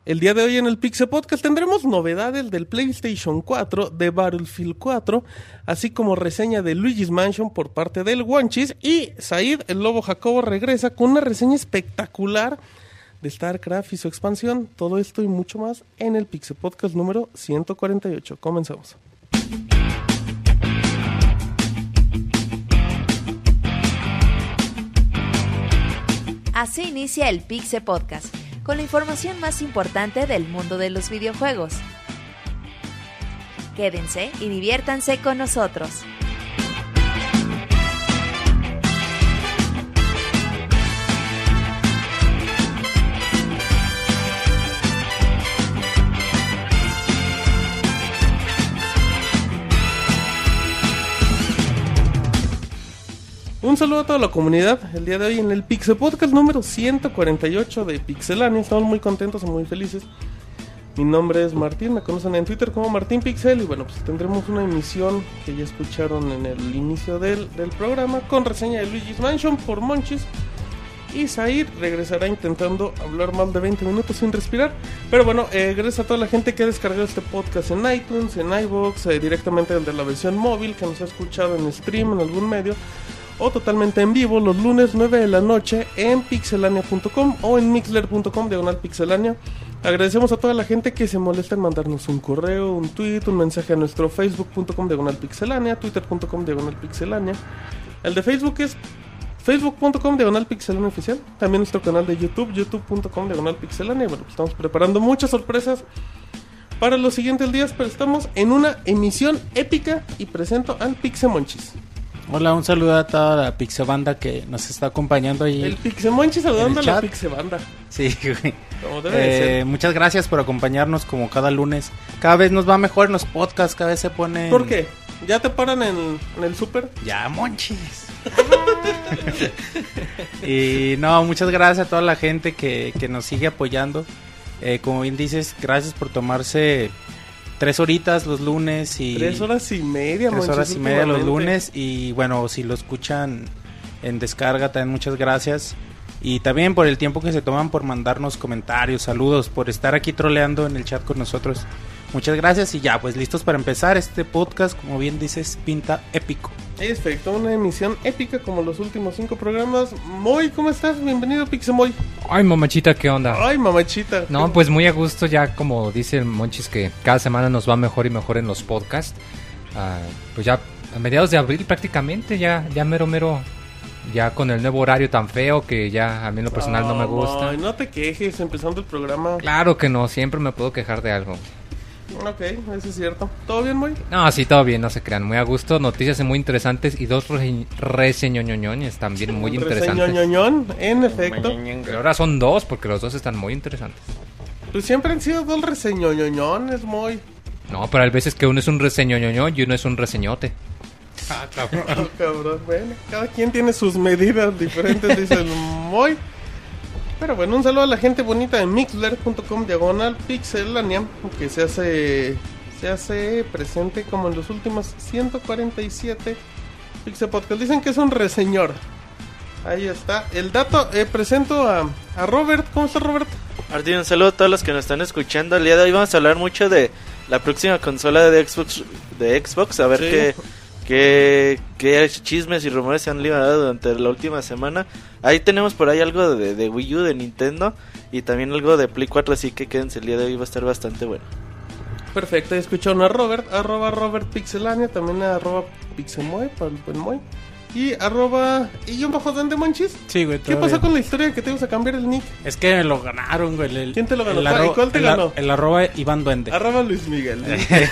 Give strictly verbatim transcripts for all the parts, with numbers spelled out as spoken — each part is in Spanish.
El día de hoy en el Pixel Podcast tendremos novedades del PlayStation cuatro, de Battlefield cuatro, así como reseña de Luigi's Mansion por parte del Wonchis, y Said, el Lobo Jacobo, regresa con una reseña espectacular de StarCraft y su expansión. Todo esto y mucho más en el Pixel Podcast número ciento cuarenta y ocho. Comenzamos. Así inicia el Pixel Podcast, con la información más importante del mundo de los videojuegos. Quédense y diviértanse con nosotros. Un saludo a toda la comunidad, el día de hoy en el Pixel Podcast número ciento cuarenta y ocho de Pixelania. Estamos muy contentos y muy felices. Mi nombre es Martín, me conocen en Twitter como Martín Pixel. Y bueno, pues tendremos una emisión que ya escucharon en el inicio del, del programa, con reseña de Luigi's Mansion por Monchis. Y Zair regresará intentando hablar más de veinte minutos sin respirar. Pero bueno, eh, gracias a toda la gente que ha descargado este podcast en iTunes, en iVoox, eh, directamente desde la versión móvil, que nos ha escuchado en stream, en algún medio, o totalmente en vivo los lunes nueve de la noche en pixelania punto com o en mixler punto com diagonal pixelania. Agradecemos a toda la gente que se molesta en mandarnos un correo, un tweet, un mensaje a nuestro facebook punto com diagonal pixelania, twitter punto com diagonal pixelania. El de Facebook es facebook punto com diagonal pixelania oficial. También nuestro canal de YouTube, youtube punto com diagonal pixelania. Bueno, pues estamos preparando muchas sorpresas para los siguientes días, pero estamos en una emisión épica y presento al Pixemonchis. Hola, un saludo a toda la Pixebanda que nos está acompañando ahí. El Pixemonchis saludando a la Pixebanda. Sí, güey. Como debe de eh, ser. Muchas gracias por acompañarnos como cada lunes. Cada vez nos va mejor en los podcasts, cada vez se pone... ¿Por qué? ¿Ya te paran en, en el súper? Ya, Monchis. Y no, muchas gracias a toda la gente que, que nos sigue apoyando. Eh, como bien dices, gracias por tomarse... Tres horitas los lunes y... Tres horas y media, Tres horas y media los lunes. Y bueno, si lo escuchan en descarga, también muchas gracias. Y también por el tiempo que se toman por mandarnos comentarios, saludos, por estar aquí troleando en el chat con nosotros. Muchas gracias y ya, pues listos para empezar este podcast, como bien dices, pinta épico. Perfecto, una emisión épica como los últimos cinco programas. Moy, ¿cómo estás? Bienvenido, Pixemoy. Ay, mamachita, ¿qué onda? Ay, mamachita. No, pues muy a gusto, ya como dice el Monchis, que cada semana nos va mejor y mejor en los podcasts. Uh, pues ya a mediados de abril prácticamente, ya, ya mero mero, ya con el nuevo horario tan feo que ya a mí en lo personal no, no me gusta. Ay, no te quejes empezando el programa. Claro que no, siempre me puedo quejar de algo. Ok, eso es cierto. ¿Todo bien, Moy? No, sí, todo bien, no se crean. Muy a gusto, noticias muy interesantes y dos rese- reseñoñoñones también muy interesantes. Reseñoñoñón, en efecto. Pero ahora son dos porque los dos están muy interesantes. Pues siempre han sido dos reseñoñoñones, Moy. No, pero hay veces que uno es un reseñoñoñón y uno es un reseñote. Ah, cabrón. Ah, cabrón. Bueno, cada quien tiene sus medidas diferentes, dice el Moy. Pero bueno, un saludo a la gente bonita de mixler punto com diagonal pixelania, que se hace se hace presente como en los últimos ciento cuarenta y siete Pixel Podcast. Dicen que es un reseñor. Ahí está el dato. Eh, presento a, a Robert. ¿Cómo está, Robert? Martín, un saludo a todos los que nos están escuchando. El día de hoy vamos a hablar mucho de la próxima consola de Xbox, de Xbox a ver sí. qué... ¿Qué, qué chismes y rumores se han liberado durante la última semana? Ahí tenemos por ahí algo de, de Wii U, de Nintendo, y también algo de Play cuatro, así que quédense, el día de hoy va a estar bastante bueno. Perfecto, escucharon a Robert, arroba Robert Pixelania, también a arroba Pixemoy, para el buen Moy. Y arroba... ¿Y yo bajo de Monchis? Sí, güey. ¿Qué pasó bien. con la historia de que te ibas a cambiar el nick? Es que me lo ganaron, güey. El, ¿Quién te lo ganó? El arro- ¿Y cuál te el ganó? Ar- el arroba Iván Duende. Arroba Luis Miguel.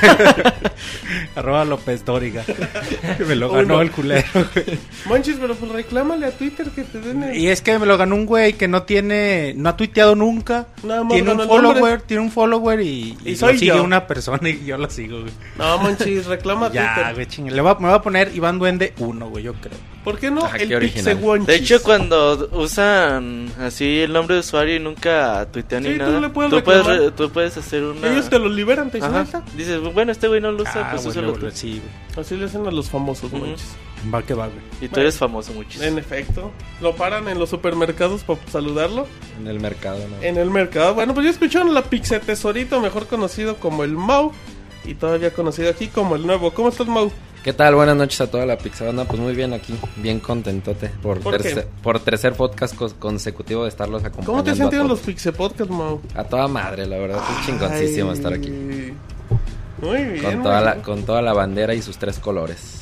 Arroba López Dóriga. Me lo ganó Uno. El culero, güey. Monchis, pero pues reclámale a Twitter que te den el... Y es que me lo ganó un güey que no tiene... No ha tuiteado nunca. Nada más tiene un follower, tiene un follower y... Y, y soy lo sigue yo. una persona y yo lo sigo, güey. No, Monchis, reclama a ya, Twitter. güey, chingue. Le va, me va a poner Iván Duende uno, güey, yo creo. ¿Por qué no? Ah, el qué original. Pixemonchis. De hecho, cuando usan así el nombre de usuario y nunca tuitean Sí, ni tú nada, le puedes tú, puedes reclamar. re- tú puedes hacer una... Ellos te lo liberan, te dicen, Ajá. "Ahí está". Dices, bueno, este güey no lo usa, Ah, pues bueno, úsalo bueno, tú. sí, güey. Así le hacen a los famosos, Ujú. Monchis. Va que va, güey. Y tú Bueno, eres famoso, muchísimo. En efecto. Lo paran en los supermercados para saludarlo. En el mercado, ¿no? En el mercado. Bueno, pues ya escucharon la Pixel Tesorito, mejor conocido como el Mau. Y todavía conocido aquí como el Nuevo. ¿Cómo estás, Mau? ¿Qué tal? Buenas noches a toda la Pixabanda. Pues muy bien aquí, bien contentote por, ¿Por tercer, por tercer podcast cos- consecutivo de estarlos acompañando. ¿Cómo te a sintieron los todos. Pixel Podcast, Mau? A toda madre, la verdad, es chingoncísimo Ay, estar aquí. Muy bien. Con muy toda, la, bien. con toda la bandera y sus tres colores.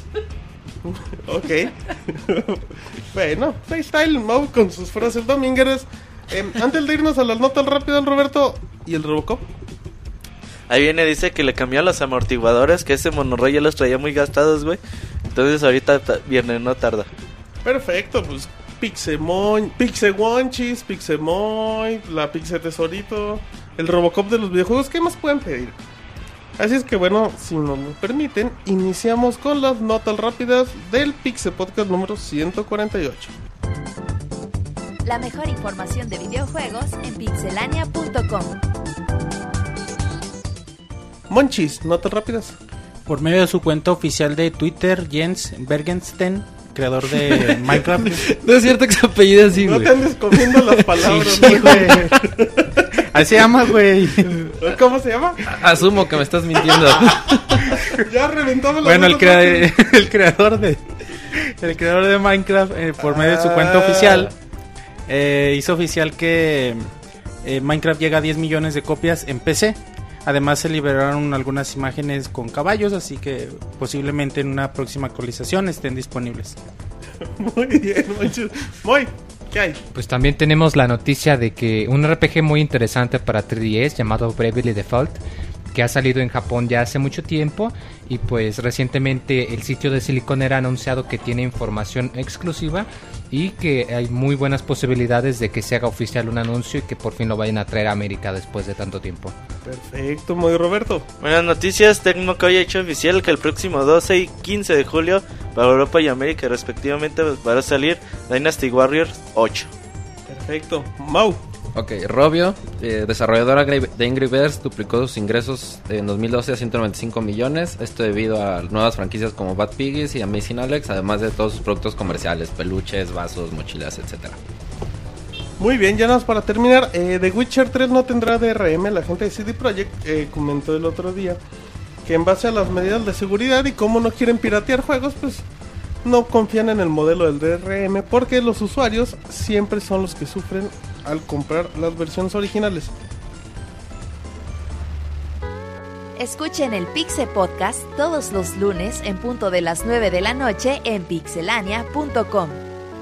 Ok. Bueno, ahí está el Mau con sus frases domingueras. Eh, antes de irnos a las notas rápidas, Roberto, ¿y el Robocop? Ahí viene, dice que le cambió los amortiguadores, que ese monorroy ya los traía muy gastados, güey. Entonces ahorita ta- viene, no tarda. Perfecto, pues Pixemoy, Pixewonchis, Pixemoy, la Pixel Tesorito, el Robocop de los videojuegos, ¿qué más pueden pedir? Así es que bueno, si nos lo permiten, iniciamos con las notas rápidas del Pixel Podcast número ciento cuarenta y ocho. La mejor información de videojuegos en pixelania punto com. Monchis, notas rápidas. Por medio de su cuenta oficial de Twitter, Jens Bergensten, creador de Minecraft. No es cierto que se apellida así, No güey. te andes comiendo las palabras, Sí, güey. güey. Así se llama, güey. ¿Cómo se llama? Asumo que me estás mintiendo. Ya reventamos las Bueno, el, notas crea- rápidas. el creador de el creador de Minecraft, eh, por medio de su cuenta Ah. oficial, eh, hizo oficial que eh, Minecraft llega a diez millones de copias en P C. Además se liberaron algunas imágenes con caballos, así que posiblemente en una próxima actualización estén disponibles. Muy bien, Monchis. Muy, ¿qué hay? Pues también tenemos la noticia de que un R P G muy interesante para tres D S llamado Bravely Default, que ha salido en Japón ya hace mucho tiempo, y pues recientemente el sitio de Siliconera ha anunciado que tiene información exclusiva y que hay muy buenas posibilidades de que se haga oficial un anuncio y que por fin lo vayan a traer a América después de tanto tiempo. Perfecto, muy Roberto. Buenas noticias, Tecmo que hoy ha hecho oficial que el próximo doce y quince de julio para Europa y América respectivamente va a salir Dynasty Warriors ocho. Perfecto. Mau. Ok, Rovio, eh, desarrolladora de Angry Birds, duplicó sus ingresos en dos mil doce a ciento noventa y cinco millones. Esto debido a nuevas franquicias como Bad Piggies y Amazing Alex, además de todos sus productos comerciales, peluches, vasos, mochilas, etcétera. Muy bien, ya nada más para terminar. Eh, The Witcher tres no tendrá D R M. La gente de C D Projekt eh, comentó el otro día que en base a las medidas de seguridad y como no quieren piratear juegos, pues no confían en el modelo del D R M porque los usuarios siempre son los que sufren al comprar las versiones originales. Escuchen el Pixel Podcast todos los lunes en punto de las nueve de la noche en pixelania punto com.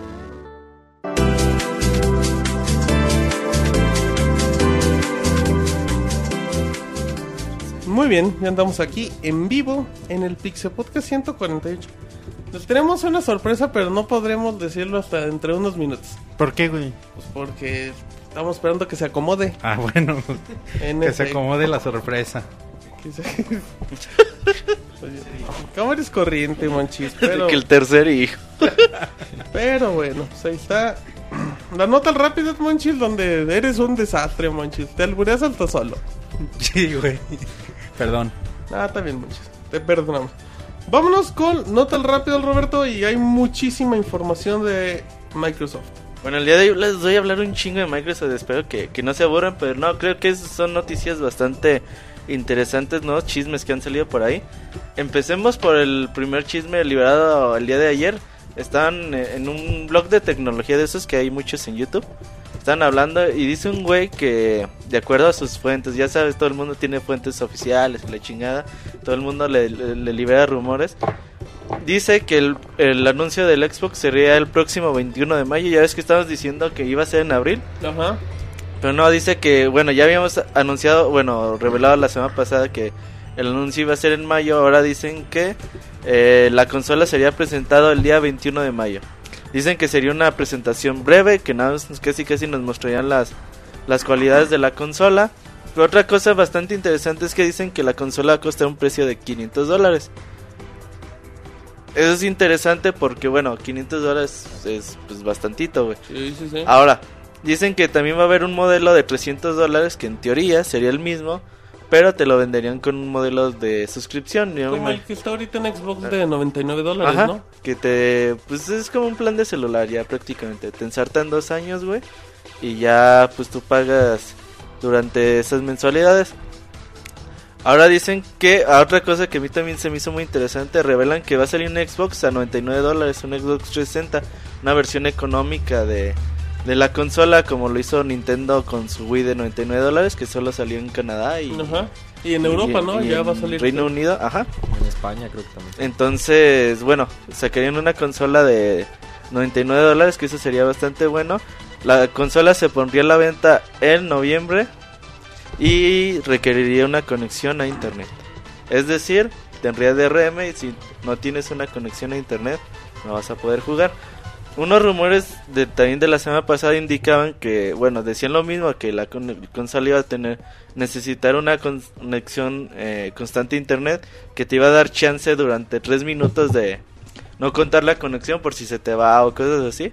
Muy bien, ya andamos aquí en vivo en el Pixel Podcast ciento cuarenta y ocho. Les tenemos una sorpresa, pero no podremos decirlo hasta entre unos minutos. ¿Por qué, güey? Pues porque estamos esperando que se acomode. Ah, bueno, En que se efecto. acomode la sorpresa. Que se- Oye, ¿cómo eres corriente, Monchis? Pero, Que el tercer hijo. pero bueno, pues ahí está. La nota rápida, Monchis, donde eres un desastre, Monchis. Te albureas hasta solo. Sí, güey. Perdón. Ah, está bien, Monchis. Te perdonamos. Vámonos con nota rápido, Roberto. Y hay muchísima información de Microsoft. Bueno, el día de hoy les voy a hablar un chingo de Microsoft. Espero que, que no se aburran, pero no, creo que son noticias bastante interesantes, ¿no? Chismes que han salido por ahí. Empecemos por el primer chisme liberado el día de ayer. Están en un blog de tecnología de esos que hay muchos en YouTube. Están hablando y dice un güey que, de acuerdo a sus fuentes, ya sabes, todo el mundo tiene fuentes oficiales, la chingada, todo el mundo le, le, le libera rumores. Dice que el, el anuncio del Xbox sería el próximo veintiuno de mayo. Ya ves que estábamos diciendo que iba a ser en abril. Ajá. Pero no, dice que, bueno, ya habíamos anunciado, bueno, revelado la semana pasada que el anuncio iba a ser en mayo. Ahora dicen que eh, la consola sería presentada el día veintiuno de mayo. Dicen que sería una presentación breve, que nada más casi casi nos mostrarían las, las cualidades de la consola. Pero otra cosa bastante interesante es que dicen que la consola va a costar un precio de quinientos dólares. Eso es interesante porque, bueno, quinientos dólares es pues bastantito, güey. Sí, sí, sí. Ahora, dicen que también va a haber un modelo de trescientos dólares que en teoría sería el mismo, pero te lo venderían con un modelo de suscripción. Yo Como me el que está ahorita en Xbox de noventa y nueve dólares, Ajá, ¿no? que te... Pues es como un plan de celular ya prácticamente. Te ensartan dos años, güey. Y ya pues tú pagas durante esas mensualidades. Ahora dicen que... A otra cosa que a mí también se me hizo muy interesante. Revelan que va a salir un Xbox a noventa y nueve dólares. Un Xbox trescientos sesenta. Una versión económica de... De la consola, como lo hizo Nintendo con su Wii de noventa y nueve dólares, que solo salió en Canadá y... Ajá. Y en Europa, y- ¿no? y Ya en va a salir. Reino Unido, ajá. En España creo que también. Entonces, bueno, sacarían una consola de noventa y nueve dólares, que eso sería bastante bueno. La consola se pondría a la venta en noviembre y requeriría una conexión a internet. Es decir, tendría D R M y si no tienes una conexión a internet no vas a poder jugar. Unos rumores de, también de la semana pasada indicaban que, bueno, decían lo mismo, que la con- consola iba a tener, necesitar una con- conexión eh, constante a internet, que te iba a dar chance durante tres minutos de no contar la conexión por si se te va o cosas así.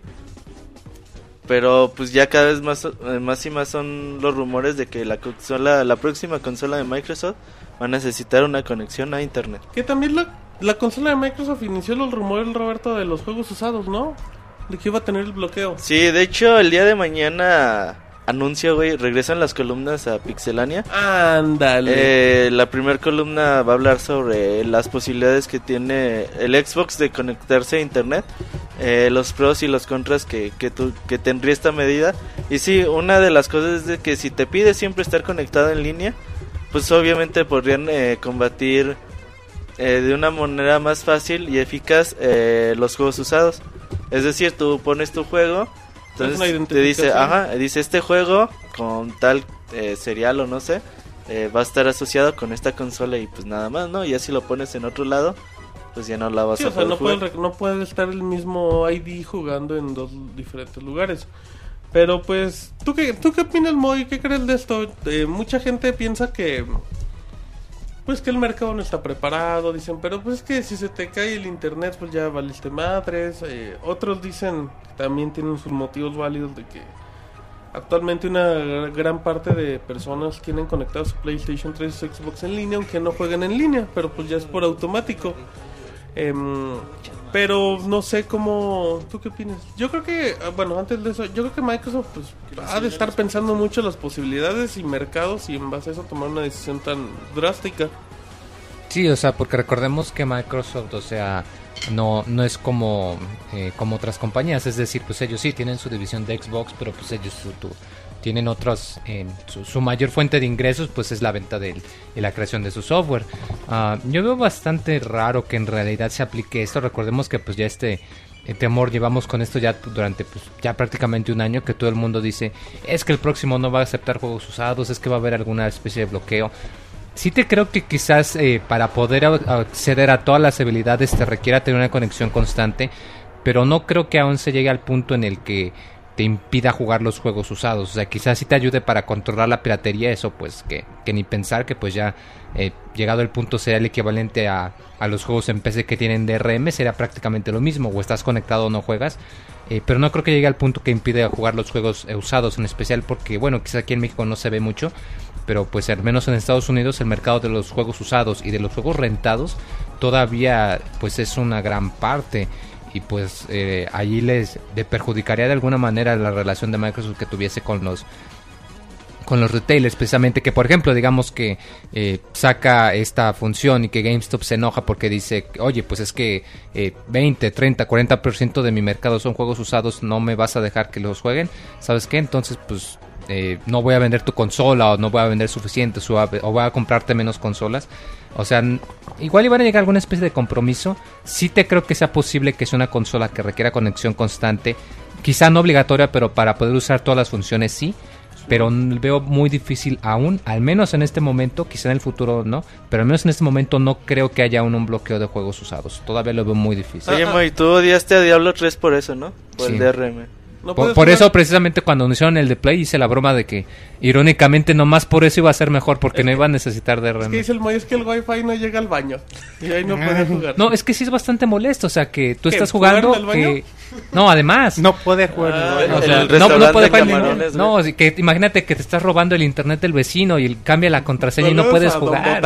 Pero pues ya cada vez más, eh, más y más son los rumores de que la consola, la próxima consola de Microsoft va a necesitar una conexión a internet. Que también la, la consola de Microsoft inició los rumores, Roberto, de los juegos usados, ¿no? De que iba a tener el bloqueo. Sí, de hecho el día de mañana anuncio, güey, regresan las columnas a Pixelania. Ándale. Eh, la primera columna va a hablar sobre las posibilidades que tiene el Xbox de conectarse a internet, eh, los pros y los contras que, que, tu, que tendría esta medida. Y sí, una de las cosas es de que si te pide siempre estar conectado en línea, pues obviamente podrían eh, combatir eh, de una manera más fácil y eficaz eh, los juegos usados. Es decir, tú pones tu juego, Es una entonces te dice, identificación. ajá, dice este juego con tal eh, serial o no sé, eh, va a estar asociado con esta consola y pues nada más, ¿no? Y ya si lo pones en otro lado, pues ya no la vas Sí, a o sea, poder no jugar. puede, rec- no puede estar el mismo I D jugando en dos diferentes lugares. Pero pues, ¿tú qué, tú qué opinas, Moy? ¿Qué crees de esto? Eh, mucha gente piensa que... Pues que el mercado no está preparado, dicen, pero pues es que si se te cae el internet, pues ya valiste madres. Eh, otros dicen, que también tienen sus motivos válidos de que actualmente una gran parte de personas tienen conectado su PlayStation tres y su Xbox en línea, aunque no jueguen en línea, pero pues ya es por automático. Em, pero no sé cómo... ¿Tú qué opinas? Yo creo que, ah, bueno, antes de eso, yo creo que Microsoft pues ha de estar pensando mucho las posibilidades y mercados y en base a eso tomar una decisión tan drástica. Sí, o sea, porque recordemos que Microsoft, o sea, no no es como eh, como otras compañías, es decir, pues ellos sí tienen su división de Xbox, pero pues ellos su, tu, tienen otras, eh, su, su mayor fuente de ingresos pues es la venta de, y la creación de su software. Uh, yo veo bastante raro que en realidad se aplique esto. Recordemos que pues ya este eh, temor llevamos con esto ya durante pues ya prácticamente un año, que todo el mundo dice es que el próximo no va a aceptar juegos usados, es que va a haber alguna especie de bloqueo. Sí te creo que quizás eh, para poder acceder a todas las habilidades te requiera tener una conexión constante, pero no creo que aún se llegue al punto en el que te impida jugar los juegos usados. O sea, quizás sí te ayude para controlar la piratería, eso pues que, que ni pensar, que pues ya eh, llegado el punto sería el equivalente a, a los juegos en P C que tienen D R M, sería prácticamente lo mismo, o estás conectado o no juegas. Eh, pero no creo que llegue al punto que impide jugar los juegos eh, usados, en especial porque, bueno, quizás aquí en México no se ve mucho, pero pues al menos en Estados Unidos el mercado de los juegos usados y de los juegos rentados todavía pues es una gran parte, y pues eh, allí les le perjudicaría de alguna manera la relación de Microsoft que tuviese con los con los retailers, precisamente, que por ejemplo digamos que eh, saca esta función y que GameStop se enoja porque dice, oye, pues es que eh, veinte, treinta, cuarenta por ciento de mi mercado son juegos usados, no me vas a dejar que los jueguen, ¿sabes qué? Entonces pues eh, no voy a vender tu consola, o no voy a vender suficientes, o, a, o voy a comprarte menos consolas. O sea, igual iban a llegar a alguna especie de compromiso. Sí te creo que sea posible que sea una consola que requiera conexión constante, quizá no obligatoria, pero para poder usar todas las funciones sí. Pero veo muy difícil aún, al menos en este momento, quizá en el futuro no, pero al menos en este momento no creo que haya aún un bloqueo de juegos usados. Todavía lo veo muy difícil. Oye, Moy, tú odiaste a Diablo tres por eso, ¿no? Por Sí. el D R M. No por, por eso precisamente cuando anunciaron el de Play hice la broma de que irónicamente nomás por eso iba a ser mejor porque es no iba a necesitar D R M. Es que dice el Moy, es que el Wi-Fi no llega al baño y ahí no puede jugar. No, es que sí es bastante molesto, o sea que tú estás jugando que... No, además no poder jugar ah, en el o sea, el no, no puede jugar camarones, no, que imagínate que te estás robando el internet del vecino y cambia la contraseña y no puedes jugar.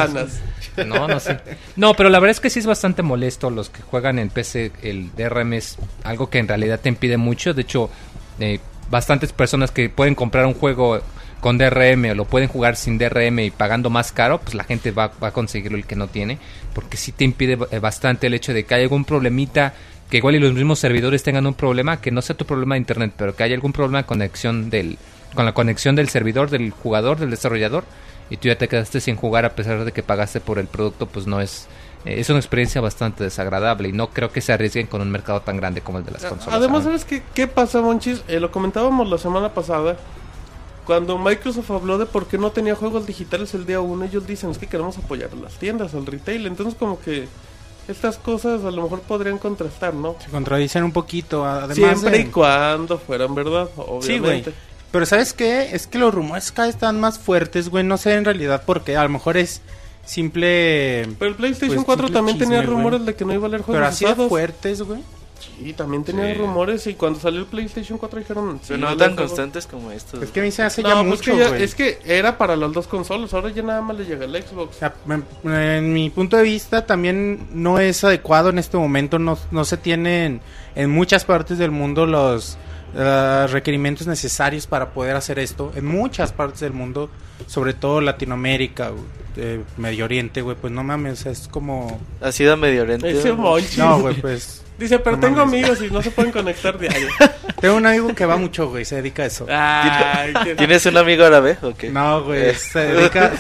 No, no sé. No, pero la verdad es que sí es bastante molesto los que juegan en P C. El D R M es algo que en realidad te impide mucho. De hecho, eh, bastantes personas que pueden comprar un juego con D R M o lo pueden jugar sin D R M y pagando más caro, pues la gente va, va a conseguirlo el que no tiene, porque sí te impide bastante el hecho de que haya algún problemita, que igual y los mismos servidores tengan un problema, que no sea tu problema de internet, pero que haya algún problema de conexión del, con la conexión del servidor, del jugador, del desarrollador, y tú ya te quedaste sin jugar a pesar de que pagaste por el producto, pues no es... Es una experiencia bastante desagradable y no creo que se arriesguen con un mercado tan grande como el de las consolas. Además, ¿sabes qué, qué pasa, Monchis? Eh, lo comentábamos la semana pasada, cuando Microsoft habló de por qué no tenía juegos digitales el día uno, ellos dicen, es que queremos apoyar a las tiendas, al retail, entonces como que estas cosas a lo mejor podrían contrastar, ¿no? Se contradicen un poquito, además siempre de... y cuando fueran verdad, obviamente. Sí, güey. Pero ¿sabes qué? Es que los rumores cada vez están más fuertes, güey, no sé en realidad por qué, a lo mejor es... simple... Pero el PlayStation pues, cuatro también chisme, tenía rumores, güey, de que no iba a leer juegos pero así usados. de fuertes, güey. Sí, también tenían sí. rumores y cuando salió el PlayStation cuatro dijeron... Pero sí, no tan constantes como estos. Es que a mí se hace no, ya pues mucho, que ya, güey. Es que era para las dos consolas, ahora ya nada más le llega el Xbox. O sea, en, en mi punto de vista también no es adecuado en este momento, no, no se tienen en muchas partes del mundo los... Uh, requerimientos necesarios para poder hacer esto en muchas partes del mundo, sobre todo Latinoamérica, eh, Medio Oriente, güey, pues no mames, es como... ¿Ha sido Medio Oriente? Ese Monchi. No, güey, pues... Dice, pero no tengo mames. amigos y no se pueden conectar diario. Tengo un amigo que va mucho, güey, se dedica a eso. Ay, qué... ¿Tienes un amigo árabe o qué? No, güey, se dedica...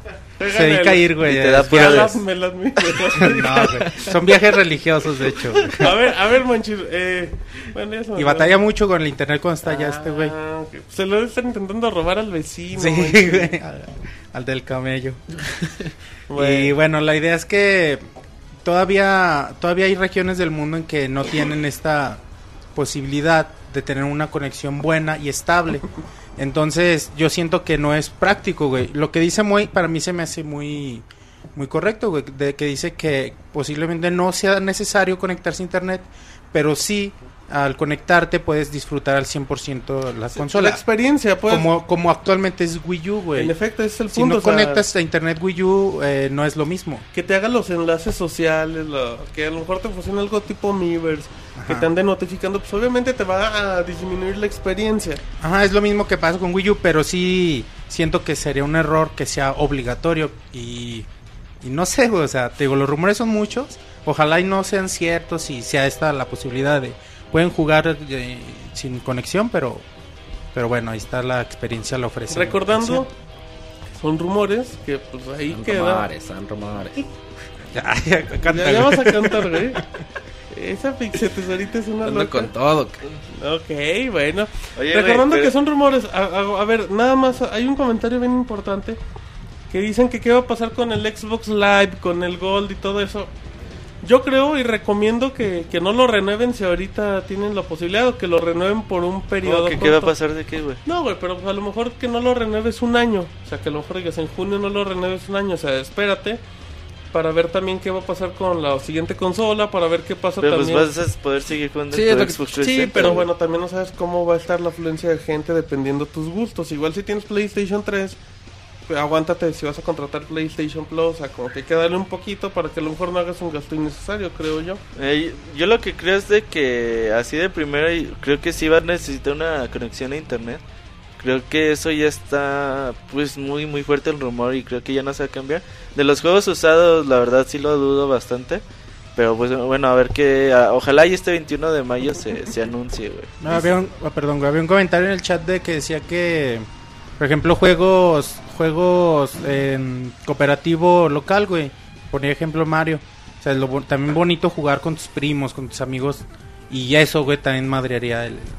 Se dedica a ir, güey. Y te da pura las, me las, me no, güey. Son viajes religiosos, de hecho. Güey. A ver, a ver, Monchi. Eh, bueno, eso y batalla mucho con el internet cuando está allá ah, este, güey. Okay. Se lo están intentando robar al vecino. Sí, Monchi. güey. Al, al del camello. Bueno. Y bueno, la idea es que todavía, todavía hay regiones del mundo en que no tienen esta posibilidad de tener una conexión buena y estable. Entonces yo siento que no es práctico, güey. Lo que dice Moy para mí se me hace muy muy correcto, güey, de que dice que posiblemente no sea necesario conectarse a internet, pero sí al conectarte puedes disfrutar al cien por ciento la sí, consola. La experiencia, pues. Como como actualmente es Wii U, güey. En efecto, ese es el si punto. Si no o sea, conectas a internet Wii U, eh, no es lo mismo. Que te haga los enlaces sociales, lo, que a lo mejor te funcione algo tipo Miiverse, Ajá. que te ande notificando, pues obviamente te va a disminuir la experiencia. Ajá, es lo mismo que pasa con Wii U, pero sí siento que sería un error que sea obligatorio y, y no sé, güey, o sea, te digo, los rumores son muchos, ojalá y no sean ciertos y sea esta la posibilidad de... Pueden jugar eh, sin conexión, pero pero bueno, ahí está la experiencia, la ofrece. Recordando, son rumores que pues ahí son queda. Rumores, son rumores. Ya, ya, ya, ya vas a cantar, güey. Esa Pixel tesorita es una Ando loca. con todo. Ok, bueno. Oye, Recordando güey, pero... que son rumores, a, a, a ver, nada más, hay un comentario bien importante que dicen que qué va a pasar con el Xbox Live, con el Gold y todo eso. Yo creo y recomiendo que, que no lo renueven si ahorita tienen la posibilidad, o que lo renueven por un periodo. ¿Qué, ¿Qué va a pasar de qué, güey? No, güey, pero a lo mejor que no lo renueves un año. O sea, que a lo mejor digas en junio no lo renueves un año. O sea, espérate para ver también qué va a pasar con la siguiente consola, para ver qué pasa pero también. Pero pues vas a poder seguir jugando sí, tu lo Xbox que... trescientos sesenta. Sí, pero bueno, también no sabes cómo va a estar la afluencia de gente dependiendo tus gustos. Igual si tienes PlayStation tres... aguántate si vas a contratar PlayStation Plus, o sea, como que hay que darle un poquito para que a lo mejor no hagas un gasto innecesario, creo yo. Eh, yo lo que creo es de que así de primera creo que sí va a necesitar una conexión a internet. Creo que eso ya está pues muy muy fuerte el rumor y creo que ya no se va a cambiar. De los juegos usados, la verdad sí lo dudo bastante. Pero pues bueno, a ver qué... A, ojalá y este veintiuno de mayo se, se anuncie, güey. No, había un, oh, perdón, güey, había un comentario en el chat de que decía que... Por ejemplo, juegos juegos en cooperativo local, güey. Ponía ejemplo Mario. O sea, es lo, también bonito jugar con tus primos, con tus amigos. Y eso, güey, también madrearía el,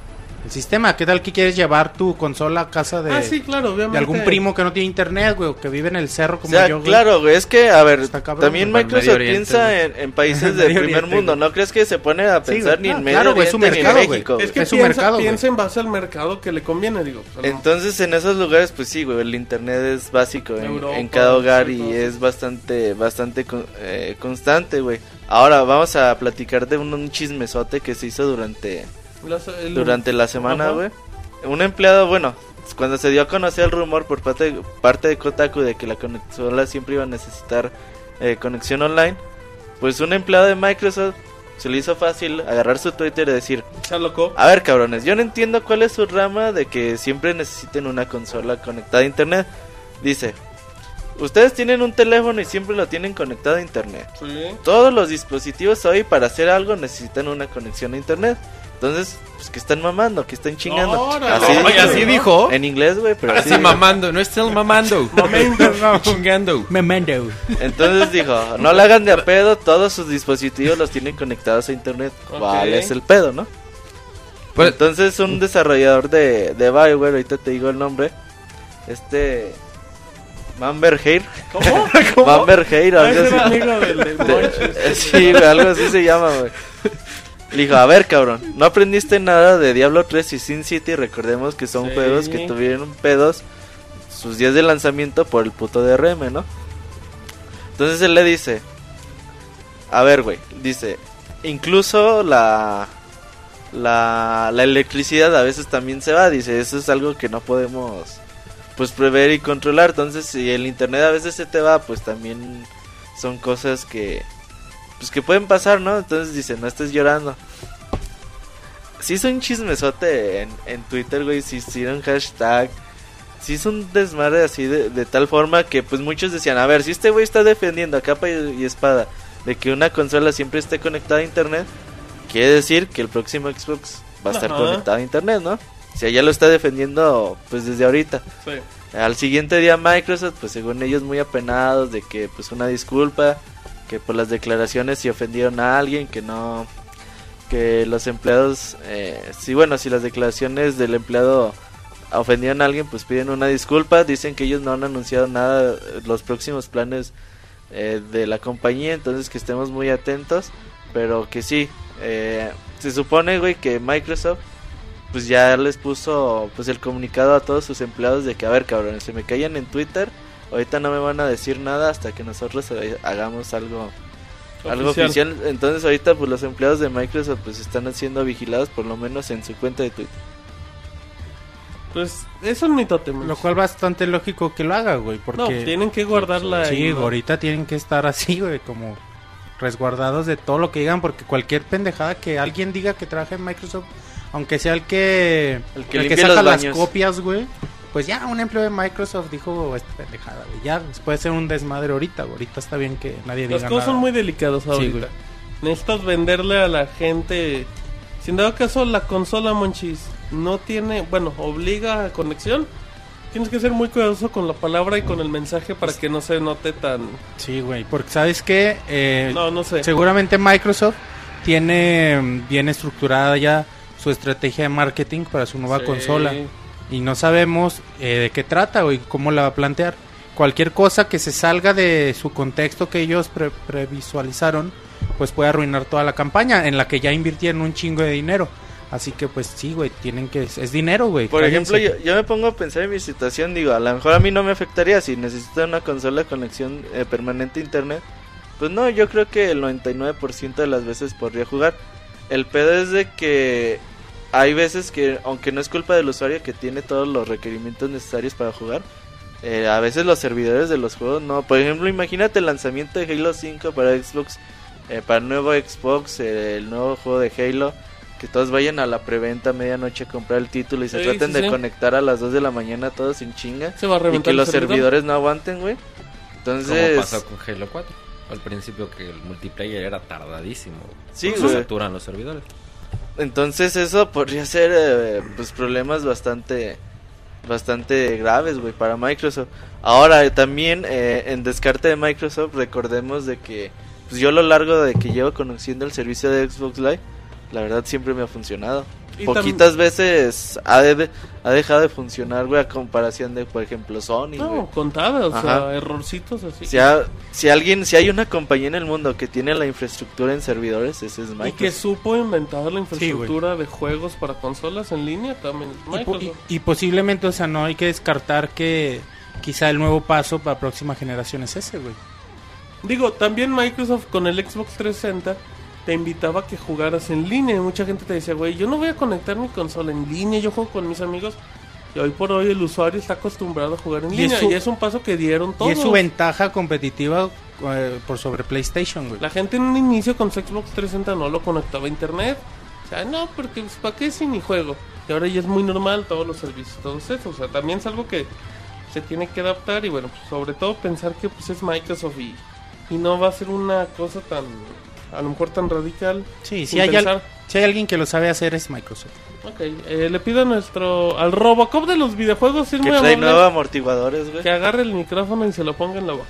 el sistema. ¿Qué tal que quieres llevar tu consola a casa de, ah, sí, claro, obviamente. de algún primo que no tiene internet, güey, o que vive en el cerro como o sea, yo, güey? claro, güey, es que, a ver, Cabrón, también güey. Microsoft Medio piensa Oriente, en, en países del primer Oriente, mundo, güey. ¿no crees que se pone a Sí, pensar güey. ni en No, Medio claro, güey, es Oriente su ni en mercado, México? güey. Es que Es su piensa, mercado, güey. piensa en base al mercado que le conviene, digo. o sea, no- Entonces en esos lugares pues sí, güey, el internet es básico en, Europa, en cada hogar sí, y todo. es bastante bastante con- eh, constante, güey. Ahora vamos a platicar de un, un chismesote que se hizo durante las- el- durante la semana, Ajá. güey. Un empleado, bueno, cuando se dio a conocer el rumor por parte de, parte de Kotaku de que la consola siempre iba a necesitar eh, conexión online, pues un empleado de Microsoft se le hizo fácil agarrar su Twitter y decir: Se alocó. a ver, cabrones, yo no entiendo cuál es su rama de que siempre necesiten una consola conectada a internet. Dice: ustedes tienen un teléfono y siempre lo tienen conectado a internet. Sí. Todos los dispositivos hoy para hacer algo necesitan una conexión a internet. Entonces, pues que están mamando, que están chingando. Órale. Así, Oye, así dijo. en inglés, güey, pero Así así. mamando, no es el mamando. Chingando. Memento. Entonces dijo: no le hagan de a pedo, todos sus dispositivos los tienen conectados a internet. Ok. ¿Cuál es el pedo, no? Pues- Entonces un desarrollador de, de BioWare, ahorita te digo el nombre, este... Mamberheir. ¿Cómo? ¿Cómo? Mamberheir, Ah, algo ese era así. amigo del, del De- Monchis. sí, güey, algo así se llama, güey. Le dijo: a ver, cabrón, no aprendiste nada de Diablo tres y Sin City. Recordemos que son Sí. juegos que tuvieron pedos sus días de lanzamiento por el puto D R M, ¿no? Entonces él le dice: a ver, güey, dice, incluso la, la la electricidad a veces también se va. Dice, eso es algo que no podemos pues prever y controlar. Entonces si el internet a veces se te va, pues también son cosas que pues que pueden pasar, ¿no? Entonces dice, no estés llorando. Sí hizo un chismesote en, en Twitter, güey. Sí hicieron hashtag. Sí hizo un desmadre así de, de tal forma que pues muchos decían: a ver, si este güey está defendiendo a capa y, y espada de que una consola siempre esté conectada a internet, quiere decir que el próximo Xbox va a estar Ajá. conectado a internet, ¿no? O sea, ya lo está defendiendo pues desde ahorita. Sí. Al siguiente día Microsoft, pues según ellos muy apenados de que pues una disculpa, que por las declaraciones si ofendieron a alguien, que no, que los empleados, eh, sí, bueno, si las declaraciones del empleado ofendieron a alguien, pues piden una disculpa. Dicen que ellos no han anunciado nada, los próximos planes eh, de la compañía, entonces que estemos muy atentos, pero que sí, eh, se supone, güey, que Microsoft pues ya les puso pues el comunicado a todos sus empleados de que, a ver, cabrones, se me callan en Twitter, ahorita no me van a decir nada hasta que nosotros eh, hagamos algo algo Oficial. oficial. Entonces ahorita pues los empleados de Microsoft pues están siendo vigilados, por lo menos en su cuenta de Twitter. Pues eso es mi tótem. Lo cual bastante lógico que lo haga, güey, porque... No, tienen que guardarla Sí, ahí, ¿no? ahorita tienen que estar así, güey, como resguardados de todo lo que digan, porque cualquier pendejada que alguien diga que trabaja en Microsoft, aunque sea el que El que el que limpia saca los las baños. copias, güey, pues ya un empleo de Microsoft dijo esta pendejada, güey, ya puede ser un desmadre ahorita, güey. Ahorita está bien que nadie diga Las cosas nada. son muy delicadas ahorita. güey. Necesitas venderle a la gente. Si en dado caso la consola, Monchis, no tiene, bueno, obliga a conexión, tienes que ser muy cuidadoso con la palabra y con el mensaje para que no se note tan... Sí, güey, porque sabes que eh, No, no sé. seguramente Microsoft tiene mm, bien estructurada ya su estrategia de marketing para su nueva Sí. consola. Y no sabemos eh, de qué trata o y cómo la va a plantear. Cualquier cosa que se salga de su contexto que ellos pre- previsualizaron, pues puede arruinar toda la campaña en la que ya invirtieron un chingo de dinero. Así que pues sí, güey, tienen que... Es dinero, güey. Por cállense. ejemplo, yo, yo me pongo a pensar en mi situación, digo, a lo mejor a mí no me afectaría si necesito una consola de conexión eh, permanente a internet. Pues no, yo creo que el noventa y nueve por ciento de las veces podría jugar. El pedo es de que hay veces que, aunque no es culpa del usuario que tiene todos los requerimientos necesarios para jugar, eh, a veces los servidores de los juegos no. Por ejemplo, imagínate el lanzamiento de Halo cinco para Xbox, eh, para el nuevo Xbox, eh, el nuevo juego de Halo. Que todos vayan a la preventa a medianoche a comprar el título y se Sí, traten sí, de sí. conectar a las dos de la mañana todos en chinga. Se va a Y reventar que el los servidor. servidores no aguanten, güey. Como Entonces, pasó con Halo cuatro. Al principio que el multiplayer era tardadísimo. Sí, Porque güey. se saturan los servidores. entonces eso podría ser eh, pues problemas bastante bastante graves, güey, para Microsoft. Ahora, eh, también eh, en descarte de Microsoft, recordemos de que pues yo a lo largo de que llevo conociendo el servicio de Xbox Live, la verdad siempre me ha funcionado. Y Poquitas tam- veces ha, de, ha dejado de funcionar, güey, a comparación de, por ejemplo, Sony. No, güey. contadas, o Ajá. sea, errorcitos así. Si, ha, si alguien, si hay una compañía en el mundo que tiene la infraestructura en servidores, ese es Microsoft. Y que supo inventar la infraestructura sí, de juegos para consolas en línea también es Microsoft. Y, po- y, y posiblemente, o sea, no hay que descartar que quizá el nuevo paso para la próxima generación es ese, güey. Digo, también Microsoft con el Xbox trescientos sesenta te invitaba a que jugaras en línea. Y mucha gente te decía, güey, yo no voy a conectar mi consola en línea, yo juego con mis amigos. Y hoy por hoy el usuario está acostumbrado a jugar en y línea. Es su, y es un paso que dieron todos. Y es su ventaja competitiva eh, por sobre PlayStation, güey. La gente en un inicio con su Xbox trescientos sesenta no lo conectaba a internet. O sea, no, porque pues, ¿para qué si ni juego? Y ahora ya es muy normal todos los servicios, todo eso. O sea, también es algo que se tiene que adaptar. Y bueno, pues, sobre todo pensar que pues es Microsoft y, y no va a ser una cosa tan... a lo mejor tan radical. Sí, si hay, al, si hay alguien que lo sabe hacer es Microsoft. Ok, eh, le pido a nuestro al Robocop de los videojuegos que trae nuevos amortiguadores, güey. Que agarre el micrófono y se lo ponga en la boca.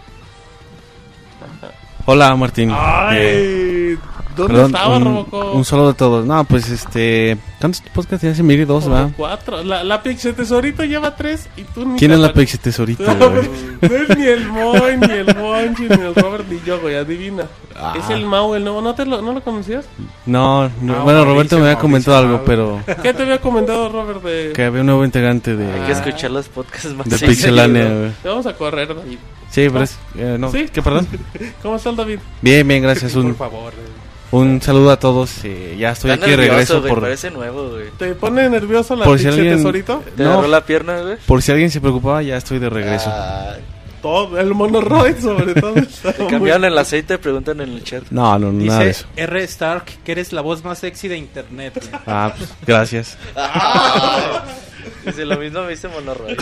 Ajá. Hola, Martín. Ay, eh, ¿dónde perdón, estaba un, Robocop? Un saludo a todos. No, pues este, ¿cuántos podcasts tienes? Miri dos, ¿verdad? Cuatro. La, la Pixie Tesorito lleva tres y tú ni. ¿Quién es la Pixie Tesorito? No, no es ni el Moy, ni el Monchi, ni el Robert, ni yo, güey. Adivina. Ah. Es el Mau, el nuevo. ¿No, te lo, ¿no lo conocías? No, no ah, bueno, Roberto me había comentado algo, pero... ¿Qué te había comentado, Robert? De... Que había un nuevo integrante de... Hay que escuchar los podcasts más. De Pixelania, güey. Te vamos a correr, David. Sí, pero es... Eh, no. ¿Sí? ¿Qué, perdón? ¿Cómo está el David? Bien, bien, gracias. Un, por favor. Un saludo a todos. Eh, ya estoy Está aquí de regreso. Güey, por... parece nuevo, güey. ¿Te pone nervioso la por Pixie si alguien... Tesorito? ¿Te no, agarró la pierna, güey? Por si alguien se preocupaba, ya estoy de regreso. Ah. Todo, el monoroid sobre todo. Te cambiaron muy... el aceite, preguntan en el chat. No, no, Dice nada de eso. R. Stark que eres la voz más sexy de internet. Güey. Ah, pues, gracias. Ah, dice lo mismo me dice Monoroid.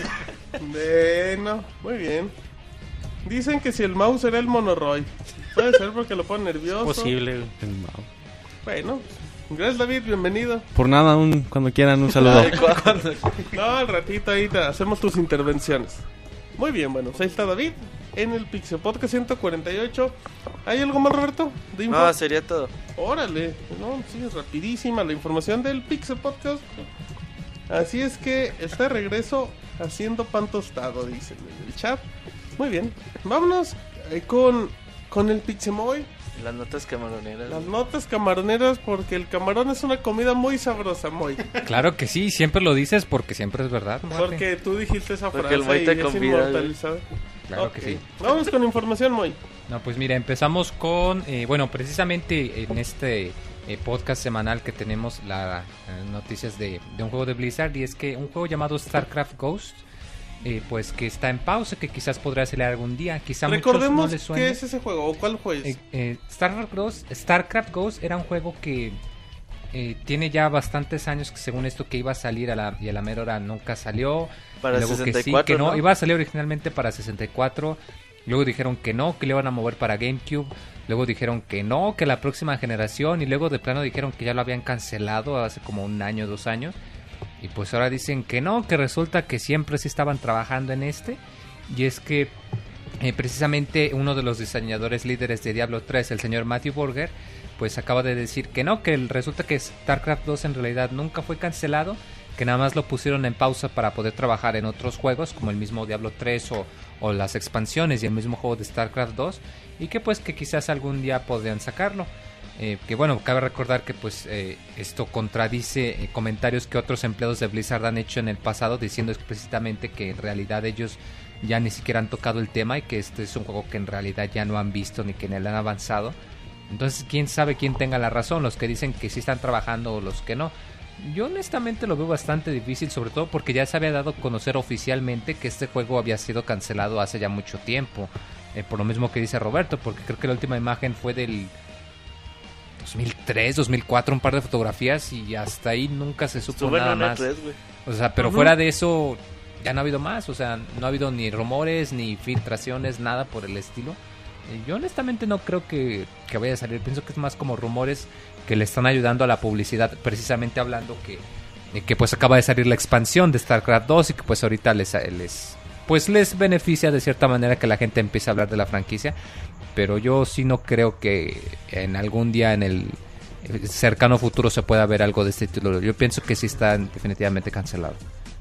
Bueno, muy bien. Dicen que si el mouse era el monoroid. Puede ser porque lo pone nervioso. Posible. El mouse. Bueno, gracias David, bienvenido. Por nada, un, cuando quieran un saludo. Ay, no, al ratito ahí te hacemos tus intervenciones. Muy bien, bueno, pues ahí está David en el Pixel Podcast ciento cuarenta y ocho. ¿Hay algo más, Roberto? ¿De no, sería todo. Órale, no, sí, es rapidísima la información del Pixel Podcast. Así es que está de regreso haciendo pan tostado, dicen en el chat. Muy bien, vámonos eh, con, con el Pixemoy. Las notas camaroneras. Las notas camaroneras, porque el camarón es una comida muy sabrosa, Moy. Claro que sí, siempre lo dices porque siempre es verdad. Martín. Porque tú dijiste esa porque frase el Moy te y convida, es inmortalizado. Claro okay. que sí. Vamos con información, Moy. No, pues mira, empezamos con, eh, bueno, precisamente en este eh, podcast semanal que tenemos las eh, noticias de, de un juego de Blizzard, y es que un juego llamado StarCraft Ghost, Eh, pues que está en pausa, que quizás podrá salir algún día, quizá recordemos muchos no les suene. ¿Qué es ese juego o cuál fue? Eh, eh, StarCraft Ghost, StarCraft Ghost era un juego que eh, tiene ya bastantes años que según esto que iba a salir a la, y a la mera hora nunca salió. Para luego sesenta y cuatro, que sí, que no, ¿no? iba a salir originalmente para sesenta y cuatro, luego dijeron que no, que le iban a mover para GameCube, luego dijeron que no, que la próxima generación, y luego de plano dijeron que ya lo habían cancelado hace como un año, dos años. Y pues ahora dicen que no, que resulta que siempre sí estaban trabajando en este. Y es que eh, precisamente uno de los diseñadores líderes de Diablo tres, el señor Matthew Burger, pues acaba de decir que no, que resulta que StarCraft dos en realidad nunca fue cancelado, que nada más lo pusieron en pausa para poder trabajar en otros juegos como el mismo Diablo tres o, o las expansiones y el mismo juego de StarCraft dos, y que pues que quizás algún día podrían sacarlo. Eh, que bueno, cabe recordar que pues eh, esto contradice eh, comentarios que otros empleados de Blizzard han hecho en el pasado, diciendo explícitamente que en realidad ellos ya ni siquiera han tocado el tema y que este es un juego que en realidad ya no han visto ni que en él han avanzado. Entonces quién sabe quién tenga la razón, los que dicen que sí están trabajando o los que no. Yo honestamente lo veo bastante difícil, sobre todo porque ya se había dado a conocer oficialmente que este juego había sido cancelado hace ya mucho tiempo, eh, por lo mismo que dice Roberto, porque creo que la última imagen fue del dos mil tres, dos mil cuatro, un par de fotografías, y hasta ahí nunca se supo Estuve nada en más. E tres, o sea, pero uh-huh. fuera de eso ya no ha habido más, o sea, no ha habido ni rumores, ni filtraciones, nada por el estilo. Eh, yo honestamente no creo que, que vaya a salir, pienso que es más como rumores que le están ayudando a la publicidad, precisamente hablando que, eh, que pues acaba de salir la expansión de StarCraft dos y que pues ahorita les, les, pues les beneficia de cierta manera que la gente empiece a hablar de la franquicia. Pero yo sí no creo que en algún día en el eh, cercano futuro se pueda ver algo de este título. Yo pienso que sí está definitivamente cancelado.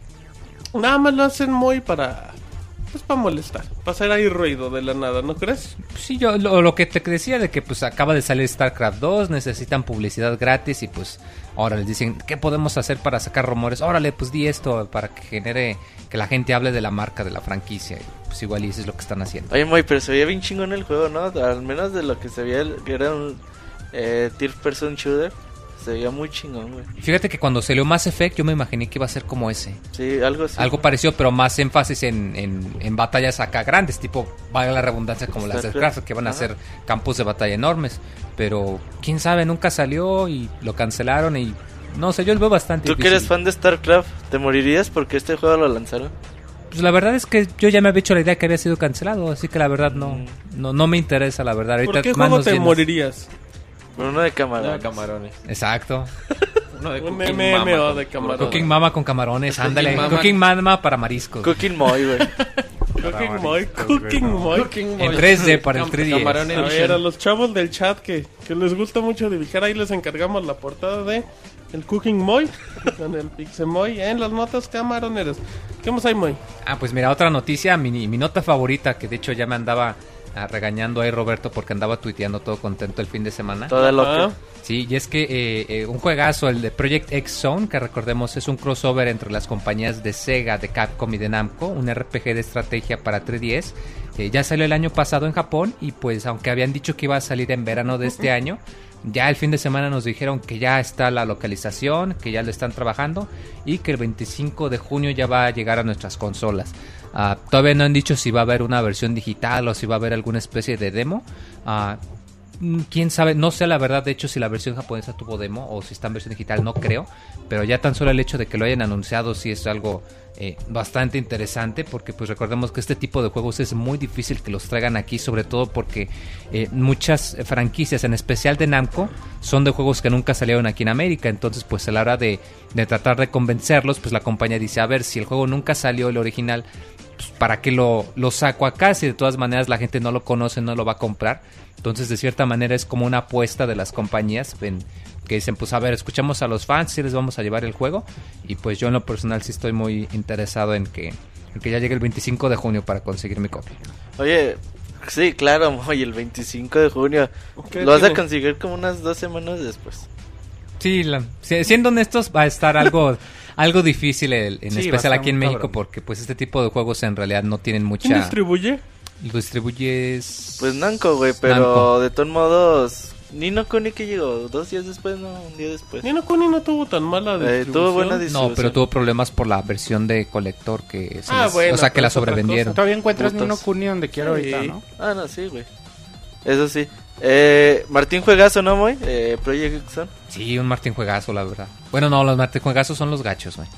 Nada más lo hacen muy para... Pues para molestar, para hacer ahí ruido de la nada, ¿no crees? Sí, yo lo, lo que te decía de que pues acaba de salir StarCraft dos, necesitan publicidad gratis y pues ahora les dicen, ¿qué podemos hacer para sacar rumores? Órale, pues di esto para que genere, que la gente hable de la marca, de la franquicia. Y pues igual y eso es lo que están haciendo. Oye, Moy, pero se veía bien chingón el juego, ¿no? Al menos de lo que se veía, que era un eh, third person shooter. Se veía muy chingón, güey. Fíjate que cuando salió Mass Effect yo me imaginé que iba a ser como ese. Sí, algo así. Algo parecido, pero más énfasis en, en, en batallas acá grandes, tipo, valga la redundancia, como las de StarCraft, que van a ser campos de batalla enormes. Pero, quién sabe, nunca salió y lo cancelaron y... No sé, yo lo veo bastante ¿Tú difícil. que eres fan de StarCraft, te morirías porque este juego lo lanzaron? Pues la verdad es que yo ya me había hecho la idea que había sido cancelado, así que la verdad no, mm. no, no me interesa, la verdad. Ahorita ¿por qué juego te llenos... morirías? Uno de camarones. Uno de camarones. Exacto. Uno de un M M O de camarones. Cooking Mama con camarones, ándale. Cooking Mama, Cooking Mama para mariscos. Cooking Moy, güey. Cooking Moy, Cooking Moy. En tres D para el tres D S. A ver, a los chavos del chat que, que les gusta mucho dibujar, ahí les encargamos la portada de el Cooking Moy con el Pixemoy en las notas camaroneras. ¿Qué más hay, Moy? Ah, pues mira, otra noticia, mi, mi nota favorita, que de hecho ya me andaba ah, regañando ahí Roberto porque andaba tuiteando todo contento el fin de semana. Toda loca. Sí, y es que eh, eh, un juegazo, el de Project X Zone, que recordemos es un crossover entre las compañías de Sega, de Capcom y de Namco, un R P G de estrategia para tres D S. Eh, ya salió el año pasado en Japón y pues aunque habían dicho que iba a salir en verano de este año, ya el fin de semana nos dijeron que ya está la localización, que ya lo están trabajando y que el veinticinco de junio ya va a llegar a nuestras consolas. Uh, todavía no han dicho si va a haber una versión digital o si va a haber alguna especie de demo. Uh, quién sabe, no sé la verdad de hecho si la versión japonesa tuvo demo o si está en versión digital, no creo, pero ya tan solo el hecho de que lo hayan anunciado sí es algo eh, bastante interesante, porque pues recordemos que este tipo de juegos es muy difícil que los traigan aquí, sobre todo porque eh, muchas franquicias, en especial de Namco, son de juegos que nunca salieron aquí en América, entonces pues a la hora de, de tratar de convencerlos, pues la compañía dice, a ver, si el juego nunca salió el original, pues ¿para qué lo, lo saco acá? Si de todas maneras la gente no lo conoce, no lo va a comprar. Entonces de cierta manera es como una apuesta de las compañías en, que dicen, pues a ver, escuchamos a los fans, si les vamos a llevar el juego. Y pues yo en lo personal sí estoy muy interesado en que, en que ya llegue el veinticinco de junio para conseguir mi copia. Oye, sí, claro, hoy el veinticinco de junio lo vas a conseguir como unas dos semanas después. Sí, la, siendo honestos va a estar algo... algo difícil el, en sí, especial aquí en México, cabrón. Porque pues este tipo de juegos en realidad no tienen mucha... ¿Quién distribuye? Lo distribuyes... Pues Namco, güey, pero Namco. De todos modos... Ni no Kuni que llegó, dos días después, no, un día después. Ni no Kuni no tuvo tan mala distribución. Eh, tuvo buena distribución. No, pero tuvo problemas por la versión de colector que se ah, les, bueno, o sea, que la sobrevendieron. Todavía encuentras Ni no Kuni donde quiera sí. ahorita, ¿no? Ah, no, sí, güey. Eso sí. Eh, Martín Juegazo, ¿no, güey? Eh, Project X Zone. Sí, un Martín Juegazo, la verdad. Bueno, no, los Martín Juegazos son los gachos, güey.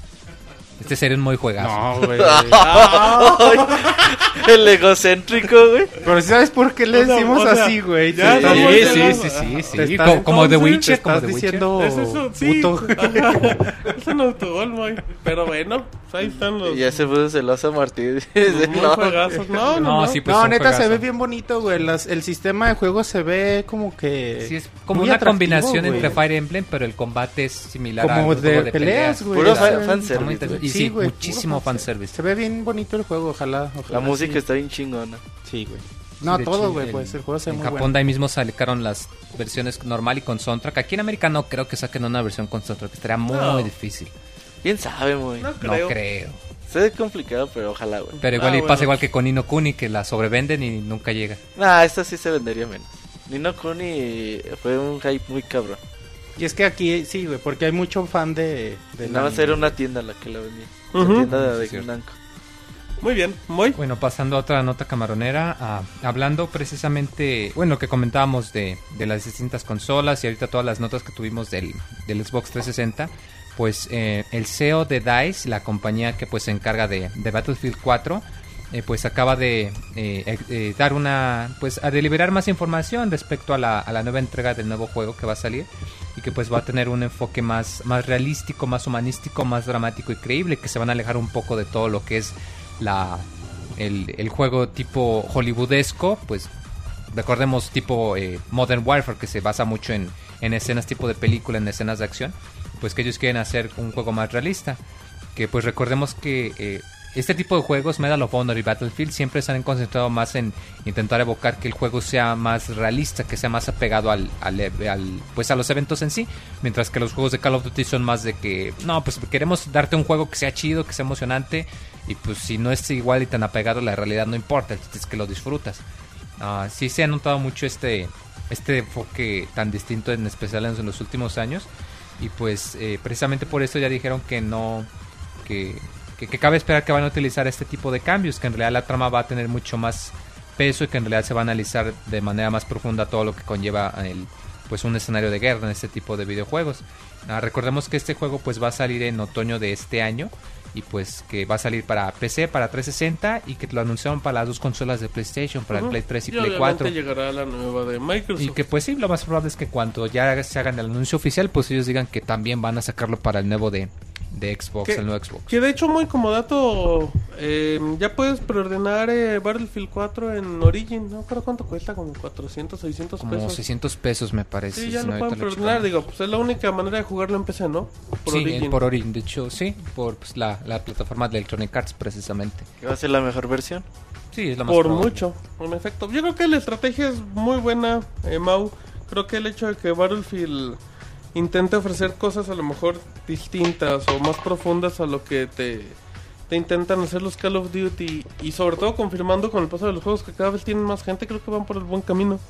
Este sería un muy juegazo. No, güey. El egocéntrico, güey. Pero ¿sabes por qué le decimos o sea, así, güey? Sí, sí, sí, sí, sí, sí. Como, como The Witcher, como The diciendo Witcher. Es eso, sí. Puto. Es un autogol, güey. Pero bueno, pues ahí están los... Y ya se puso celoso Martín. Muy no. juegazos. No, no, no. No, sí, pues no neta, juegazo. Se ve bien bonito, güey. Las, el sistema de juego se ve como que... Sí, es como una combinación wey. entre Fire Emblem, pero el combate es similar como a de, de peleas, güey. Puro fanservice. Y sí, güey, muchísimo fanservice. Se ve bien bonito el juego, ojalá. ojalá La música sí. está bien chingona. Sí, güey. No, sí, todo, güey, pues el juego se ve muy bueno. En Japón de ahí mismo sacaron las versiones normal y con soundtrack. Aquí en América no creo que saquen una versión con soundtrack, estaría muy no. difícil. ¿Quién sabe, güey? No creo. No creo. Se ve complicado, pero ojalá, güey. Pero igual ah, y bueno. pasa igual que con Ni no Kuni, que la sobrevenden y nunca llega. Nah, esta sí se vendería menos. Ni no Kuni fue un hype muy cabrón. Y es que aquí, sí, güey, porque hay mucho fan de... de Nada más era una tienda la que la vendía. Uh-huh. La tienda de, de Namco. Muy bien, muy. Bueno, pasando a otra nota camaronera, uh, hablando precisamente, bueno, que comentábamos de, de las distintas consolas y ahorita todas las notas que tuvimos del, del Xbox trescientos sesenta, pues eh, el C E O de DICE, la compañía que pues se encarga de, de Battlefield cuatro, eh, pues acaba de eh, eh, dar una, pues a deliberar más información respecto a la, a la nueva entrega del nuevo juego que va a salir y que pues va a tener un enfoque más, más realístico, más humanístico, más dramático y creíble, que se van a alejar un poco de todo lo que es la el, el juego tipo hollywoodesco, pues recordemos tipo eh, Modern Warfare, que se basa mucho en, en escenas tipo de película, en escenas de acción, pues que ellos quieren hacer un juego más realista. Que pues recordemos que eh, este tipo de juegos, Medal of Honor y Battlefield, siempre se han concentrado más en intentar evocar que el juego sea más realista, que sea más apegado al, al, al pues a los eventos en sí, mientras que los juegos de Call of Duty son más de que, no, pues queremos darte un juego que sea chido, que sea emocionante, y pues si no es igual y tan apegado a la realidad no importa, el chiste es que lo disfrutas. Uh, sí se ha notado mucho este, este enfoque tan distinto, en especial en los últimos años, y pues eh, precisamente por eso ya dijeron que no, que... Que, que cabe esperar que van a utilizar este tipo de cambios, que en realidad la trama va a tener mucho más peso y que en realidad se va a analizar de manera más profunda todo lo que conlleva el, pues un escenario de guerra en este tipo de videojuegos. Ah, recordemos que este juego pues va a salir en otoño de este año y pues que va a salir para P C, para trescientos sesenta y que lo anunciaron para las dos consolas de PlayStation, para uh-huh. el Play tres y, y Play cuatro. Llegará la nueva de Microsoft. Y que pues sí, lo más probable es que cuando ya se hagan el anuncio oficial, pues ellos digan que también van a sacarlo para el nuevo de... de Xbox, que, el nuevo Xbox. Que de hecho, muy como dato, eh, ya puedes preordenar eh, Battlefield cuatro en Origin. No creo cuánto cuesta, como cuatrocientos, seiscientos como pesos. Como seiscientos pesos me parece. Sí, ya si lo no pueden preordenar. Digo, pues es la única manera de jugarlo en P C, ¿no? Por sí, Origin. por Origin. De hecho, sí, por pues, la, la plataforma de Electronic Arts, precisamente. ¿Qué va a ser la mejor versión? Sí, es la más Por probable. mucho, en efecto. Yo creo que la estrategia es muy buena, eh, Mau. Creo que el hecho de que Battlefield intente ofrecer cosas a lo mejor distintas o más profundas a lo que te, te intentan hacer los Call of Duty, y sobre todo confirmando con el paso de los juegos que cada vez tienen más gente, creo que van por el buen camino.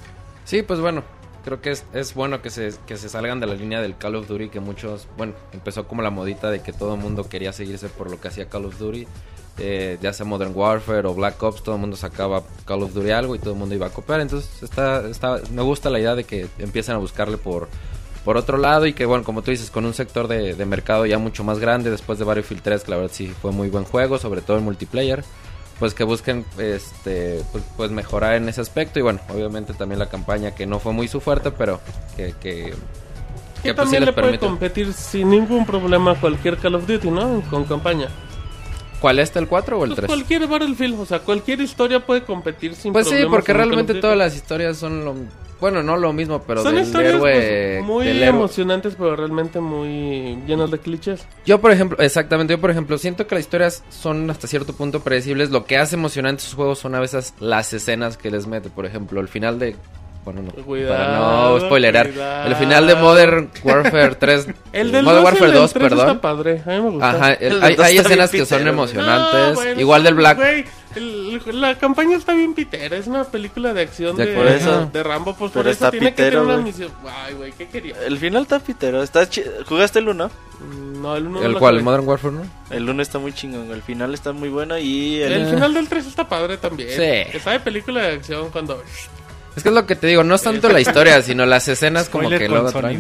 Sí, pues bueno, creo que es, es bueno que se, que se salgan de la línea del Call of Duty, que muchos, bueno, empezó como la modita de que todo el mundo quería seguirse por lo que hacía Call of Duty, eh, ya sea Modern Warfare o Black Ops, todo el mundo sacaba Call of Duty algo y todo el mundo iba a copiar, entonces está, está, me gusta la idea de que empiecen a buscarle por... por otro lado, y que bueno, como tú dices, con un sector de, de mercado ya mucho más grande después de Battlefield tres, que la verdad sí fue muy buen juego, sobre todo el multiplayer, pues que busquen este pues, pues mejorar en ese aspecto, y bueno, obviamente también la campaña, que no fue muy su fuerte, pero que que, que, que también pues, sí le puede permite... competir sin ningún problema cualquier Call of Duty, ¿no? Con campaña. ¿Cuál está, el cuatro o el pues tres? Cualquier Battlefield, o sea, cualquier historia puede competir sin pues problemas. Pues sí, porque realmente todas las historias son lo... Bueno, no lo mismo, pero son del historias héroe, pues, muy del héroe. emocionantes, pero realmente muy llenas de clichés. Yo, por ejemplo, exactamente, yo por ejemplo siento que las historias son hasta cierto punto predecibles. Lo que hace emocionantes sus juegos son a veces las escenas que les mete. Por ejemplo, el final de... Bueno, no, cuidado, para no spoilerar. Cuidado. El final de Modern Warfare tres. El del Modern Warfare dos, tres perdón. Está padre, a mí me gusta. Ajá, el, hay, hay escenas que son emocionantes. No, bueno, igual del Black. Wey, el, la campaña está bien pitera. Es una película de acción de, por eso, de Rambo. Pues pero por eso tiene pitero, que tener una wey. misión. Ay, güey, ¿qué quería? El final está pitero. Está ch... ¿Jugaste el uno? No, el uno ¿El no cuál? ¿El Modern Warfare, no? El uno está muy chingón. El final está muy bueno y... El, el... el final del tres está padre también. Sí. Está de película de acción cuando... Es que es lo que te digo, no es tanto la historia, sino las escenas como que luego traen.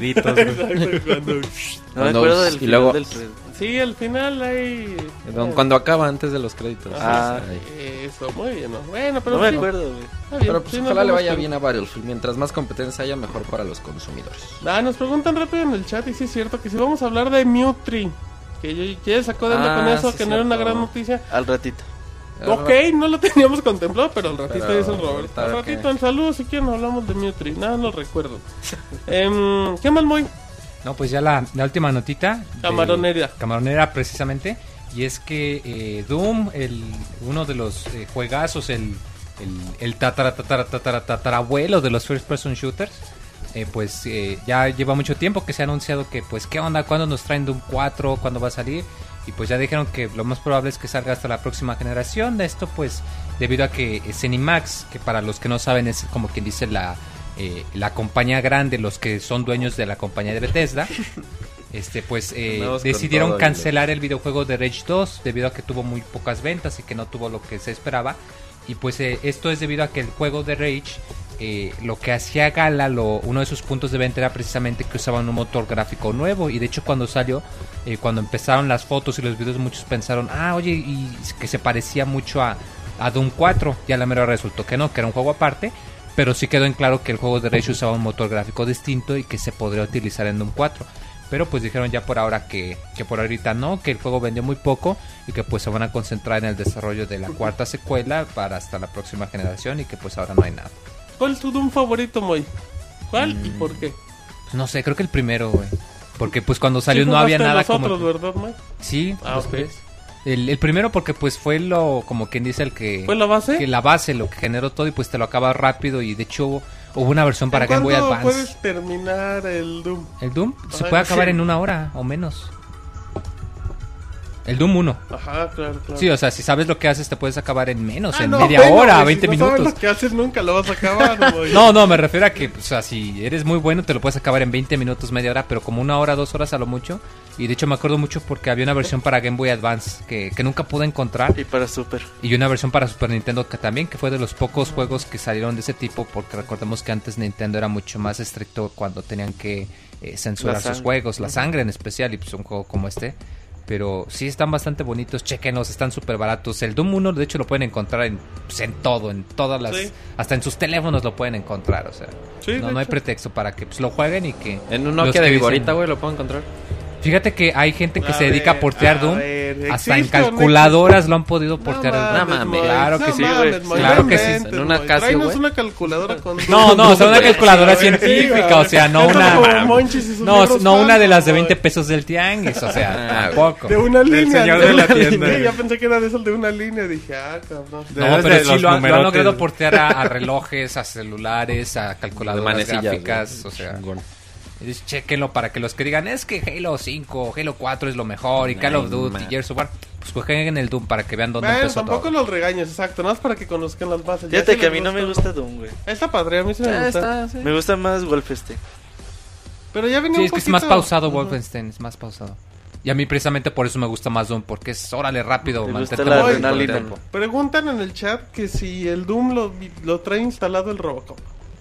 No me acuerdo del y final luego, del tres. Sí, al final hay... Cuando acaba antes de los créditos. Ah, eso, muy bien, ¿no? Bueno, pero... No me sí. acuerdo, güey. Pero pues sí, ojalá le vaya que... bien a Battlefield. Mientras más competencia haya, mejor para los consumidores. Ah, nos preguntan rápido en el chat, y sí es cierto que si vamos a hablar de Mewtwo, que yo ya sacó de onda Ah, con eso, sí que no era una cierto. gran noticia. Al ratito. Ok, no lo teníamos contemplado, pero al ratito Pero dice el Roberto. Al ahorita, ratito, en salud, si quieren hablamos de Mewtwo. Nada, no recuerdo. eh, ¿Qué más, Moy? No, pues ya la, la última notita. Camaronera. Camaronera, precisamente. Y es que eh, Doom, el, uno de los eh, juegazos, el, el, el tatara, tatara, tatara, tatarabuelo de los first person shooters, eh, pues eh, ya lleva mucho tiempo que se ha anunciado que, pues, ¿qué onda? ¿Cuándo nos traen Doom cuatro? ¿Cuándo va a salir? Y pues ya dijeron que lo más probable es que salga hasta la próxima generación. De esto, pues, debido a que ZeniMax, que para los que no saben es como quien dice la, eh, la compañía grande, los que son dueños de la compañía de Bethesda, este pues eh, decidieron cancelar el videojuego de Rage dos debido a que tuvo muy pocas ventas y que no tuvo lo que se esperaba. Y pues eh, esto es debido a que el juego de Rage, eh, lo que hacía gala, lo, uno de sus puntos de venta era precisamente que usaban un motor gráfico nuevo. Y de hecho cuando salió, eh, cuando empezaron las fotos y los videos, muchos pensaron, ah, oye, y que se parecía mucho a, a Doom cuatro. Y a la mera resultó que no, que era un juego aparte. Pero sí quedó en claro que el juego de Rage usaba un motor gráfico distinto y que se podría utilizar en Doom cuatro. Pero pues dijeron ya por ahora que, que por ahorita no, que el juego vendió muy poco y que pues se van a concentrar en el desarrollo de la cuarta secuela para hasta la próxima generación y que pues ahora no hay nada. ¿Cuál es tu Doom favorito, Moy? ¿Cuál mm. y por qué? No sé, creo que el primero, güey. Porque pues cuando salió Sí, no había jugaste nada los como... otros, ¿verdad, Mike? Sí, Ah, los ok. tres. El, el primero porque pues fue lo, como quien dice, el que... ¿Fue la base? Que la base, lo que generó todo y pues te lo acaba rápido y de hecho hubo, hubo una versión para Game Boy ¿Cuándo Advance. puedes terminar el Doom? El Doom se Ajá, puede acabar sí. en una hora o menos. El Doom uno. Ajá, claro, claro. Sí, o sea, si sabes lo que haces te puedes acabar en menos, Ah, en no, media bueno, hora, güey, veinte si no sabes minutos. lo que haces nunca lo vas a acabar, güey. No, no, me refiero a que, o sea, si eres muy bueno te lo puedes acabar en veinte minutos, media hora, pero como una hora, dos horas a lo mucho. Y de hecho me acuerdo mucho porque había una versión para Game Boy Advance que, que nunca pude encontrar. Y para Super. Y una versión para Super Nintendo que también, que fue de los pocos juegos que salieron de ese tipo, porque recordemos que antes Nintendo era mucho más estricto cuando tenían que eh, censurar La sus sangre. juegos, la sangre en especial, y pues un juego como este. Pero sí están bastante bonitos, chequenos, están súper baratos. El Doom uno de hecho lo pueden encontrar en, pues, en todo, en todas las... Sí. Hasta en sus teléfonos lo pueden encontrar, o sea. Sí, no, de no hay hecho. pretexto para que pues, lo jueguen y que... En un los Nokia que de dicen- Viborita, güey, lo puedo encontrar. Fíjate que hay gente que A se dedica a ver, portear a Doom. ver, Hasta en ¿existe o no calculadoras lo han podido portear. el No Doom. mames, claro que no sí, mames, güey. Moy, Claro no que sí. inventes, En una Moy. Casio, Tráenos güey. una calculadora con... No, no, o sea, una Güey, calculadora sí, güey, científica, güey. o sea, no Esto una... como Monchis y sus No, libros no una de las de falsos, veinte güey. pesos del tianguis, o sea, Ah, tampoco. De una línea. señor de la una tienda. línea. Ya pensé que era de esos de una línea. Dije, ah, cabrón. De- No, Debes pero de sí los lo, han- lo han numerotes. logrado portear a, a relojes, a celulares, a calculadoras manecillas, gráficas, güey. o sea... Chingón. Entonces, chéquenlo para que los que digan es que Halo cinco, Halo cuatro es lo mejor y Call of Ay, Duty, man. Gears of War, pues jueguen en el Doom para que vean dónde Bueno, empezó tampoco todo. los regañes, exacto. Nada más para que conozcan las bases. Ya Fíjate si que a les mí no me gusta Doom, güey. Está padre, a mí sí me Ah, gusta. está, sí. Me gusta más Wolfenstein. Pero ya venía Sí, un es que es poquito... más pausado Ujú. Wolfenstein, es más pausado. Y a mí precisamente por eso me gusta más Doom, porque es órale rápido, Me gusta mantente la movido todo el adrenalina. tiempo. Preguntan en el chat que si el Doom lo, lo trae instalado el Robocop.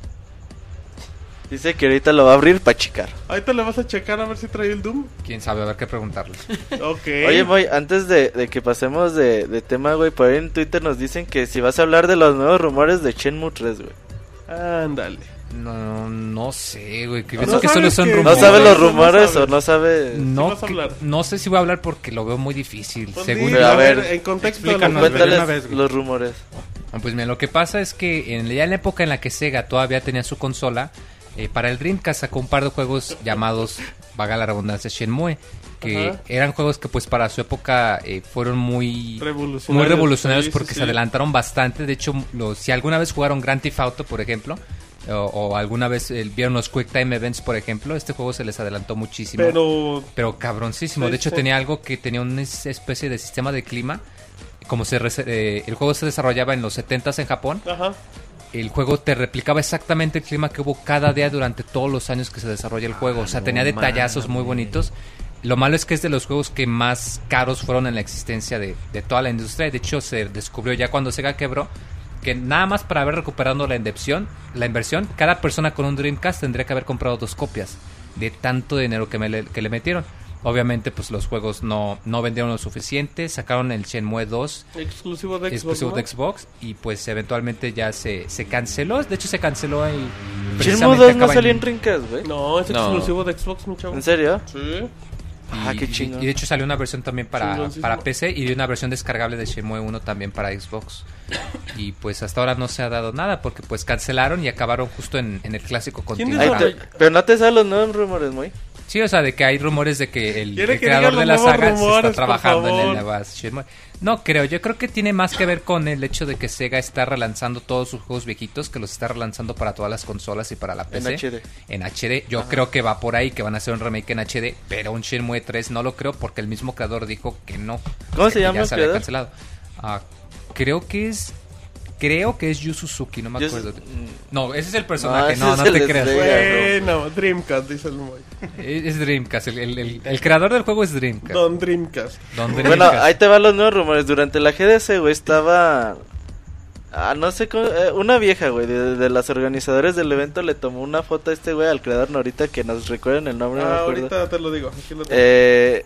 Dice que ahorita lo va a abrir para chicar. Ahorita le vas a checar a ver si trae el Doom. Quién sabe, a ver qué preguntarles. Ok. Oye, Moy, antes de, de que pasemos de, de tema, güey, por ahí en Twitter nos dicen que si vas a hablar de los nuevos rumores de Shenmue tres, güey. Ándale. No, no sé, güey, que No pienso que sabes solo son que- ¿No rumores. sabes los no rumores sabes. o no sabes? No, vas a que- hablar? no sé si voy a hablar porque lo veo muy difícil. Pues Según di, Pero yo- a ver, en contexto de explícanos, la- güey. de una Cuéntales vez, güey. los rumores. Pues mira, lo que pasa es que en, ya en la época en la que Sega todavía tenía su consola, eh, para el Dreamcast sacó un par de juegos llamados, vaga la redundancia, Shenmue, que Ajá. eran juegos que pues para su época eh, fueron muy Revolucionarios. muy revolucionarios Sí, sí, porque sí. se adelantaron bastante. De hecho, los, si alguna vez jugaron Grand Theft Auto, por ejemplo, o, o alguna vez eh, vieron los Quick Time Events, por ejemplo, este juego se les adelantó muchísimo. Pero... Pero cabroncísimo. Sí, de hecho, sí. tenía algo que tenía una es- especie de sistema de clima. Como se rese- eh, el juego se desarrollaba en los setentas en Japón, Ajá. el juego te replicaba exactamente el clima que hubo cada día durante todos los años que se desarrolla el juego. O sea, tenía detallazos muy bonitos. Lo malo es que es de los juegos que más caros fueron en la existencia de, de toda la industria. De hecho, se descubrió ya cuando Sega quebró que nada más para haber recuperado la inversión, la inversión, cada persona con un Dreamcast tendría que haber comprado dos copias de tanto dinero que, me le, que le metieron. Obviamente, pues los juegos no, no vendieron lo suficiente. Sacaron el Shenmue dos, Exclusivo de Xbox, exclusivo ¿no? de Xbox, y pues eventualmente ya se, se canceló. De hecho, se canceló ahí. Shenmue precisamente dos no acaba salió en Dreamcast, güey. No, es No. exclusivo de Xbox, mi chavo. ¿En serio? Sí. Ah, Y- qué y- chingón. Y de hecho salió una versión también para, Chingoncísimo. para P C y de una versión descargable de Shenmue uno también para Xbox. Y pues hasta ahora no se ha dado nada porque pues cancelaron y acabaron justo en, en el clásico ¿Quién continuo. Ay, dijo? te- pero no te sabes los nuevos rumores, Moy. Sí, o sea, de que hay rumores de que el, ¿Quiere el que creador diga de los la nuevos saga se rumores, está por trabajando en el favor? nuevo Shenmue. No creo, yo creo que tiene más que ver con el hecho de que Sega está relanzando todos sus juegos viejitos, que los está relanzando para todas las consolas y para la P En C. H D. En H D. Yo creo que va por ahí, que van a hacer un remake en H D, pero un Shenmue tres no lo creo porque el mismo creador dijo que no. ¿Cómo que se llama ya el se había creador? cancelado. Ah, creo que es... Creo que es Yu Suzuki, no me Yo- acuerdo. mm. No, ese es el personaje, ese no, es no, el te de creas. Sega. Bueno, Dreamcast, dice el Moy. Es es Dreamcast, el, el, el- el creador del juego es Dreamcast. Don Dreamcast. Don Bueno, Dreamcast. ahí te van los nuevos rumores. Durante la G D C, güey, estaba... Ah, no sé cómo... eh, una vieja, güey, de, de las organizadores del evento le tomó una foto a este güey, al creador Norita, que nos recuerden el nombre, no me Ah, acuerdo. ahorita te lo digo. Aquí lo tengo. Eh...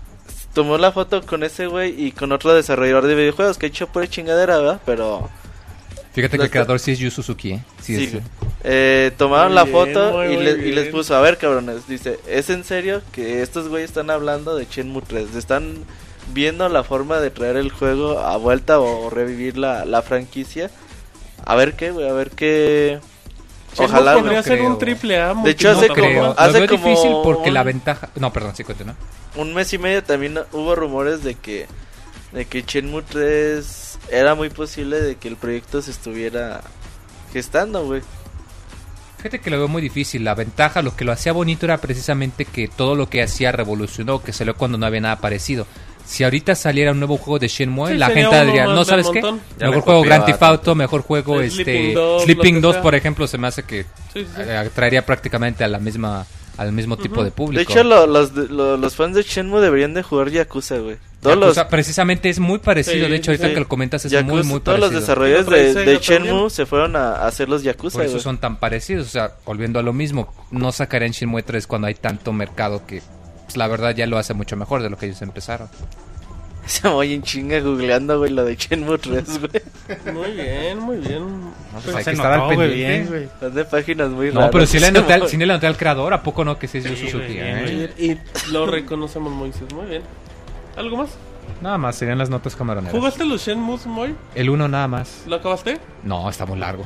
Tomó la foto con ese güey y con otro desarrollador de videojuegos, que ha hecho pura chingadera, ¿verdad? Pero... Fíjate que Los- el creador sí es Yu Suzuki, ¿eh? Sí, Sí, es- güey. Eh, tomaron Muy la bien, foto muy, y, muy le- y bien. les puso, a ver cabrones, dice, ¿es en serio que estos güeyes están hablando de Shenmue tres? ¿Están viendo la forma de traer el juego a vuelta o, o revivir la, la franquicia? A ver qué, güey, a ver qué Ojalá podría no ser creo. un triple A. De hecho, hace No como- creo. hace Lo veo como difícil porque un- la ventaja... No, perdón, sí, continúa. un mes y medio también hubo rumores de que de que Shenmue tres era muy posible de que el proyecto se estuviera gestando, güey. Fíjate que lo veo muy difícil. La ventaja, lo que lo hacía bonito era precisamente que todo lo que hacía revolucionó, que salió cuando no había nada parecido. Si ahorita saliera un nuevo juego de Shenmue, Sí, la sería gente uno diría, más no, del ¿sabes qué? montón. Ya Mejor le juego copiaba Grand Theft todo. Auto, mejor juego Sí, este Sleeping Dogs, Sleeping lo que dos, sea. por ejemplo, se me hace que Sí, sí, sí. eh, traería prácticamente a la misma al mismo tipo de público. De hecho, lo- los, de- lo- los fans de Shenmue deberían de jugar Yakuza, güey. Todos Yakuza, los precisamente es muy parecido, Sí, de hecho ahorita sí. que lo comentas es Yakuza, muy muy todos los parecido. desarrolladores Sí, lo trae de, de Sega Shenmue también. se fueron a, a hacer los Yakuza, Por eso güey. son tan parecidos, o sea, volviendo a lo mismo, no sacarían Shenmue tres cuando hay tanto mercado que pues, la verdad ya lo hace mucho mejor de lo que ellos empezaron. Se voy en chinga googleando, güey, lo de Shenmue tres, güey. Muy bien, muy bien. Pues hay se que estar al notó, güey, pendiente. bien, güey. Son de páginas muy No, raras. pero si le Se noté al, mo- sí le noté al creador, ¿a poco no que sí es Yu Sí, Suzuki? güey, eh? bien, Y, y lo reconocemos, Moisés. Muy bien. ¿Algo más? Nada más, serían las notas camaroneras. ¿Jugaste los Shenmue, Moy? El uno nada más. ¿Lo acabaste? No, está muy largo.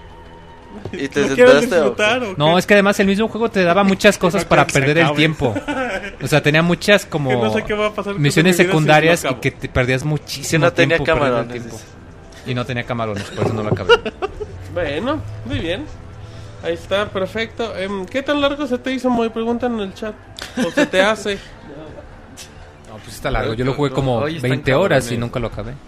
¿Y te ¿Lo quieres sentaste o disfrutar qué? o qué? No, es que además el mismo juego te daba muchas cosas No para quiero que se perder el acabe. tiempo. O sea, tenía muchas como Que no sé qué va a pasar con misiones mi vida si secundarias lo y acabo. que te perdías muchísimo Que no tenía tiempo perdiendo el camarones, tiempo. dices. Y no tenía camarones, por eso no lo acabé. Bueno, muy bien. Ahí está, perfecto. Em, ¿Qué tan largo se te hizo, Moy? Preguntan en el chat. ¿O se te hace? No, pues está largo. Yo lo jugué como Oye, están veinte horas y cabrones. nunca lo acabé.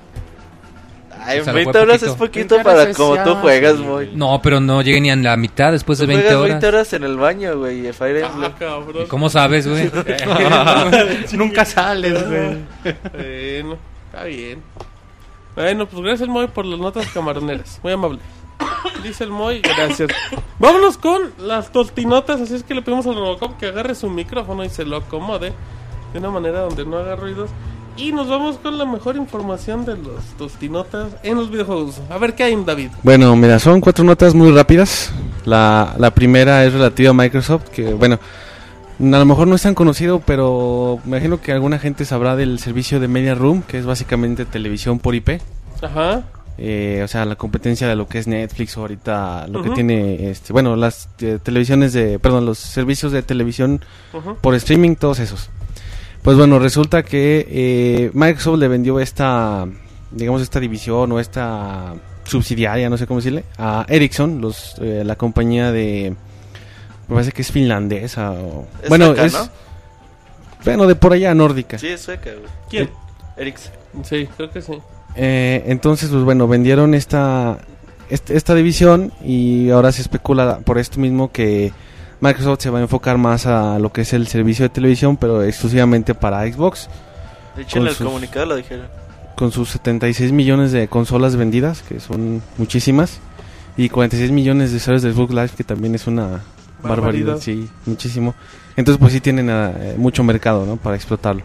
Ay, O sea, lo veinte jugué horas poquito. es poquito veinte para horas es como ya, tú juegas, sí, muy. No, pero no llegué ni a la mitad después de Tú veinte juegas horas. veinte horas en el baño, güey, y Fire Ah, Emblem. cabrón. ¿Cómo sabes, güey? Nunca sales, güey. Bueno, está bien. Bueno, pues gracias, Moy, por las notas camaroneras. Muy amable. Dice el Moy, gracias. Vámonos con las tostinotas. Así es que le pedimos al Robocop que agarre su micrófono y se lo acomode de una manera donde no haga ruidos. Y nos vamos con la mejor información de los tostinotas en los videojuegos. A ver qué hay, David. Bueno, mira, son cuatro notas muy rápidas. La, la primera es relativa a Microsoft, que bueno, a lo mejor no es tan conocido, pero me imagino que alguna gente sabrá del servicio de Media Room, que es básicamente televisión por I P. Ajá. Eh, o sea, la competencia de lo que es Netflix o ahorita, lo Ujú. que tiene, este, bueno, las eh, televisiones de, perdón, los servicios de televisión Ujú. por streaming, todos esos. Pues bueno, resulta que eh, Microsoft le vendió esta, digamos, esta división o esta subsidiaria, no sé cómo decirle, a Ericsson, los, eh, la compañía de, me parece que es finlandesa o, Es bueno, sueca, es, ¿no? bueno, de por allá, nórdica. Sí, es sueca, güey. ¿Quién? Ericsson. Sí, creo que sí. Eh, entonces, pues bueno, vendieron esta, este- esta división y ahora se especula por esto mismo que Microsoft se va a enfocar más a lo que es el servicio de televisión, pero exclusivamente para Xbox, De hecho, Con en el sus- comunicado lo dijeron. con sus setenta y seis millones de consolas vendidas, que son muchísimas, y cuarenta y seis millones de usuarios de Xbox Live, que también es una barbaridad, Barbaridad. sí, muchísimo. Entonces, pues sí tienen eh, mucho mercado, ¿no? Para explotarlo.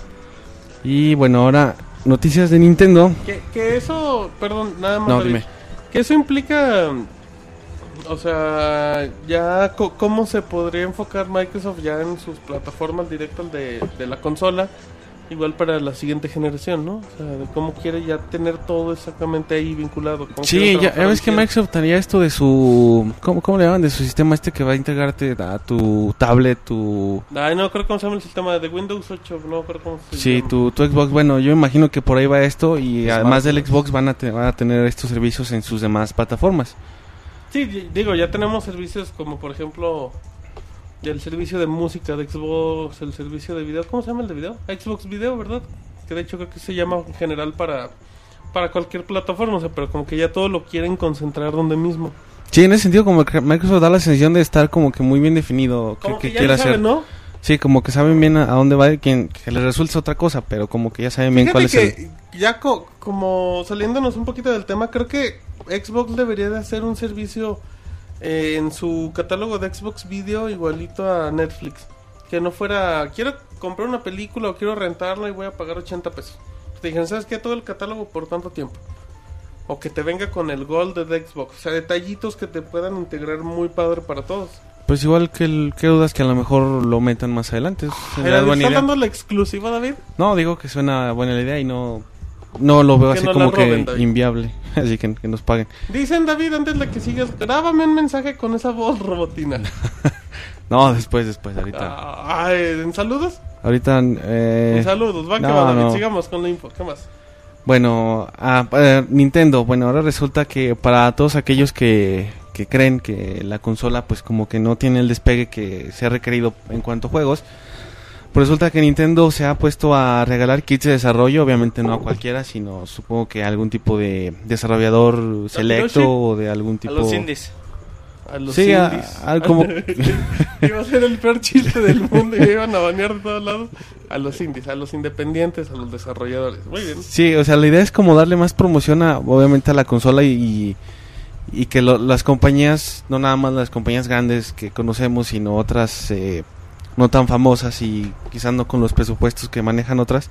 Y bueno, ahora noticias de Nintendo. Que, que eso, perdón, nada más. No, David. dime. Que eso implica, o sea, ya co- cómo se podría enfocar Microsoft ya en sus plataformas directas de, de la consola, igual para la siguiente generación, ¿no? O sea, de cómo quiere ya tener todo exactamente ahí vinculado. cómo Sí, quiere ya, trabajar ya ves que el Microsoft tenía esto de su... ¿Cómo, cómo le llaman? De su sistema este que va a integrarte a tu tablet, tu... cielo. Ay, no creo cómo se llama el sistema de Windows ocho, no creo cómo se Sí, llama. tu, tu Xbox. Bueno, yo imagino que por ahí va esto y Smart, además del ¿no? Xbox van a, te- van a tener estos servicios en sus demás plataformas. Sí, di- digo, ya tenemos servicios como por ejemplo el servicio de música de Xbox, el servicio de video, ¿cómo se llama el de video? Xbox Video, ¿verdad? Que de hecho creo que se llama en general para para cualquier plataforma, o sea, pero como que ya todo lo quieren concentrar donde mismo. Sí, en ese sentido como que Microsoft da la sensación de estar como que muy bien definido qué Como qué que ya quiere lo hacer. saben, ¿no? Sí, como que saben bien a, a dónde va y que, que les resulta otra cosa, pero como que ya saben bien cuál Fíjate es el... que ya co- como saliéndonos un poquito del tema, creo que Xbox debería de hacer un servicio eh, en su catálogo de Xbox Video igualito a Netflix. Que no fuera, quiero comprar una película o quiero rentarla y voy a pagar ochenta pesos. Te dijeron, ¿sabes qué? Todo el catálogo por tanto tiempo. O que te venga con el Gold de Xbox. O sea, detallitos que te puedan integrar muy padre para todos. Pues igual que el... ¿Qué dudas que a lo mejor lo metan más adelante? Es- es Mira, ¿le buena ¿Estás idea. dando la exclusiva, David? No, digo que suena buena la idea y no... no lo veo Que así no como la que roben, David. inviable. Así que, que nos paguen. Dicen, David, antes de que sigas, grábame un mensaje con esa voz robotina. No, después, después, ahorita. Ah, ¿en saludos? Ahorita, eh... En saludos, va que no, va, David, no. sigamos con la info, ¿qué más? Bueno, ah, eh, Nintendo, bueno, ahora resulta que para todos aquellos que, que creen que la consola pues como que no tiene el despegue que se ha requerido en cuanto a juegos, pues resulta que Nintendo se ha puesto a regalar kits de desarrollo, obviamente no a cualquiera, sino supongo que a algún tipo de desarrollador selecto o de algún tipo... A los indies. A los Sí, a- indies. a- como- Iba a ser el peor chiste del mundo y me iban a banear de todos lados. A los indies, a los independientes, a los desarrolladores. Muy bien. Sí, o sea, la idea es como darle más promoción a, obviamente, a la consola y, y que lo- las compañías, no nada más las compañías grandes que conocemos, sino otras eh, no tan famosas y quizás no con los presupuestos que manejan otras,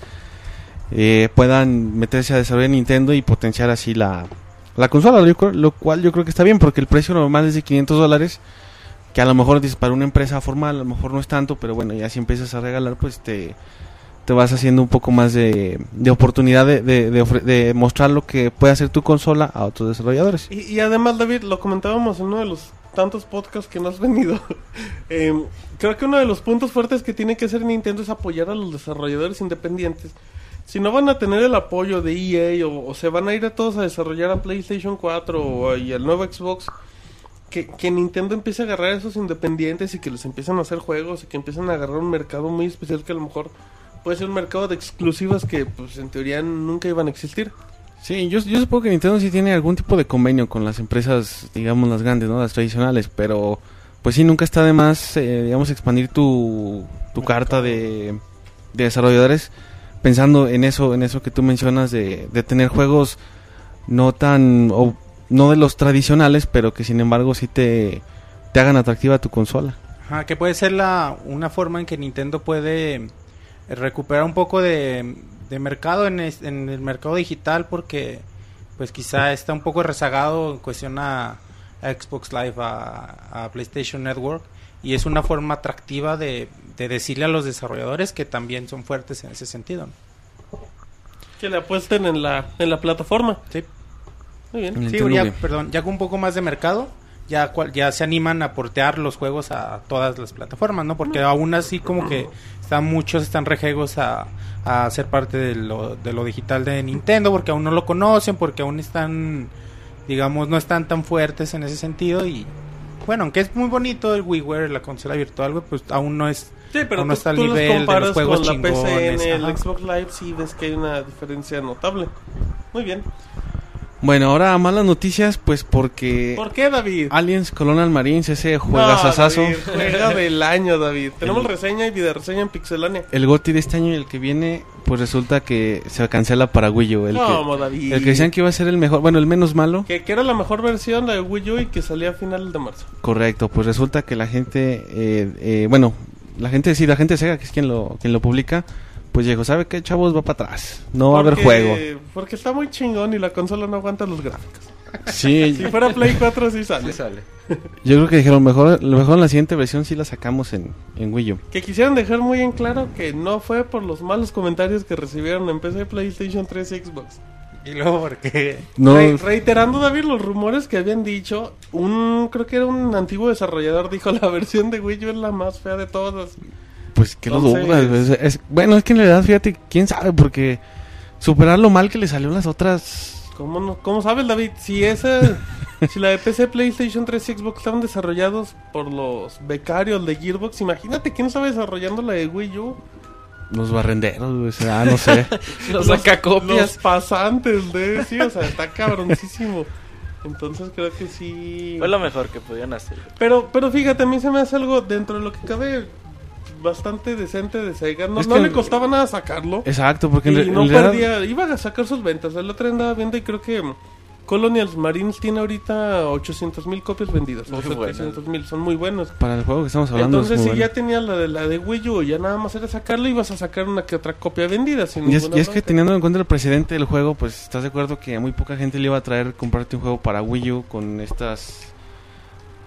eh, puedan meterse a desarrollar Nintendo y potenciar así la, la consola, lo, creo- lo cual yo creo que está bien porque el precio normal es de quinientos dólares, que a lo mejor dices, para una empresa formal a lo mejor no es tanto, pero bueno, ya si empiezas a regalar pues te, te vas haciendo un poco más de, de oportunidad de, de, de, ofre- de mostrar lo que puede hacer tu consola a otros desarrolladores. Y, y además, David, lo comentábamos en uno de los tantos podcasts que no has venido. Eh, creo que uno de los puntos fuertes que tiene que hacer Nintendo es apoyar a los desarrolladores independientes. Si no van a tener el apoyo de E A o, o se van a ir a todos a desarrollar a PlayStation cuatro o, y al nuevo Xbox, que, que Nintendo empiece a agarrar a esos independientes y que les empiecen a hacer juegos y que empiecen a agarrar un mercado muy especial que a lo mejor puede ser un mercado de exclusivas que pues en teoría nunca iban a existir. Sí, yo, yo supongo que Nintendo sí tiene algún tipo de convenio con las empresas, digamos las grandes, ¿no? Las tradicionales, pero pues sí, nunca está de más, eh, digamos, expandir tu, tu carta de, de desarrolladores pensando en eso, en eso que tú mencionas de, de tener juegos no tan, o no de los tradicionales, pero que sin embargo sí te, te hagan atractiva tu consola. Ajá, que puede ser la una forma en que Nintendo puede recuperar un poco de, de mercado en, es- en el mercado digital, porque pues quizá está un poco rezagado en cuestión a, a Xbox Live, a, a PlayStation Network, y es una forma atractiva de, de decirle a los desarrolladores que también son fuertes en ese sentido, ¿no? Que le apuesten en la, en la plataforma. Sí. Muy bien. En Sí, Nintendo ya, Wii. perdón, ya con un poco más de mercado, ya cual- ya se animan a portear los juegos a todas las plataformas, ¿no? Porque aún así como que están muchos están rejegos a, a ser parte de lo, de lo digital de Nintendo, porque aún no lo conocen, porque aún están, digamos, no están tan fuertes en ese sentido. Y bueno, aunque es muy bonito el WiiWare, la consola virtual, pues aún no es, Sí, pero aún no tú, está al tú los nivel de comparas los juegos con la P C N, chingones. el Ajá. Xbox Live, sí ves que hay una diferencia notable. Muy bien. Bueno, ahora malas noticias, pues porque ¿Por qué, David? Aliens Colonial Marines, ese No, juegazazazo, David, juega del año, David. Tenemos El- reseña y video reseña en Pixelania. el GOTY de este año y el que viene, pues resulta que se cancela para Wii U. El, ¿Cómo, que, David? el que decían que iba a ser el mejor, bueno, el menos malo. Que, que era la mejor versión, la de Wii U, y que salía a finales de marzo. Correcto, pues resulta que la gente, eh, eh, bueno, la gente, sí, la gente de Sega, que es quien lo, quien lo publica, pues dijo, ¿sabe qué, chavos? Va para atrás, no va a haber Porque- juego. Porque está muy chingón y la consola no aguanta los gráficos. Sí, Si fuera Play cuatro sí sale. yo creo que dijeron, mejor, lo mejor en la siguiente versión sí la sacamos en, en Wii U. Que quisieran dejar muy en claro que no fue por los malos comentarios que recibieron en P C, PlayStation tres y Xbox. Y luego porque No, Re- reiterando, David, los rumores que habían dicho, un creo que era un antiguo desarrollador dijo la versión de Wii U es la más fea de todas. pues que lo Entonces- dudas. Es- es- bueno, es que en realidad, fíjate, quién sabe, porque superar lo mal que le salió en las otras... ¿Cómo, no, ¿Cómo sabes, David? Si esa, si la de P C, PlayStation tres y Xbox estaban desarrollados por los becarios de Gearbox, imagínate quién estaba desarrollando la de Wii U. Los barrenderos, o sea, no sé. Los sacacopias. Los pasantes de... Sí, o sea, está cabroncísimo. Entonces creo que sí... Fue lo mejor que podían hacer. Pero, pero fíjate, a mí se me hace algo dentro de lo que cabe bastante decente de Sega. No, Es no que- le costaba nada sacarlo. Exacto, porque en, Y re- no en realidad- perdía, iba a sacar sus ventas. El otro día andaba viendo y creo que Colonial Marines tiene ahorita ochocientos mil copias vendidas. O Muy setecientos mil, son muy buenos. para el juego que estamos hablando Entonces, es si muy ya bueno. tenía la de, la de Wii U, ya nada más era sacarla, ibas a sacar una que otra copia vendida. Sin Y es, ninguna y es que bronca. teniendo en cuenta el precedente del juego, pues estás de acuerdo que a muy poca gente le iba a traer comprarte un juego para Wii U con estas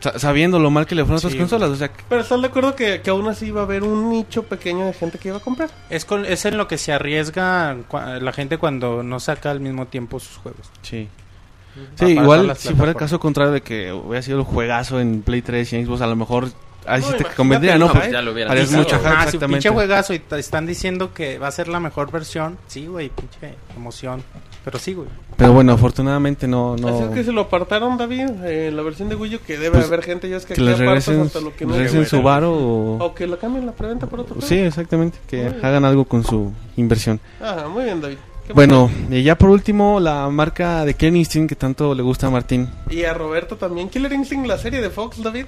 Sa- sabiendo lo mal que le fueron a otras Sí, consolas, o sea, que- Pero estás de acuerdo que, que aún así iba a haber un nicho pequeño de gente que iba a comprar. Es, con, es en lo que se arriesga cua- la gente cuando no saca al mismo tiempo sus juegos. sí. Para- Sí, para igual todas las si fuera el plataformas. caso contrario de que hubiera sido el juegazo en Play tres y en Xbox, a lo mejor ahí sí No, te imagínate, convendría, ¿no? no, Pues ya lo hubieran harías quitado. mucha hype, Ah, si un exactamente. pinche juegazo y te están diciendo que va a ser la mejor versión. Sí, güey, pinche emoción. Pero sí, güey. Pero bueno, afortunadamente no... no... Así es que se lo apartaron, David, eh, la versión de Wii U, que debe Pues, haber gente ya es que, que aquí les apartas regresen, hasta lo que no regresen es. su varo o... O que lo cambien la preventa por otro juego. Sí, exactamente, que Muy bien. hagan algo con su inversión. Ajá, muy bien, David. Qué Bueno, y ya por último, la marca de Killer Instinct que tanto le gusta a Martín. Y a Roberto también. Killer Instinct, la serie de Fox, David.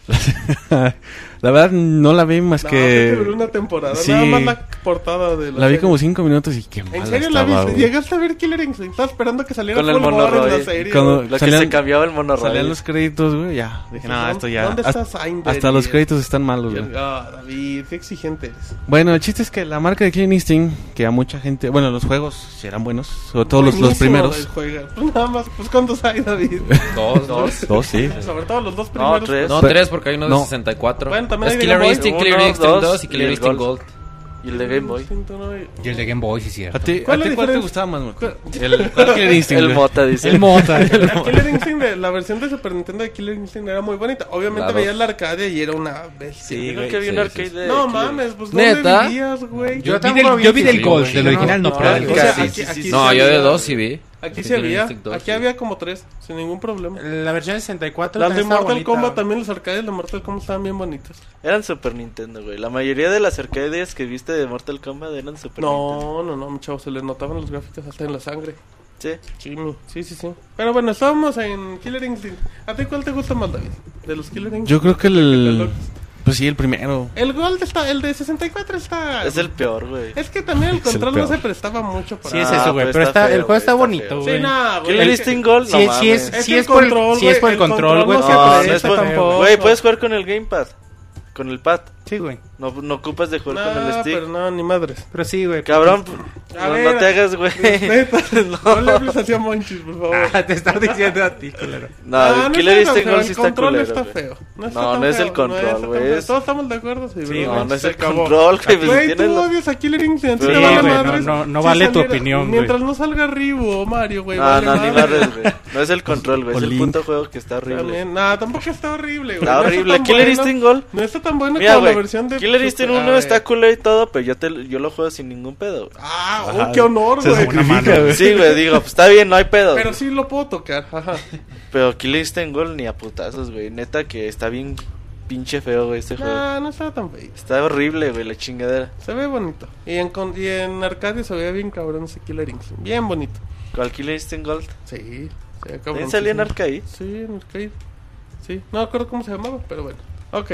La verdad no la vi más No, que... que duró una temporada. Sí. Nada más la portada de la La vi serie. como cinco minutos y qué mala ¿En serio la estaba, viste? güey. ¿Llegaste a ver Killer Instinct? Estaba esperando que saliera Con el Full mono Bore en la Roy. serie. Cuando- güey. Lo que Salían- se cambiaba el mono Salían Roy. los créditos, güey, ya. Dije, no, ¿Dónde- esto ya... ¿Dónde hasta, está Sign hasta los David? créditos están malos, güey. Ah, David, qué exigente eres. Bueno, el chiste es que la marca de Killer Instinct, que a mucha gente... Bueno, los juegos serán buenos, sobre todo los, los Buenísimo primeros. el juego. Pues nada más, pues ¿cuántos hay, David? Dos, dos. Dos, sí. Sobre todo los dos primeros. No, tres. No, Pero- tres porque hay uno de no. sesenta y cuatro. Bueno, también es hay de Killer Game Boy. Instinct, Killer Uno, Instinct dos, dos y y Killer el Instinct Gold. Gold. Y el de Game Boy. Y el de Game Boy, sí, cierto. ¿A ti, ¿Cuál ¿a es ti la cuál te diferencia? gustaba más, güey? ¿Cuál? El ¿cuál Killer Instinct, El güey? Mota, dice. El Mota. La Killer Instinct, de- la versión de Super Nintendo de Killer Instinct era muy bonita. Obviamente La veías dos. la arcadia y era una bestia. Sí, güey. nunca vi un Sí, arcade sí, de No Killer mames, pues ¿dónde ¿Neta? vivías, güey? Yo, vi tampoco del, vi yo vi del sí, Gold, güey. del No, original no, no, pero o del sea, Gold nunca- sí. aquí- sí, sí, aquí sí. No, sí yo de había- dos sí vi. Aquí sí Killer había, Instinct dos, aquí sí. había como tres, sin ningún problema. La versión de sesenta y cuatro Las de también estaba Mortal bonita, Kombat güey. también, los arcades de Mortal Kombat estaban bien bonitas. Eran Super Nintendo, güey. La mayoría de las arcades que viste de Mortal Kombat eran Super Nintendo. No, no, no, mi chavo, se les notaban los gráficos hasta en la sangre. Sí. Sí, mi- sí, sí, sí. Pero bueno, estábamos en Killer Instinct. ¿A ti cuál te gusta más, David? De los Killer Instinct. Yo creo que el... Pues sí, el primero. El Gold está, el de sesenta y cuatro está... Es el peor, güey. Es que también el Es el control no peor. se prestaba mucho para... Sí, es Ah, eso, güey. pero Pero está está, feo, el juego está güey, bonito, está güey. Sí, no, güey. Killer El- Instinct Gold, no Sí, sí mames. es, Es sí que es el por el, control, sí es güey, por el el control, control güey. no sí, se No, pero no presta es por... tampoco. Güey, puedes jugar con el Gamepad. Con el pad. Sí, güey. No, no ocupas de jugar con el No, stick. pero no, ni madres. Pero sí, güey. Cabrón, A no, ver, no te hagas, güey. Respeta. No le hables así a Monchis, por favor. Ah, te estás diciendo a ti, culero. No, Ah, el Killer está tan Instinct feo, Gold sí el está control culero, está güey. feo. está No, tan no es feo, el control, está tan güey, feo. es- Todos estamos de acuerdo, sí, Sí, bro, No, no es se el acabó. control, güey. pues, Güey, tiene tú la- odias a Killer Instinct. Sí, te vale güey, madres. no- no- no Si vale tu saliera- opinión, güey. Mientras no salga Ryu o Mario, güey. No, vale no, ni madres. madres, güey. No es el control, güey. O Es el Link. puto juego que está horrible. También, no, tampoco está horrible, güey. Está No horrible. tan Killer bueno. Instinct Gold. No está tan bueno Mira, como la güey. versión de... Killer Instinct A uno ver. está culero y todo, pero yo, te, yo lo juego sin ningún pedo, güey. Ah, Ajá. oh, qué honor, Se güey. sacrifica, güey. Sí, güey, digo, pues está bien, no hay pedo. Pero sí lo puedo tocar, ajá. Pero Killer Instinct Gold ni a putazos, güey. Neta que está bien pinche feo, güey, este juego. No, no está tan feo. Está horrible, güey, la chingadera. Se ve bonito. Y en, con- y en arcade se veía bien cabrón ese Killer Instinct. Bien bonito. ¿Cuál Killer Instinct Gold? Sí, se ve cabrón. ¿También salía en arcade? Sí, en arcade. Sí, no me acuerdo cómo se llamaba, pero bueno. Ok.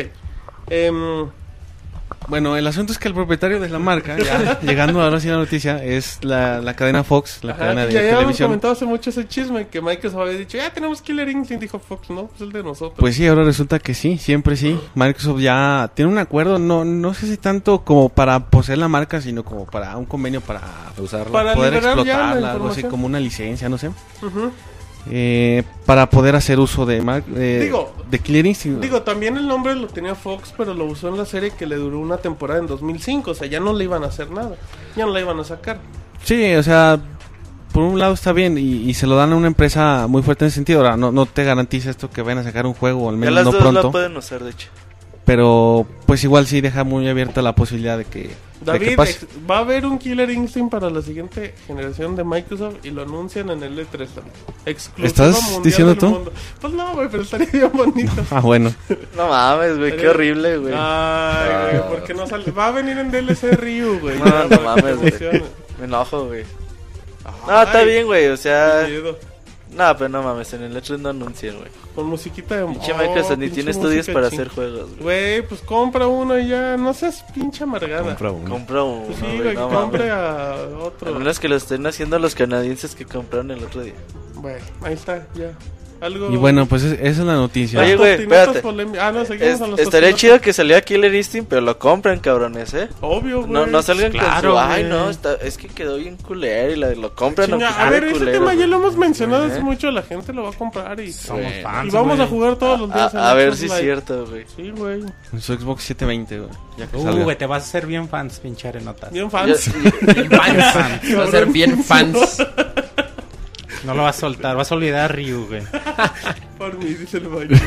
Em, Bueno, el asunto es que el propietario de la marca, ya llegando ahora sí a la noticia, es la, la cadena Fox, la ajá, cadena de ya habíamos televisión. comentado hace mucho ese chisme que Microsoft había dicho, ya tenemos Killer Instinct, dijo Fox, no, pues el de nosotros. Pues sí, ahora resulta que sí, siempre sí. Microsoft ya tiene un acuerdo, no no sé si tanto como para poseer la marca, sino como para un convenio para Usarla. Para poder liberar ya la explotarla, algo así información. como una licencia, no sé. Ujú. Eh, para poder hacer uso de, mar- eh, Digo- de Killer Instinct. Digo, también el nombre lo tenía Fox, pero lo usó en la serie que le duró una temporada en dos mil cinco. O sea, ya no le iban a hacer nada. Ya no la iban a sacar. Sí, o sea, por un lado está bien y, y se lo dan a una empresa muy fuerte en ese sentido. Ahora, no, no te garantiza esto que vayan a sacar un juego, al Ya menos las no dos pronto. la pueden usar, de hecho. Pero pues igual sí deja muy abierta la posibilidad de que, de que David, pase. ex- va a haber un Killer Instinct para la siguiente generación de Microsoft y lo anuncian en el E tres también. Exclusivo ¿Estás mundial diciendo del tú? mundo. Pues no, güey, pero estaría bien bonito. Ah, bueno. No mames, güey, qué horrible, güey. Ay, güey, ¿por qué no sale? Va a venir en D L C Ryu, güey. No, Ya, no para que mames, te güey. emociones. Me enojo, güey. No, está Ay, bien, güey, o qué sea... miedo. No, pero no mames, en el E tres no anuncian, güey. Con musiquita de... Pinche oh, Microsoft ni pinche tiene estudios música para ching- hacer juegos, güey. Güey, pues compra uno y ya. No seas pinche amargada. Compra uno. Compra uno, Pues sí, güey, güey, no que compre mames. a otro. Al menos que lo estén haciendo los canadienses que compraron el otro día. Bueno, ahí está, ya. Algo... Y bueno, pues es- esa es la noticia. Oye, Las güey, tostinotas espérate. polemi- Ah, no, seguimos Es- a los estaría tostinotas. chido que saliera Killer Instinct, pero lo compren, cabrones, ¿eh? Obvio, güey. No, no salgan claro, con su... Ay, güey. no, está, es que quedó bien culero y la, lo compran Chinga, aunque a ver, quede ese culero, tema ya güey. lo hemos mencionado hace ¿Eh? mucho, la gente lo va a comprar y, Somos Güey. fans, y vamos güey. a jugar todos los días en A, a ver Xbox si es Live. cierto, güey. Sí, güey. En su Xbox setecientos veinte, güey. Ya que Uh, salga. güey, te vas a hacer bien fans, pinche arenotas. Bien fans. Ya- Bien fans. Va a ser bien fans. No lo vas a soltar, vas a olvidar a Ryu, güey. Por mí, dice el Manchis.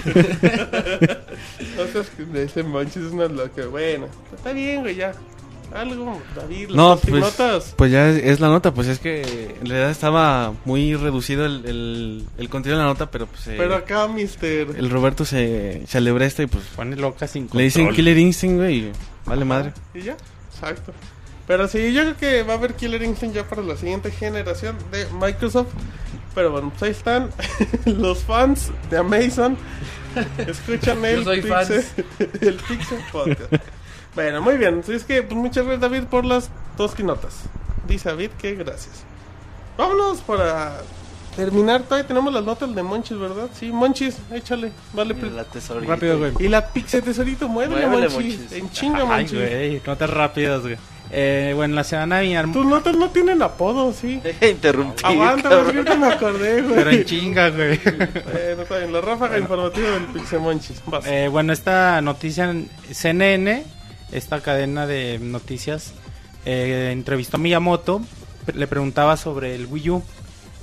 No seas que ese Manchis es una loca. Bueno, está bien, güey, ya. Algo, David, las No, pues, tostinotas. pues ya es, es la nota, pues es que en realidad estaba muy reducido el, el, el contenido de la nota, pero pues eh, Pero acá, mister... el Roberto se, se alebresta esto y pues Pone loca sin control. le dicen Killer Instinct, güey, y vale madre. Y ya, exacto. Pero sí, yo creo que va a haber Killer Instinct ya para la siguiente generación de Microsoft. Pero bueno, pues ahí están los fans de Amazon. Escuchan el Yo soy Pixel, fans. el Pixel Podcast. Bueno, muy bien. Así es que pues, muchas gracias, David, por las dos quinotas. Dice David que gracias. Vámonos para terminar. Todavía tenemos las notas de Monchis, ¿verdad? Sí, Monchis, échale. Vale, Y pri- la tesorita. Rápido, güey. y la Pixel Tesorito, muévele, Muévele, Monchis. Monchis. En chinga, Ay, Monchis. güey, notas rápidas, güey. Eh, bueno, la semana mi hermano... Tus notas no tienen apodo, sí. Deja de interrumpir, Aguanta, cabrón. más bien que me acordé, güey. Pero en chinga, güey. Bueno, está bien, la ráfaga informativa del Pixemonchis. Vas. Eh, bueno, esta noticia en C N N, esta cadena de noticias, eh, entrevistó a Miyamoto, pre- le preguntaba sobre el Wii U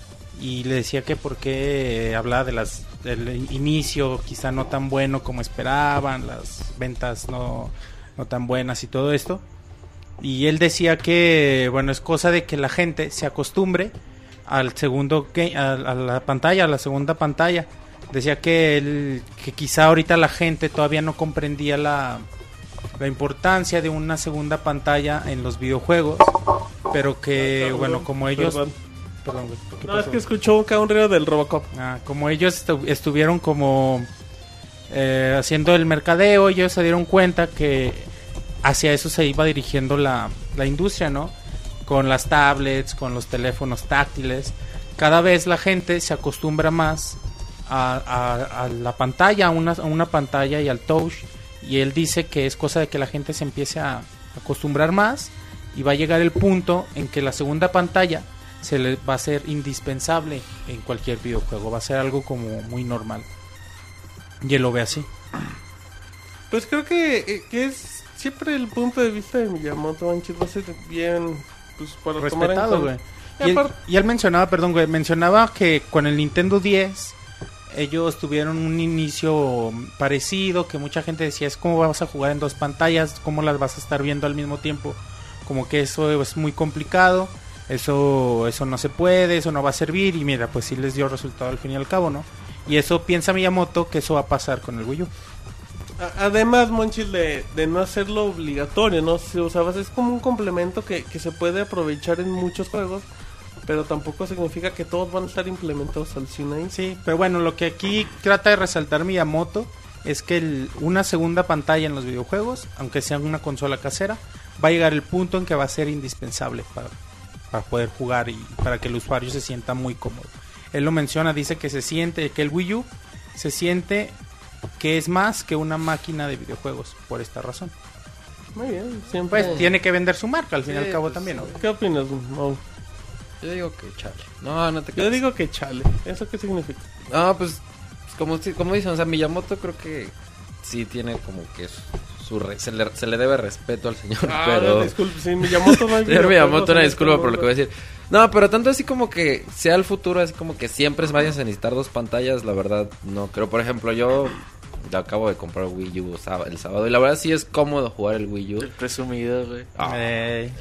y le decía que por qué eh, hablaba de las del inicio quizá no tan bueno como esperaban, las ventas no, no tan buenas y todo esto. Y él decía que, bueno, es cosa de que la gente se acostumbre al segundo ga- a, a la pantalla, a la segunda pantalla. Decía que él, que quizá ahorita la gente todavía no comprendía la, la importancia de una segunda pantalla en los videojuegos, pero que, Ah, cabrón, bueno, como ellos... perdón. Perdón, güey, ¿qué No, es pasó? que escuchó acá un río del Robocop. Ah, como ellos estu- estuvieron como eh, haciendo el mercadeo, ellos se dieron cuenta que hacia eso se iba dirigiendo la, la industria, ¿no? Con las tablets, con los teléfonos táctiles. Cada vez la gente se acostumbra más a, a- a la pantalla, a una, a una pantalla y al touch. Y él dice que es cosa de que la gente se empiece a acostumbrar más y va a llegar el punto en que la segunda pantalla se le va a ser indispensable en cualquier videojuego, va a ser algo como muy normal. Y él lo ve así. Pues creo que, eh, que es siempre el punto de vista de Miyamoto, Manchis. Va a ser bien, pues, para tomar en Respetado, cuenta. güey. Y, él- aparte- y él mencionaba, perdón, güey, mencionaba que con el Nintendo diez ellos tuvieron un inicio parecido, que mucha gente decía, es como vas a jugar en dos pantallas, cómo las vas a estar viendo al mismo tiempo, como que eso es muy complicado, eso eso no se puede, eso no va a servir, y mira, pues sí les dio resultado al fin y al cabo, ¿no? Y eso piensa Miyamoto que eso va a pasar con el Wii U. A- Además, Monchis, de, de no hacerlo obligatorio, ¿no? Si, o sea, es como un complemento que, que se puede aprovechar en muchos juegos, pero tampoco significa que todos van a estar implementados al cien ahí. Sí, pero bueno, lo que aquí trata de resaltar Miyamoto es que el- una segunda pantalla en los videojuegos, aunque sea una consola casera, va a llegar el punto en que va a ser indispensable para, para poder jugar y para que el usuario se sienta muy cómodo. Él lo menciona, dice que se siente, que el Wii U se siente que es más que una máquina de videojuegos, por esta razón. Muy bien, siempre. Pues tiene que vender su marca al fin y Sí, al cabo pues, también, ¿no? ¿Qué opinas, Mau? Yo digo que chale. No, no te Yo creas. digo que chale. ¿Eso qué significa? No, pues, pues, como, si- como dicen, o sea, Miyamoto creo que sí tiene como que su, su re- se, le, se le debe respeto al señor, Ah, pero... disculpe, sí, Miyamoto no hay Señor videojuegos Miyamoto, una en disculpa este por lo que voy a mundo. decir. No, pero tanto así como que sea el futuro, así como que siempre vayas a necesitar dos pantallas, la verdad, no creo. Por ejemplo, yo acabo de comprar Wii U sáb- el sábado y la verdad sí es cómodo jugar el Wii U. El presumido, güey. Ah. Eh,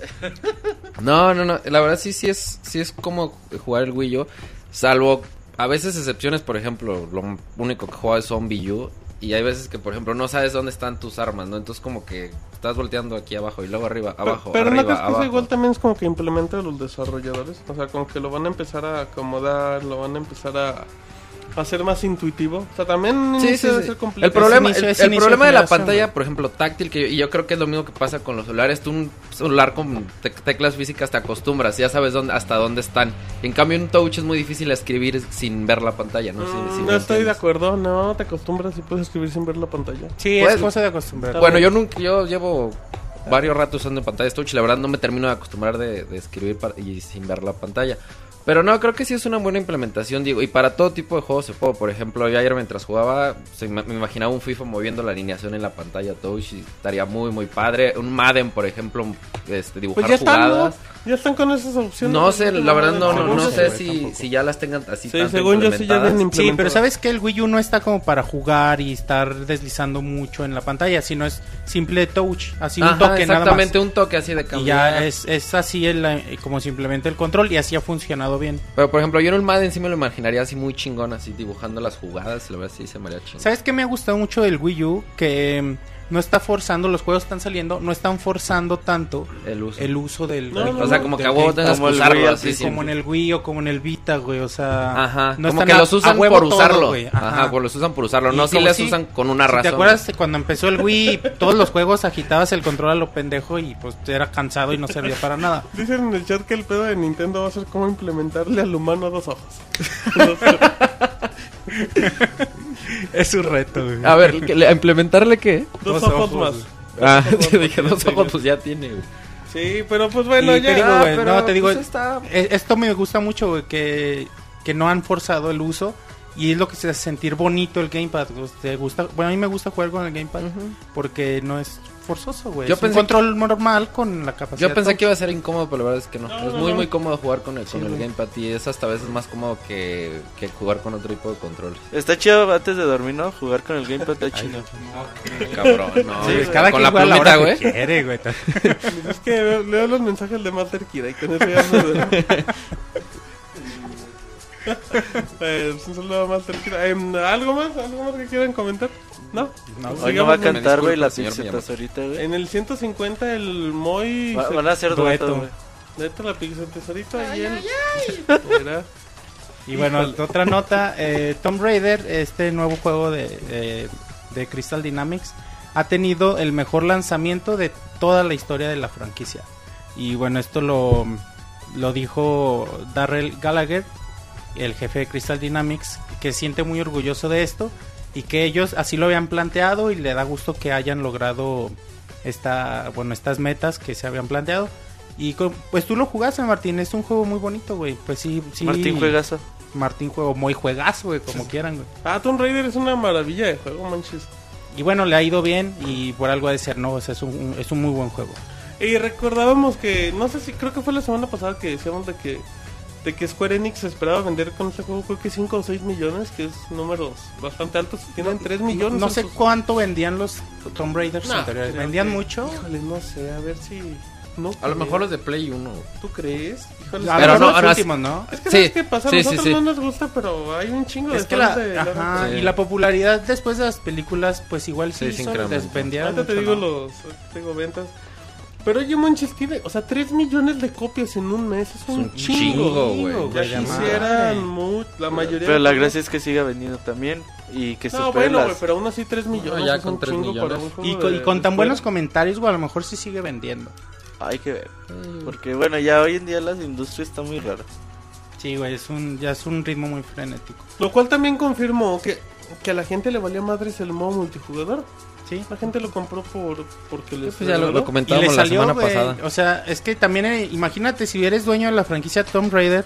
No, no, no, la verdad sí, sí es, sí es como jugar el Wii U, salvo a veces excepciones, por ejemplo, lo único que juego es Zombie U y hay veces que, por ejemplo, no sabes dónde están tus armas, ¿no? Entonces como que estás volteando aquí abajo y luego arriba, abajo, Pero, pero no arriba, crees que eso abajo. igual también es como que implementa a los desarrolladores. O sea, como que lo van a empezar a acomodar, lo van a empezar a, a ser más intuitivo. O sea, también Sí, inicio sí, debe sí. ser complejo. El problema, inicio- el, es el inicio problema de de la generación, pantalla, güey. por ejemplo, táctil, que yo, y yo creo que es lo mismo que pasa con los celulares. Tú un celular con te- teclas físicas te acostumbras, ya sabes dónde, hasta dónde están. En cambio, un touch es muy difícil escribir sin ver la pantalla, ¿no? Si- Mm, si no me estoy de entiendes. acuerdo, no, te acostumbras y puedes escribir sin ver la pantalla. Sí, Pues, es cosa de acostumbrar. Bueno, yo nunca, yo llevo varios ratos usando pantallas touch y la verdad no me termino de acostumbrar de, de escribir para- y sin ver la pantalla. Pero no, creo que sí es una buena implementación, digo, y para todo tipo de juegos se puede. Por ejemplo, yo ayer mientras jugaba, se me, me imaginaba un FIFA moviendo la alineación en la pantalla touch y estaría muy, muy padre. Un Madden, por ejemplo, este, dibujar Pues ya están, ¿no? jugadas. Ya están con esas opciones. No sé, la verdad no, no, Según no yo sé sí. si, si ya las tengan así Sí, tanto según yo sí ya implementadas. vienen Sí, pero sabes que el Wii U no está como para jugar y estar deslizando mucho en la pantalla, sino es simple touch, así un Ajá, toque nada más. exactamente, un toque así de Y cambiar. ya es, es así el, eh, como simplemente el control y así ha funcionado bien. Pero por ejemplo, yo en el Madden sí me lo imaginaría así muy chingón, así dibujando las jugadas, la verdad sí se me haría chingón. ¿Sabes qué me ha gustado mucho del Wii U? Que mm, no está forzando, los juegos están saliendo, no están forzando tanto El uso. el uso del... No, del- no, O sea, no, como que del a huevo gamepad. tengas que Como el usarlo Wii, así. así, Como en el Wii o como en el Vita, güey, o sea... Ajá, no como están que a- los usan a huevo por todo, usarlo. güey. Ajá, pues los usan por usarlo. Y No si como les si- usan con una si razón. ¿Te acuerdas cuando empezó el Wii? Todos los juegos agitabas el control a lo pendejo y pues era cansado y no servía para nada. Dicen en el chat que el pedo de Nintendo va a ser cómo implementarle al humano dos ojos. Es un reto, güey. A ver, ¿que le- ¿a implementarle qué? Dos, Dos ojos, ojos, más. Ah, yo dije, dos ojos pues ya tiene, güey. Sí, pero pues bueno, Y ya. te digo, Ah, güey, pero, no, te digo, pues, está... e- esto me gusta mucho, güey, que, que no han forzado el uso y es lo que se hace sentir bonito el gamepad. Pues, te gusta, bueno, a mí me gusta jugar con el gamepad porque no es forzoso, güey. Yo Es un pensé control normal con la capacidad. Yo pensé touch. que iba a ser incómodo, pero la verdad es que no. No, es no, muy, no. muy cómodo jugar con el, con Sí, el güey. gamepad y es hasta a veces más cómodo que, que jugar con otro tipo de controles. Está chido antes de dormir, ¿no? Jugar con el gamepad está chido. Cabrón, no. Sí, güey, cada con quien la juega a la plumita, hora güey. que quiere, güey. Es que veo- leo los mensajes de Master Kira y con eso ya me duele. Pues, un saludo a Master Kira. Em, ¿Algo más? ¿Algo más que quieran comentar? ¿No? No, Hoy no sigamos, va a ¿no? cantar, güey, disculpa, la señor pizzetas ahorita, güey. En el ciento cincuenta el Moy... Va- se- Van a hacer dueto. dueto, güey. Neta, la pizza tesorito y él. Era- Y bueno, otra nota, eh, Tomb Raider, este nuevo juego de, eh, de Crystal Dynamics, ha tenido el mejor lanzamiento de toda la historia de la franquicia. Y bueno, esto lo, lo dijo Darrell Gallagher, el jefe de Crystal Dynamics, que se siente muy orgulloso de esto y que ellos así lo habían planteado y le da gusto que hayan logrado esta, bueno, estas metas que se habían planteado. Y con- pues tú lo jugaste, Martín, es un juego muy bonito, güey. Pues sí, sí. Martín Juegazo. Martín juego muy juegazo, güey, como quieran, güey. Ah, Tomb Raider es una maravilla de juego, manches. Y bueno, le ha ido bien y por algo ha de ser, no, o sea, es un, un- es un muy buen juego. Y recordábamos que, no sé si, creo que fue la semana pasada que decíamos de que de que Square Enix esperaba vender con este juego, creo que cinco o seis millones, que es números bastante altos. Tienen tres millones. No en sé sus- cuánto vendían los Tomb Raiders No, anteriores. creo ¿Vendían que- mucho? Híjole, no sé, a ver si... No A lo creo. mejor los de Play uno. ¿Tú crees? Híjole, A Pero ver, no, los no, últimos, ¿no? es que Sí, ¿sabes qué pasa? A sí, sí, nosotros sí. no nos gusta, pero hay un chingo Es de que fans la, de ajá, Sí. y la popularidad después de las películas, pues igual sí, Sí, se hizo, incrementó. les vendía Ahorita te mucho, digo ¿no? los te digo ventas. Pero oye, manches, tiene, o sea, tres millones de copias en un mes. Es un, un chingo, chingo, güey. Ya Ya quisieran madre. mu- la mayoría. Pero de la juegos. gracia es que siga vendiendo también y que No, supere bueno, güey, las... pero aún así tres millones. No, ya es con un tres chingo millones. para un juego Y, con, de- y con tan de buenos fuera. comentarios, güey, a lo mejor sí sigue vendiendo. Hay que ver. Porque bueno, ya hoy en día la industria está muy rara. Sí, güey, es un, ya es un ritmo muy frenético. Lo cual también confirmó que, que a la gente le valía madres el modo multijugador. Sí. La gente lo compró por porque les Pues ya lo, lo Y le comentábamos la salió, semana güey, pasada. o sea, es que también, eh, imagínate, si eres dueño de la franquicia Tomb Raider,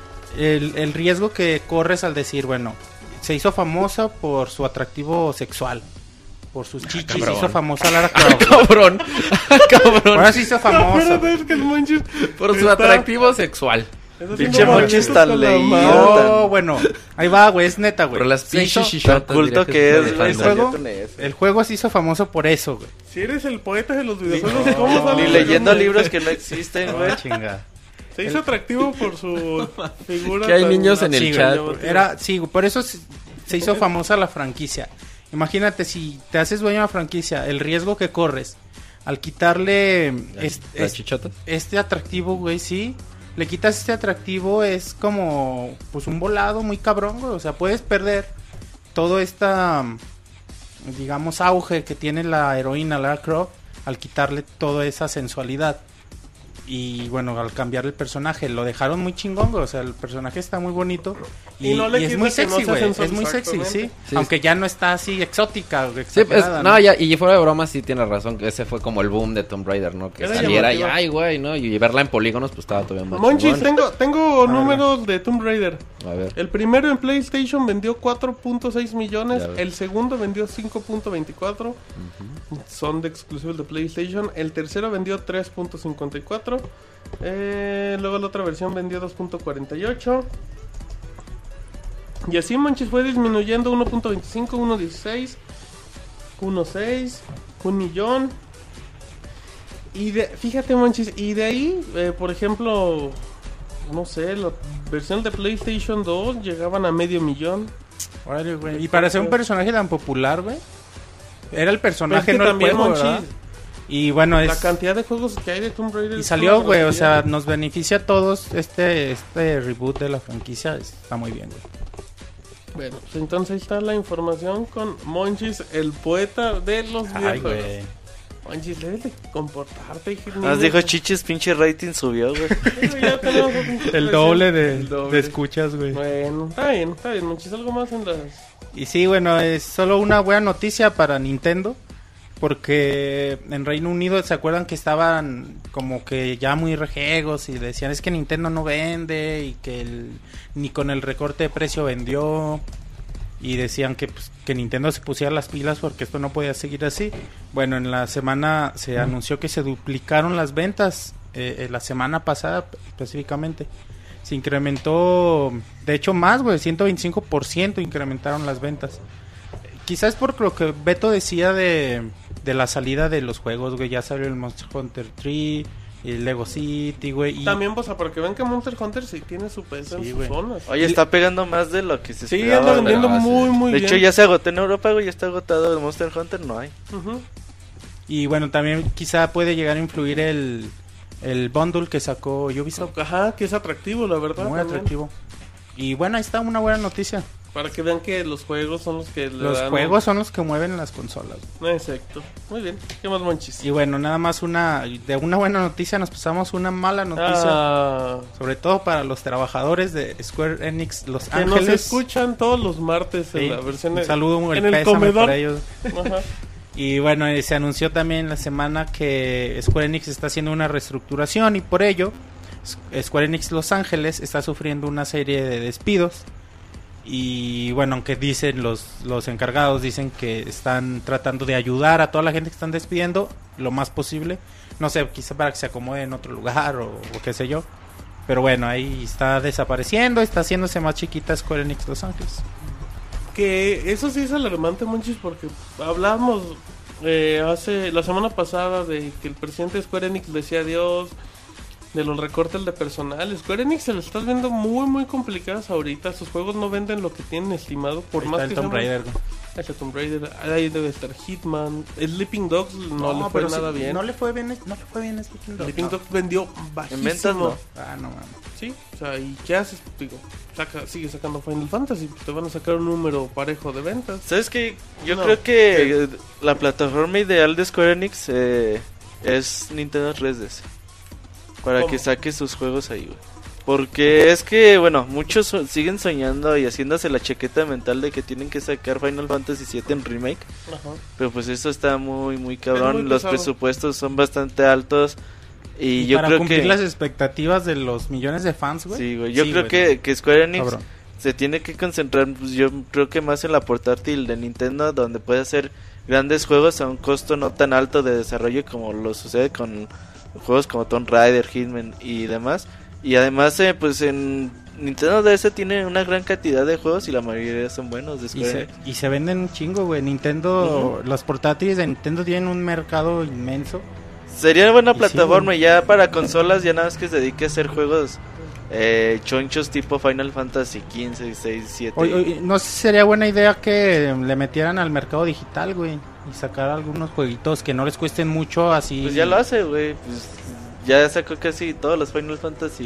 el, el riesgo que corres al decir, bueno, se hizo famosa por su atractivo sexual, por sus chichis, se cabrón. hizo famosa Lara Croft. Cabrón. Cabrón. Ahora sí se hizo famosa. Espérate, es que el manches Por su está- atractivo sexual. está Pinche haciendo Monchis movimientos tan con la leído. mano. No, bueno, ahí va, güey, es neta, güey. Por las Se hizo- pinches Tan chichotas. culto diría que es, está güey. el dejando. juego, salió con eso. el juego se hizo famoso por eso, güey. Si eres el poeta de los videojuegos, ¿cómo sabes? Ni leyendo libros que no existen, güey. Ah, chinga. Se hizo atractivo por su figura. Que hay tan- niños en el Sí, chat. güey, era, sí, por eso se, se hizo famosa la franquicia. Imagínate, si te haces dueño de la franquicia, el riesgo que corres al quitarle ¿La- es- la es- chichota? este atractivo, güey, sí, le quitas este atractivo, es como pues un volado muy cabrón, güey. O sea, puedes perder todo esta, digamos, auge que tiene la heroína Lara Croft al quitarle toda esa sensualidad. Y bueno, al cambiar el personaje, lo dejaron muy chingón, güey. O sea, el personaje está muy bonito. Y, Y no le y es quita muy que sexy, no sea güey. sensual, Es muy sexy, sí. exactamente. Sí. Aunque ya no está así exótica, güey, Sí, pues, exagerada, no, ya, y fuera de broma sí tiene razón, que ese fue como el boom de Tomb Raider, ¿no? Que Era saliera y, llamativa. ay, güey, ¿no? Y verla en polígonos, pues estaba todavía más Monchis, chingón. tengo, tengo números de Tomb Raider. A ver. El primero en PlayStation vendió cuatro punto seis millones. Ya ves. El segundo vendió cinco punto veinticuatro. Son de exclusivos de PlayStation. El tercero vendió tres punto cincuenta y cuatro. Eh, luego la otra versión vendió dos punto cuarenta y ocho. Y así, Monchis, fue disminuyendo uno punto veinticinco, uno punto dieciséis, uno punto seis, un millón. Y de, fíjate, Monchis, y de ahí, eh, por ejemplo, no sé, la versión de PlayStation dos llegaban a medio millón. Órale, güey. Y para ser un personaje tan popular, güey. Era el personaje, Pero es que no también, el juego, Monchis, ¿verdad? Y bueno, la es... cantidad de juegos que hay de Tomb Raider. Y es salió, una güey, o sea, grosería. nos beneficia a todos este este reboot de la franquicia. Está muy bien, güey. Bueno, pues entonces ahí está la información con Monchis, el poeta de los Ay, videojuegos. güey. Monchis, debes de comportarte, hijo de Nos niño. dijo Chichis, pinche rating subió, güey. Ya tenemos un pinche El doble de, El doble. de escuchas, güey. Bueno, está bien, está bien, Monchis, algo más en las... Y sí, bueno, es solo una buena noticia para Nintendo. Porque en Reino Unido se acuerdan que estaban como que ya muy rejegos y decían es que Nintendo no vende y que el, ni con el recorte de precio vendió. Y decían que, pues, que Nintendo se pusiera las pilas porque esto no podía seguir así. Bueno, en la semana se anunció que se duplicaron las ventas, eh, eh, la semana pasada específicamente. Se incrementó, de hecho más, güey, ciento veinticinco por ciento incrementaron las ventas. Quizás por lo que Beto decía de, de la salida de los juegos, güey, ya salió el Monster Hunter tres, el Lego City, güey. Y... También, pues, para que vean que Monster Hunter sí tiene su peso Sí, en sus güey. zonas. Oye, está pegando más de lo que se Sí, esperaba. anda vendiendo pero, muy, sí. muy De bien. hecho, ya se agotó en Europa, güey, ya está agotado el Monster Hunter, no hay. Ujú. Y bueno, también quizá puede llegar a influir el, el bundle que sacó Ubisoft. Ajá, que es atractivo, la verdad. Muy también. atractivo. Y bueno, ahí está una buena noticia. Para que vean que los juegos son los que le Los dan- juegos son los que mueven las consolas. Exacto. Muy bien. ¿Qué más, Monchis? Y bueno, nada más una... De una buena noticia nos pasamos una mala noticia. Ah, Sobre todo para los trabajadores de Square Enix Los que nos Ángeles. escuchan todos los martes en Sí, la versión un de- saludo, el en el pésame comedor. para ellos. Ajá. Y bueno, eh, se anunció también la semana que Square Enix está haciendo una reestructuración y por ello S- Square Enix Los Ángeles está sufriendo una serie de despidos. Y bueno, aunque dicen los, los encargados, dicen que están tratando de ayudar a toda la gente que están despidiendo lo más posible. No sé, quizá para que se acomode en otro lugar o, o qué sé yo. Pero bueno, ahí está desapareciendo, está haciéndose más chiquita Square Enix Los Ángeles. Que eso sí es alarmante, Monchis, porque hablábamos eh, hace la semana pasada de que el presidente de Square Enix decía adiós, de los recortes de personal. Square Enix se lo estás viendo muy, muy complicadas ahorita. Sus juegos no venden lo que tienen estimado, por Ahí más está el que Tomb sean- Raider, güey. Ahí está Tomb Raider, ahí debe estar Hitman. Sleeping Dogs no, le fue pero nada sí, bien. No le fue bien, no le fue bien este Sleeping Dogs. Sleeping No. Dogs vendió bajísimo. En ventas, no. Ah, no mames. Sí, o sea, ¿y qué haces? Digo, saca, sigue sacando Final Fantasy, te van a sacar un número parejo de ventas. ¿Sabes qué? Yo No. creo que eh, la plataforma ideal de Square Enix eh, es Nintendo tres D S. Para ¿Cómo? que saque sus juegos ahí, güey. Porque es que, bueno, muchos so- siguen soñando y haciéndose la chaqueta mental de que tienen que sacar Final Fantasy siete en remake. Ajá. Pero pues eso está muy, muy cabrón. muy Los pesado. presupuestos son bastante altos. Y, Y, yo para creo cumplir que... las expectativas de los millones de fans, güey. Sí, güey. Yo Sí, creo güey, que, que Square Enix cabrón. se tiene que concentrar, pues, yo creo que más en la portátil de Nintendo, donde puede hacer grandes juegos a un costo no tan alto de desarrollo como lo sucede con juegos como Tomb Raider, Hitman y demás. Y además, eh, pues en Nintendo D S tiene una gran cantidad de juegos y la mayoría son buenos de Y Square se, Enix. y se venden un chingo, güey. Nintendo, los portátiles de Nintendo tienen un mercado inmenso. Sería buena Y sí, plataforma güey. y ya para consolas, ya nada más que se dedique a hacer juegos eh, chonchos tipo Final Fantasy quince, dieciséis, siete. Oye, oye, no sé si sería buena idea que le metieran al mercado digital, güey. Y sacar algunos jueguitos que no les cuesten mucho, así. Pues ya lo hace, güey. Pues ya sacó casi todos los Final Fantasy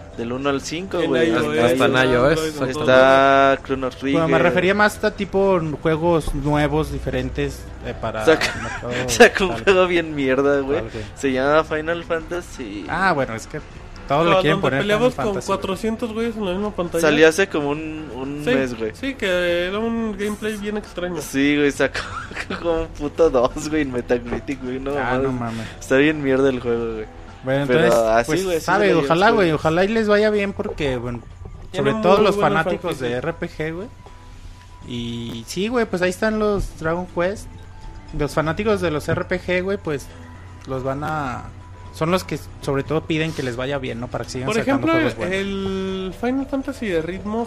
Del uno al cinco, En güey. iOS, Hasta, hasta en Android, iOS, en todo. está Chrono Trigger. Bueno, me refería más a tipo juegos nuevos, diferentes eh, para Saca- el mercado Saca un tal. juego bien mierda, güey. ¿Cuál, güey? Se llama Final Fantasy. Ah, bueno, es que todos le Cuando quieren poner peleabas Final con Fantasy. cuatrocientos güeyes en la misma pantalla. Salió hace como un, un sí, mes, güey. Sí, que era un gameplay bien extraño. Sí, güey, sacó como un puto dos, güey, en Metacritic, güey. No, Ah, mames. no mames. Está bien mierda el juego, güey. Bueno, Pero entonces, así, pues, güey, así sabe, se la ojalá, llevas, güey, güey. ojalá y les vaya bien porque, bueno, sobre Tienen todo muy los buenas fanáticos de franquicias. R P G, güey. Y sí, güey, pues ahí están los Dragon Quest. Los fanáticos de los R P G, güey, pues los van a... Son los que sobre todo piden que les vaya bien, ¿no? Para que sigan Por sacando ejemplo, juegos buenos. el Final Fantasy de ritmos,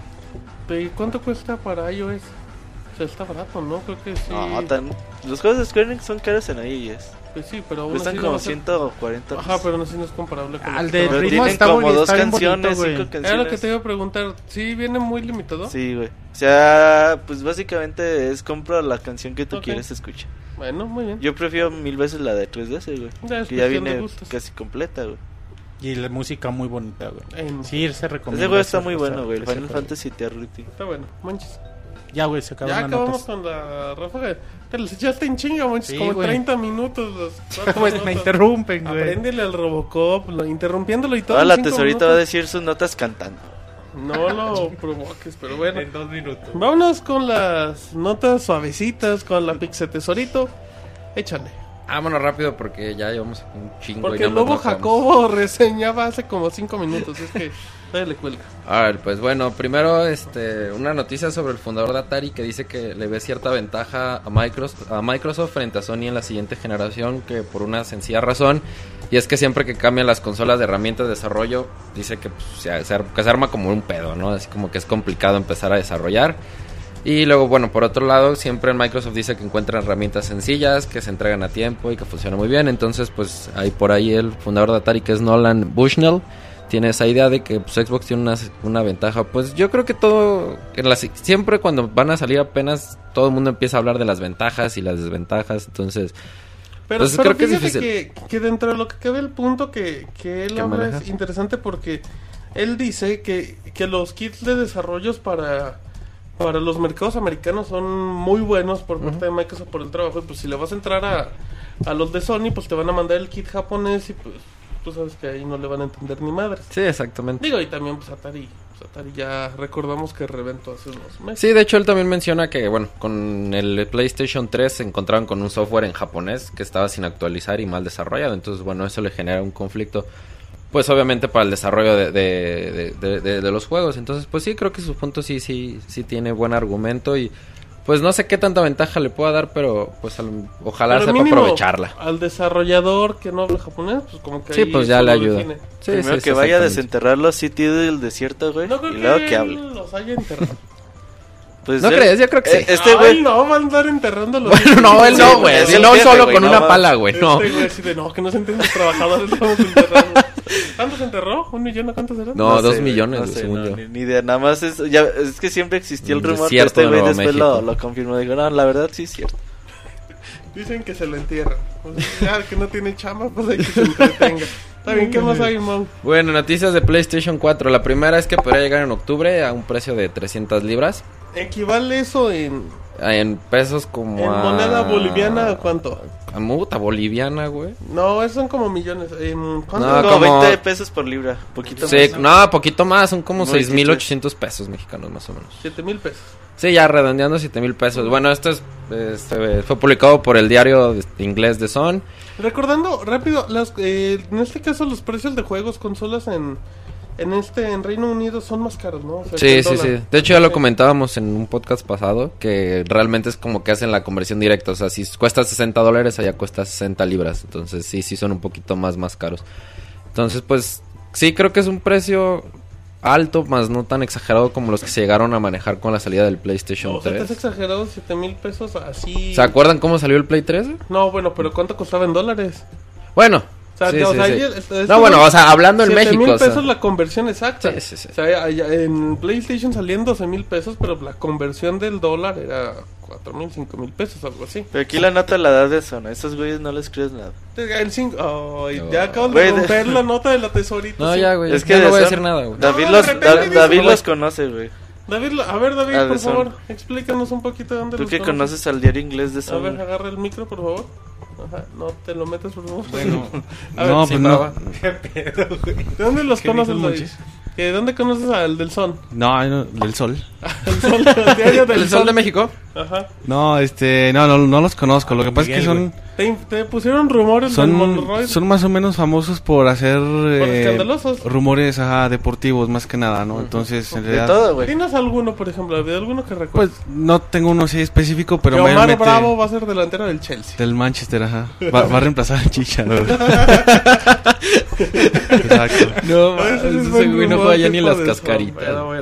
¿de ¿cuánto cuesta para iOS? O sea, está barato, ¿no? Creo que sí. No, tan... Los juegos de Square Enix son caros en iOS. Pues sí, pero aún Cuestan así no como va a ser- ciento cuarenta. Ajá, pero no, sí no es comparable con Al lo de que estaba- Pero ritmo tienen está como muy- dos está bien canciones, bonito, güey. cinco Era canciones. lo que te iba a preguntar. ¿Sí viene muy limitado? Sí, güey. O sea, pues básicamente es compra la canción que tú Ok. quieres escuchar. Bueno, muy bien. Yo prefiero mil veces la de tres D S, güey. Ya es Que ya cuestión de viene gustos. casi completa, güey. Y la música muy bonita, güey. En- Sí, se recomienda. Ese juego está ese- muy ese- bueno, güey. El ese Final juego. Fantasy T R T. Está bueno, manches. Ya, güey, se acaban Ya las acabamos notas. con la ráfaga. Te los echaste en chinga, manches. Sí, como güey. treinta minutos. Los cuatro Pues me notas. interrumpen, güey. Apréndele al Robocop, lo- interrumpiéndolo y todo. Ahora en la cinco tesorita va a minutos. decir sus notas cantando. No lo provoques, pero bueno. En dos minutos. Vámonos con las notas suavecitas, con la Pixe Tesorito. Échale. Vámonos rápido porque ya llevamos un chingo. Porque y no el lobo nos acabamos. Jacobo reseñaba hace como cinco minutos. Es que todavía le cuelga. A ver, pues bueno, primero este, una noticia sobre el fundador de Atari que dice que le ve cierta ventaja a Microsoft, a Microsoft frente a Sony en la siguiente generación, que por una sencilla razón, y es que siempre que cambian las consolas de herramientas de desarrollo, dice que, pues, se, se, que se arma como un pedo, ¿no? Así como que es complicado empezar a desarrollar. Y luego, bueno, por otro lado, siempre Microsoft dice que encuentran herramientas sencillas, que se entregan a tiempo y que funcionan muy bien. Entonces, pues, ahí por ahí el fundador de Atari, que es Nolan Bushnell, tiene esa idea de que pues, Xbox tiene una, una ventaja. Pues yo creo que todo, en las, siempre cuando van a salir apenas, todo el mundo empieza a hablar de las ventajas y las desventajas. Entonces, Pero, Pues pero creo que es fíjate difícil. que, que dentro de lo que cabe el punto que, que él ¿Que habla manejas? es interesante porque él dice que, que los kits de desarrollos para, para los mercados americanos son muy buenos por parte de Microsoft por el trabajo. Y pues si le vas a entrar a, a los de Sony, pues te van a mandar el kit japonés y pues tú sabes que ahí no le van a entender ni madres. sí, exactamente. Digo, y también pues Atari, pues Atari ya recordamos que reventó hace unos meses. Sí, de hecho él también menciona que, bueno, con el PlayStation tres se encontraron con un software en japonés que estaba sin actualizar y mal desarrollado. Entonces, bueno, eso le genera un conflicto, pues obviamente para el desarrollo de, de, de, de, de- de los juegos. Entonces, pues sí, creo que su punto sí, sí, sí tiene buen argumento y pues no sé qué tanta ventaja le pueda dar, pero pues al- ojalá Pero sepa mínimo, aprovecharla. al desarrollador que no habla japonés, pues como que Sí, ahí pues ya eso le lo ayuda. define. Sí, Primero sí, que sí, vaya a exactamente. desenterrar los sitios del desierto, güey. No creo Y que, luego que él hable. los haya enterrado. Pues ¿No él- crees? Yo creo que eh, sí. Este Ay, güey. no, va a andar enterrando los Bueno, no, él Sí, no, güey. es Si el no, jefe, solo güey, con no una va. pala, güey. No. Este güey así de, no, que no se entienden los trabajadores, estamos enterrando. ¿Cuánto se enterró? ¿Un millón a cuántos eran? No, dos sé, millones, no güey, sé, según no, yo. Ni, ni idea, nada más es, ya, es que siempre existió el El rumor que desierto este de güey Nuevo después lo, México. lo confirmó. Dijo, no, la verdad sí es cierto. Dicen que se lo entierran. O sea, ya que no tiene chamba, pues hay que se entretenga. Está bien, ¿qué más hay, Mon? Bueno, noticias de PlayStation cuatro. La primera es que podría llegar en octubre a un precio de trescientas libras. ¿Equivale eso en, En pesos como en a... moneda boliviana a cuánto? A muta boliviana, güey. No, esos son como millones. ¿En cuánto? No, Como como- veinte pesos por libra, poquito Sí, más. no, poquito más. Son como Muy seis mil ochocientos pesos mexicanos, más o menos. Siete mil pesos. Sí, ya redondeando siete mil pesos. Bueno, esto es, este, fue publicado por el diario de- inglés de Sun. Recordando rápido, las, eh, en este caso los precios de juegos, consolas en, en este en Reino Unido son más caros, ¿no? O sea, que Sí, el sí, dólar. sí. De hecho, ya lo Sí. comentábamos en un podcast pasado, que realmente es como que hacen la conversión directa. O sea, si cuesta sesenta dólares, allá cuesta sesenta libras. Entonces, sí, sí son un poquito más, más caros. Entonces, pues, sí creo que es un precio alto, más no tan exagerado como los que se llegaron a manejar con la salida del PlayStation O sea, te has tres. exagerado siete mil pesos así. ¿Se acuerdan cómo salió el Play tres? No, bueno, pero ¿cuánto costaba en dólares? Bueno, O sea, Sí, o sí, sea, sí. ahí el- este No, bueno, o sea, hablando en siete México, mil o sea. pesos la conversión exacta. Sí, sí, sí. O sea, allá en PlayStation salían doce mil pesos, pero la conversión del dólar era cuatro mil, cinco mil pesos, algo así. Pero aquí la nota la da de zona. A estos güeyes no les crees nada. El cinco, ay, No. ya acaban Güey, de de- romper la nota de la tesorita. No, sí. ya, güey. Es que ya no de voy a Son- decir nada, güey. David No, los, de repente Da- dice, David güey. los conoce, güey. David, lo- a ver, David, Ah, de por Son. favor, explícanos un poquito de dónde Tú los que conoces. conoces al diario inglés de A ver, Son. agarra el micro, por favor. Ajá, no te lo metas, por favor. Bueno, A ver, no, sí, pues no. baba. ¿Qué pedo, güey? ¿de dónde los ¿Qué conoces, dices, David? Monchis? ¿De dónde conoces al del Son? No, no, del sol. El Sol, el diario del ¿El Sol de México? Ajá. No, este, no, no, no los conozco. Lo que pasa es que son, Te, te pusieron rumores del son, Monroy. son más o menos famosos por hacer eh, escandalosos. rumores, ajá, deportivos más que nada, ¿no? Entonces, en De realidad, todo, güey. Dinos alguno, por ejemplo, de alguno que recuerdes. pues no tengo uno así específico, pero que Omar mayormente Bravo va a ser delantero del Chelsea. del Manchester, ajá. Va, va a reemplazar al Chicha, ¿no? Exacto. No, Ese es ese buen güey no rumor, juega ya ni tipo las de cascaritas. Pero bueno.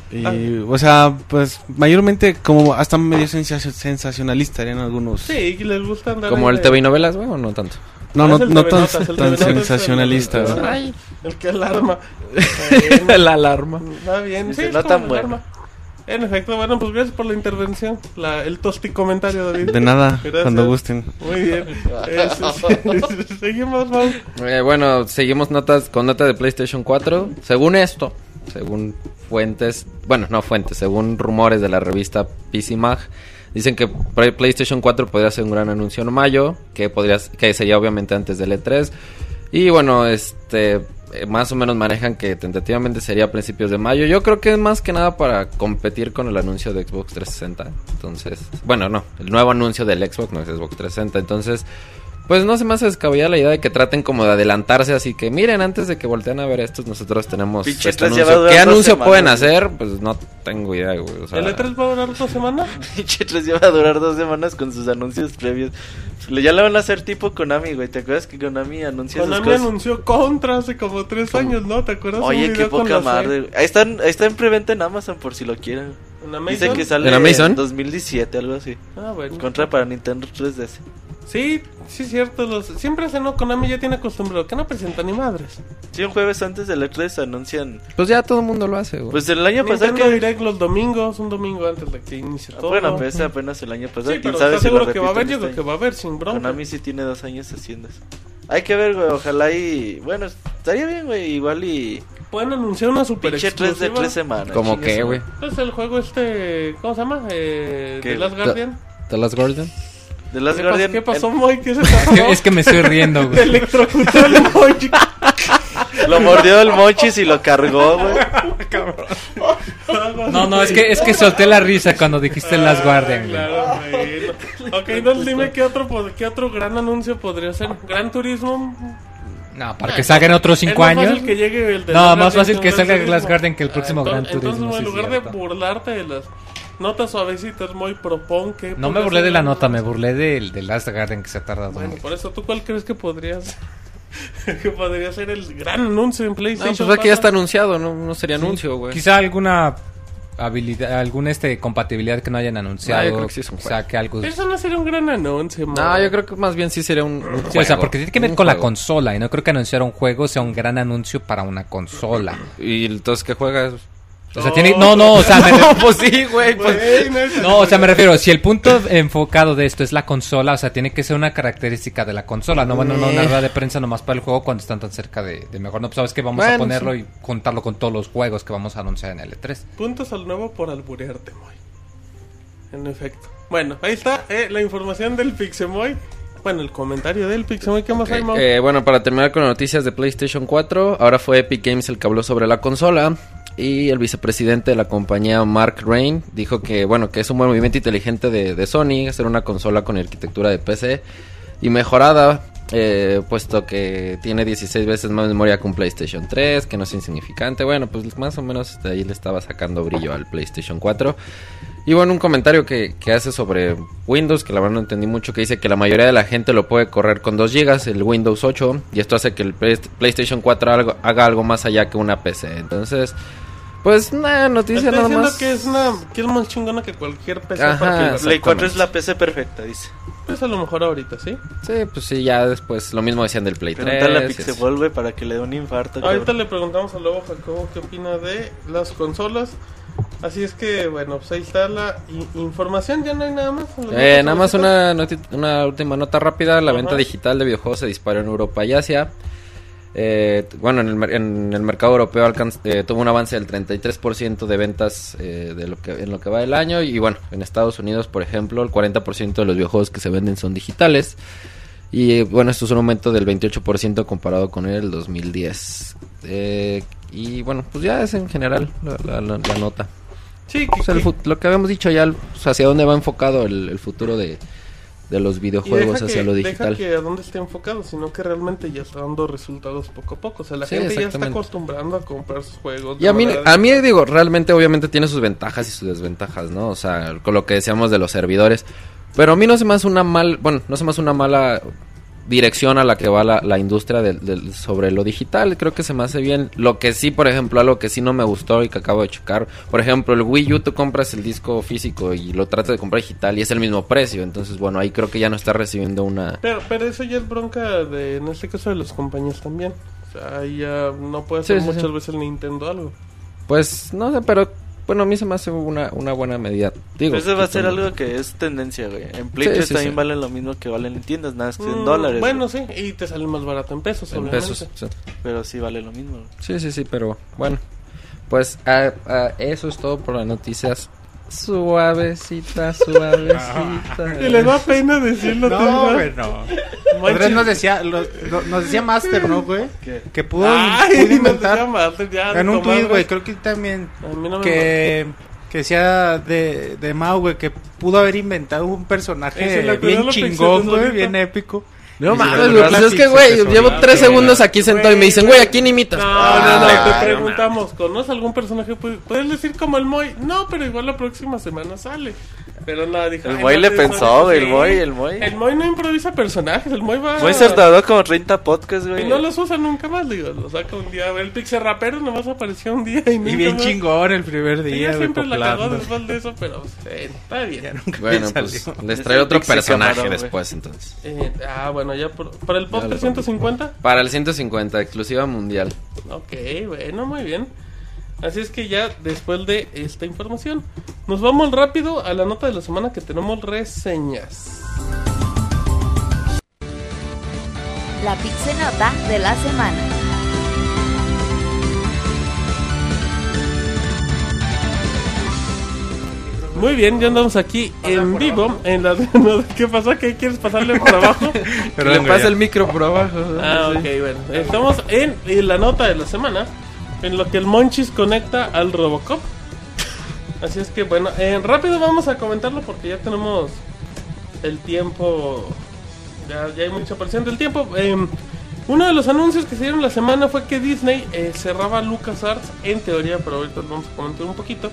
Y, o sea, pues mayormente como hasta medio sensa- sensacionalista eran algunos. Sí, que les gusta andar ¿Como ahí el de- T V y novelas, güey, o no tanto? No, Ah, no, es el no T V tan, Notas, el tan T V Notas es el- sensacionalista. el- ¿verdad? el- El que alarma. Bueno, La alarma. va bien. Dice, Sí, es no como tan el bueno. alarma. En efecto, bueno, pues gracias por la intervención. La, el tosti comentario, David. De nada, Gracias. cuando gusten. Muy bien. Eh, sí, sí, seguimos, vamos. Eh, bueno, seguimos notas con nota de PlayStation cuatro. Según esto, según fuentes, bueno, no fuentes, según rumores de la revista P C Mag, dicen que Play- PlayStation cuatro podría ser un gran anuncio en mayo, que podría, que sería obviamente antes del E tres. Y bueno, este, eh, más o menos manejan que tentativamente sería a principios de mayo. Yo creo que es más que nada para competir con el anuncio de Xbox trescientos sesenta. Entonces, bueno, no, el nuevo anuncio del Xbox no es Xbox trescientos sesenta. Entonces, pues no se me hace descabellada la idea de que traten como de adelantarse, así que miren, antes de que volteen a ver estos, nosotros tenemos Pinche este tres ya va a anuncio. durar ¿Qué dos anuncio semanas, pueden güey. hacer? Pues no tengo idea, güey. O sea, ¿El E tres va a durar dos semanas? Pinche tres ya va a durar dos semanas con sus anuncios previos. Le- Ya le van a hacer tipo Konami, güey. ¿Te acuerdas que Konami anuncia sus Konami cosas? anunció Contra hace como tres años, ¿no? ¿Te acuerdas? Oye, Un qué video con poca la madre. güey. Ahí están, ahí está en preventa en Amazon por si lo quieren. ¿En Amazon? Dice que sale ¿En Amazon? en dos mil diecisiete, algo así. Ah, bueno. Contra para Nintendo tres D S. Sí, sí es cierto. Los... Siempre hacen, ¿no? Konami ya tiene acostumbrado que no presenta ni madres. Sí, un jueves antes del E tres anuncian. pues ya todo el mundo lo hace, güey. Pues el año pasado Nintendo que. Direct los domingos, un domingo antes de que inicie todo. Bueno, pues apenas el año pasado. Sí, ¿Quién pero sabe ¿estás si lo seguro que va a haber? repiten Yo este creo que va a haber, sin bronca. Konami sí tiene dos años haciendo eso. Hay que ver, güey. Ojalá y. Bueno, estaría bien, güey. Igual y. Pueden anunciar una super Pinche tres de exclusiva. tres semanas. ¿Cómo chingue qué, su güey? madre. Es el juego este... ¿Cómo se llama? Eh, ¿Qué? The Last Guardian. ¿The Last Guardian? The Last ¿Qué, Guardian. pas- ¿Qué pasó, en- Moy? ¿Qué se Es que, pasó? es que me estoy riendo, güey. Electrocutó el Moy. Lo mordió el Monchis y lo cargó, güey. No, no, es que, es que solté la risa cuando dijiste Last Guardian, güey. Claro, bueno. Ok, entonces dime qué otro, pod- qué otro gran anuncio podría ser. Gran Turismo. No, para que salgan otros cinco Es más años. fácil que llegue el de No, Last más Guardian fácil que un salga Gran Last Turismo. Guardian que el próximo Ah, Gran entonces- Turismo. Entonces, sí, en lugar cierto. de burlarte de las notas suavecitas, muy propon que... No me burlé de la nota, me burlé del de Last Guardian que se ha tardado. Bueno, mucho. por eso, ¿tú cuál crees que podrías... que podría ser el gran anuncio en No, PlayStation? pues aquí ya está cuatro? anunciado, no, no sería Sí. anuncio, güey. Quizá alguna habilidad, alguna este compatibilidad que no hayan anunciado. Ah, yo creo que sí es un o sea, que algo. Pero eso no sería un gran anuncio, No, man. yo creo que más bien sí sería un, un Sí, o sea, juego. porque tiene que ver Un con la juego. consola y no creo que anunciar un juego sea un gran anuncio para una consola. Y entonces, ¿qué juegas? O sea, tiene no, no, o sea, me re- No, pues sí, güey. Pues. Güey, no es- no, o sea, me refiero, si el punto enfocado de esto es la consola, o sea, tiene que ser una característica de la consola, no bueno, no una rueda de prensa nomás para el juego cuando están tan cerca de, de mejor. No, pues sabes que vamos a Bueno, ponerlo sí. y contarlo con todos los juegos que vamos a anunciar en el E tres. Puntos al nuevo por alburearte, Moy. En efecto. Bueno, ahí está eh, la información del Pixemoy. Bueno, el comentario del Pixemoy. ¿Qué más hay, Moy? Eh, bueno, para terminar con las noticias de PlayStation cuatro, ahora fue Epic Games el que habló sobre la consola. Y el vicepresidente de la compañía, Mark Rain, dijo que, bueno, que es un buen movimiento inteligente de, de Sony hacer una consola con arquitectura de P C y mejorada, eh, puesto que tiene dieciséis veces más memoria que un PlayStation tres, que no es insignificante. Bueno, pues más o menos de ahí le estaba sacando brillo al PlayStation cuatro. Y bueno, un comentario que, que hace sobre Windows, que la verdad no entendí mucho, que dice que la mayoría de la gente lo puede correr con dos gigas, el Windows ocho, y esto hace que el Play- PlayStation cuatro algo- haga algo más allá que una P C. Entonces, pues nada, noticia Está nada diciendo más. que es, una, que es más chingona que cualquier P C. Ajá, para que- Play cuatro exactamente. es la P C perfecta, dice. Pues a lo mejor ahorita, ¿sí? Sí, pues sí, ya después lo mismo decían del Play tres. Preguntarle a Pixeball, güey, para que le dé un infarto. Ahorita cabrón. le preguntamos a Lobo Jacobo qué opina de las consolas. Así es que, bueno, pues ahí está la i- información, ya no hay nada más. Eh, nada más una, noti- una última nota rápida. La Ajá. venta digital de videojuegos se disparó en Europa y Asia. Eh, bueno, en el, mer- en el mercado europeo alcanz- eh, tuvo un avance del treinta y tres por ciento de ventas eh, de lo que, en lo que va del año. Y bueno, en Estados Unidos, por ejemplo, el cuarenta por ciento de los videojuegos que se venden son digitales. Y eh, bueno, esto es un aumento del veintiocho por ciento comparado con el dos mil diez. Eh, y bueno, pues ya es en general la, la- la- la nota. Sí, que, O sea, el que- fu- lo que habíamos dicho ya, el- o sea, hacia dónde va enfocado el, el futuro de, de los y videojuegos deja hacia que, lo deja digital. que a dónde esté enfocado, sino que realmente ya está dando resultados poco a poco. O sea, la Sí, gente ya está exactamente. acostumbrando a comprar sus juegos. Y de a mí, manera a mí digo, realmente obviamente tiene sus ventajas y sus desventajas, ¿no? O sea, con lo que decíamos de los servidores. Pero a mí no se me hace una mal, bueno, no se me hace una mala dirección a la que va la, la industria del, del- sobre lo digital. Creo que se me hace bien. Lo que sí, por ejemplo, algo que sí no me gustó y que acabo de checar, por ejemplo, el Wii U, tú compras el disco físico y lo tratas de comprar digital y es el mismo precio. Entonces, bueno, ahí creo que ya no está recibiendo una... Pero, pero eso ya es bronca de, en este caso, de las compañías también. O sea, ahí ya no puede hacer Sí, sí, muchas sí. veces Nintendo algo. Pues, no sé, pero... Bueno, a mí se me hace una, una buena medida. Digo, Eso va a ser quitando- algo que es tendencia, güey. En Play Sí, tres sí, también sí. valen lo mismo que valen en tiendas, nada más que en Mm, dólares. Bueno, güey. sí, y te sale más barato en pesos, En obviamente. pesos. Sí. Pero sí vale lo mismo, güey. Sí, sí, sí, pero bueno. Pues ah, ah, eso es todo por las noticias. Suavecita, suavecita. Y les da pena decirlo. No, ¿verdad? güey, no. Manches. Andrés nos decía, lo- lo- nos decía Master, ¿no, güey? ¿Qué? Que pudo, Ay, pudo no se inventar llama, ya en un tomar, tweet, güey, creo que también A mí no me que, que decía de, de Mao, güey, que pudo haber inventado un Ese personaje lo bien cuidó la chingón, Pixel güey, solita. bien épico. No Y mames, se güey, lo pues es que, Pixel güey, solito, llevo tres güey. segundos aquí sentado y me dicen, güey, ¿a quién imitas? No, Ah, no, no, güey, te preguntamos, ¿conoces algún personaje? Pu- Puedes decir como el Moy. No, pero igual la próxima semana sale. Pero nada, dijo. El "Ay, Moy no le te pensó, sabes". güey, el Sí. Moy, el Moy. El Moy no improvisa personajes, el Moy va. Moy se tardó como treinta podcasts, güey. Y no los usa nunca más, digo, lo saca un día. El Pixel Rapero nomás apareció un día y nunca Y bien más. chingón el primer Sí, día, ya güey, siempre la cagó poplando. después de eso, pero eh, está bien. Ya nunca Bueno, me pues salió. les Es trae el otro Pixel personaje Camarón, güey. después, entonces. Eh, ah, bueno, ya por, para el Ya podcast lo ciento cincuenta. Para el ciento cincuenta, exclusiva mundial. Ok, bueno, muy bien. Así es que ya después de esta información, nos vamos rápido a la nota de la semana que tenemos reseñas. La Pixenota de la semana. Muy bien, ya andamos aquí en vivo. En la... no, ¿qué pasa? ¿Qué quieres pasarle por abajo? Que le pasa el micro por abajo. ¿no? Ah, ok, bueno. Estamos en, en la nota de la semana, en lo que el Monchis conecta al Robocop. Así es que, bueno, eh, rápido vamos a comentarlo porque ya tenemos el tiempo. Ya, ya hay mucha presión del tiempo. Eh, uno de los anuncios que se dieron la semana fue que Disney eh, cerraba LucasArts, en teoría, pero ahorita vamos a comentar un poquito.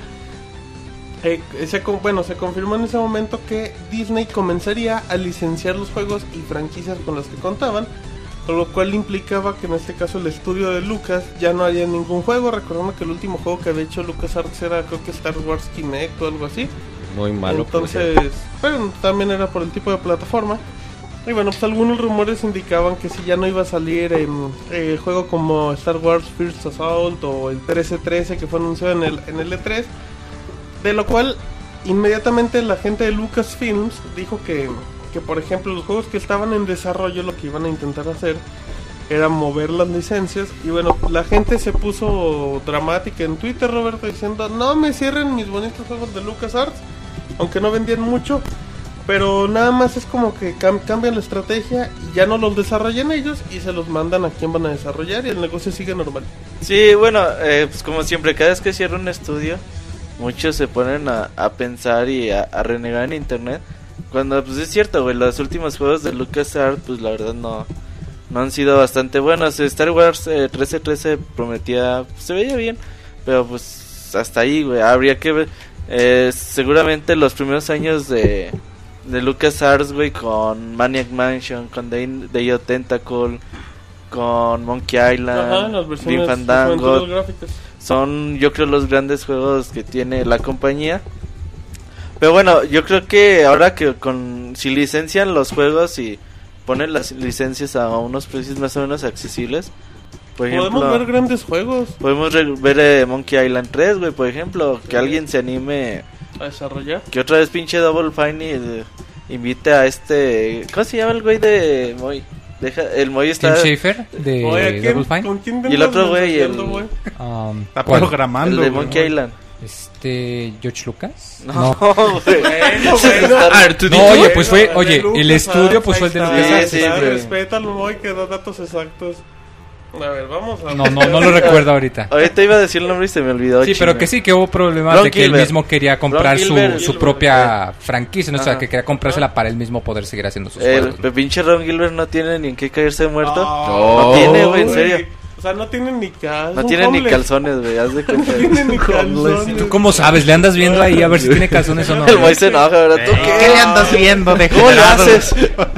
Eh, se, con- bueno, se confirmó en ese momento que Disney comenzaría a licenciar los juegos y franquicias con las que contaban, por lo cual implicaba que en este caso el estudio de Lucas ya no haría ningún juego, recordando que el último juego que había hecho LucasArts era, creo que Star Wars Kinect o algo así. Muy malo. por Entonces, cierto. bueno, también era por el tipo de plataforma. Y bueno, pues algunos rumores indicaban que si ya no iba a salir en eh, juego como Star Wars First Assault o el trece trece que fue anunciado en el, en el E tres. De lo cual, inmediatamente la gente de Lucasfilms dijo que, que, por ejemplo, los juegos que estaban en desarrollo, lo que iban a intentar hacer era mover las licencias. Y bueno, la gente se puso dramática en Twitter, Roberto, diciendo, no me cierren mis bonitos juegos de LucasArts, aunque no vendían mucho. Pero nada más es como que cam- cambian la estrategia y ya no los desarrollan ellos y se los mandan a quien van a desarrollar y el negocio sigue normal. Sí, bueno, eh, pues como siempre, cada vez que cierra un estudio, muchos se ponen a, a pensar y a, a renegar en internet. Cuando, pues es cierto, güey, los últimos juegos de LucasArts, pues la verdad no, no han sido bastante buenos. Star Wars eh, trece trece prometía, pues, se veía bien, pero pues hasta ahí, güey, habría que ver. Eh, seguramente los primeros años de, de LucasArts, güey, con Maniac Mansion, con Day, Day of Tentacle, con Monkey Island, Ajá, las versiones Grim Fandango, las gráficas. son yo creo los grandes juegos que tiene la compañía. Pero bueno, yo creo que ahora que con si licencian los juegos y ponen las licencias a unos precios más o menos accesibles, por ejemplo, podemos ver grandes juegos. Podemos re- ver eh, Monkey Island tres, güey, por ejemplo, que alguien se anime a desarrollar. Que otra vez pinche Double Fine eh, invite a este, ¿cómo se llama el güey de Moy? Deja, el Moy está Tim Schafer de Oye, Double Fine. ¿con quién y el otro güey, el, um, está ¿cuál? programando. El de güey. Monkey Island. Este, George Lucas. No, güey. Bueno, bueno. No, oye, pues fue, Bueno, oye, de Lucas, el estudio ah, pues fue el de ahí Lucas. está. Sí, sí, Ah, güey. respétalo, Moy, que da datos exactos. A ver, vamos a No, no, no lo recuerdo ahorita. Ahorita iba a decir el nombre y se me olvidó. Sí, pero que sí que hubo problemas Ron de que él Gilbert. mismo quería comprar Ron su, Gilbert. su propia franquicia, ¿no? O sea, Ajá. que quería comprársela para él mismo poder seguir haciendo sus El, juegos, ¿no? el pinche Ron Gilbert no tiene ni en qué caerse muerto. No, no tiene, güey, en güey. serio. O sea, no tienen ni cal. No un tiene ni homeless. calzones, güey, haz de No cuenta. tiene ni calzones. ¿Tú cómo sabes? ¿Le andas viendo ahí a ver si tiene calzones o no? El Moy se enoja, ¿verdad? ¿Tú qué? ¿Qué le andas viendo? ¿Cómo le degenerado? haces?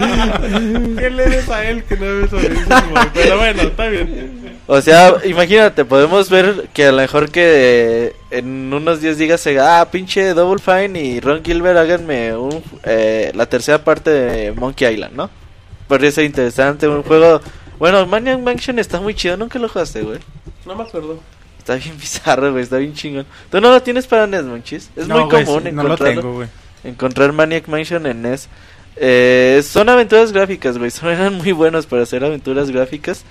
¿Qué le des a él que no debe sobre eso, Moy? Pero bueno, está bien. O sea, imagínate, podemos ver que a lo mejor que eh, en unos días diga Sega, ah, pinche Double Fine y Ron Gilbert háganme un, eh, la tercera parte de Monkey Island, ¿no? Podría ser interesante, un juego... Bueno, Maniac Mansion está muy chido, nunca lo jugaste, güey. No me acuerdo. Está bien bizarro, güey, está bien chingón. ¿Tú no lo tienes para N E S, Monchis? Es No, muy güey, común sí, no lo encontrarlo. tengo, güey. Encontrar Maniac Mansion en N E S. Eh, son aventuras gráficas, güey. Son eran muy buenos para hacer aventuras gráficas.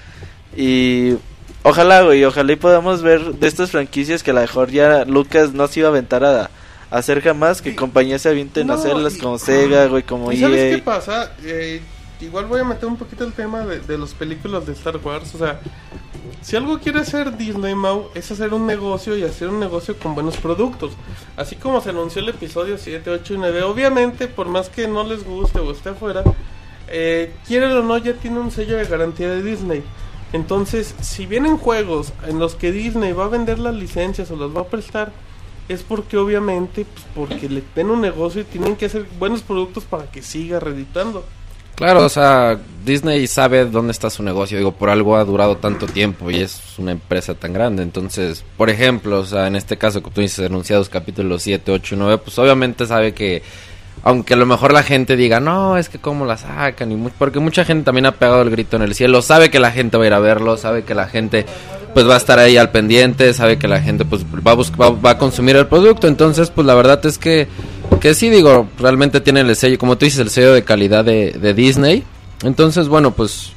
Y ojalá, güey, ojalá y podamos ver de estas franquicias que a lo mejor ya Lucas no se iba a aventar a, a hacer jamás. Que compañías se avienten a No, hacerlas y- como Sega, güey, como ¿Y sabes E A. qué pasa? Eh, igual voy a meter un poquito el tema de, de las películas de Star Wars. O sea, si algo quiere hacer Disney, Mau, es hacer un negocio y hacer un negocio con buenos productos. Así como se anunció el episodio siete, ocho y nueve. Obviamente, por más que no les guste o esté afuera, eh, quieren o no, ya tiene un sello de garantía de Disney. Entonces, si vienen juegos en los que Disney va a vender las licencias o las va a prestar, es porque obviamente, pues porque le ven un negocio y tienen que hacer buenos productos para que siga reeditando. Claro, o sea, Disney sabe dónde está su negocio. Digo, por algo ha durado tanto tiempo y es una empresa tan grande. Entonces, por ejemplo, o sea, en este caso, como tú dices, anunciados capítulos siete, ocho y nueve, pues obviamente sabe que, aunque a lo mejor la gente diga, no, es que cómo la sacan, y mu- porque mucha gente también ha pegado el grito en el cielo, sabe que la gente va a ir a verlo, sabe que la gente pues va a estar ahí al pendiente, sabe que la gente pues va a, bus- va, va a consumir el producto. Entonces, pues la verdad es que que sí, digo, realmente tienen el sello, como tú dices, el sello de calidad de, de Disney. Entonces, bueno, pues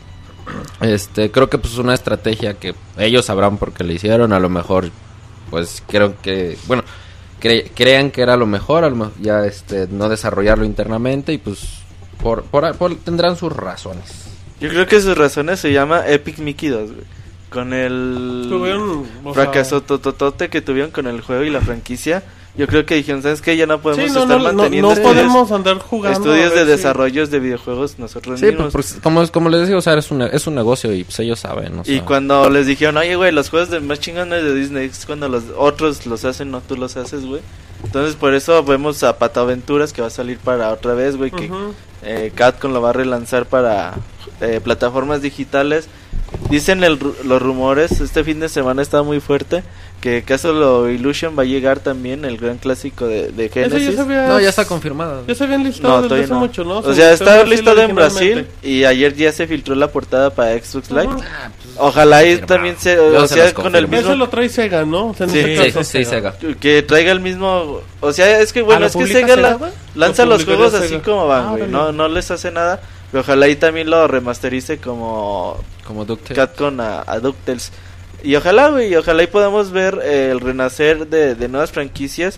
este creo que pues es una estrategia que ellos sabrán por qué le hicieron. A lo mejor pues creo que, bueno, cre- crean que era lo mejor, a lo mejor ya este no desarrollarlo internamente y pues por, por, por- tendrán sus razones. Yo creo que sus razones se llama Epic Mickey dos, güey. Con el Tuvieron, o sea, fracaso tototote que tuvieron con el juego y la franquicia. Yo creo que dijeron, ¿sabes qué? Ya no podemos sí, no, estar no, no, manteniendo no estudios, podemos andar jugando. estudios a de ver si- desarrollos de videojuegos nosotros Sí, mismos. pues, pues, como, como les digo, o sea, es un, es un negocio y pues ellos saben, o Y sea. cuando les dijeron, oye, güey, los juegos de más chingones de Disney es cuando los otros los hacen, no tú los haces, güey. Entonces, por eso vemos a Pataventuras que va a salir para otra vez, güey, que Ujú. eh, Capcom lo va a relanzar para eh, plataformas digitales. Dicen el, ru- los rumores, este fin de semana está muy fuerte, que Castle Illusion va a llegar también, el gran clásico de, de Ese ya Genesis. se había, No, ya está confirmado. ya se habían listado No, desde todavía hace no. mucho, ¿no? O Se sea, anunció está en Brasil listado en Brasil originalmente. y ayer ya se filtró la portada para Xbox Live. Ujú. Ojalá y Confirmado. también se, Yo o se sea, los con el confirmo. Eso mismo lo trae Sega, ¿no? O sea, en Sí, este Sí, caso, sí, Sega. que traiga el mismo, o sea, es que bueno, ¿lo es que publica Sega, Sega, la- güey? lanza Lo los publicaría juegos así Sega. como van, Ah, güey, órale. no no les hace nada, pero ojalá y también lo remasterice como Como DuckTales. Capcom a, a DuckTales. Y ojalá, güey, y ojalá y podamos ver eh, el renacer de, de nuevas franquicias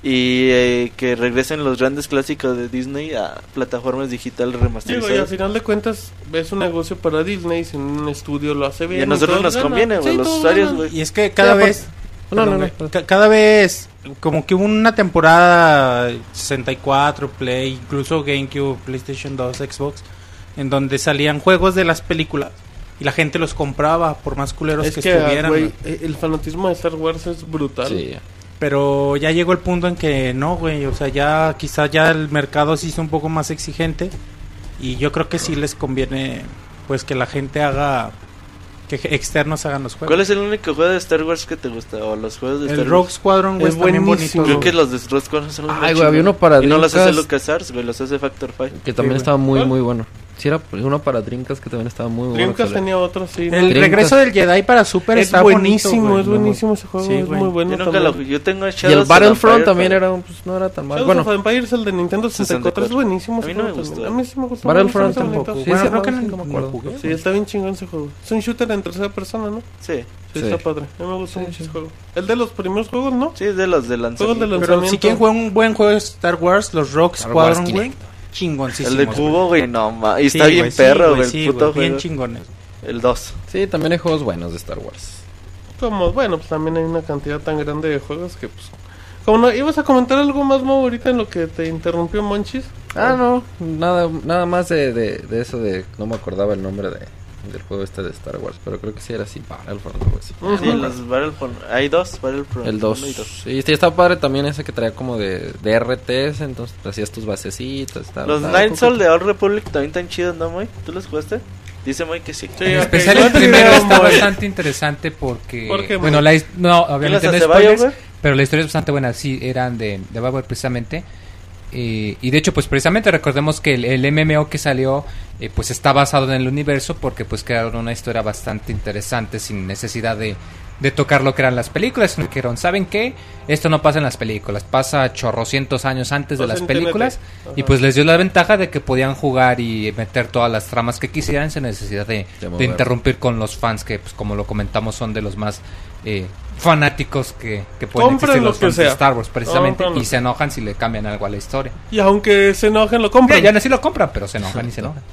y eh, que regresen los grandes clásicos de Disney a plataformas digitales Digo, y al remasterizadas. final de cuentas es un negocio para Disney, si un estudio lo hace bien. Y a nosotros todos nos ganan. conviene, güey, Sí, los todos usuarios, ganan. güey. Y es que cada Sí, vez... No, no, perdón, no, güey, perdón. ca- cada vez como que hubo una temporada sesenta y cuatro, Play, incluso GameCube, PlayStation dos, Xbox, en donde salían juegos de las películas y la gente los compraba por más culeros Es que, que, ah, estuvieran. güey, güey. eh, el fanatismo de Star Wars es brutal. Sí. Pero ya llegó el punto en que no, güey, o sea, ya quizá ya el mercado se hizo un poco más exigente y yo creo que sí les conviene pues que la gente haga, que externos hagan los juegos. ¿Cuál es el único juego de Star Wars que te gusta? O los juegos de el Star Rogue Wars. Squadron, güey, Es está bien buenísimo. bonito. Creo que los de Rogue Squadron son los Ay, más güey, había chingones. uno para Y no los hace Dreamcast. LucasArts, güey, los hace Factor Five. Que también Sí, estaba muy, ¿cuál? muy bueno. Sí, era uno para Dreamcast que también estaba muy bueno. Dreamcast que salió. tenía otro, sí. ¿no? El Dreamcast. regreso del Jedi para Super Es está buenísimo, bonito, güey. es buenísimo ese juego, Sí, es güey. muy bueno Yo nunca lo también. Yo tengo Y Shadows el of Battlefront Empire, también pero- era un, pues no era tan mal. Shadows Bueno, of Empires, el de Nintendo sesenta y cuatro, es sesenta y cuatro. buenísimo A ese mí no me juego gustó. también. A mí sí me gustó. Battlefront me gustó, me tampoco. gustó. Sí, Bueno, ese creo que juego sí, no, no me no acuerdo. jugué. Sí, está bien chingón ese juego. Es un shooter en tercera persona, ¿no? Sí, Sí, Sí. está padre. A mí me gustó mucho ese juego. El de los primeros juegos, ¿no? sí, es de los de Juegos de lanzamiento. los- Pero si lanzamiento. quieren jugar un buen juego de Star Wars, los Rogue Star Wars Squadron, güey, Kinect. chingoncísimos. El de güey. cubo, güey, no ma. Y Sí, está bien güey, sí, perro, güey, güey, sí, el puto güey, bien juego. chingones. El dos. sí, también hay juegos buenos de Star Wars. Como, bueno, pues también hay una cantidad tan grande de juegos que, pues... Como no, ¿ibas a comentar algo más, Mau, ahorita en lo que te interrumpió Monchis? Ah, no, nada nada más de, de, de eso de... No me acordaba el nombre de, del juego este de Star Wars, pero creo que sí era así, Battlefront o algo así. Ujú. Sí, los Battlefront. Hay dos, Battlefront. El dos. uno y dos. Sí, sí, estaba padre también ese que traía como de, de R T S, entonces te hacías tus basecitas. Estaba, Los estaba Nine Sol poquito. de Old Republic también tan chidos, ¿no, Moy? ¿Tú los jugaste? Dice Moy que sí. Sí, En ok. especial ¿Cuál el te primero idea, está Moy? bastante interesante porque... ¿Por qué, bueno, Moy? la his- no, obviamente no ¿Quién es las hace spoilers, BioWare? pero la historia es bastante buena. Sí, eran de, de BioWare precisamente. Eh, y de hecho, pues precisamente recordemos que el, el M M O que salió, eh, pues está basado en el universo porque pues crearon una historia bastante interesante sin necesidad de, de tocar lo que eran las películas. Sino que dijeron, ¿saben qué? Esto no pasa en las películas, pasa chorrocientos años antes de Pasa las en T N T. películas. Ajá. Y pues les dio la ventaja de que podían jugar y meter todas las tramas que quisieran sin necesidad de, De de mover. interrumpir con los fans que, pues como lo comentamos, son de los más eh, fanáticos que, que pueden Compren existir lo los que fans de sea. Star Wars precisamente. Compren lo Y que se enojan si le cambian algo a la historia. Y aunque se enojen, lo Ya, compran. ya no sí lo compran, pero se enojan y se enojan.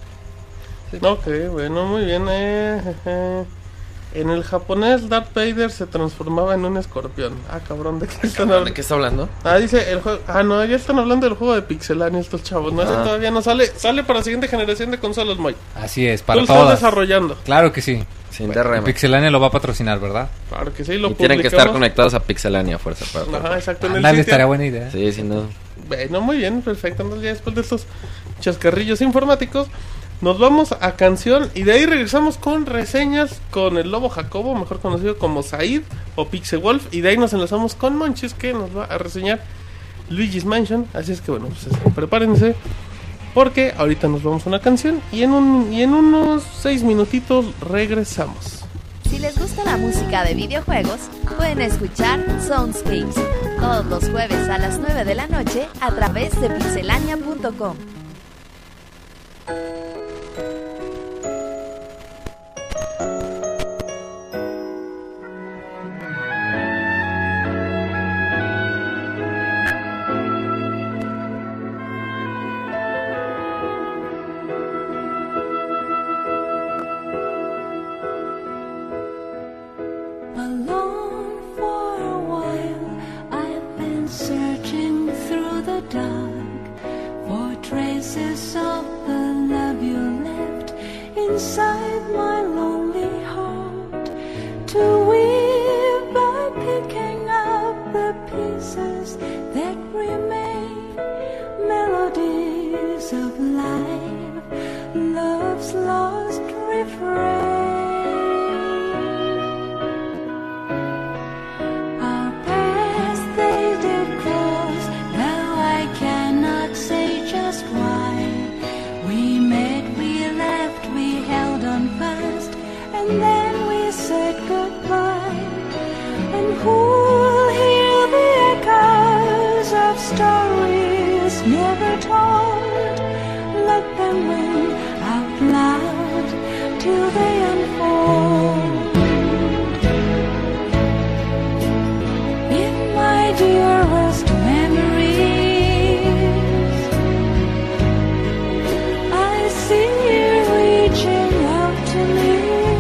Ok, bueno, muy bien. Eh, jeje. En el japonés, Darth Vader se transformaba en un escorpión. Ah, cabrón, ¿de qué están ¿De hablando? qué está hablando? Ah, dice el juego. Ah, no, ya están hablando del juego de Pixelania estos chavos. No, ese Ah. todavía no sale. Sale para la siguiente generación de consolas, Moy. Así es, Tú para lo estás todas. desarrollando. Claro que sí. Sin Y D R M. Pixelania lo va a patrocinar, ¿verdad? Claro que sí, lo Y tienen que estar publicamos. conectados a Pixelania a fuerza para Ajá, poder- exacto. En el Dale, sitio. estaría buena idea. Sí, sin duda. Bueno, muy bien, perfecto. Entonces, ya después de estos chascarrillos informáticos, nos vamos a canción y de ahí regresamos con reseñas con el Lobo Jacobo, mejor conocido como Said o Pixel Wolf, y de ahí nos enlazamos con Monchis, que nos va a reseñar Luigi's Mansion. Así es que bueno, pues este, prepárense, porque ahorita nos vamos a una canción y en, un, y en unos seis minutitos regresamos. Si les gusta la música de videojuegos, pueden escuchar Soundscapes todos los jueves a las nueve de la noche a través de pixelania punto com. Alone for a while, I've been searching through the dark for traces of the love you left inside my lonely heart. To weave by picking up the pieces that remain, melodies of life, love's lost refrain. Our paths they did cross, though I cannot say just why. We met, we left, we held on fast, and then we said goodbye. And who'll hear the echoes of stories never told? Let them ring out loud till they unfold. In my dearest memories, I see you reaching out to me.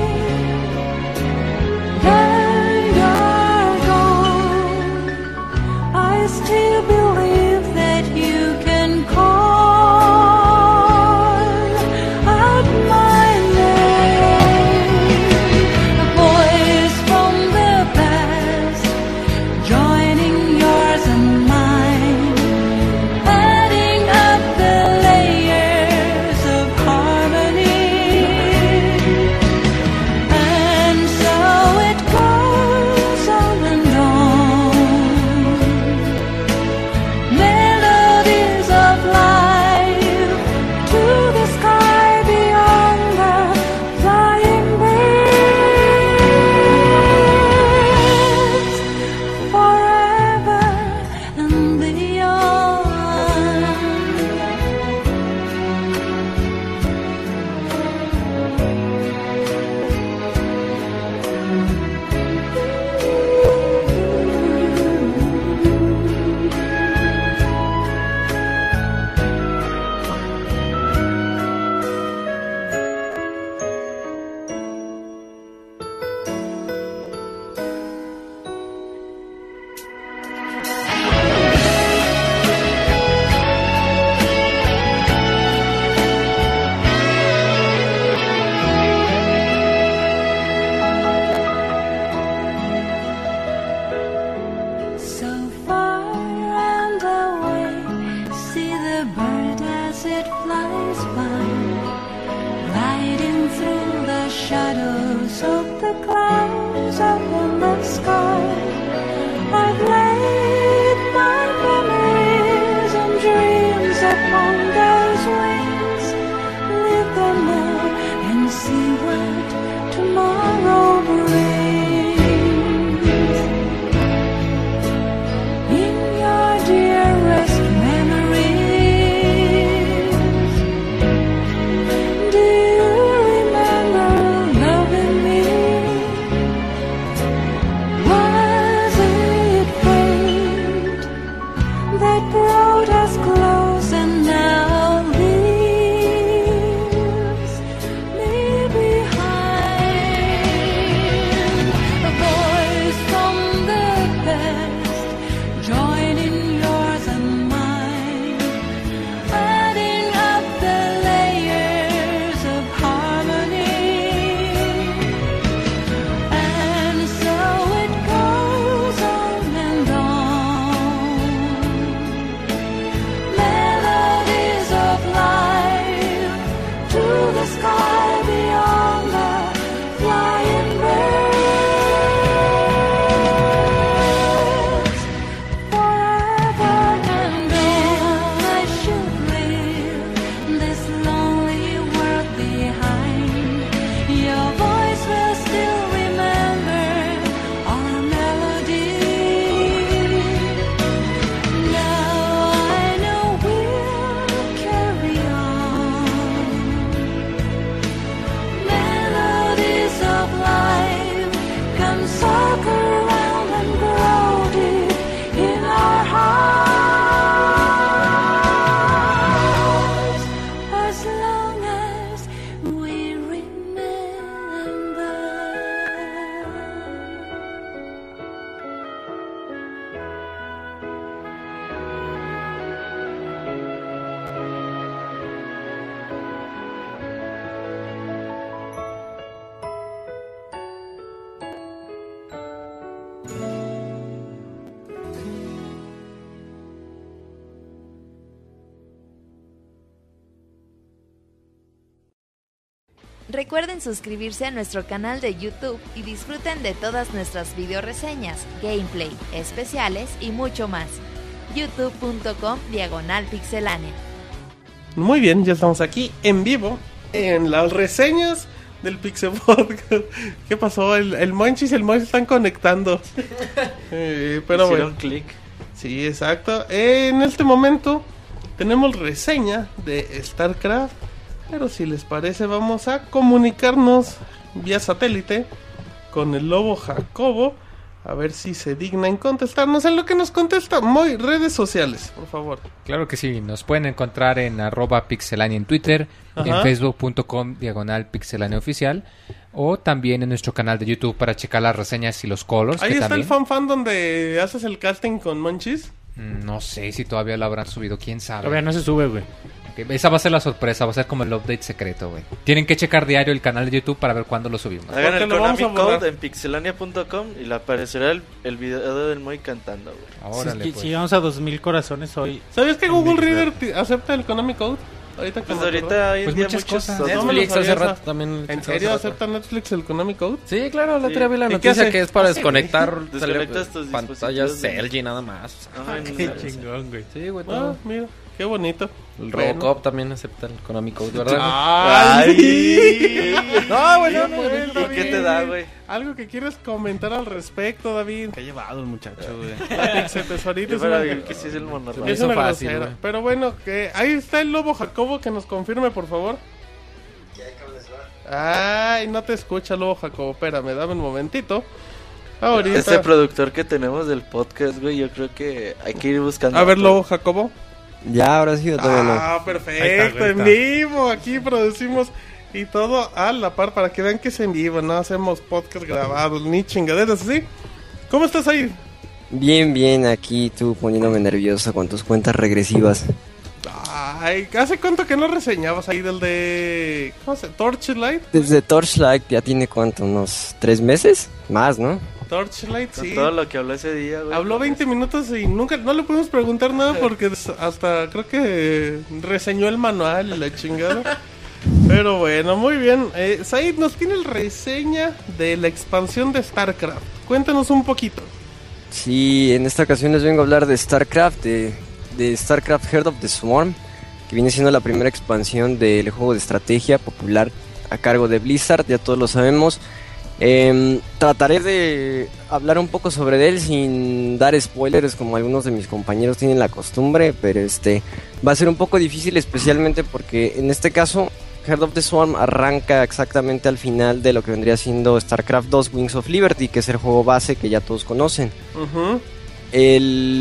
And you're gone. I still believe that you can call road has closed and now leaves me behind. A voice from the past joining yours and mine, adding up the layers of harmony. And so it goes on and on. Melodies of life to the sky beyond the flying birds. Forever and then I should leave this lonely world behind. Your voice will still remember our melody. Now I know we'll carry on. Melodies of life come circle round and grow deep in our hearts as long as we remember. Recuerden suscribirse a nuestro canal de YouTube y disfruten de todas nuestras videoreseñas, gameplay, especiales y mucho más. youtube.com diagonal pixelánea. Muy bien, ya estamos aquí en vivo en las reseñas del Pixel Podcast. ¿Qué pasó? El, el Monchis y el Monchis están conectando. Eh, pero Hicieron bueno. clic. Sí, exacto. Eh, en este momento tenemos reseña de StarCraft. Pero si les parece, vamos a comunicarnos vía satélite con el Lobo Jacobo. A ver si se digna en contestarnos en lo que nos contesta. Muy redes sociales, por favor. Claro que sí, nos pueden encontrar en arroba pixelania en Twitter, Ajá. en facebook.com diagonal pixelania oficial, o también en nuestro canal de YouTube para checar las reseñas y los colors. Ahí que está también, el fan fan donde haces el casting con Monchis. Mm, No sé si todavía lo habrán subido, quién sabe. Todavía no se sube, güey. Ok, esa va a ser la sorpresa, va a ser como el update secreto, güey. Tienen que checar diario el canal de YouTube para ver cuándo lo subimos. Hagan Porque el lo vamos Konami a borrar. Code en pixelania punto com y le aparecerá el, el video del Moy cantando, güey. Órale, si, es que pues. si llegamos a dos mil corazones hoy. ¿Sabías que en Google Mixer. Reader ti- acepta el Konami Code? Ahorita que Pues me acuerdo. ahorita hoy en Pues día muchas muchos cosas. No me lo Netflix hace sabía rato esa. también. ¿En hace serio rato. acepta Netflix el Konami Code? Sí, claro, la Sí. otra vez vi la ¿Y qué noticia hace? que es para Ah, sí. desconectar Desconectas tus pantallas dispositivos de- L G nada más. Ajá, en- Qué chingón, güey. Sí, güey, Ah, todo. mira, qué bonito. El Bueno. Robocop también acepta el Konami Code, ¿verdad? ¡Ay! No, güey, no, Bueno, no, está ¿Y qué te bien. da, güey? Algo que quieres comentar al respecto, David. Que ha llevado el muchacho, güey. Ese tesorito Yo es para una, ver que sí es el monorraíl. es una fácil, grosera. güey. Pero bueno, que ahí está el lobo Jacobo, que nos confirme, por favor. Ay, no te escucha, lobo Jacobo. Espérame, dame un momentito. Ahorita. Este productor que tenemos del podcast, güey, yo creo que hay que ir buscando. A ver, otro. lobo Jacobo. Ya, ahora sí, o todavía no. Ah, Ahí perfecto, está, güey, en está. vivo. Aquí producimos y todo a la par para que vean que es en vivo. No hacemos podcast grabados ni chingaderas así. ¿Cómo estás ahí? Bien, bien, aquí tú poniéndome nervioso con tus cuentas regresivas. Ay, ¿hace cuánto que no reseñabas ahí del de... ¿Cómo se llama? Torchlight? Desde Torchlight ya tiene cuánto, unos tres meses, más, ¿no? Torchlight, Con sí. todo lo que habló ese día, güey. Habló veinte minutos y nunca, no le pudimos preguntar nada porque hasta creo que reseñó el manual y la chingada. Pero bueno, muy bien. Eh, Said nos tiene el reseña de la expansión de StarCraft. Cuéntanos un poquito. Sí, en esta ocasión les vengo a hablar de StarCraft, de, de StarCraft Heart of the Swarm, que viene siendo la primera expansión del juego de estrategia popular a cargo de Blizzard, ya todos lo sabemos. Eh, trataré de hablar un poco sobre él sin dar spoilers como algunos de mis compañeros tienen la costumbre, pero este va a ser un poco difícil, especialmente porque en este caso Heart of the Swarm arranca exactamente al final de lo que vendría siendo StarCraft dos Wings of Liberty, que es el juego base que ya todos conocen. Ujú. El,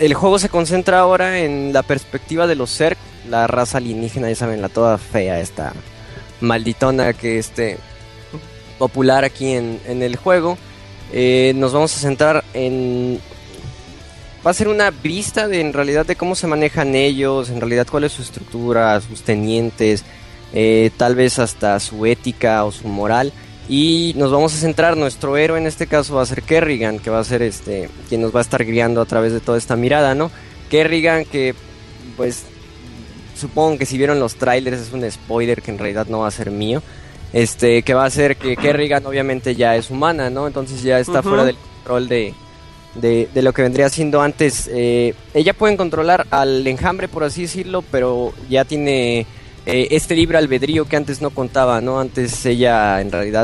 el juego se concentra ahora en la perspectiva de los Zerg, la raza alienígena, ya saben, la toda fea, esta malditona que este popular aquí en, en el juego. Eh, nos vamos a centrar en... Va a ser una vista de, en realidad, de cómo se manejan ellos, en realidad cuál es su estructura, sus tenientes, eh, tal vez hasta su ética o su moral. Y nos vamos a centrar, nuestro héroe en este caso va a ser Kerrigan, que va a ser este quien nos va a estar guiando a través de toda esta mirada, ¿no? Kerrigan, que pues supongo que si vieron los trailers es un spoiler que en realidad no va a ser mío, este que va a ser que Kerrigan obviamente ya es humana, ¿no? Entonces ya está uh-huh. fuera del control de, de, de lo que vendría siendo antes. Eh, ella puede controlar al enjambre, por así decirlo, pero ya tiene eh, este libre albedrío que antes no contaba, ¿no? Antes ella en realidad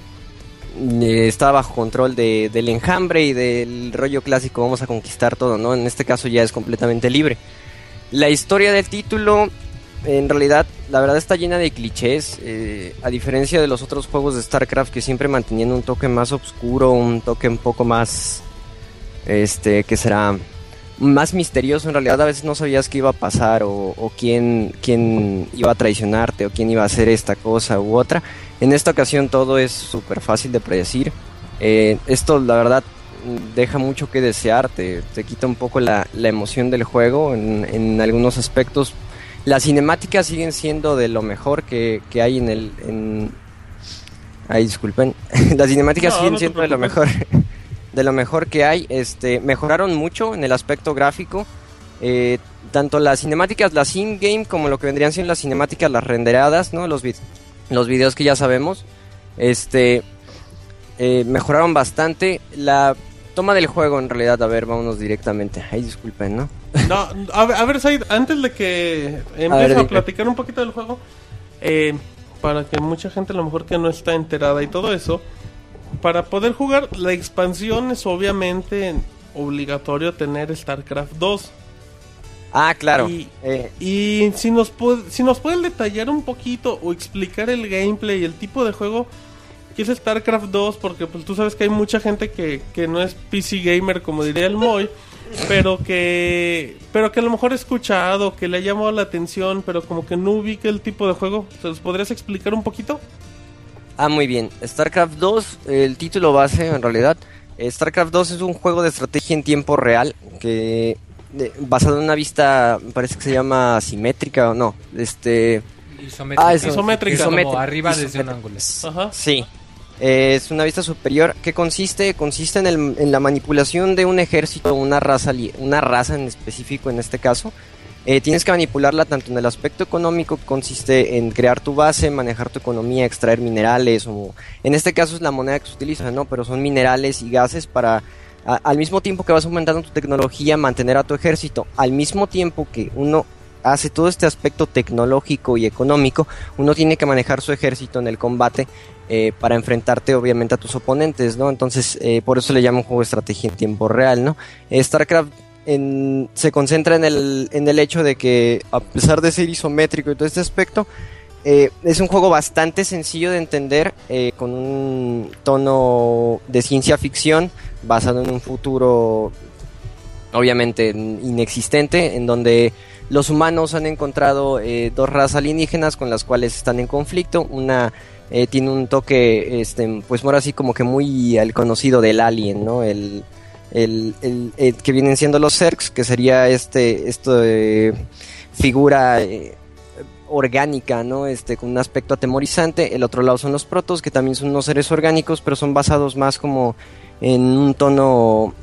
eh, estaba bajo control de, del enjambre y del rollo clásico, vamos a conquistar todo, ¿no? En este caso ya es completamente libre. La historia del título, en realidad, la verdad está llena de clichés, eh, a diferencia de los otros juegos de StarCraft que siempre mantenían un toque más oscuro, un toque un poco más, este, que será más misterioso. En realidad a veces no sabías qué iba a pasar o, o quién, quién iba a traicionarte o quién iba a hacer esta cosa u otra. En esta ocasión todo es súper fácil de predecir. Eh, esto la verdad deja mucho que desear, te, te quita un poco la, la emoción del juego en, en algunos aspectos. Las cinemáticas siguen siendo de lo mejor que, que hay en el... En... Ay, disculpen. Las cinemáticas no, siguen no siendo de lo mejor de lo mejor que hay. Este, mejoraron mucho en el aspecto gráfico. Eh, tanto las cinemáticas, las in-game, como lo que vendrían siendo las cinemáticas, las renderadas, ¿no? Los, vid- los videos que ya sabemos. Este, eh, mejoraron bastante. La toma del juego, en realidad, a ver, vámonos directamente. Ay, disculpen, ¿no? No, a ver, a ver Said, antes de que empieces a, a platicar un poquito del juego, eh, para que mucha gente a lo mejor que no está enterada y todo eso, para poder jugar la expansión es obviamente obligatorio tener StarCraft dos. Ah, claro. Y, eh. y si nos puede, si nos pueden detallar un poquito o explicar el gameplay y el tipo de juego que es StarCraft dos, porque pues tú sabes que hay mucha gente que, que no es P C gamer, como diría el Moy, pero que pero que a lo mejor ha escuchado, que le ha llamado la atención, pero como que no ubica el tipo de juego. ¿Se los podrías explicar un poquito? Ah, muy bien. StarCraft dos, el título base en realidad. StarCraft dos es un juego de estrategia en tiempo real que de, basado en una vista, me parece que se llama asimétrica o no, este isométrica. Ah, eso, isométrica, isométrica. Como arriba desde Isométrica. un ángulo. Ajá. Sí. Eh, es una vista superior que consiste consiste en, el, en la manipulación de un ejército, una raza, una raza en específico en este caso. Eh, tienes que manipularla tanto en el aspecto económico, que consiste en crear tu base, manejar tu economía, extraer minerales, o en este caso es la moneda que se utiliza, ¿no? Pero son minerales y gases para, a, al mismo tiempo que vas aumentando tu tecnología, mantener a tu ejército. Al mismo tiempo que uno hace todo este aspecto tecnológico y económico, uno tiene que manejar su ejército en el combate eh, para enfrentarte obviamente a tus oponentes, ¿no? Entonces, eh, por eso le llaman un juego de estrategia en tiempo real, ¿no? Eh, StarCraft en, se concentra en el, en el hecho de que, a pesar de ser isométrico y todo este aspecto, eh, es un juego bastante sencillo de entender, eh, con un tono de ciencia ficción basado en un futuro obviamente inexistente, en donde los humanos han encontrado eh, dos razas alienígenas con las cuales están en conflicto. Una eh, tiene un toque, este, pues ahora así como que muy al conocido del Alien, ¿no? El, el, el, el que vienen siendo los Zergs, que sería este, esto de figura eh, orgánica, ¿no? Este, con un aspecto atemorizante. El otro lado son los Protoss, que también son unos seres orgánicos, pero son basados más como en un tono,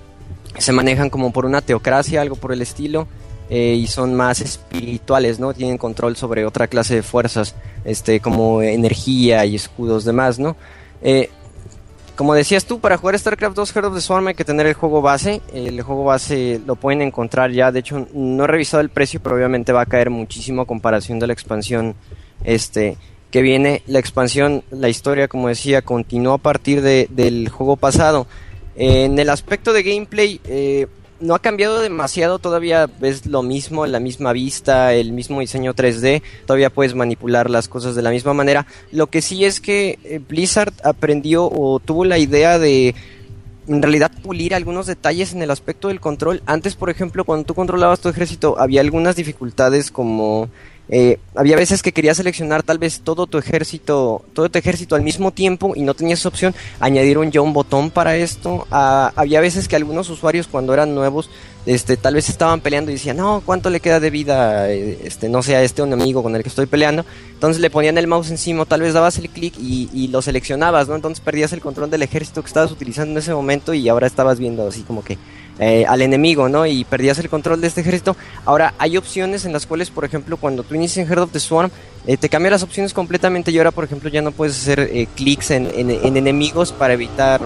se manejan como por una teocracia, algo por el estilo. Eh, y son más espirituales, ¿no? Tienen control sobre otra clase de fuerzas, este, como energía y escudos demás, ¿no? Eh, como decías tú, para jugar StarCraft dos Heart of the Swarm hay que tener el juego base. El juego base lo pueden encontrar ya, de hecho no he revisado el precio, pero obviamente va a caer muchísimo a comparación de la expansión este que viene. La expansión, la historia, como decía, continuó a partir de, del juego pasado. Eh, en el aspecto de gameplay, eh, no ha cambiado demasiado, todavía ves lo mismo, la misma vista, el mismo diseño tres D, todavía puedes manipular las cosas de la misma manera. Lo que sí es que Blizzard aprendió o tuvo la idea de en realidad pulir algunos detalles en el aspecto del control. Antes, por ejemplo, cuando tú controlabas tu ejército, había algunas dificultades como... Eh, había veces que querías seleccionar tal vez todo tu ejército todo tu ejército al mismo tiempo y no tenías esa opción. Añadieron ya un botón para esto. Ah, había veces que algunos usuarios cuando eran nuevos este, tal vez estaban peleando y decían, no, ¿cuánto le queda de vida este, no sé, a este enemigo con el que estoy peleando? Entonces le ponían el mouse encima, tal vez dabas el clic y, y lo seleccionabas, ¿no? Entonces perdías el control del ejército que estabas utilizando en ese momento y ahora estabas viendo así como que Eh, al enemigo, ¿no? Y perdías el control de este ejército. Ahora hay opciones en las cuales, por ejemplo, cuando tú inicias en Heart of the Swarm, eh, te cambia las opciones completamente y ahora, por ejemplo, ya no puedes hacer eh, clics en, en, en enemigos para evitar...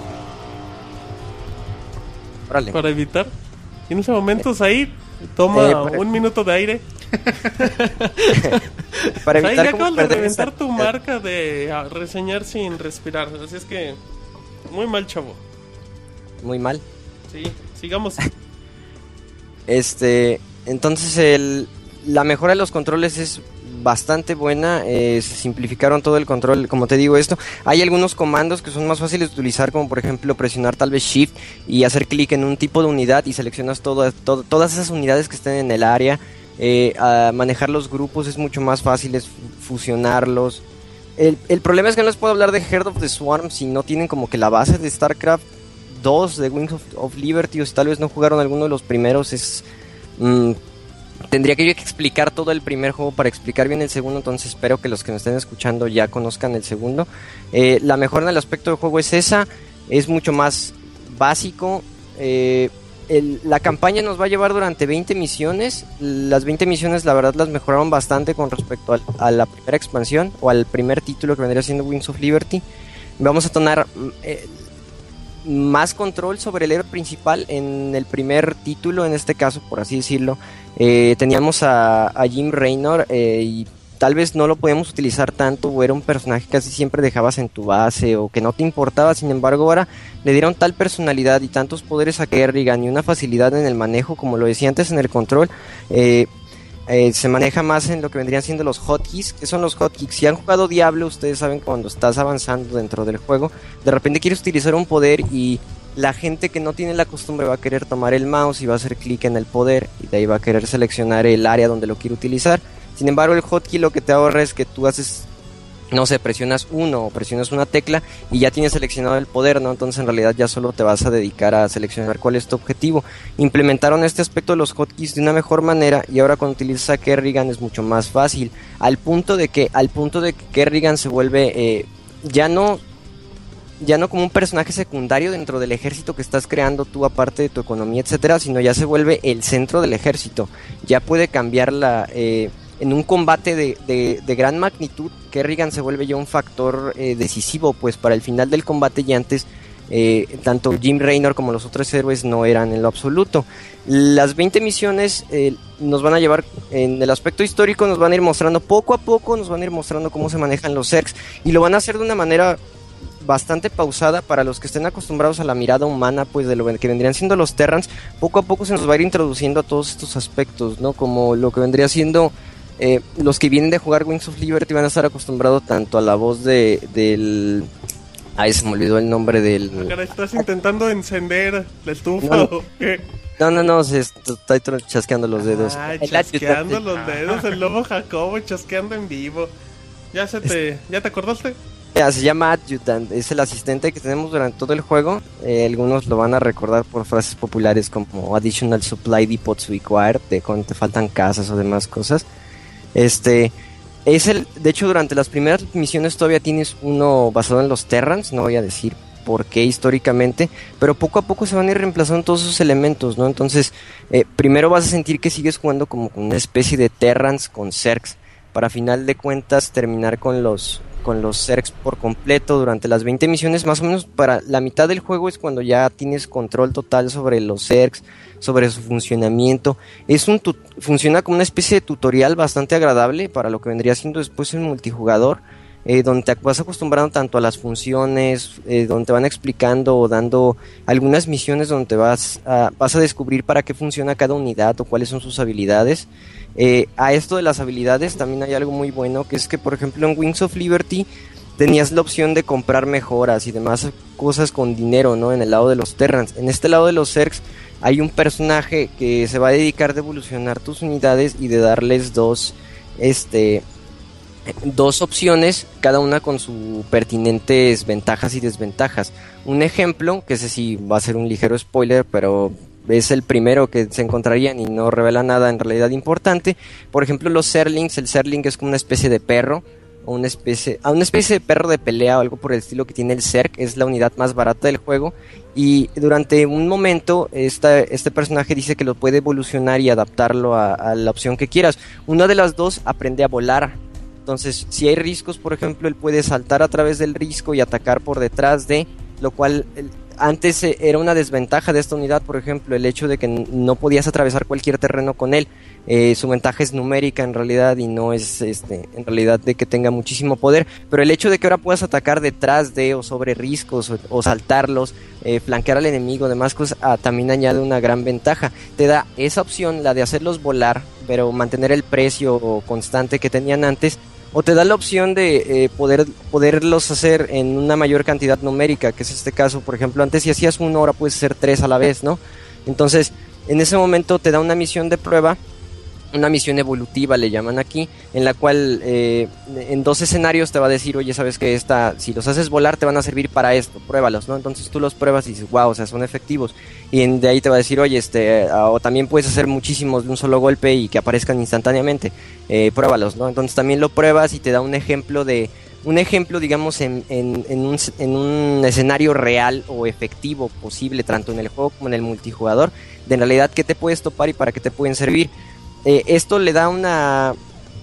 Órale. Para evitar. Y en ese momento, Said toma Eh, para- un minuto de aire. Para Said, evitar ya como acabas de perder reventar esa- tu marca de ah, reseñar sin respirar. Así es que, muy mal, chavo. Muy mal. Sí, sigamos. Este, entonces el, la mejora de los controles es bastante buena, eh, se simplificaron todo el control, como te digo esto. Hay algunos comandos que son más fáciles de utilizar, como por ejemplo presionar tal vez Shift y hacer clic en un tipo de unidad y seleccionas todo, todo, todas esas unidades que estén en el área. Eh, a manejar los grupos es mucho más fácil, es fusionarlos. El, el problema es que no les puedo hablar de Heart of the Swarm si no tienen como que la base de StarCraft dos de Wings of, of Liberty, o si tal vez no jugaron alguno de los primeros. Es mmm, tendría que yo que explicar todo el primer juego para explicar bien el segundo, entonces espero que los que me estén escuchando ya conozcan el segundo. Eh, la mejora en el aspecto del juego es esa, es mucho más básico. eh, el, la campaña nos va a llevar durante veinte misiones. Las veinte misiones la verdad las mejoraron bastante con respecto al, a la primera expansión o al primer título que vendría siendo Wings of Liberty. Vamos a tomar eh, más control sobre el héroe principal. En el primer título, en este caso, por así decirlo, eh, teníamos a, a Jim Raynor eh, y tal vez no lo podíamos utilizar tanto, o era un personaje que casi siempre dejabas en tu base o que no te importaba. Sin embargo, ahora le dieron tal personalidad y tantos poderes a Kerrigan y una facilidad en el manejo, como lo decía antes en el control. eh, Eh, se maneja más en lo que vendrían siendo los hotkeys. ¿Qué son los hotkeys? Si han jugado Diablo, ustedes saben que cuando estás avanzando dentro del juego, de repente quieres utilizar un poder y la gente que no tiene la costumbre va a querer tomar el mouse y va a hacer clic en el poder y de ahí va a querer seleccionar el área donde lo quiere utilizar. Sin embargo, el hotkey lo que te ahorra es que tú haces, no sé, presionas uno o presionas una tecla y ya tienes seleccionado el poder, ¿no? Entonces en realidad ya solo te vas a dedicar a seleccionar cuál es tu objetivo. Implementaron este aspecto de los hotkeys de una mejor manera y ahora cuando utilizas a Kerrigan es mucho más fácil, al punto de que al punto de que Kerrigan se vuelve eh, ya no ya no como un personaje secundario dentro del ejército que estás creando tú aparte de tu economía, etcétera, sino ya se vuelve el centro del ejército. Ya puede cambiar la eh, en un combate de, de, de gran magnitud, Kerrigan se vuelve ya un factor eh, decisivo, pues para el final del combate. Y antes eh, tanto Jim Raynor como los otros héroes no eran en lo absoluto. Las veinte misiones eh, nos van a llevar, en el aspecto histórico, nos van a ir mostrando poco a poco, nos van a ir mostrando cómo se manejan los Zergs, y lo van a hacer de una manera bastante pausada para los que estén acostumbrados a la mirada humana, pues de lo que vendrían siendo los Terrans. Poco a poco se nos va a ir introduciendo a todos estos aspectos, ¿no? Como lo que vendría siendo eh, los que vienen de jugar Wings of Liberty van a estar acostumbrados tanto a la voz de del ay, se me olvidó el nombre del Ah, caray, ¿estás intentando encender la estufa No, no. o qué? no, no, no, se est- estoy tro- chasqueando los dedos. Ah, El chasqueando ayudante. los dedos, el lobo Jacobo chasqueando en vivo. ¿Ya se te, ya te acordaste? Ya, se llama Adjutant, es el asistente que tenemos durante todo el juego. Eh, algunos lo van a recordar por frases populares como Additional Supply Depots Required, de cuando te faltan casas o demás cosas. Este es el, de hecho, durante las primeras misiones todavía tienes uno basado en los Terrans, no voy a decir por qué históricamente, pero poco a poco se van a ir reemplazando todos esos elementos, ¿no? Entonces, eh, primero vas a sentir que sigues jugando como con una especie de Terrans con Zergs, para final de cuentas terminar con los con los Zergs por completo durante las veinte misiones. Más o menos para la mitad del juego es cuando ya tienes control total sobre los Zergs, sobre su funcionamiento. Es un tu- funciona como una especie de tutorial bastante agradable para lo que vendría siendo después el multijugador, eh, donde te vas acostumbrando tanto a las funciones, eh, donde te van explicando o dando algunas misiones donde te vas a, vas a descubrir para qué funciona cada unidad o cuáles son sus habilidades. Eh, a esto de las habilidades también hay algo muy bueno, que es que por ejemplo en Wings of Liberty tenías la opción de comprar mejoras y demás cosas con dinero, ¿no? En el lado de los Terrans. En este lado de los Zergs hay un personaje que se va a dedicar de evolucionar tus unidades y de darles dos, este, dos opciones, cada una con sus pertinentes ventajas y desventajas. Un ejemplo, que ese sí va a ser un ligero spoiler, pero es el primero que se encontrarían y no revela nada en realidad importante. Por ejemplo, los Zerlings. El Zerling es como una especie de perro, o una especie, a una especie de perro de pelea o algo por el estilo que tiene el Zerg. Es la unidad más barata del juego y durante un momento esta, este personaje dice que lo puede evolucionar y adaptarlo a, a la opción que quieras. Una de las dos aprende a volar. Entonces, si hay riscos, por ejemplo, él puede saltar a través del risco y atacar por detrás de, lo cual el, antes eh, era una desventaja de esta unidad, por ejemplo, el hecho de que n- no podías atravesar cualquier terreno con él. Eh, su ventaja es numérica en realidad y no es este en realidad de que tenga muchísimo poder, pero el hecho de que ahora puedas atacar detrás de o sobre riscos o, o saltarlos, eh, flanquear al enemigo, demás cosas, ah, también añade una gran ventaja. Te da esa opción, la de hacerlos volar, pero mantener el precio constante que tenían antes, o te da la opción de eh, poder poderlos hacer en una mayor cantidad numérica, que es este caso. Por ejemplo, antes si hacías uno, ahora puedes hacer tres a la vez, ¿no? Entonces, en ese momento te da una misión de prueba, una misión evolutiva le llaman aquí, en la cual eh, en dos escenarios te va a decir, oye, sabes que esta, si los haces volar te van a servir para esto, pruébalos, ¿no? Entonces tú los pruebas y dices, wow, o sea, son efectivos, y en, de ahí te va a decir, oye, este, uh, o también puedes hacer muchísimos de un solo golpe y que aparezcan instantáneamente, eh, pruébalos, ¿no? Entonces también lo pruebas y te da un ejemplo de, un ejemplo, digamos, en, en, en, un, en un escenario real o efectivo posible, tanto en el juego como en el multijugador, de en realidad qué te puedes topar y para qué te pueden servir. Eh, esto le da una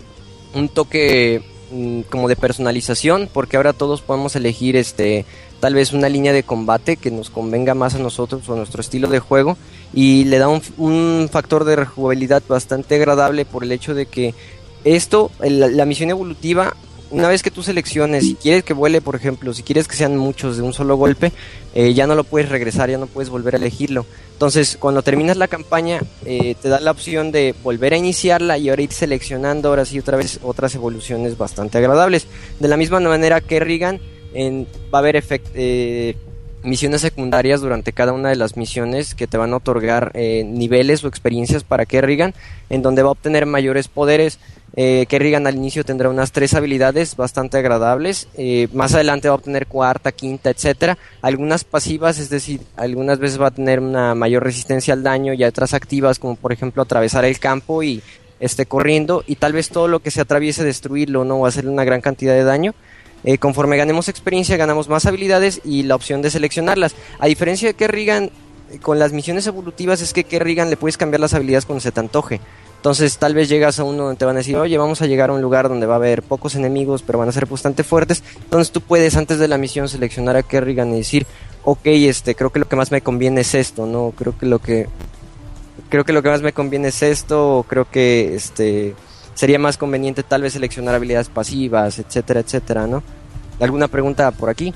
un toque mm, como de personalización, porque ahora todos podemos elegir este tal vez una línea de combate que nos convenga más a nosotros o a nuestro estilo de juego, y le da un, un factor de rejugabilidad bastante agradable por el hecho de que esto, el, la misión evolutiva, una vez que tú selecciones, si quieres que vuele, por ejemplo, si quieres que sean muchos de un solo golpe, eh, ya no lo puedes regresar, ya no puedes volver a elegirlo. Entonces, cuando terminas la campaña, eh, te da la opción de volver a iniciarla y ahora ir seleccionando, ahora sí, otra vez, otras evoluciones bastante agradables. De la misma manera que Kerrigan, en, va a haber efect, eh, misiones secundarias durante cada una de las misiones que te van a otorgar eh, niveles o experiencias para Kerrigan, en donde va a obtener mayores poderes. Eh, Kerrigan al inicio tendrá unas tres habilidades bastante agradables, eh, más adelante va a obtener cuarta, quinta, etcétera, algunas pasivas, es decir, algunas veces va a tener una mayor resistencia al daño, y otras activas, como por ejemplo atravesar el campo y esté corriendo, y tal vez todo lo que se atraviese destruirlo, no va a hacerle una gran cantidad de daño. Eh, conforme ganemos experiencia, ganamos más habilidades y la opción de seleccionarlas. A diferencia de Kerrigan, eh, con las misiones evolutivas es que Kerrigan le puedes cambiar las habilidades cuando se te antoje. Entonces tal vez llegas a uno donde te van a decir, oye, vamos a llegar a un lugar donde va a haber pocos enemigos, pero van a ser bastante fuertes. Entonces tú puedes antes de la misión seleccionar a Kerrigan y decir, ok, este, creo que lo que más me conviene es esto, ¿no? Creo que lo que creo que lo que más me conviene es esto, o creo que este sería más conveniente tal vez seleccionar habilidades pasivas, etcétera, etcétera, ¿no? ¿Alguna pregunta por aquí?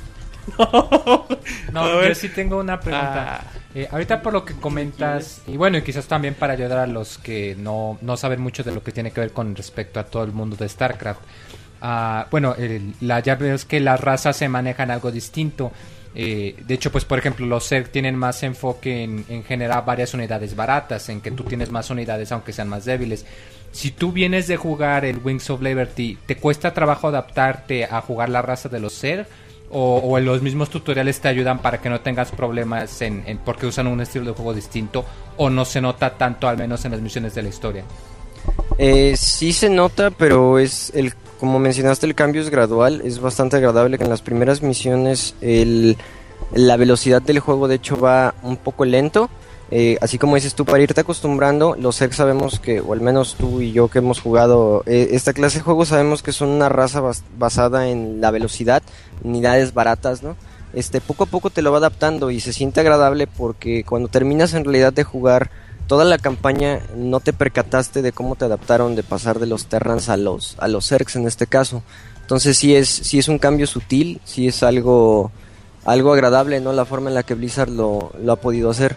No, yo sí tengo una pregunta. Ah. Eh, ahorita por lo que comentas, y bueno, y quizás también para ayudar a los que no, no saben mucho de lo que tiene que ver con respecto a todo el mundo de StarCraft. Uh, bueno, el, la, ya ves que las razas se manejan algo distinto. Eh, de hecho, pues por ejemplo, los Zerg tienen más enfoque en, en generar varias unidades baratas, en que tú tienes más unidades aunque sean más débiles. Si tú vienes de jugar el Wings of Liberty, ¿te cuesta trabajo adaptarte a jugar la raza de los Zerg? O, o en los mismos tutoriales te ayudan para que no tengas problemas en, en porque usan un estilo de juego distinto, o no se nota tanto, al menos en las misiones de la historia? Eh, sí se nota, pero es el, como mencionaste, el cambio es gradual. Es bastante agradable que en las primeras misiones el, la velocidad del juego de hecho va un poco lento. Eh, así como dices tú, para irte acostumbrando, los Zerg sabemos que, o al menos tú y yo que hemos jugado eh, esta clase de juegos, sabemos que son una raza bas- basada en la velocidad, unidades baratas, ¿no? Este, poco a poco te lo va adaptando y se siente agradable, porque cuando terminas en realidad de jugar toda la campaña no te percataste de cómo te adaptaron de pasar de los Terrans a los a los Zergs en este caso. Entonces sí es sí es un cambio sutil, sí es algo algo agradable, ¿no? La forma en la que Blizzard lo, lo ha podido hacer.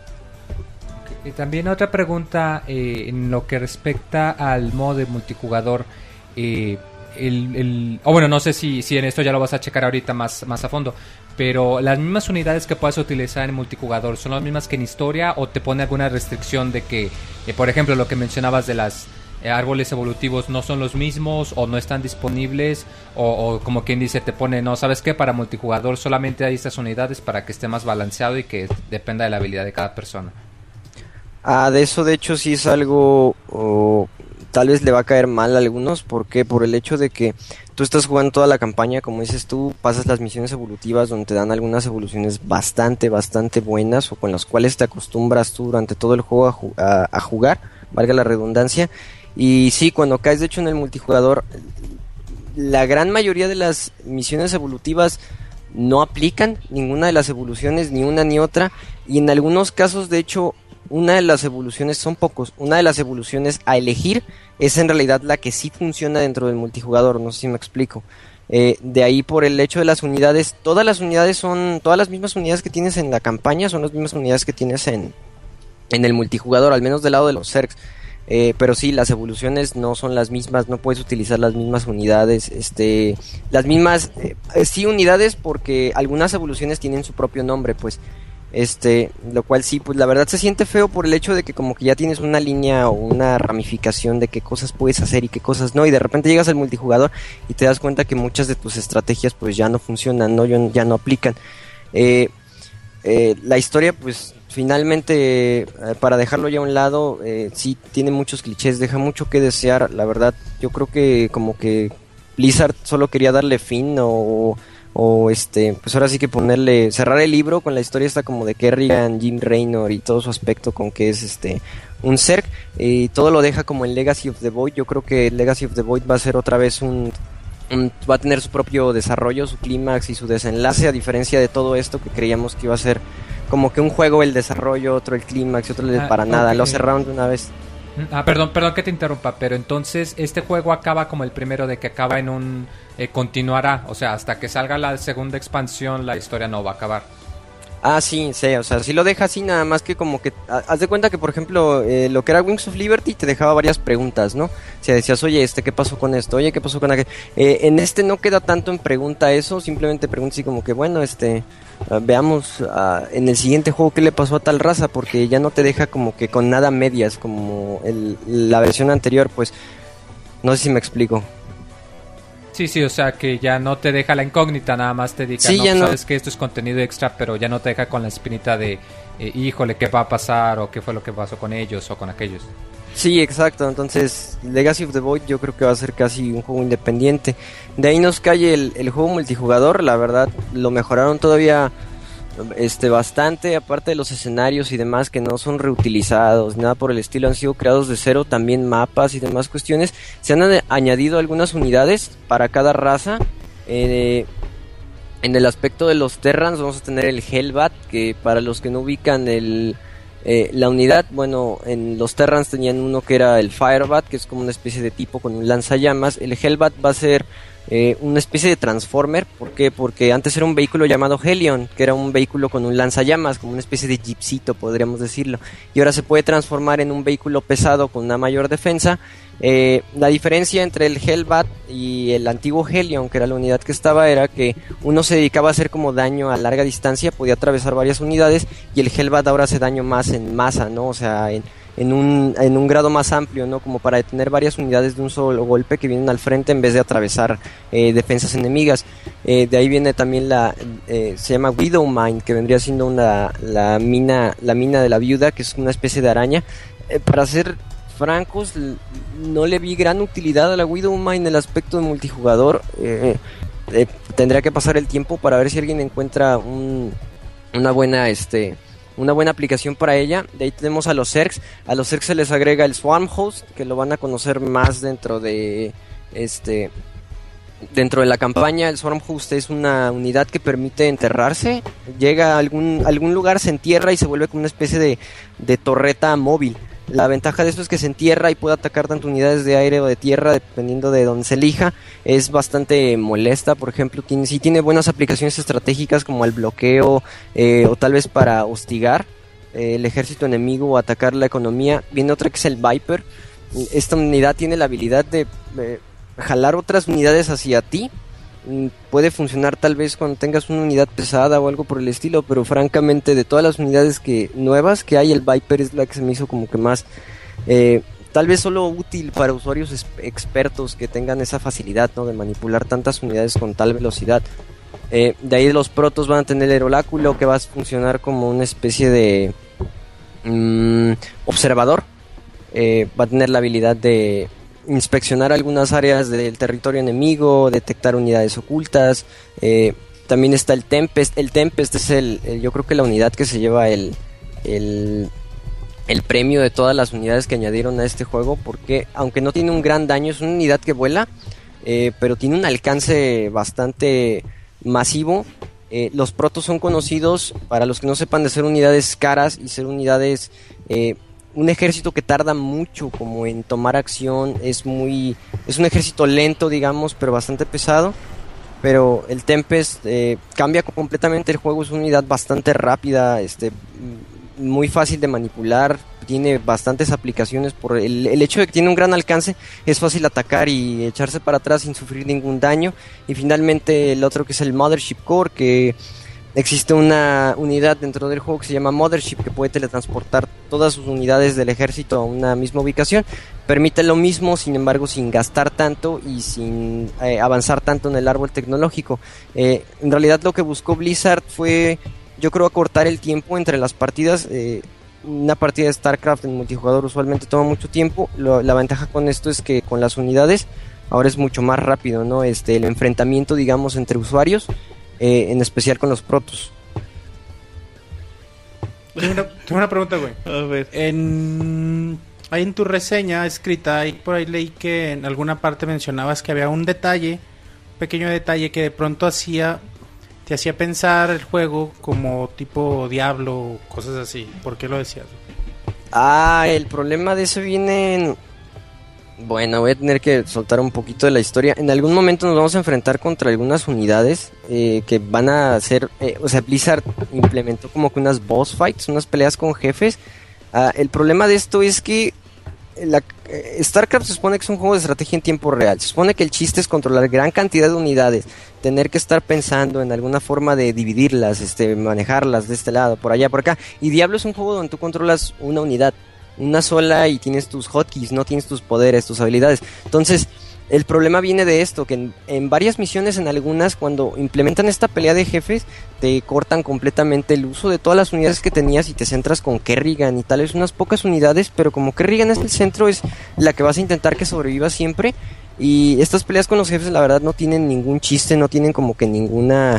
Y también otra pregunta eh, en lo que respecta al modo de multijugador. Eh, el, el o bueno, no sé si, si en esto ya lo vas a checar ahorita más, más a fondo, pero las mismas unidades que puedas utilizar en multijugador son las mismas que en historia, o te pone alguna restricción de que, eh, por ejemplo, lo que mencionabas de las eh, árboles evolutivos no son los mismos o no están disponibles, o, o como quien dice, te pone, no, ¿sabes qué? Para multijugador solamente hay estas unidades para que esté más balanceado y que dependa de la habilidad de cada persona. Ah, de eso de hecho sí es algo, oh, tal vez le va a caer mal a algunos, ¿por qué? Por el hecho de que tú estás jugando toda la campaña, como dices tú, pasas las misiones evolutivas donde te dan algunas evoluciones bastante, bastante buenas o con las cuales te acostumbras tú durante todo el juego a, ju- a, a jugar, valga la redundancia, y sí, cuando caes de hecho en el multijugador, la gran mayoría de las misiones evolutivas no aplican ninguna de las evoluciones, ni una ni otra, y en algunos casos de hecho una de las evoluciones, son pocos, una de las evoluciones a elegir es en realidad la que sí funciona dentro del multijugador, no sé si me explico. Eh, de ahí por el hecho de las unidades, todas las unidades son, todas las mismas unidades que tienes en la campaña son las mismas unidades que tienes en, en el multijugador, al menos del lado de los Zergs. Eh, pero sí, las evoluciones no son las mismas, no puedes utilizar las mismas unidades, este, las mismas, eh, sí unidades porque algunas evoluciones tienen su propio nombre, pues. Este, lo cual sí, pues la verdad se siente feo por el hecho de que como que ya tienes una línea o una ramificación de qué cosas puedes hacer y qué cosas no, y de repente llegas al multijugador y te das cuenta que muchas de tus estrategias pues ya no funcionan, no, ya no aplican. Eh, eh, la historia pues finalmente, eh, para dejarlo ya a un lado, eh, sí tiene muchos clichés, deja mucho que desear, la verdad. Yo creo que como que Blizzard solo quería darle fin o... o este, pues ahora sí que ponerle, cerrar el libro con la historia esta como de Kerrigan, Jim Raynor y todo su aspecto con que es este un Zerg, y todo lo deja como en Legacy of the Void. Yo creo que Legacy of the Void va a ser otra vez un, un va a tener su propio desarrollo, su clímax y su desenlace, a diferencia de todo esto que creíamos que iba a ser como que un juego el desarrollo, otro el clímax y otro el Ah, para nada, ok. lo cerraron de una vez. Ah, perdón, perdón que te interrumpa, pero entonces este juego acaba como el primero, de que acaba en un... Eh, continuará, o sea, hasta que salga la segunda expansión la historia no va a acabar. Ah, sí, sí, o sea, sí lo deja así, nada más que como que, ha- haz de cuenta que, por ejemplo, eh, lo que era Wings of Liberty te dejaba varias preguntas, ¿no? O sea, decías, oye, este, ¿qué pasó con esto? Oye, ¿qué pasó con aquel? Eh, en este no queda tanto en pregunta eso, simplemente pregunta así como que, bueno, este, ah, veamos ah, en el siguiente juego qué le pasó a tal raza, porque ya no te deja como que con nada medias, como el, la versión anterior, pues, no sé si me explico. Sí, sí, o sea que ya no te deja la incógnita, nada más te diga, Sí, no, ya pues, no. sabes que esto es contenido extra, pero ya no te deja con la espinita de, eh, híjole, ¿qué va a pasar? O qué fue lo que pasó con ellos o con aquellos. Sí, exacto, entonces Legacy of the Void yo creo que va a ser casi un juego independiente. De ahí nos cae el, el juego multijugador, la verdad lo mejoraron todavía este bastante, aparte de los escenarios y demás que no son reutilizados, nada por el estilo, han sido creados de cero, también mapas y demás cuestiones. Se han a- añadido algunas unidades para cada raza. Eh, en el aspecto de los Terrans vamos a tener el Hellbat, que para los que no ubican el... Eh, la unidad, bueno, en los Terrans tenían uno que era el Firebat, que es como una especie de tipo con un lanzallamas. El Hellbat va a ser eh, una especie de Transformer. ¿Por qué? Porque antes era un vehículo llamado Helion, que era un vehículo con un lanzallamas, como una especie de jeepcito, podríamos decirlo. Y ahora se puede transformar en un vehículo pesado con una mayor defensa. Eh, la diferencia entre el Hellbat y el antiguo Helion, que era la unidad que estaba, era que uno se dedicaba a hacer como daño a larga distancia, podía atravesar varias unidades, y el Hellbat ahora hace daño más en masa, ¿no? O sea, en, en, un, en un grado más amplio, ¿no? Como para detener varias unidades de un solo golpe que vienen al frente en vez de atravesar eh, defensas enemigas. Eh, de ahí viene también la, eh, se llama Widowmine, que vendría siendo una, la, mina, la mina de la viuda, que es una especie de araña. Eh, para ser francos, l- no le vi gran utilidad a la Widowmine en el aspecto de multijugador. Eh, eh, tendría que pasar el tiempo para ver si alguien encuentra un, una buena este una buena aplicación para ella. De ahí tenemos a los Zergs. A los Zergs se les agrega el Swarm Host, que lo van a conocer más dentro de este dentro de la campaña. El Swarm Host es una unidad que permite enterrarse. Llega a algún, algún lugar, se entierra y se vuelve como una especie de, de torreta móvil. La ventaja de esto es que se entierra y puede atacar tanto unidades de aire o de tierra, dependiendo de donde se elija. Es bastante molesta, por ejemplo, tiene, sí tiene buenas aplicaciones estratégicas como el bloqueo, eh, o tal vez para hostigar eh, el ejército enemigo o atacar la economía. Viene otra que es el Viper. Esta unidad tiene la habilidad de... Eh, jalar otras unidades hacia ti. Mm, Puede funcionar tal vez cuando tengas una unidad pesada o algo por el estilo, pero francamente de todas las unidades que nuevas que hay, el Viper es la que se me hizo como que más... Eh, tal vez solo útil para usuarios es- expertos que tengan esa facilidad, ¿no? De manipular tantas unidades con tal velocidad. Eh, de ahí los protos van a tener el oráculo, que va a funcionar como una especie de mm, observador. Eh, va a tener la habilidad de inspeccionar algunas áreas del territorio enemigo, detectar unidades ocultas. Eh, también está el Tempest. El Tempest es el, el- yo creo que la unidad que se lleva el, el, el premio de todas las unidades que añadieron a este juego, porque aunque no tiene un gran daño, es una unidad que vuela, eh, pero tiene un alcance bastante masivo. Eh, los protos son conocidos, para los que no sepan, de ser unidades caras y ser unidades... eh, un ejército que tarda mucho como en tomar acción. Es muy... es un ejército lento, digamos, pero bastante pesado. Pero el Tempest eh, cambia completamente el juego. Es una unidad bastante rápida, este, m- muy fácil de manipular. Tiene bastantes aplicaciones por el, el hecho de que tiene un gran alcance. Es fácil atacar y echarse para atrás sin sufrir ningún daño. Y finalmente el otro, que es el Mothership Core, que existe una unidad dentro del juego que se llama Mothership, que puede teletransportar todas sus unidades del ejército a una misma ubicación. Permite lo mismo, sin embargo, sin gastar tanto y sin eh, avanzar tanto en el árbol tecnológico. Eh, en realidad lo que buscó Blizzard fue, yo creo, acortar el tiempo entre las partidas. Eh, una partida de StarCraft en multijugador usualmente toma mucho tiempo. Lo- la ventaja con esto es que con las unidades ahora es mucho más rápido, ¿no? Este, el enfrentamiento, digamos, entre usuarios, eh, en especial con los protos. Tengo una, tengo una pregunta, güey. A ver. En, ahí en tu reseña escrita, ahí por ahí leí que en alguna parte mencionabas que había un detalle, un pequeño detalle que de pronto hacía, te hacía pensar el juego como tipo Diablo o cosas así. ¿Por qué lo decías? Ah, el problema de eso viene en... Bueno, voy a tener que soltar un poquito de la historia. En algún momento nos vamos a enfrentar contra algunas unidades eh, que van a ser... eh, o sea, Blizzard implementó como que unas boss fights, unas peleas con jefes. Ah, el problema de esto es que la, eh, StarCraft se supone que es un juego de estrategia en tiempo real. Se supone que el chiste es controlar gran cantidad de unidades, tener que estar pensando en alguna forma de dividirlas, este, manejarlas de este lado, por allá, por acá. Y Diablo es un juego donde tú controlas una unidad, una sola, y tienes tus hotkeys, no tienes tus poderes, tus habilidades. Entonces, el problema viene de esto, que en, en varias misiones, en algunas, cuando implementan esta pelea de jefes, te cortan completamente el uso de todas las unidades que tenías y te centras con Kerrigan y tal vez unas pocas unidades, pero como Kerrigan es el centro, es la que vas a intentar que sobreviva siempre. Y estas peleas con los jefes, la verdad, no tienen ningún chiste, no tienen como que ninguna...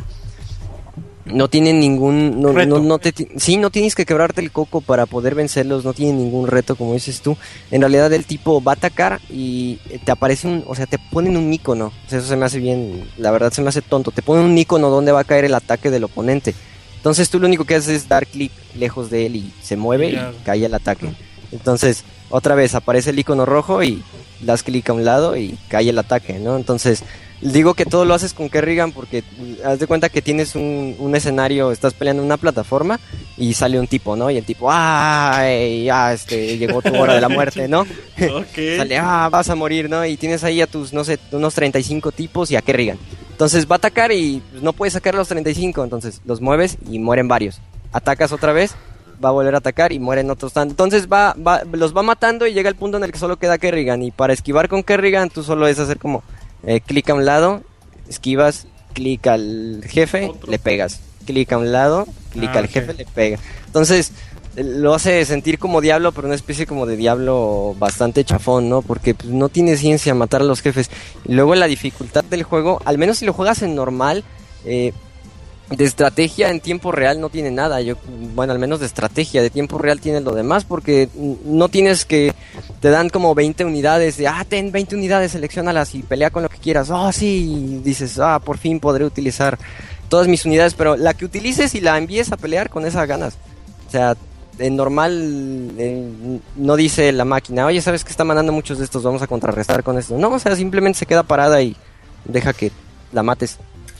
No tienen ningún... No, Reto. no, no te, ti- sí, no tienes que quebrarte el coco para poder vencerlos, no tienen ningún reto, como dices tú. En realidad el tipo va a atacar y te aparece un... O sea, te ponen un icono. O sea, eso se me hace bien... La verdad se me hace tonto. Te ponen un icono donde va a caer el ataque del oponente. Entonces tú lo único que haces es dar clic lejos de él y se mueve Ya. y cae el ataque. Entonces, otra vez aparece el icono rojo y das clic a un lado y cae el ataque, ¿no? Entonces... Digo que todo lo haces con Kerrigan porque mm, haz de cuenta que tienes un, un escenario, estás peleando en una plataforma y sale un tipo, ¿no? Y el tipo, ¡ay! Ya, este, llegó tu hora de la muerte, ¿no? Ok. Sale, ¡ah! Vas a morir, ¿no? Y tienes ahí a tus, no sé, unos treinta y cinco tipos y a Kerrigan. Entonces va a atacar y pues, no puedes sacar los treinta y cinco, entonces los mueves y mueren varios. Atacas otra vez, va a volver a atacar y mueren otros tantos. Entonces va, va, los va matando y llega el punto en el que solo queda Kerrigan. Y para esquivar con Kerrigan tú solo es hacer como... Eh, clic a un lado, esquivas, clic al jefe, Otro. le pegas. Clic a un lado, clic Ah, al ok. jefe, le pega. Entonces, eh, lo hace sentir como Diablo, pero una especie como de Diablo bastante chafón, ¿no? Porque pues, no tiene ciencia matar a los jefes. Y luego la dificultad del juego, al menos si lo juegas en normal, eh, de estrategia en tiempo real no tiene nada. Yo, bueno, al menos de estrategia de tiempo real tiene lo demás, porque no tienes que... Te dan como veinte unidades, de, ah, ten veinte unidades, selecciónalas y pelea con lo que quieras. Oh, sí, y dices, ah, por fin podré utilizar todas mis unidades, pero la que utilices y la envíes a pelear, con esas ganas. O sea, en normal eh, no dice la máquina, oye, ¿sabes que está mandando muchos de estos? Vamos a contrarrestar con esto. No, o sea, simplemente se queda parada y deja que la mates.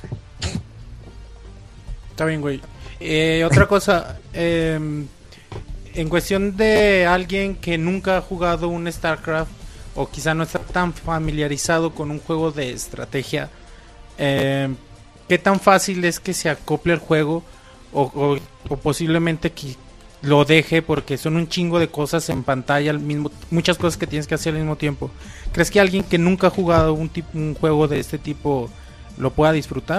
Está bien, güey. Eh, otra cosa, eh, en cuestión de alguien que nunca ha jugado un StarCraft o quizá no está tan familiarizado con un juego de estrategia, eh, ¿qué tan fácil es que se acople el juego o, o, o posiblemente que lo deje porque son un chingo de cosas en pantalla al mismo, muchas cosas que tienes que hacer al mismo tiempo? ¿Crees que alguien que nunca ha jugado un tipo, un juego de este tipo lo pueda disfrutar?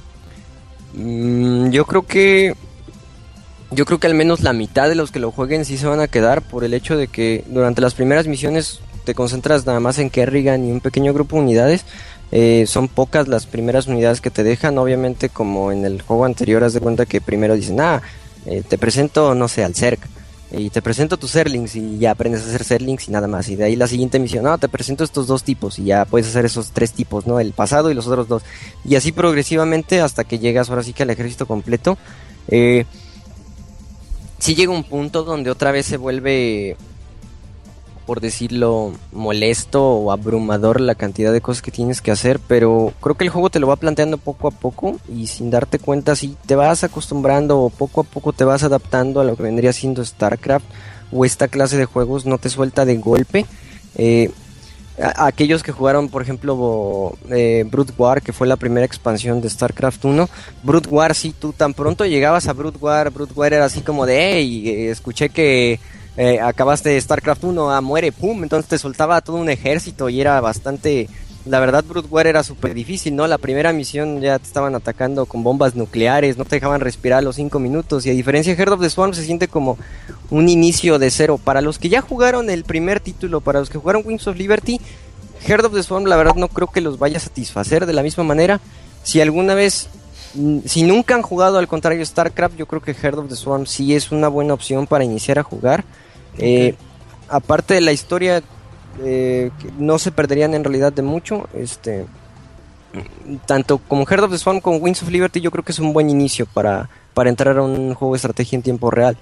Mm, yo creo que yo creo que al menos la mitad de los que lo jueguen sí se van a quedar, por el hecho de que durante las primeras misiones te concentras nada más en Kerrigan y un pequeño grupo de unidades. Eh, son pocas las primeras unidades que te dejan, obviamente, como en el juego anterior, haz de cuenta que primero dicen, ah, eh, te presento, no sé, al Zerg, y te presento tus Zerlings, y ya aprendes a hacer Zerlings y nada más, y de ahí la siguiente misión, no, te presento estos dos tipos, y ya puedes hacer esos tres tipos, ¿no? El pasado y los otros dos, y así progresivamente hasta que llegas ahora sí que al ejército completo. Eh, sí llega un punto donde otra vez se vuelve, por decirlo, molesto o abrumador la cantidad de cosas que tienes que hacer, pero creo que el juego te lo va planteando poco a poco y sin darte cuenta sí te vas acostumbrando o poco a poco te vas adaptando a lo que vendría siendo StarCraft o esta clase de juegos. No te suelta de golpe. Eh, a, a aquellos que jugaron, por ejemplo, eh, Brood War, que fue la primera expansión de StarCraft uno, Brood War, sí, tú tan pronto llegabas a Brood War, Brood War era así como de, hey, eh, escuché que Eh, acabaste StarCraft uno, ah, muere, pum, entonces te soltaba todo un ejército y era bastante, la verdad Brood War era súper difícil, ¿no? La primera misión ya te estaban atacando con bombas nucleares, no te dejaban respirar a los cinco minutos, y a diferencia de Heart of the Swarm se siente como un inicio de cero. Para los que ya jugaron el primer título, para los que jugaron Wings of Liberty, Heart of the Swarm la verdad no creo que los vaya a satisfacer de la misma manera. Si alguna vez, si nunca han jugado al contrario StarCraft, yo creo que Heart of the Swarm sí es una buena opción para iniciar a jugar. Eh, aparte de la historia, eh, que no se perderían en realidad de mucho. Este, tanto como Heart of the Swarm como Wings of Liberty, yo creo que es un buen inicio para, para entrar a un juego de estrategia en tiempo real.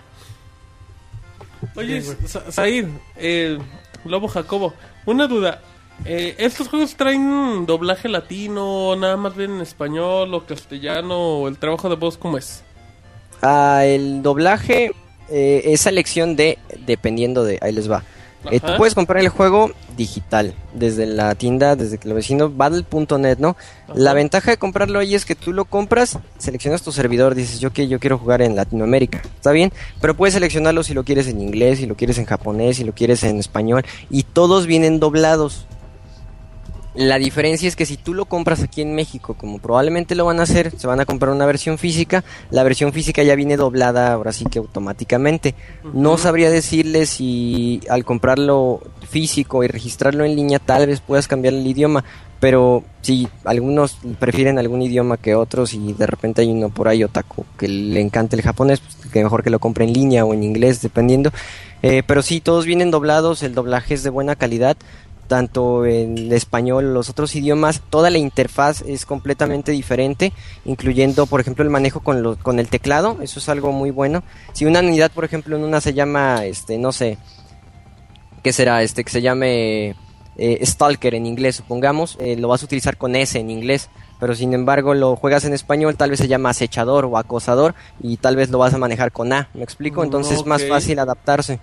Oye, Zair, eh, Lobo Jacobo, una duda. Eh, ¿Estos juegos traen doblaje latino, nada más bien en español o castellano, o el trabajo de voz cómo es? Ah, el doblaje, eh, esa elección de, dependiendo de, ahí les va. Eh, tú puedes comprar el juego digital desde la tienda, desde que lo vecino battle punto net, ¿no? Ajá. La ventaja de comprarlo ahí es que tú lo compras, seleccionas tu servidor, dices yo que yo quiero jugar en Latinoamérica, está bien, pero puedes seleccionarlo si lo quieres en inglés, si lo quieres en japonés, si lo quieres en español, y todos vienen doblados. La diferencia es que si tú lo compras aquí en México, como probablemente lo van a hacer, se van a comprar una versión física, la versión física ya viene doblada ahora sí que automáticamente. Uh-huh. No sabría decirles si al comprarlo físico y registrarlo en línea tal vez puedas cambiar el idioma, pero si algunos prefieren algún idioma que otros y de repente hay uno por ahí otaku que le encanta el japonés, pues que mejor que lo compre en línea o en inglés, dependiendo. Eh, pero sí, todos vienen doblados, el doblaje es de buena calidad, tanto en español, los otros idiomas, toda la interfaz es completamente diferente, incluyendo, por ejemplo, el manejo con, lo, con el teclado, eso es algo muy bueno. Si una unidad, por ejemplo, en una se llama, este, no sé, ¿qué será? Este, que se llame eh, Stalker en inglés, supongamos, eh, lo vas a utilizar con S en inglés, pero sin embargo lo juegas en español, tal vez se llama acechador o acosador, y tal vez lo vas a manejar con A, ¿me explico? Entonces okay. Es más fácil adaptarse.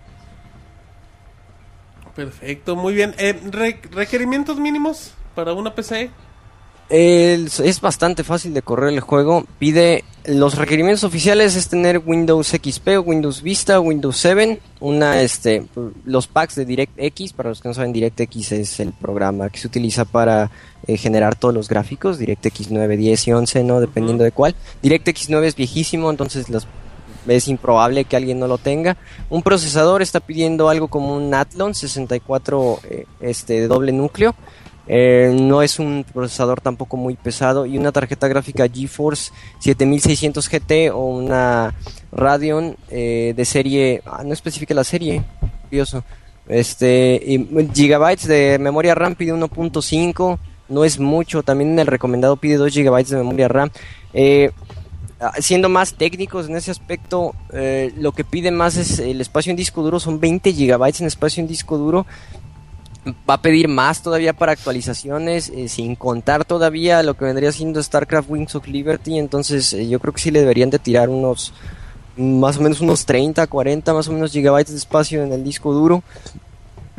Perfecto, muy bien. Eh, re- ¿Requerimientos mínimos para una P C? El, es bastante fácil de correr el juego. Pide, los requerimientos oficiales es tener Windows X P o Windows Vista, Windows siete, una, este, los packs de DirectX. Para los que no saben, DirectX es el programa que se utiliza para eh, generar todos los gráficos. DirectX nueve, diez y once, ¿no? Dependiendo uh-huh. de cuál. DirectX nueve es viejísimo, entonces los es improbable que alguien no lo tenga. Un procesador está pidiendo algo como un Athlon sesenta y cuatro eh, este, de doble núcleo. Eh, no es un procesador tampoco muy pesado. Y una tarjeta gráfica GeForce siete mil seiscientos G T o una Radeon eh, de serie... Ah, no especifica la serie. Curioso. Este, y gigabytes de memoria RAM pide uno punto cinco. No es mucho. También en el recomendado pide dos gigabytes de memoria RAM. Eh... Siendo más técnicos en ese aspecto, eh, lo que pide más es el espacio en disco duro, son veinte gigabytes en espacio en disco duro. Va a pedir más todavía para actualizaciones, eh, sin contar todavía lo que vendría siendo StarCraft Wings of Liberty. Entonces eh, yo creo que sí le deberían de tirar unos, más o menos unos treinta, cuarenta más o menos gigabytes de espacio en el disco duro.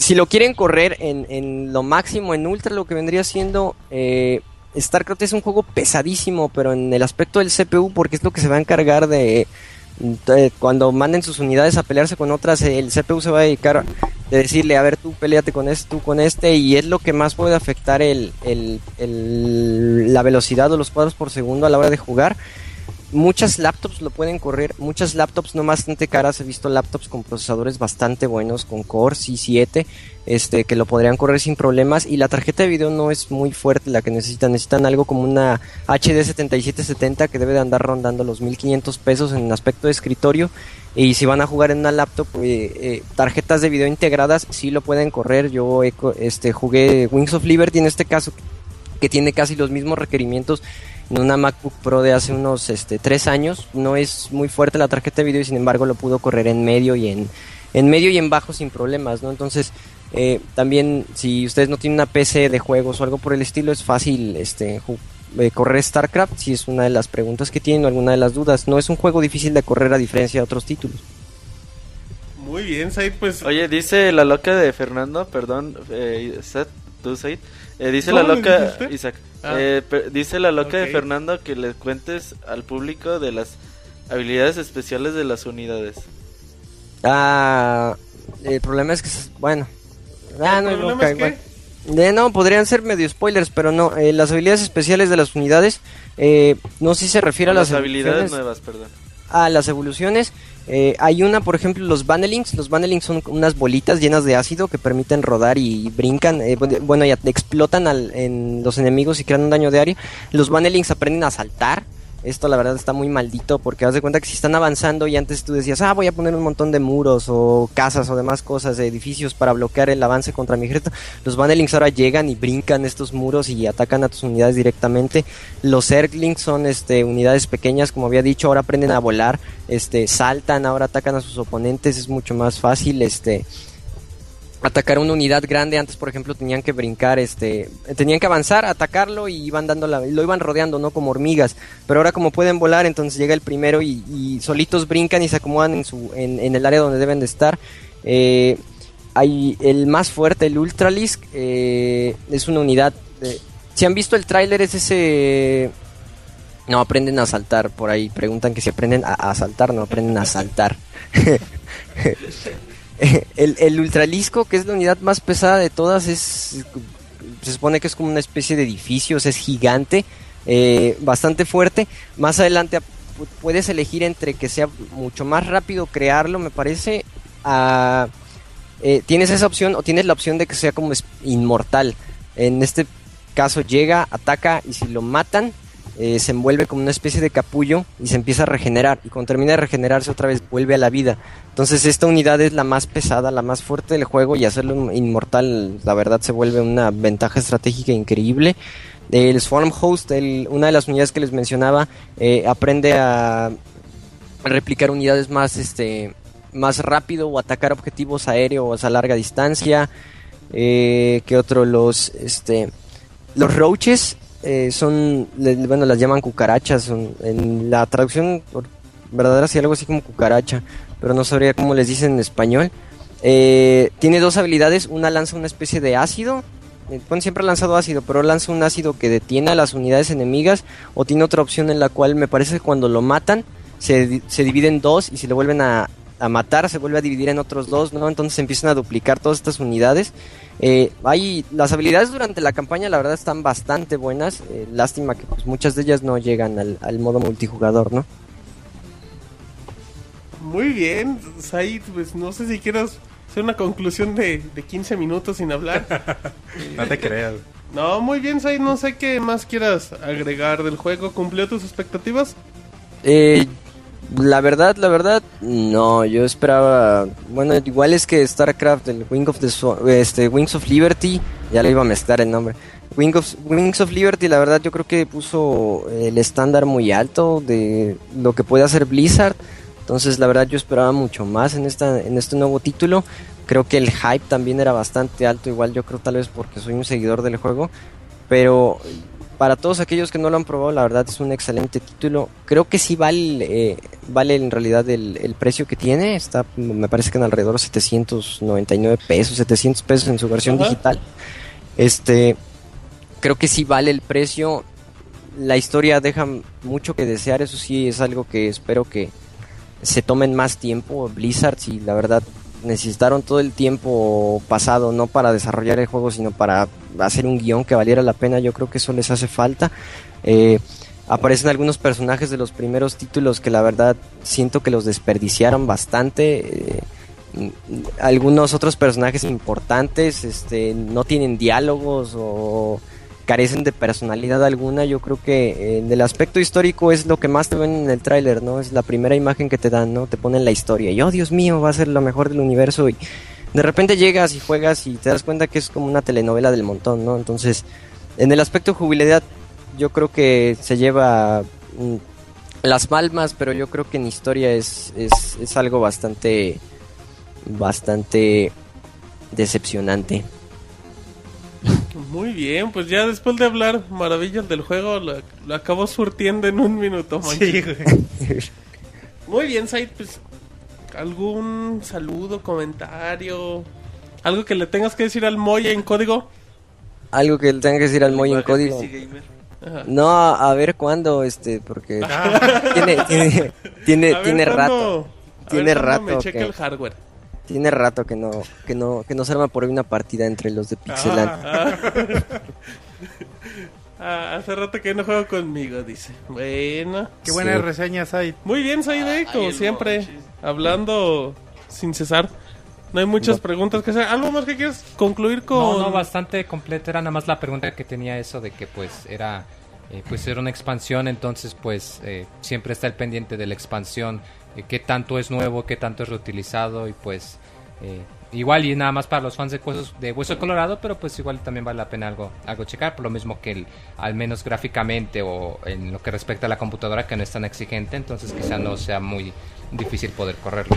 si lo quieren correr en, en lo máximo, en ultra, lo que vendría siendo... Eh, StarCraft es un juego pesadísimo, pero en el aspecto del C P U, porque es lo que se va a encargar de... de cuando manden sus unidades a pelearse con otras, el C P U se va a dedicar de decirle, a ver, tú peleate con este, tú con este, y es lo que más puede afectar el, el, el, la velocidad o los cuadros por segundo a la hora de jugar. Muchas laptops lo pueden correr, muchas laptops no bastante caras, he visto laptops con procesadores bastante buenos, con Core i siete, este, que lo podrían correr sin problemas, y la tarjeta de video no es muy fuerte la que necesitan, necesitan algo como una H D setenta y siete setenta que debe de andar rondando los mil quinientos pesos en aspecto de escritorio, y si van a jugar en una laptop, eh, eh, tarjetas de video integradas sí lo pueden correr. Yo he, este, jugué Wings of Liberty en este caso, que tiene casi los mismos requerimientos en una MacBook Pro de hace unos este, tres años. No es muy fuerte la tarjeta de video y sin embargo lo pudo correr en medio y en, en medio y en bajo sin problemas, ¿no? Entonces, eh, también si ustedes no tienen una P C de juegos o algo por el estilo, es fácil este, ju- eh, correr StarCraft, si es una de las preguntas que tienen o alguna de las dudas. No es un juego difícil de correr a diferencia de otros títulos. Muy bien, Said, pues... Oye, dice la loca de Fernando, perdón, eh, Seth, tú, Said. Eh, dice la ¿Cómo le loca, dijiste? Isaac, Ah. eh, per- dice la loca Ok. de Fernando que le cuentes al público de las habilidades especiales de las unidades. Ah, el problema es que, bueno, ah, no hay ¿El problema bronca, es igual. De, no, podrían ser medio spoilers, pero no, eh, las habilidades especiales de las unidades, eh, no sé si se refiere a las, las, habilidades evoluciones- nuevas, perdón. a las evoluciones. Eh, hay una, por ejemplo, los Banelings. Los Banelings son unas bolitas llenas de ácido que permiten rodar y brincan. Eh, bueno, ya explotan al, en los enemigos y crean un daño de área. Los Banelings aprenden a saltar. Esto la verdad está muy maldito porque haz de cuenta que si están avanzando y antes tú decías, ah, voy a poner un montón de muros o casas o demás cosas, de edificios para bloquear el avance contra mi ejército, los Banelings ahora llegan y brincan estos muros y atacan a tus unidades directamente. Los Zerglings son este, unidades pequeñas, como había dicho, ahora aprenden a volar, este, saltan, ahora atacan a sus oponentes, es mucho más fácil, este... atacar una unidad grande. Antes, por ejemplo, tenían que brincar, este, tenían que avanzar, atacarlo y iban dando la, lo iban rodeando, no como hormigas. Pero ahora como pueden volar, entonces llega el primero y, y solitos brincan y se acomodan en su, en, en el área donde deben de estar. Eh, hay el más fuerte, el Ultralisk, eh, es una unidad. De, si han visto el tráiler, es ese. No, aprenden a saltar, por ahí preguntan que si aprenden a, a saltar, no aprenden a saltar. El, el Ultralisco, que es la unidad más pesada de todas, es se supone que es como una especie de edificios, es gigante, eh, bastante fuerte. Más adelante pu- puedes elegir entre que sea mucho más rápido crearlo, me parece, a, eh, tienes esa opción o tienes la opción de que sea como es- inmortal. En este caso llega, ataca y si lo matan, Eh, se envuelve como una especie de capullo y se empieza a regenerar, y cuando termina de regenerarse otra vez vuelve a la vida. Entonces esta unidad es la más pesada, la más fuerte del juego, y hacerlo inmortal la verdad se vuelve una ventaja estratégica increíble. El Swarm Host, el, una de las unidades que les mencionaba, eh, aprende a replicar unidades más este más rápido o atacar objetivos aéreos a larga distancia. Eh, ¿qué otro? Los este los roaches Eh, son, le- bueno, las llaman cucarachas, son, en la traducción por- verdadera sí algo así como cucaracha, pero no sabría cómo les dicen en español. Eh, tiene dos habilidades, una lanza una especie de ácido, eh, bueno, siempre ha lanzado ácido, pero lanza un ácido que detiene a las unidades enemigas, o tiene otra opción en la cual me parece que cuando lo matan se, di- se divide en dos, y si lo vuelven a, a matar se vuelve a dividir en otros dos, ¿no? Entonces se empiezan a duplicar todas estas unidades. Eh, hay, las habilidades durante la campaña la verdad están bastante buenas, eh, lástima que pues, muchas de ellas no llegan al, al modo multijugador, ¿no? Muy bien, Said, pues no sé si quieras hacer una conclusión de, de quince minutos sin hablar. No te creas. No, muy bien, Said, no sé qué más quieras agregar del juego. ¿Cumplió tus expectativas? Eh, la verdad, la verdad, no, yo esperaba, bueno, igual es que StarCraft, el Wing of the Swa- este, Wings of Liberty, ya le iba a mezclar el nombre, Wing of, Wings of Liberty, la verdad yo creo que puso el estándar muy alto de lo que puede hacer Blizzard. Entonces la verdad yo esperaba mucho más en esta en este nuevo título. Creo que el hype también era bastante alto, igual yo creo tal vez porque soy un seguidor del juego, pero para todos aquellos que no lo han probado, la verdad es un excelente título. Creo que sí vale, eh, vale en realidad el, el precio que tiene. Está, me parece que en alrededor de setecientos noventa y nueve pesos, setecientos pesos en su versión Ajá. digital. Este, creo que sí vale el precio. La historia deja mucho que desear, eso sí es algo que espero que se tomen más tiempo. Blizzard, sí, la verdad necesitaron todo el tiempo pasado, no para desarrollar el juego, sino para hacer un guión que valiera la pena. Yo creo que eso les hace falta. Eh, aparecen algunos personajes de los primeros títulos que la verdad siento que los desperdiciaron bastante. Eh, algunos otros personajes importantes este, no tienen diálogos o carecen de personalidad alguna. Yo creo que eh, en el aspecto histórico es lo que más te ven en el tráiler, ¿no? Es la primera imagen que te dan, ¿no? Te ponen la historia y, oh, Dios mío, va a ser lo mejor del universo, y de repente llegas y juegas y te das cuenta que es como una telenovela del montón, ¿no? Entonces, en el aspecto jubilidad, yo creo que se lleva mm, las palmas, pero yo creo que en historia es, es, es algo bastante, bastante decepcionante. Muy bien, pues ya después de hablar maravillas del juego, lo, lo acabó surtiendo en un minuto, Monchi. Sí, muy bien, Said, pues algún saludo, comentario, algo que le tengas que decir al Moy en código. Algo que le tenga que decir al Moy en código. No, a, a ver cuándo, este, porque tiene tiene tiene, tiene rato, tiene rato me cheque que... el hardware. Tiene rato que no que no que no se arma por ahí una partida entre los de Pixelania. Ah, ah. ah, hace rato que no juego conmigo, dice. Bueno, qué buenas sí. reseñas hay. Muy bien, Saide, como Ay, siempre, no, hablando sin cesar. No hay muchas no. preguntas que hacer. ¿Algo más que quieras concluir con? No, no, bastante completo. Era nada más la pregunta que tenía eso de que pues era eh, pues era una expansión, entonces pues eh, siempre está el pendiente de la expansión. Eh, qué tanto es nuevo, qué tanto es reutilizado, y pues eh, igual y nada más para los fans de Huesos de Hueso Colorado, pero pues igual también vale la pena algo algo checar, por lo mismo que el, al menos gráficamente o en lo que respecta a la computadora, que no es tan exigente, entonces quizá no sea muy difícil poder correrlo.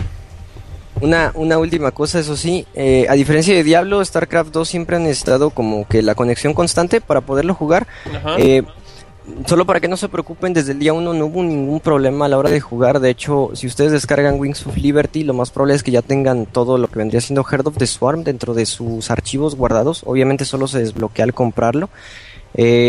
Una, una última cosa, eso sí, eh, a diferencia de Diablo, StarCraft dos siempre ha necesitado como que la conexión constante para poderlo jugar. Ajá. Eh, Solo para que no se preocupen, desde el día uno no hubo ningún problema a la hora de jugar. De hecho, si ustedes descargan Wings of Liberty, lo más probable es que ya tengan todo lo que vendría siendo Heart of the Swarm dentro de sus archivos guardados. Obviamente solo se desbloquea al comprarlo. Eh,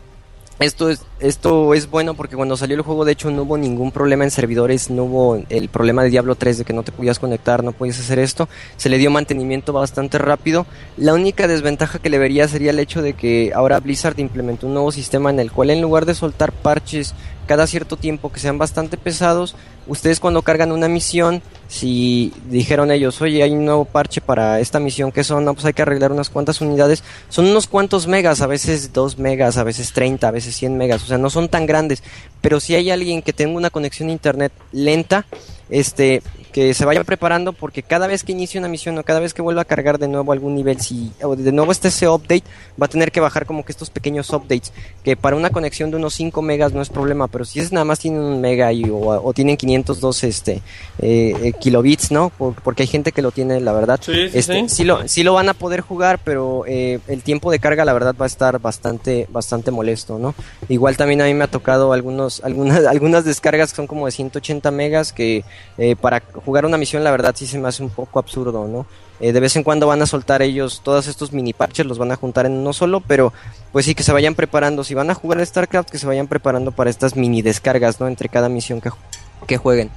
esto es esto es bueno porque cuando salió el juego, de hecho, no hubo ningún problema en servidores. No hubo el problema de Diablo tres de que no te podías conectar, no podías hacer esto. Se le dio mantenimiento bastante rápido. La única desventaja que le vería sería el hecho de que ahora Blizzard implementó un nuevo sistema en el cual, en lugar de soltar parches cada cierto tiempo que sean bastante pesados, ustedes cuando cargan una misión, si dijeron ellos, oye, hay un nuevo parche para esta misión, que son, no, pues hay que arreglar unas cuantas unidades, son unos cuantos megas, a veces dos megas, a veces treinta, a veces cien megas, o sea, no son tan grandes, pero si hay alguien que tenga una conexión a internet lenta, este, que se vaya preparando, porque cada vez que inicie una misión o cada vez que vuelva a cargar de nuevo algún nivel, si o de nuevo está ese update, va a tener que bajar como que estos pequeños updates, que para una conexión de unos cinco megas no es problema, pero si es nada más tienen un mega y, o, o tienen quinientos dos este, eh, eh, kilobits, ¿no? Por, porque hay gente que lo tiene, la verdad. Sí, sí, este, sí. sí, lo, sí lo van a poder jugar, pero eh, el tiempo de carga, la verdad, va a estar bastante bastante molesto, ¿no? Igual también a mí me ha tocado algunos algunas algunas descargas que son como de ciento ochenta megas, que eh, para jugar una misión, la verdad, sí se me hace un poco absurdo, ¿no? Eh, de vez en cuando van a soltar ellos todos estos mini parches, los van a juntar en uno solo, pero pues sí, que se vayan preparando. Si van a jugar StarCraft, que se vayan preparando para estas mini descargas, ¿no? Entre cada misión que, que jueguen.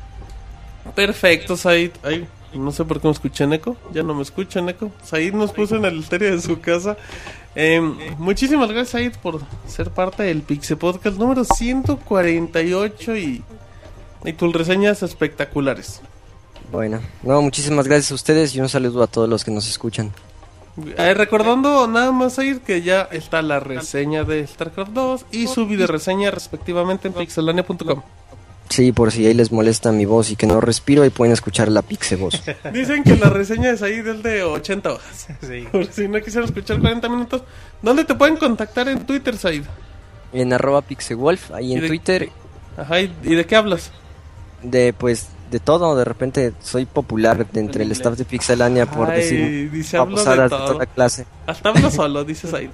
Perfecto, Said. Ay, no sé por qué me escuché en eco. Ya no me escucho en eco. Said nos puso en el estéreo de su casa. Eh, muchísimas gracias, Said, por ser parte del Pixel Podcast número ciento cuarenta y ocho y, y tus reseñas espectaculares. Bueno, no, muchísimas gracias a ustedes y un saludo a todos los que nos escuchan. Eh, recordando nada más, Said, que ya está la reseña de StarCraft dos y su video reseña respectivamente en pixelania punto com. Sí, por si ahí les molesta mi voz y que no respiro, ahí pueden escuchar la Pixe voz. Dicen que la reseña de Said es de ochenta hojas. Sí. Por si no quisieran escuchar cuarenta minutos. ¿Dónde te pueden contactar en Twitter, Said? En arroba pixewolf, ahí en de, Twitter. Ajá, ¿y de qué hablas? De, pues, de todo. De repente soy popular de entre el staff de Pixelania por Ay, decir dice, hablo de, de todo. toda clase. Hasta hablo solo, dice Said.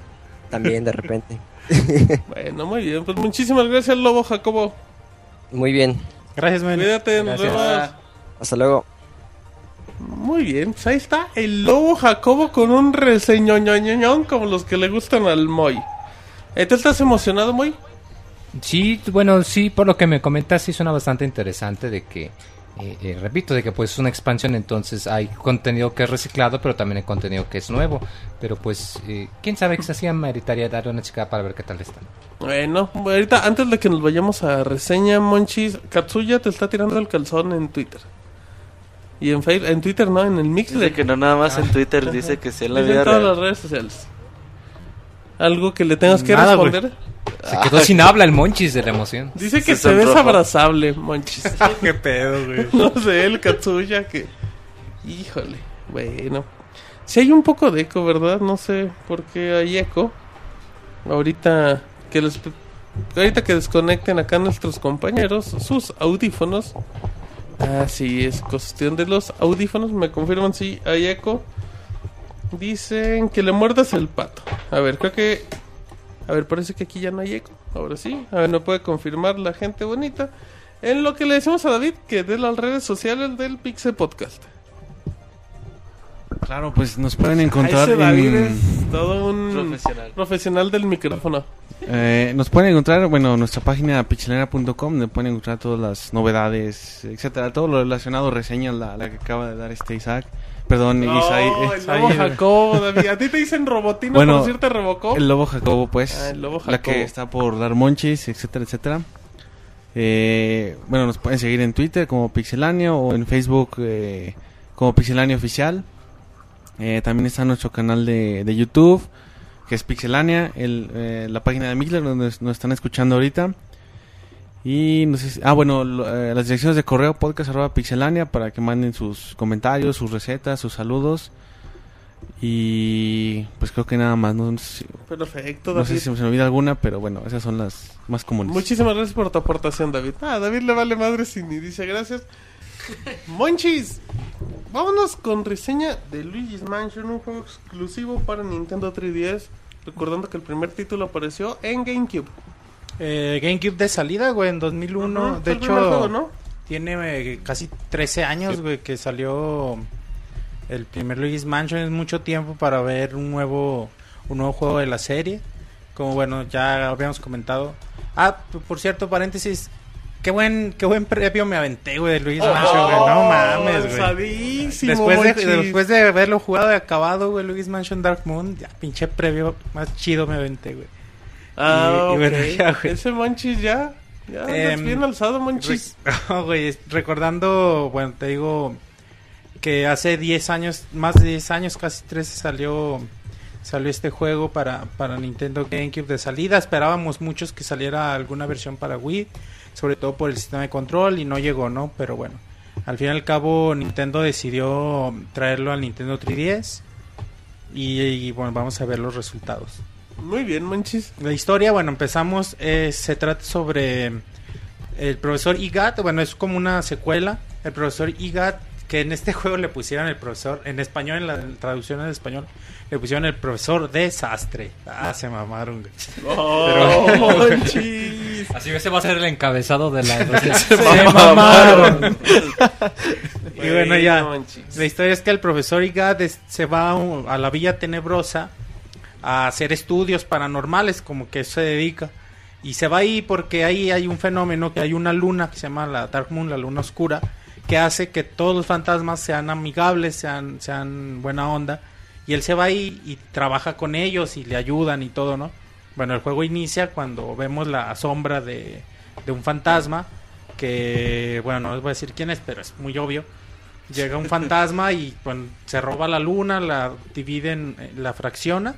También de repente. Bueno, muy bien. Pues muchísimas gracias, Lobo Jacobo. Muy bien. Gracias, man. Cuídate, nos Gracias. vemos. Hasta luego. Muy bien, pues ahí está el Lobo Jacobo con un reseñoñoñoñón como los que le gustan al Moy. ¿Eh, ¿Te estás emocionado, Moy? Sí, bueno, sí, por lo que me comentas, sí suena bastante interesante de que, eh, eh, repito, de que pues es una expansión, entonces hay contenido que es reciclado, pero también hay contenido que es nuevo. Pero pues, eh, quién sabe, que se hacía meritaría darle una chica para ver qué tal está. Bueno, ahorita antes de que nos vayamos a reseña, Monchis, Katsuya te está tirando el calzón en Twitter. Y en Facebook, en Twitter no, en el mix Dice que no nada más en Twitter, dice que sí en la Dice vida en todas real. las redes sociales. ¿Algo que le tengas que Nada, responder? Se quedó sin habla el Monchis de la emoción. Dice que Se se, ve sonrojó. abrazable, Monchis. Qué pedo, güey. No sé, el Katsuya que... Híjole, bueno. Si hay un poco de eco, ¿verdad? No sé por qué hay eco. Ahorita que les... Ahorita que desconecten acá nuestros compañeros sus audífonos. Ah, sí, es cuestión de los audífonos. Me confirman si hay eco. Dicen que le muerdas el pato. A ver, creo que... A ver, parece que aquí ya no hay eco. Ahora sí. A ver, no puede confirmar la gente bonita. En lo que le decimos a David que dé las redes sociales del Pixel Podcast. Claro, pues nos pueden encontrar Ese David en... es todo un Profesional. profesional del micrófono. Eh, nos pueden encontrar, bueno, nuestra página pixelania punto com, donde pueden encontrar todas las novedades, etcétera, todo lo relacionado, reseñas, la, la que acaba de dar este Isaac, perdón, No, Isai, eh, el lobo Jacobo, David. A ti te dicen Robotino Bueno, por decirte Robocop. el Lobo Jacobo, pues, Ah, el Lobo la Jacobo. que está por dar Monchis, etcétera, etcétera. Eh, bueno, nos pueden seguir en Twitter como Pixelania o en Facebook eh, como Pixelania Oficial. Eh, también está nuestro canal de, de YouTube, que es Pixelania, el, eh, la página de Mixler, donde nos, nos están escuchando ahorita. Y no sé si- ah, bueno, lo- eh, las direcciones de correo podcast arroba pixelania para que manden sus comentarios, sus recetas, sus saludos. Y pues creo que nada más. No, no sé, si, Perfecto, no David. sé si se me olvida alguna, pero bueno, esas son las más comunes. Muchísimas gracias por tu aportación, David. Ah, David le vale madre si ni dice gracias. Monchis, vámonos con reseña de Luigi's Mansion, un juego exclusivo para Nintendo tres D S. Recordando que el primer título apareció en GameCube. Eh, GameCube de salida, güey, en dos mil uno. Ujú, De fue el hecho, primer juego, ¿no? tiene eh, casi trece años, güey, que salió el primer Luigi's Mansion. Es mucho tiempo para ver un nuevo, un nuevo juego de la serie. Como, bueno, ya habíamos comentado. Ah, p- por cierto, paréntesis. Qué buen, qué buen previo me aventé, güey, de Luigi's Mansion, güey. No mames, güey. Avanzadísimo, Después de, Monchis. después de haberlo jugado y acabado, güey, Luigi's Mansion Dark Moon, ya pinche previo más chido me aventé, güey. Ah, y- y bueno, ok. ya, güey. Ese Monchis ya. Ya andas Em, bien alzado, Monchis. Re- No, güey, es- recordando, bueno, te digo que hace diez años, más de diez años, casi trece, salió salió este juego para, para Nintendo GameCube de salida. Esperábamos muchos que saliera alguna versión para Wii, sobre todo por el sistema de control, y no llegó, ¿no? Pero bueno, al fin y al cabo Nintendo decidió traerlo al Nintendo tres D S y, y, bueno, vamos a ver los resultados. Muy bien, Monchis. La historia, bueno, empezamos, eh, se trata sobre el profesor Igat, bueno, es como una secuela, el profesor Igat, que en este juego le pusieron el profesor, en español, en la traducción en español, le pusieron el profesor Desastre. Ah, se mamaron, güey. Oh, Pero- Monchis. Así ese va a ser el encabezado de la... Se mamaron. Y bueno, Bueno, ya, Monchis. la historia es que el profesor Igat es- se va a, un- a la Villa Tenebrosa a hacer estudios paranormales, como que eso se dedica. Y se va ahí porque ahí hay un fenómeno, que hay una luna que se llama la Dark Moon, la luna oscura, que hace que todos los fantasmas sean amigables, sean, sean buena onda. Y él se va ahí y trabaja con ellos y le ayudan y todo, ¿no? Bueno, el juego inicia cuando vemos la sombra de, de un fantasma, que, bueno, no les voy a decir quién es, pero es muy obvio. Llega un fantasma y bueno, se roba la luna, la dividen, eh, la fracciona.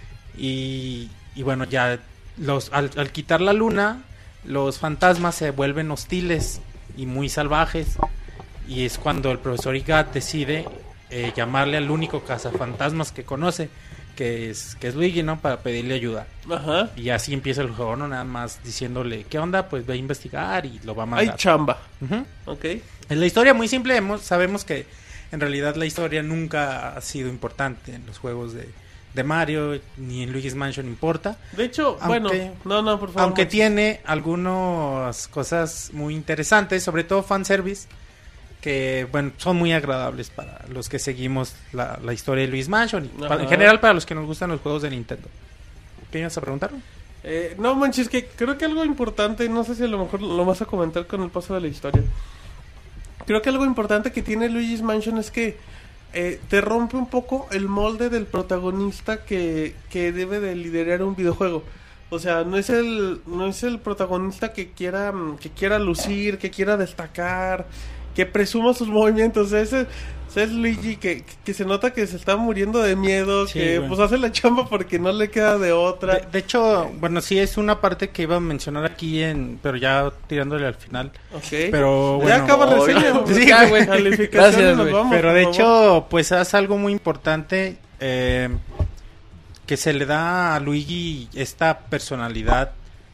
Y, y bueno, ya los al, al quitar la luna, los fantasmas se vuelven hostiles y muy salvajes. Y es cuando el profesor Igat decide eh, llamarle al único cazafantasmas que conoce, que es, que es Luigi, ¿no? Para pedirle ayuda. Ajá. Y así empieza el juego, ¿no? Nada más diciéndole, ¿qué onda? Pues ve a investigar y lo va a mandar. Hay chamba. Ujú. Ok. En la historia muy simple, hemos- sabemos que en realidad la historia nunca ha sido importante en los juegos de, de Mario, ni en Luigi's Mansion importa. De hecho, Aunque- bueno, no, no, por favor. Aunque Monchis. tiene algunas cosas muy interesantes, sobre todo fanservice, que bueno, son muy agradables para los que seguimos la, la historia de Luigi's Mansion y Ajá. para- en general para los que nos gustan los juegos de Nintendo. ¿Qué ibas a preguntar? Eh, no, manches, que creo que algo importante, no sé si a lo mejor lo vas a comentar con el paso de la historia. Creo que algo importante que tiene Luigi's Mansion es que eh, te rompe un poco el molde del protagonista que, que debe de liderar un videojuego. O sea, no es el no es el protagonista que quiera mm, que quiera lucir, que quiera destacar, que presuma sus movimientos. Ese, ese es Luigi que, que se nota que se está muriendo de miedo, Sí, que güey. pues hace la chamba porque no le queda de otra. De, de hecho, bueno, sí es una parte que iba a mencionar aquí, en pero ya tirándole al final. Ok. Pero Ya bueno, acaba la reseña, güey. Sí, Ya, güey. calificaciones, Gracias, nos güey. vamos, Pero por de favor. hecho, pues hace algo muy importante eh, que se le da a Luigi esta personalidad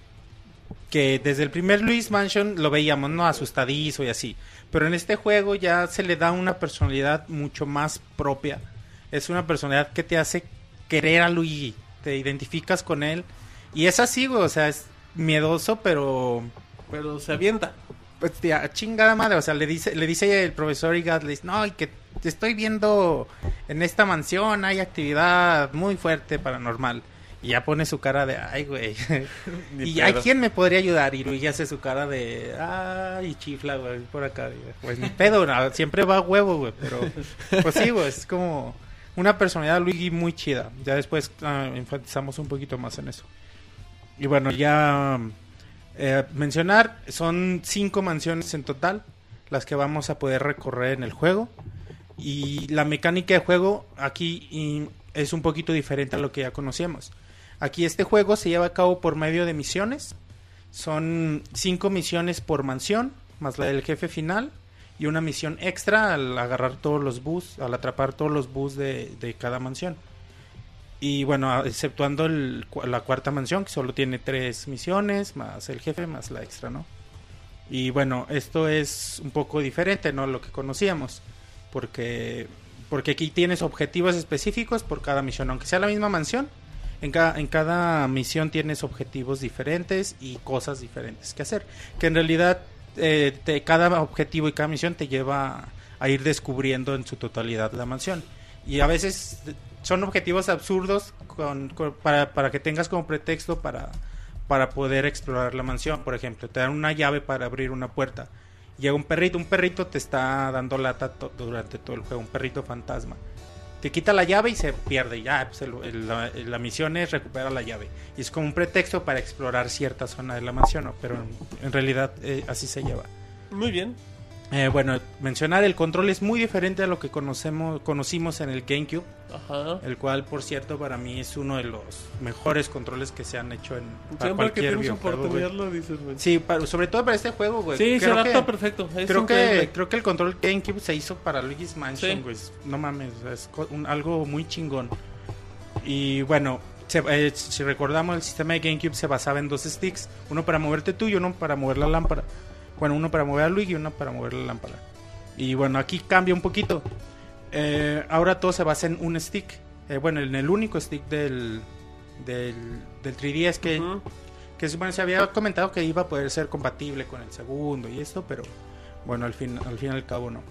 que desde el primer Luigi's Mansion lo veíamos, ¿no? Asustadizo y así. Pero en este juego ya se le da una personalidad mucho más propia. Es una personalidad que te hace querer a Luigi. Te identificas con él. Y es así, güey. O sea, es miedoso, pero... Pero se avienta. Pues tía, chingada madre, o sea, le dice, le dice el profesor Igat, le dice, no, y que te estoy viendo en esta mansión, hay actividad muy fuerte paranormal. Y ya pone su cara de, ay, güey. Ni ¿Y a pedo. quién me podría ayudar? Y Luigi hace su cara de, ay, chifla, güey, por acá. Y, pues ni pedo, no, siempre va a huevo, güey, pero pues sí, güey, es como una personalidad Luigi muy chida. Ya después ah, enfatizamos un poquito más en eso. Y bueno, ya... Eh, mencionar, son cinco mansiones en total las que vamos a poder recorrer en el juego, y la mecánica de juego aquí y, es un poquito diferente a lo que ya conocíamos. Aquí este juego se lleva a cabo por medio de misiones. Son cinco misiones por mansión, más la del jefe final, y una misión extra al agarrar todos los bus, al atrapar todos los bus de, de cada mansión. Y bueno, exceptuando el, la cuarta mansión, que solo tiene tres misiones, más el jefe, más la extra, ¿no? Y bueno, esto es un poco diferente, ¿no? Lo que conocíamos. Porque, porque aquí tienes objetivos específicos por cada misión. Aunque sea la misma mansión, en cada, en cada misión tienes objetivos diferentes y cosas diferentes que hacer. Que en realidad eh, te, cada objetivo y cada misión te lleva a ir descubriendo en su totalidad la mansión. Y a veces son objetivos absurdos con, con- para, para que tengas como pretexto para, para poder explorar la mansión. Por ejemplo, te dan una llave para abrir una puerta. Llega un perrito, un perrito te está dando lata to- durante todo el juego, un perrito fantasma. Te quita la llave y se pierde. Ya, pues el- el- la, la misión es recuperar la llave. Y es como un pretexto para explorar cierta zona de la mansión, ¿no? Pero en, en realidad eh, así se lleva. Muy bien. Eh, bueno, mencionar el control es muy diferente a lo que conocemos, conocimos en el GameCube, Ajá. el cual, por cierto, para mí es uno de los mejores controles que se han hecho en para Siempre que cualquier tienes videojuego, oportunidad güey. lo dices, güey. Sí, para- sobre todo para este juego, güey. Sí, se Creo adapta que- perfecto. Es Creo que, increíble. creo que el control GameCube se hizo para Luigi's Mansion, Sí. güey. No mames, o sea, es co- un- algo muy chingón. Y bueno, se- eh, si recordamos, el sistema de GameCube se basaba en dos sticks. Uno para moverte tú y uno para mover la lámpara. Bueno, uno para mover a Luigi y uno para mover la lámpara. Y bueno, aquí cambia un poquito. Eh, ahora todo se basa en un stick. Eh, bueno, en el único stick del, del, del tres D S que... Ujú. Que bueno, se había comentado que iba a poder ser compatible con el segundo y esto, pero bueno, al fin, al fin y al cabo no.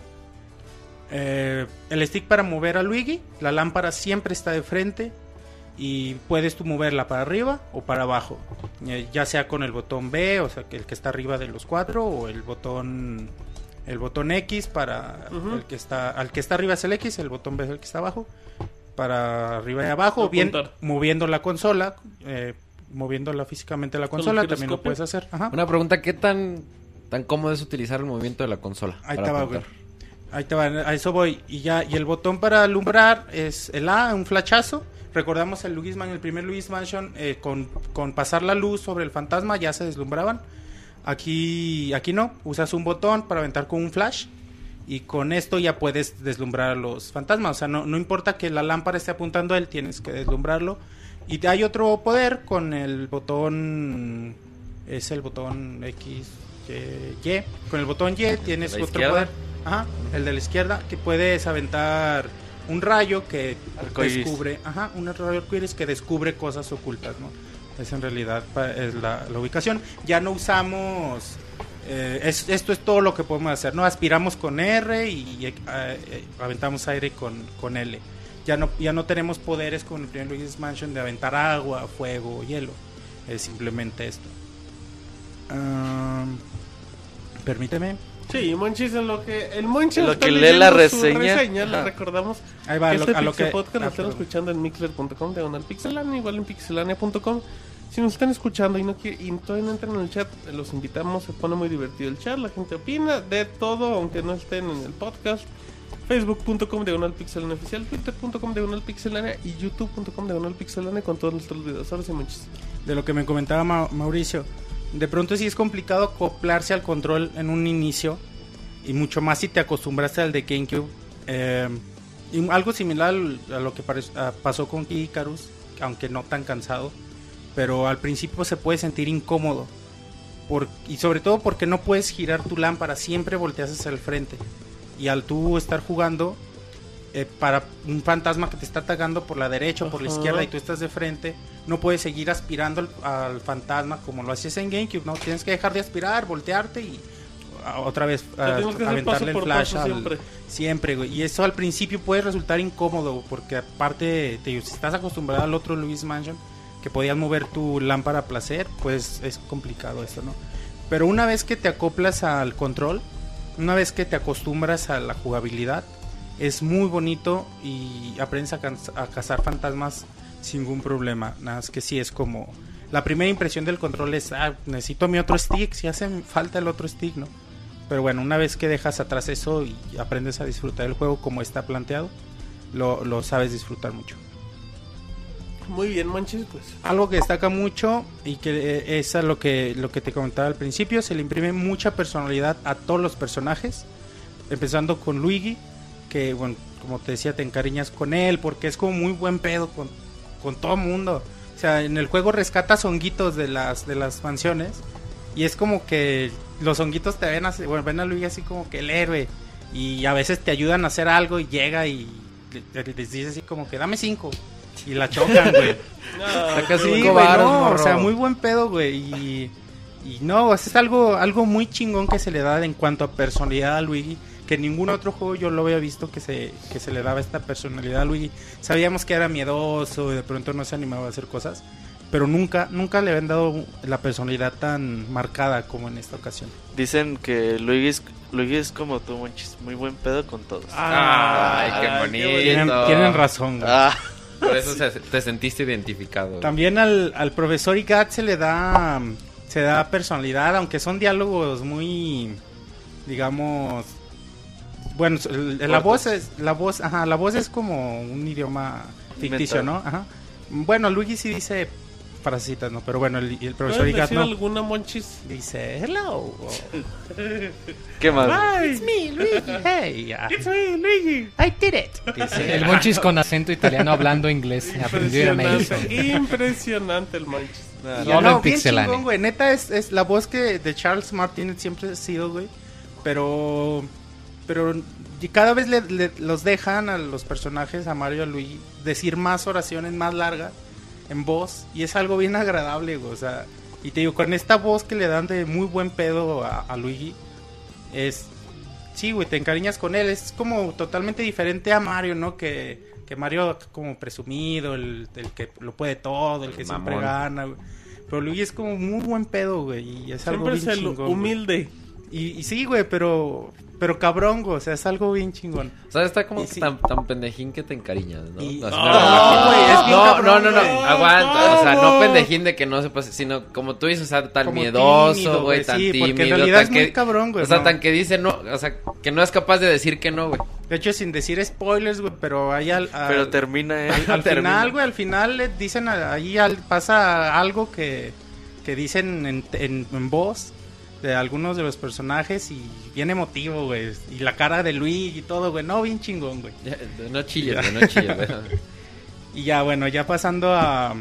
Eh, el stick para mover a Luigi, la lámpara siempre está de frente y puedes tú moverla para arriba o para abajo, eh, ya sea con el botón B, o sea, que el que está arriba de los cuatro, o el botón el botón X para Ujú. el que está al que está arriba es el X, el botón B es el que está abajo, para arriba y abajo, o bien Apuntar. moviendo la consola, eh, moviéndola físicamente la ¿Con el consola también lo giroscopio? puedes hacer. Ajá. Una pregunta, ¿qué tan, tan cómodo es utilizar el movimiento de la consola? Ahí para te va, apuntar? güey. Ahí te va, a eso voy. Y ya, y el botón para alumbrar es el A, un flachazo. Recordamos el Luigi's Mansion, el primer Luigi's Mansion, eh, con, con pasar la luz sobre el fantasma ya se deslumbraban. Aquí, aquí no, usas un botón para aventar con un flash. Y con esto ya puedes deslumbrar a los fantasmas. O sea, no, no importa que la lámpara esté apuntando a él, tienes que deslumbrarlo. Y hay otro poder con el botón, es el botón X, Y, Y. Con el botón Y tienes ¿De la otro izquierda? poder. Ajá, el de la izquierda, que puedes aventar un rayo que Arcoiris. descubre, ajá, un rayo arcoíris que descubre cosas ocultas, ¿no? Es en realidad pa- es la, la ubicación. Ya no usamos, eh, es, esto es todo lo que podemos hacer, ¿no? Aspiramos con R y eh, eh, aventamos aire con, con L. Ya no, ya no tenemos poderes como en el primer Luigi's Mansion de aventar agua, fuego, hielo. Es simplemente esto. Um, permíteme. Sí, Monchis, en lo que el Monchis En lo está que lee la leyendo su reseña. reseña, le Ajá. recordamos Ahí va, que a lo, este a lo Pixel que... Podcast lo ah, están perdón. escuchando en mixler punto com, diagonal pixelania, igual en pixelania punto com. Si nos están escuchando y no quieren, y todavía no entran en el chat, los invitamos, se pone muy divertido el chat, la gente opina de todo, aunque no estén en el podcast. facebook punto com diagonal pixelania oficial, twitter punto com diagonal pixelania y youtube punto com diagonal pixelania con todos nuestros videos. Ahora sí, Monchis. De lo que me comentaba Ma- Mauricio, de pronto sí es complicado acoplarse al control en un inicio, y mucho más si te acostumbraste al de GameCube. Eh, y algo similar a lo que pare- a- pasó con Icarus, aunque no tan cansado, pero al principio se puede sentir incómodo, por, y sobre todo porque no puedes girar tu lámpara, siempre volteas hacia el frente, y al tú estar jugando eh, para un fantasma que te está atacando por la derecha o por la Ajá. izquierda y tú estás de frente, no puedes seguir aspirando al, al fantasma como lo hacías en GameCube, ¿no? Tienes que dejar de aspirar, voltearte y a- otra vez O sea, a- tenemos que hacer aventarle paso el por flash paso al- siempre. siempre, güey. Y eso al principio puede resultar incómodo porque aparte, te digo, si estás acostumbrado al otro Luigi's Mansion que podías mover tu lámpara a placer, pues es complicado eso, ¿no? Pero una vez que te acoplas al control, una vez que te acostumbras a la jugabilidad, es muy bonito y aprendes a, canz- a cazar fantasmas sin ningún problema. Nada más que sí es como... La primera impresión del control es, ah, necesito mi otro stick, si hace falta el otro stick, ¿no? Pero bueno, una vez que dejas atrás eso y aprendes a disfrutar el juego como está planteado, lo, lo sabes disfrutar mucho. Muy bien, Monchis, pues. Algo que destaca mucho y que eh, es a lo que lo que te comentaba al principio, se le imprime mucha personalidad a todos los personajes, empezando con Luigi, que bueno, como te decía, te encariñas con él porque es como muy buen pedo con, con todo mundo. O sea, en el juego rescatas honguitos de las de las mansiones y es como que los honguitos te ven así, bueno, ven a Luigi así como que el héroe, y a veces te ayudan a hacer algo y llega y le- le- les dice así como que dame cinco. Y la chocan, güey. Saca Sí, cinco güey, varos, no, morro. o sea, muy buen pedo, güey. Y, y no, es algo, algo muy chingón que se le da en cuanto a personalidad a Luigi. Que en ningún otro juego yo lo había visto que se, que se le daba esta personalidad a Luigi. Sabíamos que era miedoso y de pronto no se animaba a hacer cosas. Pero nunca, nunca le habían dado la personalidad tan marcada como en esta ocasión. Dicen que Luigi es, Luigi es como tú, Monchis, muy buen pedo con todos. Ay, qué Ay, bonito. Tienen, tienen razón, güey. Ah, Por eso se- te sentiste identificado. También al, al profesor Igat se le da se da personalidad, aunque son diálogos muy, digamos, bueno, el- la Cortos. voz es la voz, ajá, la voz es como un idioma ficticio, Inventado. ¿no? Ajá. Bueno, Luigi sí dice frasecitas, ¿no? Pero bueno, el, el profesor ¿Puedes Igat decir no. alguna, Monchis? Dice hello. o, ¿qué más? Hi, it's me, Luigi. Hey, uh, It's me, Luigi. I did it. Dice, El Monchis con acento italiano hablando inglés. Aprendió a Mason. Impresionante, impresionante el Monchis. Y Solo no, en bien Pixelania. chingón, güey. Neta, es, es la voz que de Charles Martinet siempre ha sido, güey. Pero... Pero y cada vez le, le- los dejan a los personajes, a Mario y a Luigi, decir más oraciones más largas en voz. Y es algo bien agradable, güey. O sea, y te digo, con esta voz que le dan de muy buen pedo a, a Luigi, es... Sí, güey, te encariñas con él. Es como totalmente diferente a Mario, ¿no? Que, que Mario como presumido, el, el que lo puede todo, el que siempre mamón. gana, güey. Pero Luigi es como muy buen pedo, güey. Y es algo Siempre es bien el chingón, güey. humilde. Y, y sí, güey, pero... Pero cabrón, güey. O sea, es algo bien chingón. O sea, está como Y sí. tan, tan pendejín que te encariñas, ¿no? Y- Así No, me lo imagino. güey, es bien no, cabrón, no, no, no, güey. aguanta. O sea, no ¿Cómo? pendejín de que no se pase, sino como tú dices, o sea, tan Como miedoso, tímido, güey, güey, tan sí, tímido. porque en realidad tan es muy que, cabrón, güey, O sea, no. tan que dice no, o sea, que no es capaz de decir que no, güey. De hecho, sin decir spoilers, güey, pero ahí al... al- Pero termina, ¿eh? Al, al Termina. final, güey, al final le dicen a- ahí al- pasa algo que, que dicen en, en, en voz de algunos de los personajes y bien emotivo, güey. Y la cara de Luigi y todo, güey. No, bien chingón, güey. Ya, No chilles, güey, no chilles, güey. Y ya, bueno, ya pasando a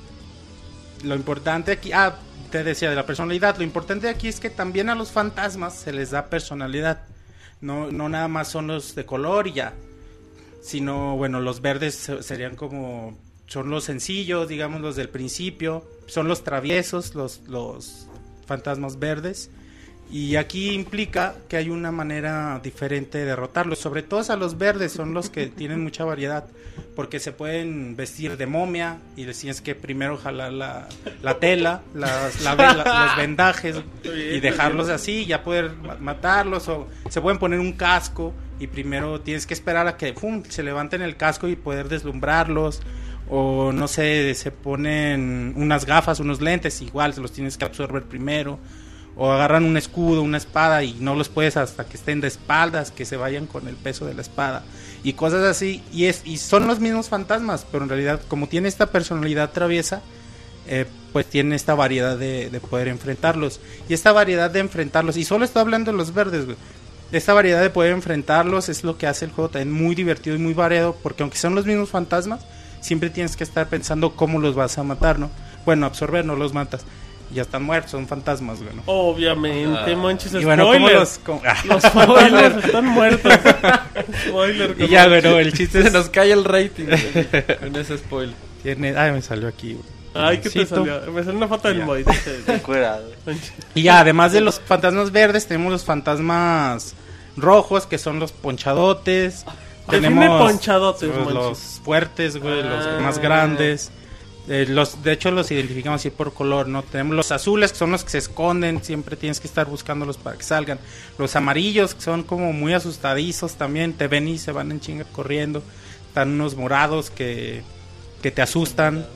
lo importante aquí. Ah, te decía de la personalidad. Lo importante aquí es que también a los fantasmas se les da personalidad. No, no nada más son los de color y ya. sino, bueno, los verdes se- serían como, son los sencillos, digamos, los del principio, son los traviesos, los, los fantasmas verdes. Y aquí implica que hay una manera diferente de derrotarlos. Sobre todo a los verdes son los que tienen mucha variedad. Porque se pueden vestir de momia y les tienes que primero jalar la, la tela, las, la, la, los vendajes y dejarlos así y ya poder ma- matarlos. O se pueden poner un casco y primero tienes que esperar a que ¡pum!, se levanten el casco y poder deslumbrarlos. O no sé, se ponen unas gafas, unos lentes, igual se los tienes que absorber primero. O agarran un escudo, una espada y no los puedes hasta que estén de espaldas, que se vayan con el peso de la espada y cosas así. Y es y son los mismos fantasmas, pero en realidad como tiene esta personalidad traviesa, eh, pues tiene esta variedad de, de poder enfrentarlos. Y esta variedad de enfrentarlos, y solo estoy hablando de los verdes, güey. Esta variedad de poder enfrentarlos es lo que hace el juego también muy divertido y muy variado, porque aunque son los mismos fantasmas, siempre tienes que estar pensando cómo los vas a matar, ¿no? Bueno, absorber, no los matas. Ya están muertos, son fantasmas, güey, ¿no? Obviamente, Ah. Monchis, Y bueno, ¿cómo spoiler. los- cómo- Los fantasmas están muertos. Spoiler. Y ya, bueno, el chiste Se es... nos cae el rating güey, con ese spoiler. Tiene... Ay, me salió aquí, güey. Ay, ¿qué te Cito. salió? Me salió una foto del Ya. Moy. Cuidado. Y ya, además de los fantasmas verdes, tenemos los fantasmas rojos, que son los ponchadotes. Define ponchadotes, pues, Monchis. los fuertes, güey, los Ah. más grandes. Eh, los, de hecho, los identificamos así por color, ¿no? Tenemos los azules, que son los que se esconden, siempre tienes que estar buscándolos para que salgan. Los amarillos, que son como muy asustadizos también, te ven y se van en chinga corriendo. Están unos morados que, que te asustan.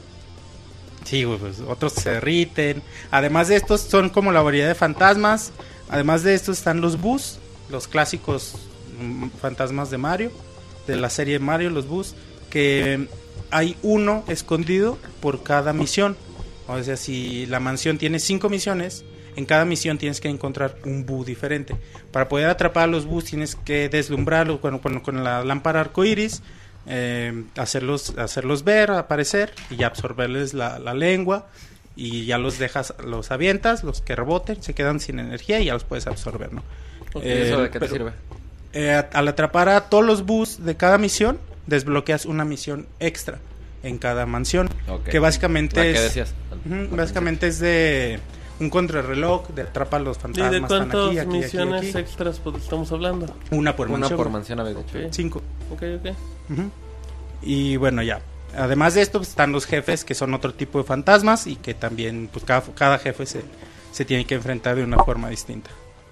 Sí, güey, pues otros se derriten. Además de estos, son como la variedad de fantasmas. Además de estos están los Bus, los clásicos mm, fantasmas de Mario, de la serie Mario, los Bus, que hay uno escondido por cada misión. O sea, si la mansión tiene cinco misiones, en cada misión tienes que encontrar un Boo diferente. Para poder atrapar a los Boos tienes que deslumbrarlos bueno, con, con la lámpara arcoiris, eh, hacerlos, hacerlos ver, aparecer y ya absorberles la, la lengua. Y ya los dejas, los avientas, los que reboten, se quedan sin energía y ya los puedes absorber, ¿no? Ok, Eh, ¿eso de qué te pero- sirve? eh, al atrapar a todos los Boos de cada misión, desbloqueas una misión extra en cada mansión. Ok. Que básicamente La que es. decías. Ujú, básicamente es de un contrarreloj, de atrapa a los ¿Y fantasmas. de están cuántas aquí, aquí, aquí, misiones aquí. extras pues, estamos hablando? Una por Una mansión. por güey. mansión había dicho. Ok. Cinco. Ok, ok. Ujú. Y bueno, ya. Además de esto, pues, están los jefes, que son otro tipo de fantasmas y que también, pues cada, cada jefe se, se tiene que enfrentar de una forma distinta.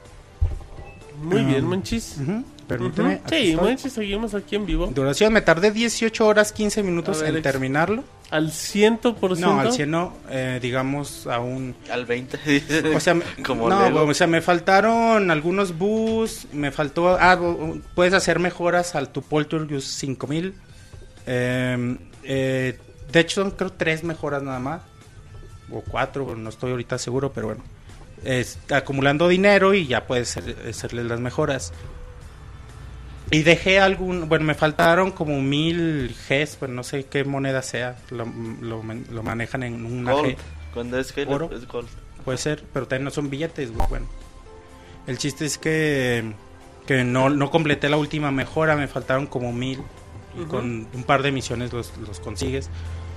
Muy Ah, bien, Monchis. Ujú, Permíteme. Ujú. aquí Sí, estoy. Monchis, seguimos aquí en vivo. Duración, me tardé dieciocho horas, quince minutos A ver, en ex- terminarlo. ¿Al ciento por ciento? No, al cien no, eh, digamos a un... Al veinte. O sea, me- Como no, Lego. o sea, me faltaron algunos bus, me faltó... Ah, bu- puedes hacer mejoras al tu Poltergeist cinco mil. Eh, eh, de hecho, son creo tres mejoras nada más. O cuatro, no estoy ahorita seguro, pero bueno. Es, acumulando dinero y ya puedes hacer- hacerle las mejoras. Y dejé algún... Bueno, me faltaron como mil Gs, pues no sé qué moneda sea. Lo, lo, lo manejan en una Gold. G. Cuando es Halo, Oro. es Gold. Puede ser, pero también no son billetes, güey. Bueno, el chiste es que, que no, no completé la última mejora, me faltaron como mil. Y Ujú. con un par de misiones los, los consigues.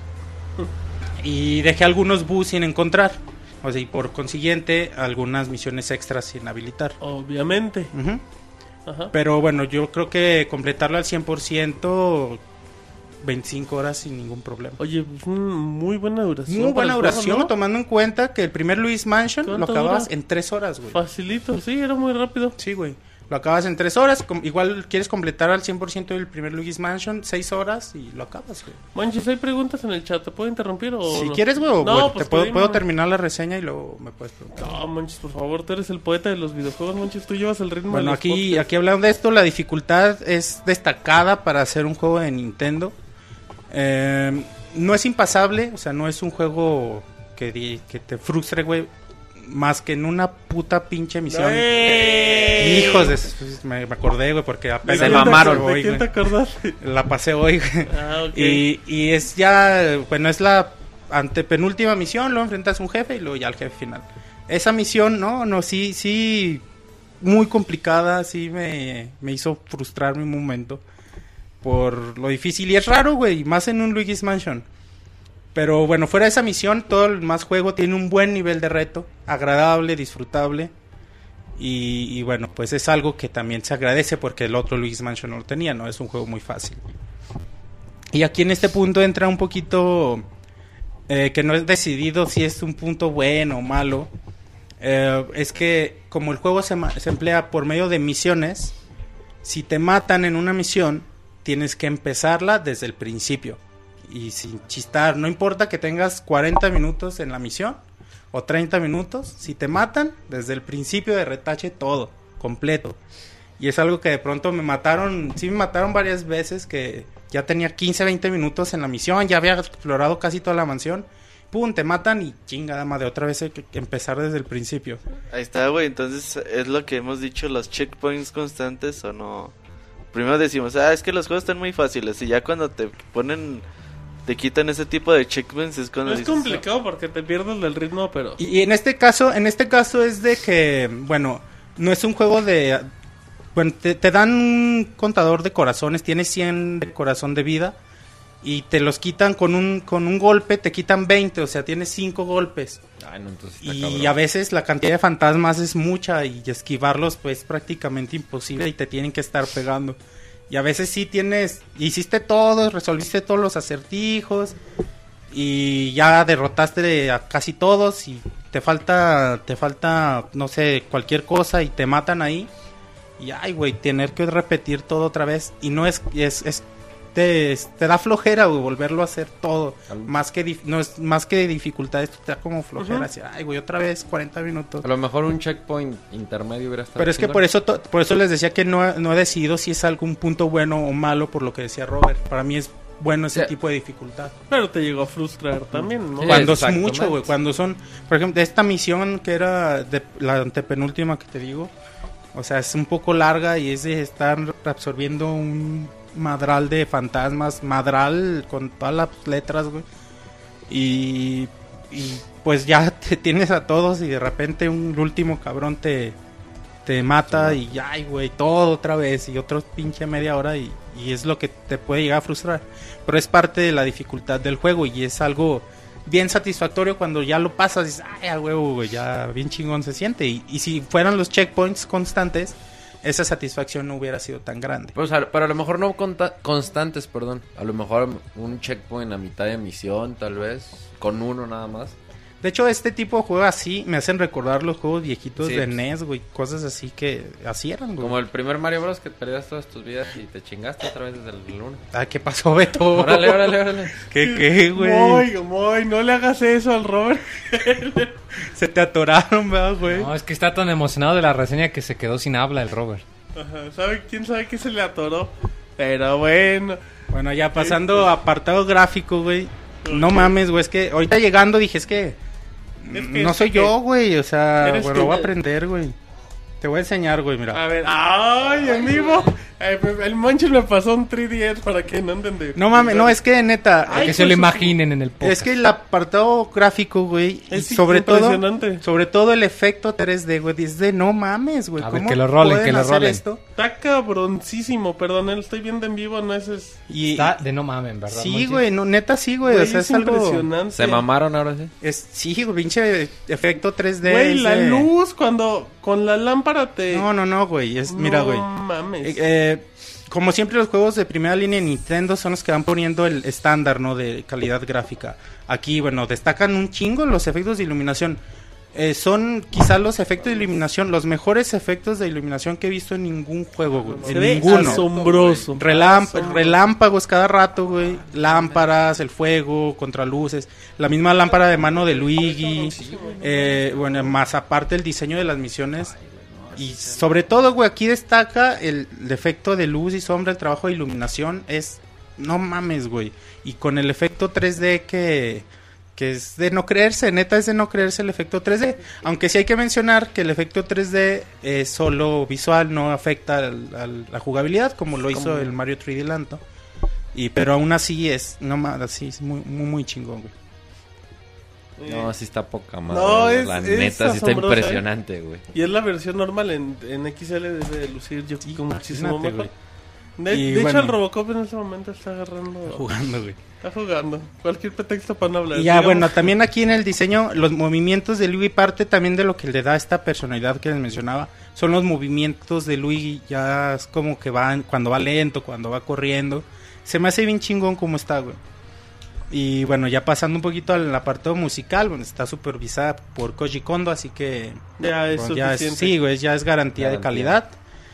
Y dejé algunos bus sin encontrar. O sea, y por consiguiente, algunas misiones extras sin habilitar. Obviamente. Ujú. Ajá. Pero bueno, yo creo que completarlo al cien por ciento, veinticinco horas sin ningún problema. Oye, pues, mm, muy buena duración. Muy para buena el juego, duración, ¿no? tomando en cuenta que el primer Luis Mansion lo ¿Cuánto acabas dura? en tres horas, güey. Facilito, sí, era muy rápido. Sí, güey. Lo acabas en tres horas. com- Igual quieres completar al cien por ciento el primer Luigi's Mansion, seis horas y lo acabas, güey. Monchis, hay preguntas en el chat, ¿te puedo interrumpir o Si no? quieres, güey, o- No, güey, pues te puedo, tú puedo dime. terminar la reseña y luego me puedes preguntar. No, Monchis, por favor, tú eres el poeta de los videojuegos, Monchis, tú llevas el ritmo Bueno, de los aquí, podcasts. aquí hablando de esto, la dificultad es destacada para hacer un juego de Nintendo. Eh, no es impasable, o sea, no es un juego que, di- que te frustre, güey, más que en una puta pinche misión. ¡Eh! Hijos de... Me, me acordé, güey, porque apenas ¿De la quién te pasé acor- ¿De hoy, quién te güey. acordaste? La pasé hoy, güey. Ah, ok. Y, y es ya, bueno, es la antepenúltima misión, luego enfrentas a un jefe y luego ya al jefe final. Esa misión, no, no, sí, sí, muy complicada, sí me, me hizo frustrarme un momento. por lo difícil. Y es raro, güey, más en un Luigi's Mansion. Pero bueno, fuera de esa misión, todo el más juego tiene un buen nivel de reto, agradable, disfrutable. Y, y bueno, pues es algo que también se agradece porque el otro Luigi's Mansion no lo tenía, ¿no? Es un juego muy fácil. Y aquí en este punto entra un poquito eh, que no es decidido si es un punto bueno o malo. Eh, es que como el juego se, ma- se emplea por medio de misiones, si te matan en una misión, tienes que empezarla desde el principio. Y sin chistar, no importa que tengas cuarenta minutos en la misión o treinta minutos, si te matan, desde el principio de retache todo, completo. Y es algo que de pronto me mataron, sí me mataron varias veces, que ya tenía quince, veinte minutos en la misión, ya había explorado casi toda la mansión. Pum, te matan y chingada madre, otra vez hay que empezar desde el principio. Ahí está, güey, entonces es lo que hemos dicho, los checkpoints constantes o no. Primero decimos, ah, es que los juegos están muy fáciles y ya cuando te ponen, te quitan ese tipo de checkpoints es cuando Es dices, complicado porque te pierdes del ritmo, pero... Y, y en este caso, en este caso es de que, bueno, no es un juego de... Bueno, te, te dan un contador de corazones, tienes cien de corazón de vida y te los quitan con un con un golpe, te quitan veinte, o sea, tienes cinco golpes. Ay, no, entonces está Y cabrón. a veces la cantidad de fantasmas es mucha y esquivarlos pues prácticamente imposible y te tienen que estar pegando. Y a veces sí tienes, hiciste todo, resolviste todos los acertijos y ya derrotaste a casi todos y te falta, te falta, no sé, cualquier cosa y te matan ahí. Y ay, güey, tener que repetir todo otra vez. Y no es, es, es te, te da flojera, güey, volverlo a hacer todo. Más que, dif- no es más que dificultad, esto te da como flojera. Ujú. Así, ay, güey, otra vez cuarenta minutos. A lo mejor un checkpoint intermedio hubiera estado Pero es que chingón. por eso to- por eso les decía que no, no he decidido si es algún punto bueno o malo, por lo que decía Robert. Para mí es bueno ese tipo de dificultad. Pero te llegó a frustrar también, ¿no? Cuando es mucho, güey, cuando son, por ejemplo, esta misión que era de la antepenúltima que te digo, o sea, es un poco larga y es de estar absorbiendo un madral de fantasmas, madral con todas las letras, güey. Y, y pues ya te tienes a todos y de repente un último cabrón te, te mata y ya, ay, güey, todo otra vez y otro pinche media hora y, y es lo que te puede llegar a frustrar. Pero es parte de la dificultad del juego y es algo bien satisfactorio cuando ya lo pasas y dices, ay, a huevo, güey, ya bien chingón se siente. Y, y si fueran los checkpoints constantes, esa satisfacción no hubiera sido tan grande. Pues a- pero a lo mejor no conta- constantes, perdón. A lo mejor un checkpoint a mitad de misión, tal vez. Con uno nada más. De hecho, este tipo de juegos así me hacen recordar los juegos viejitos Sí, de pues. N E S, güey. Cosas así que así eran, güey. Como el primer Mario Bros. Que perdías todas tus vidas y te chingaste otra vez desde el uno. Ah, ¿qué pasó, Beto? Órale, órale, órale. ¿Qué, qué, güey? Muy, muy, no le hagas eso al Robert. Se te atoraron, ¿verdad, güey? No, es que está tan emocionado de la reseña que se quedó sin habla el Robert. Ajá, ¿sabe quién sabe qué se le atoró? Pero bueno. Bueno, ya pasando a apartado gráfico, güey. No mames, güey, es que ahorita llegando dije, es que... Es que- no soy es que- yo, güey, o sea, Eres bueno, tú. voy a aprender, güey. Te voy a enseñar, güey, mira. A ver, ay, en vivo. Eh, el Monchis me pasó un tres D S para que no entendí. No mames, no, es que neta... Ay, que se lo pues, imaginen en el podcast. Es que el apartado gráfico, güey, y Es sobre todo, impresionante. sobre todo el efecto tres D, güey, es de no mames, güey. A ver, ¿Cómo que lo rolen, pueden que lo hacer rolen. esto? Está cabroncísimo, perdón, lo estoy viendo en vivo, no es... es... Y, Está de no mamen, ¿verdad? sí, Monchis? güey, no, neta sí, güey, Güey, o sea, es es algo... impresionante. Se mamaron ahora sí. Es, sí, güey, pinche efecto tres D. Güey, es la de- luz cuando con la lámpara te... No, no, no, güey, es, mira, No güey. mames. Eh, eh, como siempre los juegos de primera línea de Nintendo son los que van poniendo el estándar, ¿no? De calidad gráfica. Aquí, bueno, destacan un chingo los efectos de iluminación. Eh, son quizás los efectos de iluminación, los mejores efectos de iluminación que he visto en ningún juego, güey. Se En ve ninguno. asombroso. Relamp- Asombroso. relámpagos cada rato, güey. Lámparas, el fuego, contraluces. La misma lámpara de mano de Luigi. Eh, bueno, más aparte el diseño de las misiones. Y sobre todo, güey, aquí destaca el, el efecto de luz y sombra, el trabajo de iluminación. Es, no mames, güey. Y con el efecto tres D que... que es de no creerse, neta es de no creerse el efecto tres D. Aunque sí hay que mencionar que el efecto tres D es solo visual, no afecta al- al- la jugabilidad, como lo hizo el Mario tres D Land, ¿no? Y, pero aún así es, no más, así es muy, muy, muy chingón, güey. No, sí está poca madre. No, es- la es neta, sí está asombroso, ¿eh? impresionante, güey. Y es la versión normal en, en X L debe de lucir yo con muchísimo imagínate, mejor. güey. De, Y de bueno. hecho, el Robocop en ese momento está agarrando... Jugando, güey. Está jugando. Cualquier pretexto para no hablar. Y ya, Digamos- bueno, también aquí en el diseño, los movimientos de Luigi, parte también de lo que le da esta personalidad que les mencionaba, son los movimientos de Luigi, ya es como que va, cuando va lento, cuando va corriendo, se me hace bien chingón como está, güey. Y bueno, ya pasando un poquito al apartado musical, bueno, está supervisada por Koji Kondo, así que... Ya es bueno, ya es- suficiente. sí, güey, ya es garantía, Garantía. de calidad.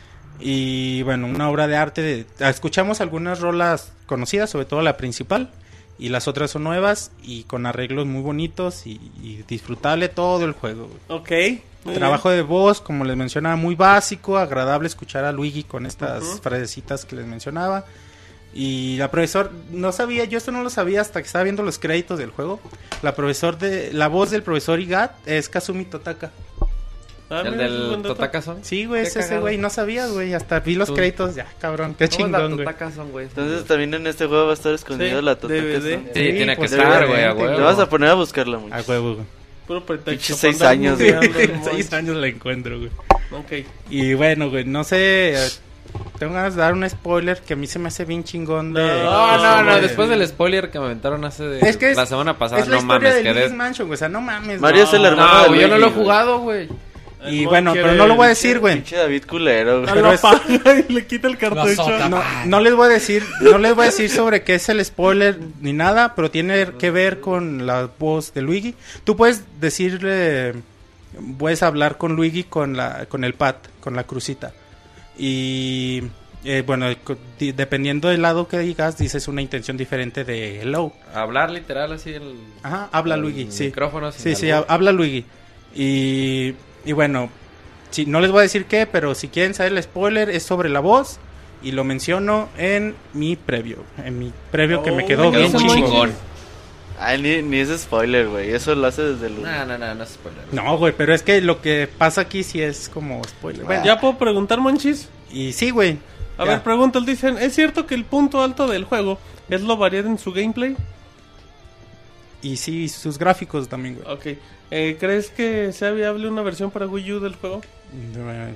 Y bueno, una obra de arte, de, escuchamos algunas rolas conocidas, sobre todo la principal, y las otras son nuevas y con arreglos muy bonitos y, y disfrutable todo el juego, güey. Ok. muy Trabajo de voz, como les mencionaba, muy básico, agradable escuchar a Luigi con estas Ujú. frasecitas que les mencionaba. Y la profesor, no sabía, yo esto no lo sabía hasta que estaba viendo los créditos del juego. La profesor de, la voz del profesor Igat es Kazumi Totaka. bien. Ah, ¿El mira, es un del buen dato. Totaka-son? Sí, güey, Qué es ese cagado. güey, no sabías, güey, hasta vi los Tú- créditos, ya, cabrón, qué ¿Cómo es la chingón, güey. Totaka-son, güey? Entonces también en este juego va a estar escondido Sí, la Totaka. D V D. Sí, Sí, tiene que pues, estar, güey, a obviamente, huevo. Te vas a poner a buscarla mucho. A huevo, güey. Puro pretexto. Pinches seis para andar años, Sí, buceando el en seis monstruo. años la encuentro, güey. Ok. Y bueno, güey, no sé, eh, tengo ganas de dar un spoiler que a mí se me hace bien chingón de... No, No, no, no, güey. después del spoiler que me aventaron hace de... Es que es- la semana pasada, es la no historia mames, de quedé... Luigi's Mansion, güey, o sea, no mames. Mario no. es el hermano No, de güey, yo no Luigi, lo he jugado, güey. El Y Mon bueno, quiere pero no lo voy a el- decir, güey. Pinche David culero, güey. A Pero la es- paja y le quita el cartucho. azota. No, no les voy a decir, no les voy a decir sobre qué es el spoiler ni nada, pero tiene que ver con la voz de Luigi. Tú puedes decirle, puedes hablar con Luigi con la, con el pad, con la crucita. Y eh, bueno, co- di- dependiendo del lado que digas, dices una intención diferente de hello. Hablar literal así el... Ajá, habla el Luigi, sí. micrófono sin Sí, sí, albur. ha- habla Luigi. Y, y bueno, sí, no les voy a decir qué, pero si quieren saber el spoiler, es sobre la voz. Y lo menciono en mi previo. En mi previo que me Oh, quedó me bien quedó muy chingón. chingón. Ay, ni, ni es spoiler, güey. Eso lo hace desde el uno. No, no, no, no es spoiler. No, güey, pero es que lo que pasa aquí sí es como spoiler. Bueno, ¿Ya puedo preguntar, Monchis? y sí, güey. A ya. ver, pregunta, dicen, ¿es cierto que el punto alto del juego es lo variado en su gameplay? Y sí, sus gráficos también, güey. Ok. Eh, ¿Crees que sea viable una versión para Wii U del juego? Eh,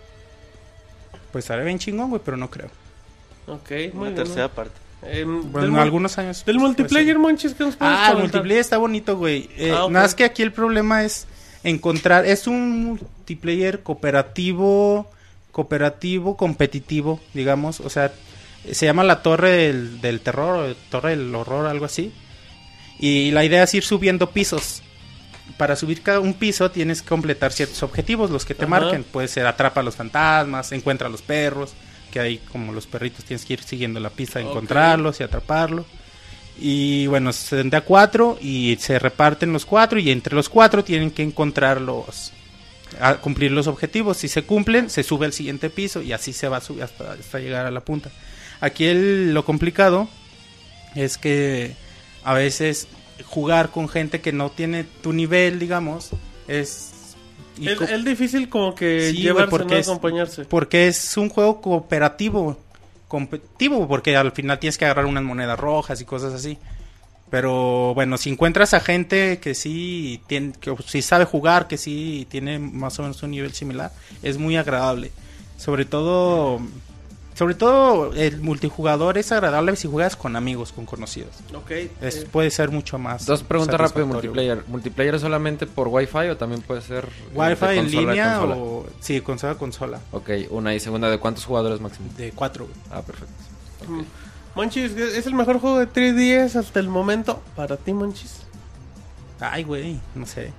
Pues haré bien chingón, güey, pero no creo. Ok, muy Una bien. tercera parte. Em, Bueno, del en mul- algunos años. Del puede multiplayer, ser. Monchis, ¿qué nos puedes Ah, el comentar? multiplayer está bonito, güey. Eh, Ah, ok. Nada más que aquí el problema es encontrar. Es un multiplayer cooperativo, cooperativo, competitivo, digamos. O sea, se llama la Torre del, del Terror, o Torre del Horror, algo así. Y la idea es ir subiendo pisos. Para subir cada un piso tienes que completar ciertos objetivos, los que te Ajá. marquen. Puede ser atrapa a los fantasmas, encuentra a los perros, que ahí como los perritos tienes que ir siguiendo la pista, Ok. encontrarlos y atraparlos. Y bueno, se dan de a cuatro y se reparten los cuatro y entre los cuatro tienen que encontrar los... a cumplir los objetivos. Si se cumplen, se sube al siguiente piso y así se va a subir hasta, hasta llegar a la punta. Aquí el- lo complicado es que a veces jugar con gente que no tiene tu nivel, digamos, es... y Es, co- es difícil como que Sí, güey, llevarse, porque ¿no? es- Acompañarse. porque es un juego cooperativo, competitivo, porque al final tienes que agarrar unas monedas rojas y cosas así. Pero bueno, si encuentras a gente que sí tiene, que sí sabe jugar, que sí tiene más o menos un nivel similar, es muy agradable. Sobre todo, sobre todo el multijugador es agradable si juegas con amigos, con conocidos. Ok. Es, eh, puede ser mucho más. Dos preguntas rápidas, satisfactorio. multiplayer. ¿Multiplayer solamente por Wi-Fi o también puede ser... Wi-Fi de en consola a línea consola? o sí, consola a consola. Ok, una y segunda, ¿de cuántos jugadores máximo? De cuatro. güey. Ah, perfecto. mm. Monchis, ¿es el mejor juego de tres D S hasta el momento para ti, Monchis? Ay, güey, no sé.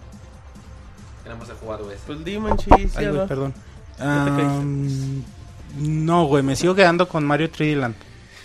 Tenemos el jugado ese. Pues di, Monchis. ¿sí Ay, o güey, no? perdón. Ya te caíste. Am, no, güey, me sigo quedando con Mario tres D Land.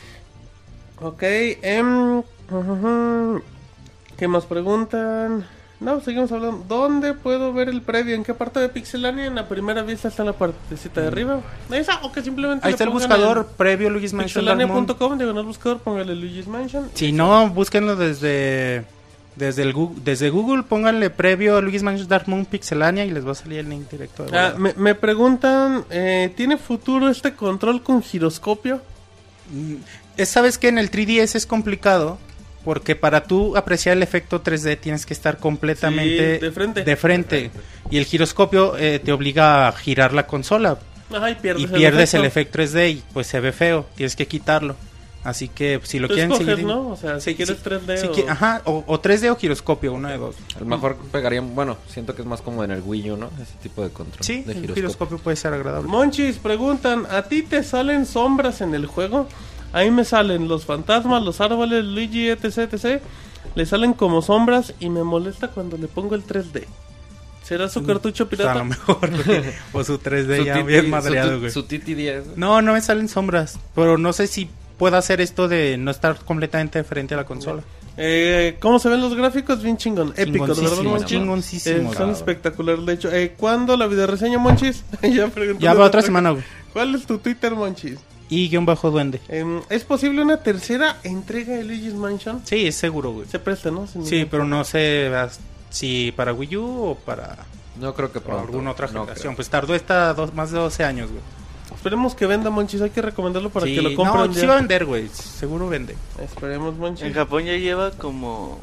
Ok, em, ujujú. ¿Qué más preguntan? No, seguimos hablando. ¿Dónde puedo ver el previo? ¿En qué parte de Pixelania? En la primera vista está en la partecita de arriba. ¿Esa? ¿O que simplemente Ahí le está el pongan buscador en previo Luigi's Mansion Dark Moon. pixelania punto com, diagonal buscador, póngale Luigi's Mansion. Si no, búsquenlo desde desde el Google, desde Google, pónganle previo Luigi's Mansion Dark Moon Pixelania y les va a salir el link directo. de Ah, volada. me, me preguntan, eh, ¿tiene futuro este control con giroscopio? Mm, es, ¿sabes que en el tres D S es complicado? Porque para tú apreciar el efecto tres D tienes que estar completamente Sí, de frente. de frente. Y el giroscopio eh, te obliga a girar la consola. Ajá, y pierdes, y el, pierdes efecto. el efecto tres D y pues se ve feo, tienes que quitarlo. Así que pues, si lo Tú quieren escoges, seguir, ¿no? O sea, si quieres tres D si o... qui- ajá, o, o tres D o giroscopio, uno de dos. A lo mejor pegarían, bueno, siento que es más como en el Wii U, ¿no? Ese tipo de control. Sí, de el giroscopio. giroscopio puede ser agradable. Monchis, preguntan, ¿a ti te salen sombras en el juego? A mí me salen los fantasmas, los árboles, Luigi, etc, etc. Le salen como sombras y me molesta cuando le pongo el tres D. ¿Será su cartucho Pues, a pirata? lo mejor, güey. O su tres D Su ya T T bien madreado, su, güey. su T T diez. No, no me salen sombras. Pero no sé si puedo hacer esto de no estar completamente frente a la consola. Eh, ¿Cómo se ven los gráficos? Bien chingón. Épicos, ¿verdad, Chingoncísimo, Monchis? chingoncísimo, Eh, son cabrón. espectaculares, de hecho. Eh, ¿Cuándo la videoreseña, Monchis? ya pregunté. Ya va otra semana, güey. ¿Cuál es tu Twitter, Monchis? Y guión bajo duende. Eh, ¿Es posible una tercera entrega de Luigi's Mansion? Sí, es seguro, güey. Se presta, ¿no? Sin Sí, ningún pero no sé as- si para Wii U o para No creo que o pronto. alguna otra No generación. creo. Pues tardó esta dos, más de doce años, güey. Esperemos que venda, Monchis. Hay que recomendarlo para Sí, que lo compren. no, ya. sí va a vender, güey. Seguro vende. Esperemos, Monchis. En Japón ya lleva como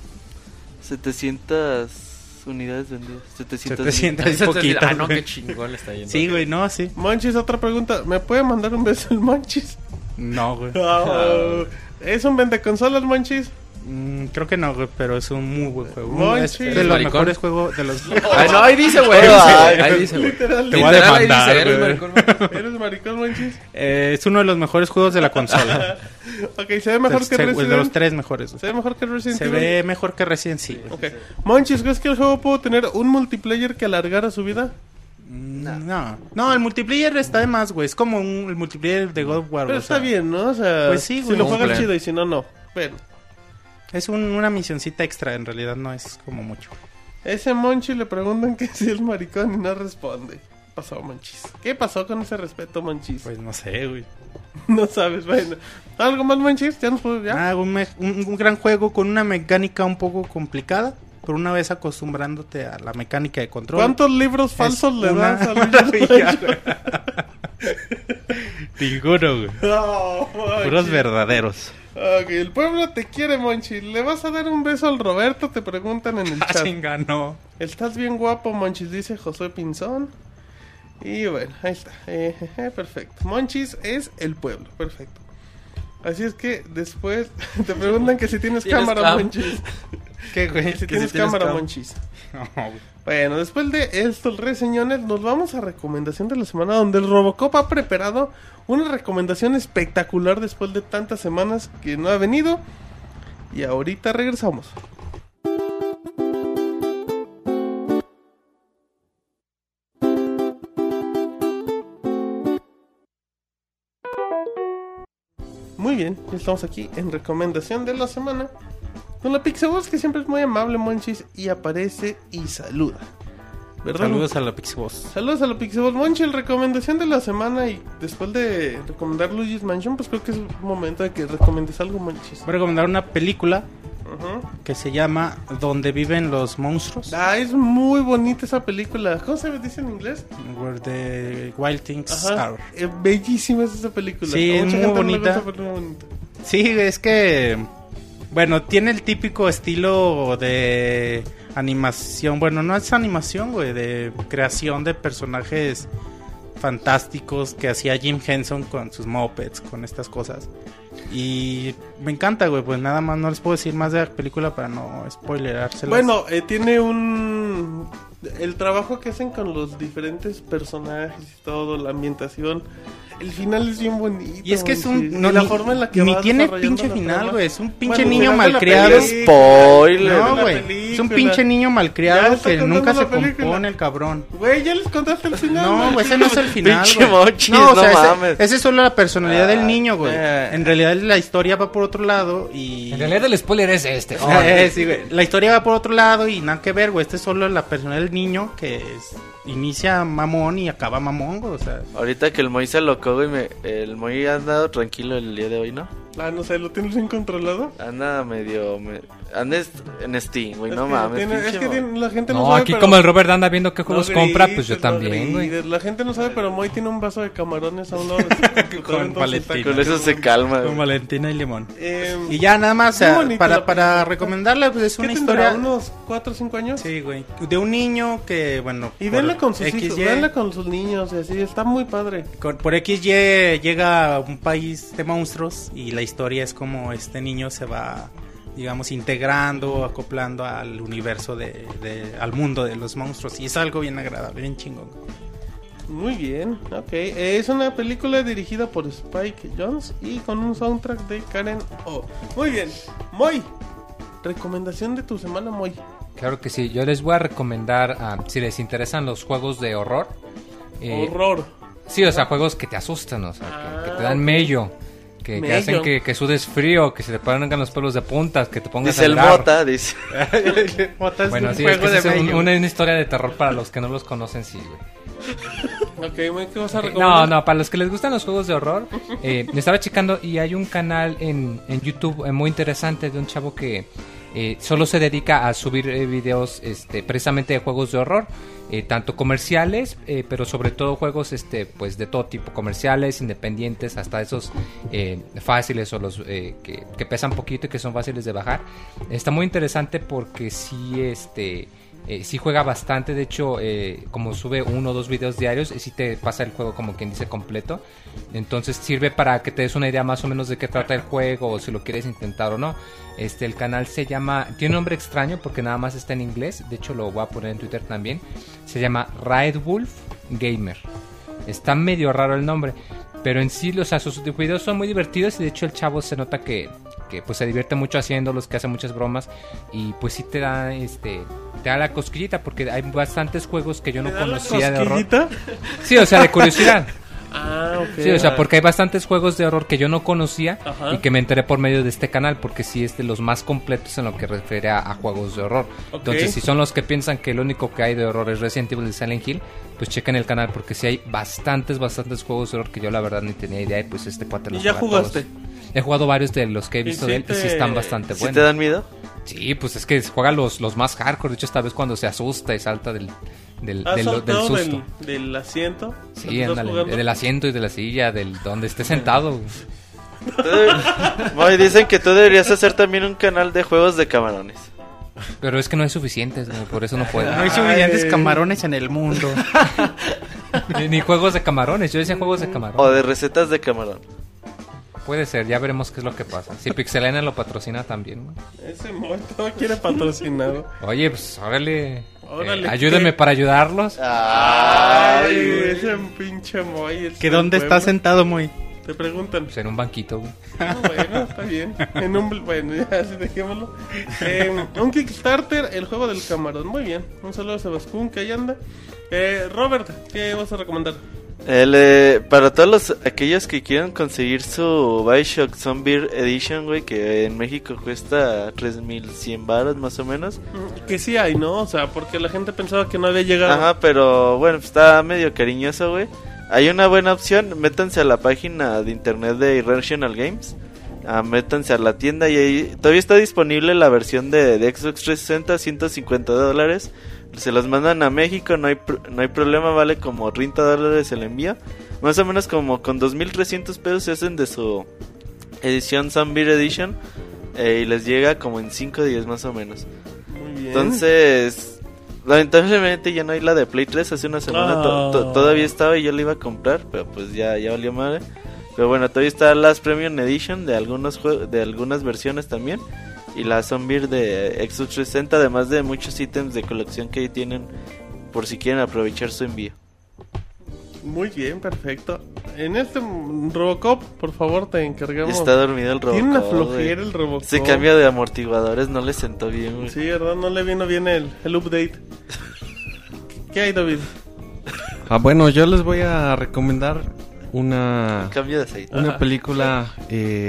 setecientas unidades vendidas. setecientas. setecientas y Eso es decir, poquitas, ah, no, güey. qué chingón le está yendo. Sí, güey, no, sí. Monchis, otra pregunta. ¿Me puede mandar un beso el Monchis? No, güey. Ah, ¿Es un vendeconsolas, Monchis? Mm, creo que no, güey, pero es un muy buen juego. Monchis. Es de los ¿Maricón? mejores juegos de los... Ay, no, ahí dice, güey. Ahí dice, güey. Literal. Te voy a Literal, ahí demandar, dice, eres güey. maricón. ¿Eres maricón, Monchis? Eh, es uno de los mejores juegos de la consola. Ok, se ve mejor Se- que de los Resident. tres mejores. güey. Se ve mejor que Resident Se Evil. ve mejor que Resident Evil. Ok. Monchis, ¿crees que el juego pudo tener un multiplayer que alargara su vida? No, no, el multiplayer está de más, güey. Es como un, el multiplayer de God of War. Pero o está sea, bien, ¿no? O sea, Pues sí, si güey. lo juegas Cumple. chido y si no, no. Bueno, Es un- una misioncita extra, en realidad no es como mucho. ese Monchi le preguntan que si es maricón y no responde. ¿Qué pasó, Monchis? ¿Qué pasó con ese respeto, Monchis? Pues no sé, güey. No sabes, bueno. ¿Algo más, Monchis? ¿Ya nos puedo ya? Ah, un, me- un- un gran juego con una mecánica un poco complicada, pero una vez acostumbrándote a la mecánica de control. ¿Cuántos libros falsos le una das a Luigi's maravilla, Mansion? Ninguno, güey. No, Monchis. Puros verdaderos. Ok, el pueblo te quiere, Monchis. ¿Le vas a dar un beso al Roberto? Te preguntan en el Ah, chat. chinga, no. Estás bien guapo, Monchis, dice José Pinzón. Y bueno, ahí está. Eh, jeje, perfecto. Monchis es el pueblo, perfecto. Así es que después te preguntan que si tienes, ¿Tienes cámara, cam? Monchis. ¿Qué, güey? Que si Que tienes si tienes cámara, cam- Monchis. No, güey. Bueno, después de estos reseñones, nos vamos a recomendación de la semana, donde el Robocop ha preparado una recomendación espectacular después de tantas semanas que no ha venido. Y ahorita regresamos. Muy bien, ya estamos aquí en recomendación de la semana con la Pixaboss, que siempre es muy amable, Monchis, y aparece y saluda. ¿Verdad? Saludos a la Pixboss. Saludos a la Pixaboss. Monchis, recomendación de la semana, y después de recomendar Luigi's Mansion, pues creo que es momento de que recomiendes algo, Monchis. Voy a recomendar una película Ujú. que se llama Donde viven los monstruos. Ah, es muy bonita esa película. ¿Cómo se dice en inglés? Where the Wild Things Ajá. Are. Eh, bellísima es esa película. Sí, A es mucha muy gente no le bonita. gusta, pero es muy bonita. Sí, es que... Bueno, tiene el típico estilo de animación. Bueno, no es animación, güey. De creación de personajes fantásticos que hacía Jim Henson con sus mopeds, con estas cosas. Y me encanta, güey. Pues nada más, no les puedo decir más de la película para no spoilerárselas. Bueno, eh, tiene un... El trabajo que hacen con los diferentes personajes y todo, la ambientación. El final es bien bonito. Y es que es Monchis. un... No, Y la ni, forma en la que ni va tiene desarrollando pinche la final, trama. güey. Es un pinche Bueno, niño el final de la malcriado. película. Spoiler. de No, la güey. Es un película. pinche niño Ya malcriado está que contando nunca la se película. compone el cabrón. Güey, ya les contaste el final. No, Monchis. güey, ese no es el final, Pinche güey. Monchis, No, o sea, no ese- mames. ese es solo la personalidad del niño, güey. eh. En realidad la historia va por otro lado y... En realidad el spoiler es este. Oh, Eh, sí, güey. La historia va por otro lado y nada que ver, güey. Este es solo la personalidad del niño que es- inicia mamón y acaba mamón, güey. O sea, Ahorita que el Moy se alocó, güey, me, el Moy ha andado tranquilo el día de hoy, ¿no? Ah, no sé, ¿lo tienes bien controlado? Anda medio... Me... Anda est- en Steam, güey, Es no que mames. tiene- es pinche que mo- tiene- la gente no, No, sabe, aquí pero- como el Robert anda viendo qué juegos No compra, grites, pues yo no también, güey. grites. La gente no sabe, pero Moy tiene un vaso de camarones a un lado. Con Valentina. Con eso se calma, Con güey. Valentina y limón. Eh, Y ya nada más, muy o sea, bonita para, la para película. recomendarla, pues es ¿Qué una tendrá, historia... unos cuatro o cinco años? Sí, güey. De un niño que, bueno... Y por venla con sus X hijos, Y, venla con sus niños y así, está muy padre. con- por X Y llega a un país de monstruos y la historia es como este niño se va, digamos, integrando, acoplando al universo de, de- al mundo de los monstruos. Y es algo bien agradable, bien chingón. Muy bien, ok. Eh, es una película dirigida por Spike Jonze y con un soundtrack de Karen O. Muy bien, Moy. Recomendación de tu semana, Moy. Claro que sí, yo les voy a recomendar, ah, si les interesan los juegos de horror. eh, Horror. Sí, o sea, juegos que te asustan, o sea, que, que te dan Ah, ok. mello. Que, que Mello. hacen que, que sudes frío, que se te pongan los pelos de puntas, que te pongas Dice a el llorar. Mota, dice. Mota es Bueno, un sí, es juego que de esa es un- bello. una, una historia de terror para los que no los conocen, sí, güey. Ok, Moy, ¿qué vas a Eh, recomendar? No, no, para los que les gustan los juegos de horror, eh, me estaba checando y hay un canal en, en YouTube eh, muy interesante de un chavo que eh, solo se dedica a subir eh, videos este, precisamente de juegos de horror, eh, tanto comerciales, eh, pero sobre todo juegos este, pues de todo tipo, comerciales, independientes, hasta esos eh, fáciles o los eh, que, que pesan poquito y que son fáciles de bajar. Está muy interesante porque sí, este... Eh, sí juega bastante, de hecho, eh, como sube uno o dos videos diarios, eh, sí te pasa el juego como quien dice completo. Entonces sirve para que te des una idea más o menos de qué trata el juego o si lo quieres intentar o no. Este, el canal se llama, tiene un nombre extraño porque nada más está en inglés, de hecho lo voy a poner en Twitter también. Se llama Riot Wolf Gamer. Está medio raro el nombre, pero en sí, o sea, sus videos son muy divertidos y de hecho el chavo se nota que, que pues se divierte mucho haciéndolos, que hace muchas bromas y pues sí te da este te da la cosquillita porque hay bastantes juegos que yo no ¿Te da la conocía de horror. cosquillita? Sí, o sea, de curiosidad. Ah, ok. Sí, o sea, porque hay bastantes juegos de horror que yo no conocía Ajá. y que me enteré por medio de este canal, porque sí es de los más completos en lo que refiere a, a juegos de horror. Ok. Entonces, si son los que piensan que lo único que hay de horror es Resident Evil y Silent Hill, pues chequen el canal, porque sí hay bastantes, bastantes juegos de horror que yo la verdad ni tenía idea y pues este cuate los ¿Y ya juega jugaste? todos. He jugado varios de los que he ¿Y visto sí de él y sí te- están bastante ¿Sí buenos. te dan miedo? Sí, pues es que juega los, los más hardcore. De hecho, esta vez cuando se asusta y salta del, del, ¿Has del, del saltado susto. del, del asiento? Sí, ¿Cuando estás ándale, jugando? del asiento y de la silla, del donde esté sentado. Tú deb- Moy, dicen que tú deberías hacer también un canal de juegos de camarones. Pero es que no hay suficientes, güey, por eso no puedo. No hay suficientes camarones en el mundo. Ni, ni juegos de camarones, yo decía juegos de O camarones. de recetas de camarón. Puede ser, ya veremos qué es lo que pasa. Si Pixelania lo patrocina también, güey. Ese Moy todo quiere patrocinado. Oye, pues órale. Órale, eh, ayúdenme ¿qué? para ayudarlos. Ay, ese pinche Moy. es ¿Que del dónde está pueblo. sentado, Moy? Te preguntan. Pues en un banquito, güey. Ah, bueno, está bien. En un, bueno, ya así dejémoslo. Eh, un Kickstarter, el juego del camarón. Muy bien. Un saludo a Sebastián, que ahí anda. Eh, Robert, ¿qué vas a recomendar? El, eh, para todos los, aquellos que quieran conseguir su Bioshock Zombie Edition, güey, que en México cuesta tres mil cien baros más o menos. Que sí hay, ¿no? O sea, porque la gente pensaba que no había llegado. Ajá, pero bueno, pues está medio cariñoso, güey. Hay una buena opción, métanse a la página de internet de Irrational Games. Ah, métanse a la tienda y ahí todavía está disponible la versión de, de Xbox trescientos sesenta, ciento cincuenta dólares. Se los mandan a México, no hay, pr- no hay problema, vale como treinta dólares el envío. Más o menos como con dos mil trescientos pesos se hacen de su edición Zombie Edition. Eh, y les llega como en cinco días más o menos. Muy bien. Entonces, lamentablemente ya no hay la de Play tres. Hace una semana to- to- Oh. todavía estaba y yo la iba a comprar, pero pues ya, ya valió madre. Pero bueno, todavía está las Premium Edition de algunos jue- de algunas versiones también. Y la Zombie de Xbox trescientos sesenta, además de muchos ítems de colección que ahí tienen por si quieren aprovechar su envío. Muy bien, perfecto. En este mm, Robocop, por favor, te encargamos. Está dormido el Robocop. Tiene una güey. flojera el Robocop. Ese cambio de amortiguadores no le sentó bien, güey. Sí, ¿verdad? No le vino bien el, el update. ¿Qué hay, David? Ah, bueno, yo les voy a recomendar una, Cambio de aceite. una Ajá. película eh,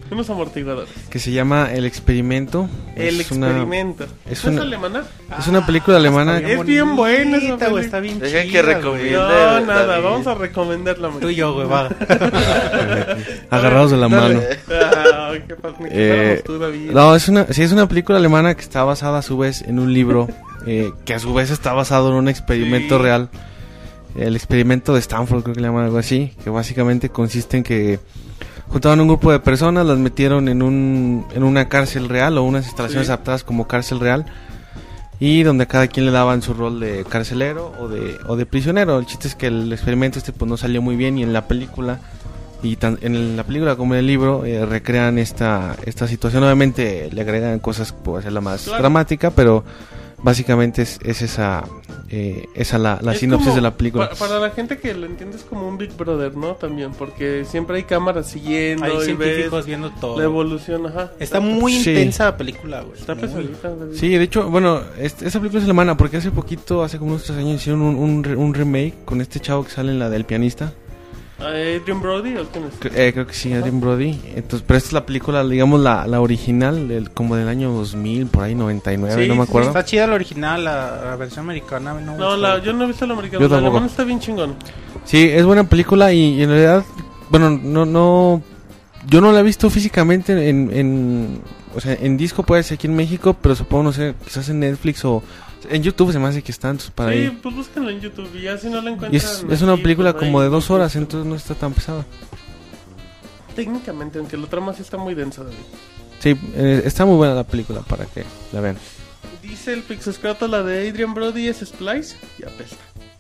Unos amortiguadores. Que se llama El Experimento. El Es una- Experimento. es ¿No una- es alemana? Es una película alemana. Es bien buena esa Bonita, güey, película. está bien Dejen chida, que güey. recomiende. No, nada, David. vamos a recomendarla. Tú y yo, güey, va. Agarrados de la Dale. mano. Ah, qué pasa, ni que Eh, fuéramos tú, David. No, es una, sí, es una película alemana que está basada a su vez en un libro eh, que a su vez está basado en un experimento Sí. real. El experimento de Stanford, creo que le llaman algo así, que básicamente consiste en que juntaban un grupo de personas, las metieron en un en una cárcel real o unas instalaciones Sí. adaptadas como cárcel real y donde cada quien le daban su rol de carcelero o de o de prisionero. El chiste es que el experimento este pues no salió muy bien y en la película y tan, en el- la película como en el libro eh, recrean esta esta situación. Obviamente le agregan cosas por hacerla más Claro. dramática, pero básicamente es, es esa eh, esa la, la Es sinopsis como- de la película. pa- para la gente que lo entiende es como un Big Brother, ¿no? También, porque siempre hay cámaras siguiendo Hay y científicos ves viendo todo. la evolución, ajá. Está muy Sí. intensa la película, güey. Está Muy. pesadita, David. Sí, de hecho, bueno, este, esa película es alemana porque hace poquito, hace como unos tres años, hicieron un, un, re- un remake con este chavo que sale en la del pianista. Ah, Adrian Brody, ¿o quién es? Cre- eh, creo que sí, Adrien Brody. Entonces, pero esta es la película, digamos, la, la original, del, como del año dos mil, por ahí, noventa y nueve, Sí, no me sí, acuerdo. Está chida la original, la, la versión americana. No, me No, gustó. la, yo no he visto la americana. Yo La tampoco. alemana está bien chingón. Sí, es buena película y, y en realidad, bueno, no, no, yo no la he visto físicamente en, en, o sea, en disco puede ser aquí en México, pero supongo, no sé, quizás en Netflix o en YouTube se me hace que están entonces, para Sí, ahí. pues búsquenlo en YouTube y ya si no la encuentran. Y es, es una aquí, película pues, como ahí, de dos pues, horas, entonces no está tan pesada. Técnicamente, aunque la trama sí está muy densa, David. Sí, eh, está muy buena la película para que la vean. Dice el Pixescrato, la de Adrian Brody es Splice y apesta.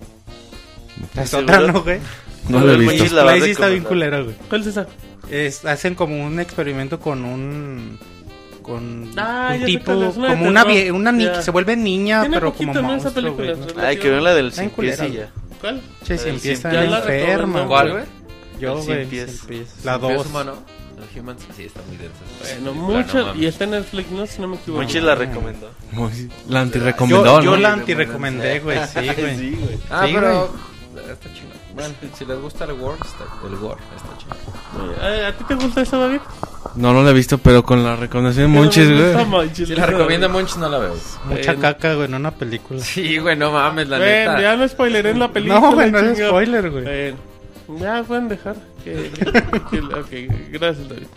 Es ¿Seguro? otra, ¿no, güey? No lo he El visto. Monchis la va a Splice sí está bien recomendar. culera, güey. ¿Cuál es esa? Es, hacen como un experimento con un con Ah, un ya sé tipo cuál es, una de como una terror. vie- una ni- Ya. se vuelve niña Tiene pero poquito, como ¿no? Esa monstruo, película. güey, ¿no? Relativa- Ay, que vean la del Está sin en pies culera, y ya. ¿Cuál? Che, La si del empieza sin pies. Ya la enferma. recomendó. ¿Cuál, güey? Yo, El sin güey, pies. sin pies. La Sin pies dos. humano. El Humans, sí, está muy densa. Bueno, Sí, mucho. no mames. Y está en Netflix, ¿no? Si no me equivoco. Monchis la recomendó. Muy- La antirrecomendó, Yo, yo ¿no? la antirrecomendé, güey, sí, güey. Sí, güey. Ah, Sí, pero está chido. Bueno, si les gusta el gore, está, el gore está chido. Eh, ¿A ti te gusta eso, David? No, no la he visto, pero con la recomendación de Monchis, Me gusta güey. Monchis, Si la recomienda Monchis, no la veo. Mucha Bueno. caca, güey, no una película. Sí, güey, no mames, la Ven, neta. ya no spoileré en la película. No, güey, no es chingado. spoiler, güey. Bueno, ya pueden dejar. Que, que- ok, gracias, David.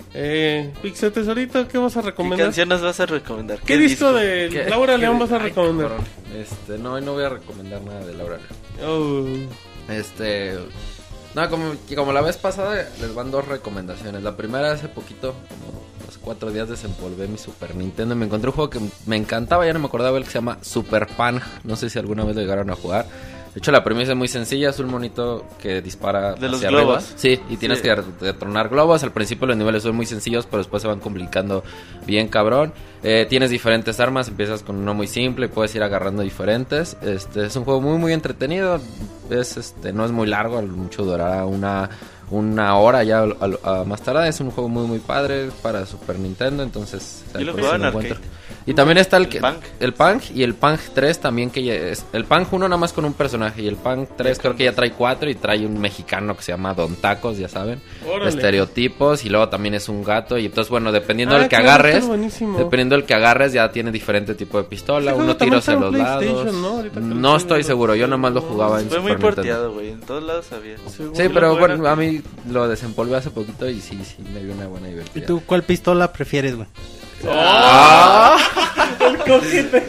Eh, Pixel Tesorito, ¿qué vas a ¿Qué recomendar? canciones vas a recomendar? ¿Qué disco de ¿Qué- Laura qué- León vas a ay, recomendar? cabrón. Este, no, hoy no voy a recomendar nada de Laura León. Oh, Este. No, como, como la vez pasada, les van dos recomendaciones. La primera, hace poquito, como los cuatro días, desempolvé mi Super Nintendo y me encontré un juego que me encantaba, ya no me acordaba el que se llama Super Pang. No sé si alguna vez lo llegaron a jugar. De hecho, la premisa es muy sencilla, es un monito que dispara De los hacia globos. arriba. Sí, y tienes Sí. que detonar globos. Al principio los niveles son muy sencillos, pero después se van complicando bien cabrón. Eh, tienes diferentes armas, empiezas con uno muy simple y puedes ir agarrando diferentes. Este es un juego muy muy entretenido. Es este no es muy largo, a lo mucho durará una una hora ya a, a- a más tarde. Es un juego muy muy padre para Super Nintendo, entonces Yo lo por si jugaba en lo arcade. encuentran. Y también está el, El que, Pang. el Pang y el Pang tres también, que ya es el Pang uno nada más con un personaje y el Pang tres creo que ya trae cuatro y trae un mexicano que se llama Don Tacos, ya saben, Órale. estereotipos, y luego también es un gato y entonces bueno, dependiendo Ah, del que claro, agarres, está buenísimo. dependiendo del que agarres ya tiene diferente tipo de pistola, Ese uno juego tiro también hacia está los en lados. PlayStation, ¿no? Ahorita que lo No estoy estoy viendo. seguro, yo nomás lo jugaba en Fue muy Super Nintendo. porteado, güey. En todos lados había. Según Sí, lo pero fuera. bueno, a mí lo desempolvé hace poquito y sí, sí, me dio una buena ¿Y divertida. tú cuál pistola prefieres, güey? ¡Ah! El cojete.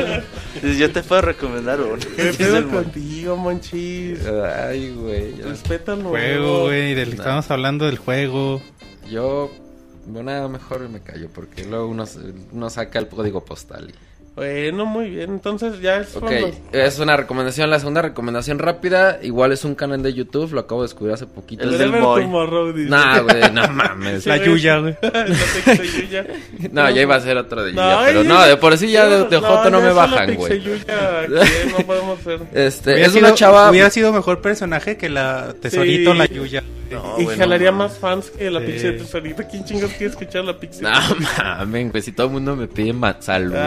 Yo te puedo recomendar uno. ¿Qué Es pedo el mon- contigo, Monchis? Ay, güey. ya. Respétalo. Juego, güey, del, No. estamos hablando del juego. Yo, bueno, mejor me callo porque luego uno, se- uno saca el código postal. Y... Bueno, muy bien. Entonces ya es Ok, cuando- es una recomendación. La segunda recomendación rápida, igual es un canal de YouTube, lo acabo de descubrir hace poquito. El El del Ever Moy. Tomorrow, dice. Nah, güey, no mames. Sí, La güey. Yuya, güey. La Pixeyuya. No, ya iba a ser otro de No, Yuya, pero ay, no, de por sí ya de, de Joto no ya me es bajan, solo güey. Pixeyuya, ¿qué? No podemos ser. Este, Hubiera es sido- una chava... Hubiera sido mejor personaje que la Tesorito, Sí. la Yuya. No, y güey, jalaría no, más fans que la Sí. Pixie Tesorita. ¿Quién chingados quiere escuchar la Pixie? No mames, güey, si todo el mundo me pide ma- saludos.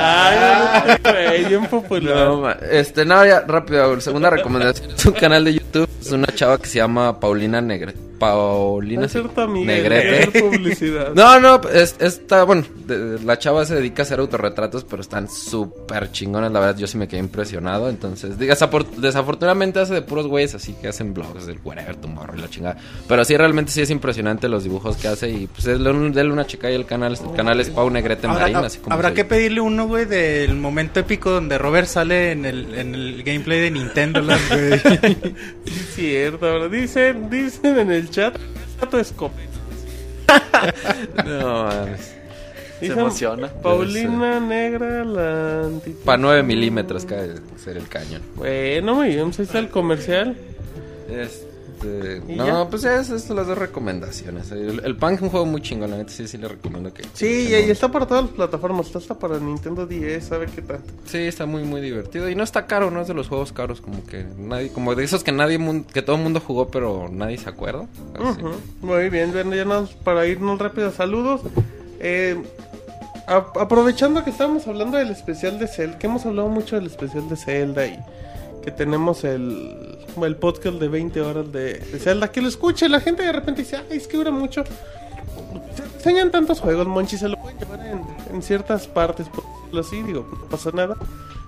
Ay, güey, bien popular. No, ma- este, no, ya, rápido, segunda recomendación. Es un canal de YouTube, es una chava que se llama Paulina Negre. Paulina Acerta, Miguel, Negrete. hacer publicidad. No, no, es, está, bueno, de- la chava se dedica a hacer autorretratos, pero están súper chingones, la verdad, yo sí me quedé impresionado, entonces, digas, apor- desafortunadamente hace de puros güeyes así que hacen blogs, el whatever, tomorrow y la chingada, pero sí, realmente sí es impresionante los dibujos que hace y pues denle un- denle una chica y el canal, el canal es Pau Negrete Habrá, Marín, así como habrá se- que pedirle uno, güey, del momento épico donde Robert sale en el, en el gameplay de Nintendo, Land, güey. Sí, es cierto. Ahora dicen, dicen en el chat, gato escopeta. No, mames. Se Dicen, emociona. Paulina Negra, la anti- Pa' nueve milímetros cabe ser el cañón. Bueno, muy bien, pues ahí está el comercial. Este, ¿Y no, ya? pues es, es las dos recomendaciones. El, el Punk es un juego muy chingón, la neta sí, sí le recomiendo que... Sí, que y no- está para todas las plataformas. Está hasta para Nintendo diez, ¿sabe qué tanto? Sí, está muy muy divertido y no está caro, no es de los juegos caros como que nadie, como de esos que nadie mun- que todo el mundo jugó pero nadie se acuerda. Así. Ujú. Muy bien, bueno, ya nada más para irnos rápido, saludos. Eh, a- aprovechando que estábamos hablando del especial de Zelda, que hemos hablado mucho del especial de Zelda y que tenemos el, el podcast de veinte horas de, de Zelda, que lo escuche, la gente de repente dice, ay, es que dura mucho. Se enseñan tantos juegos, Monchi, se lo pueden llevar en, en ciertas partes, por decirlo así, digo, no pasa nada.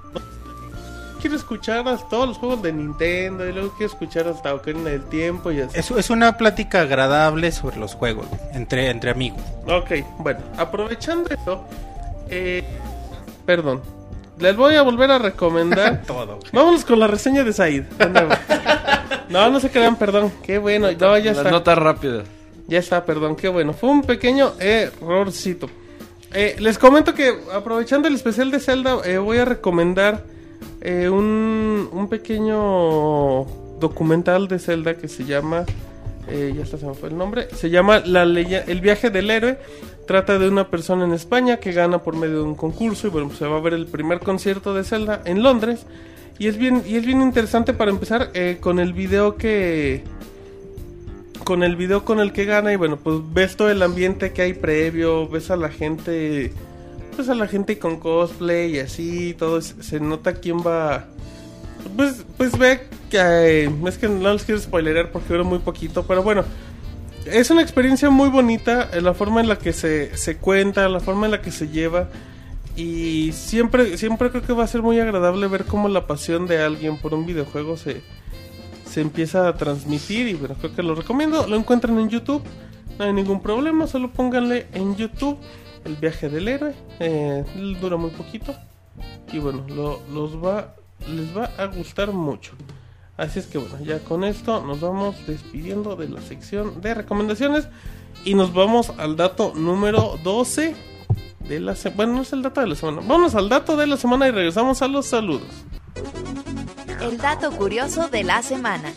Quiero escuchar hasta todos los juegos de Nintendo y luego quiero escuchar hasta Ocarina del Tiempo y así. Es, es una plática agradable sobre los juegos, güey, entre, entre amigos. Ok, bueno, aprovechando eso, eh, perdón, les voy a volver a recomendar. Todo, güey. Vámonos con la reseña de Said. de nuevo. No, no se crean, perdón. Qué bueno, no, ya Las está. notas rápidas. Ya está, perdón, qué bueno. Fue un pequeño errorcito. Eh, les comento que aprovechando el especial de Zelda, eh, voy a recomendar eh, un, un pequeño documental de Zelda que se llama... Eh, ya está, se me fue el nombre. Se llama la leye- El viaje del héroe. Trata de una persona en España que gana por medio de un concurso. Y bueno, pues se va a ver el primer concierto de Zelda en Londres. Y es bien, y es bien interesante para empezar eh, con el video que... Con el video con el que gana. Y bueno, pues ves todo el ambiente que hay previo. Ves a la gente... Pues a la gente con cosplay y así. Todo es- se nota quién va... Pues, pues ve que eh, es que no les quiero spoilerar porque dura muy poquito, pero bueno, es una experiencia muy bonita, eh, la forma en la que se, se cuenta, la forma en la que se lleva, y siempre siempre creo que va a ser muy agradable ver cómo la pasión de alguien por un videojuego se, se empieza a transmitir, y bueno, creo que lo recomiendo. Lo encuentran en YouTube, no hay ningún problema, solo pónganle en YouTube El viaje del héroe, eh, dura muy poquito, y bueno, lo, los va les va a gustar mucho. Así es que bueno, ya con esto nos vamos despidiendo de la sección de recomendaciones y nos vamos al dato número doce de la semana. Bueno, no es el dato de la semana. Vamos al dato de la semana y regresamos a los saludos. El dato curioso de la semana.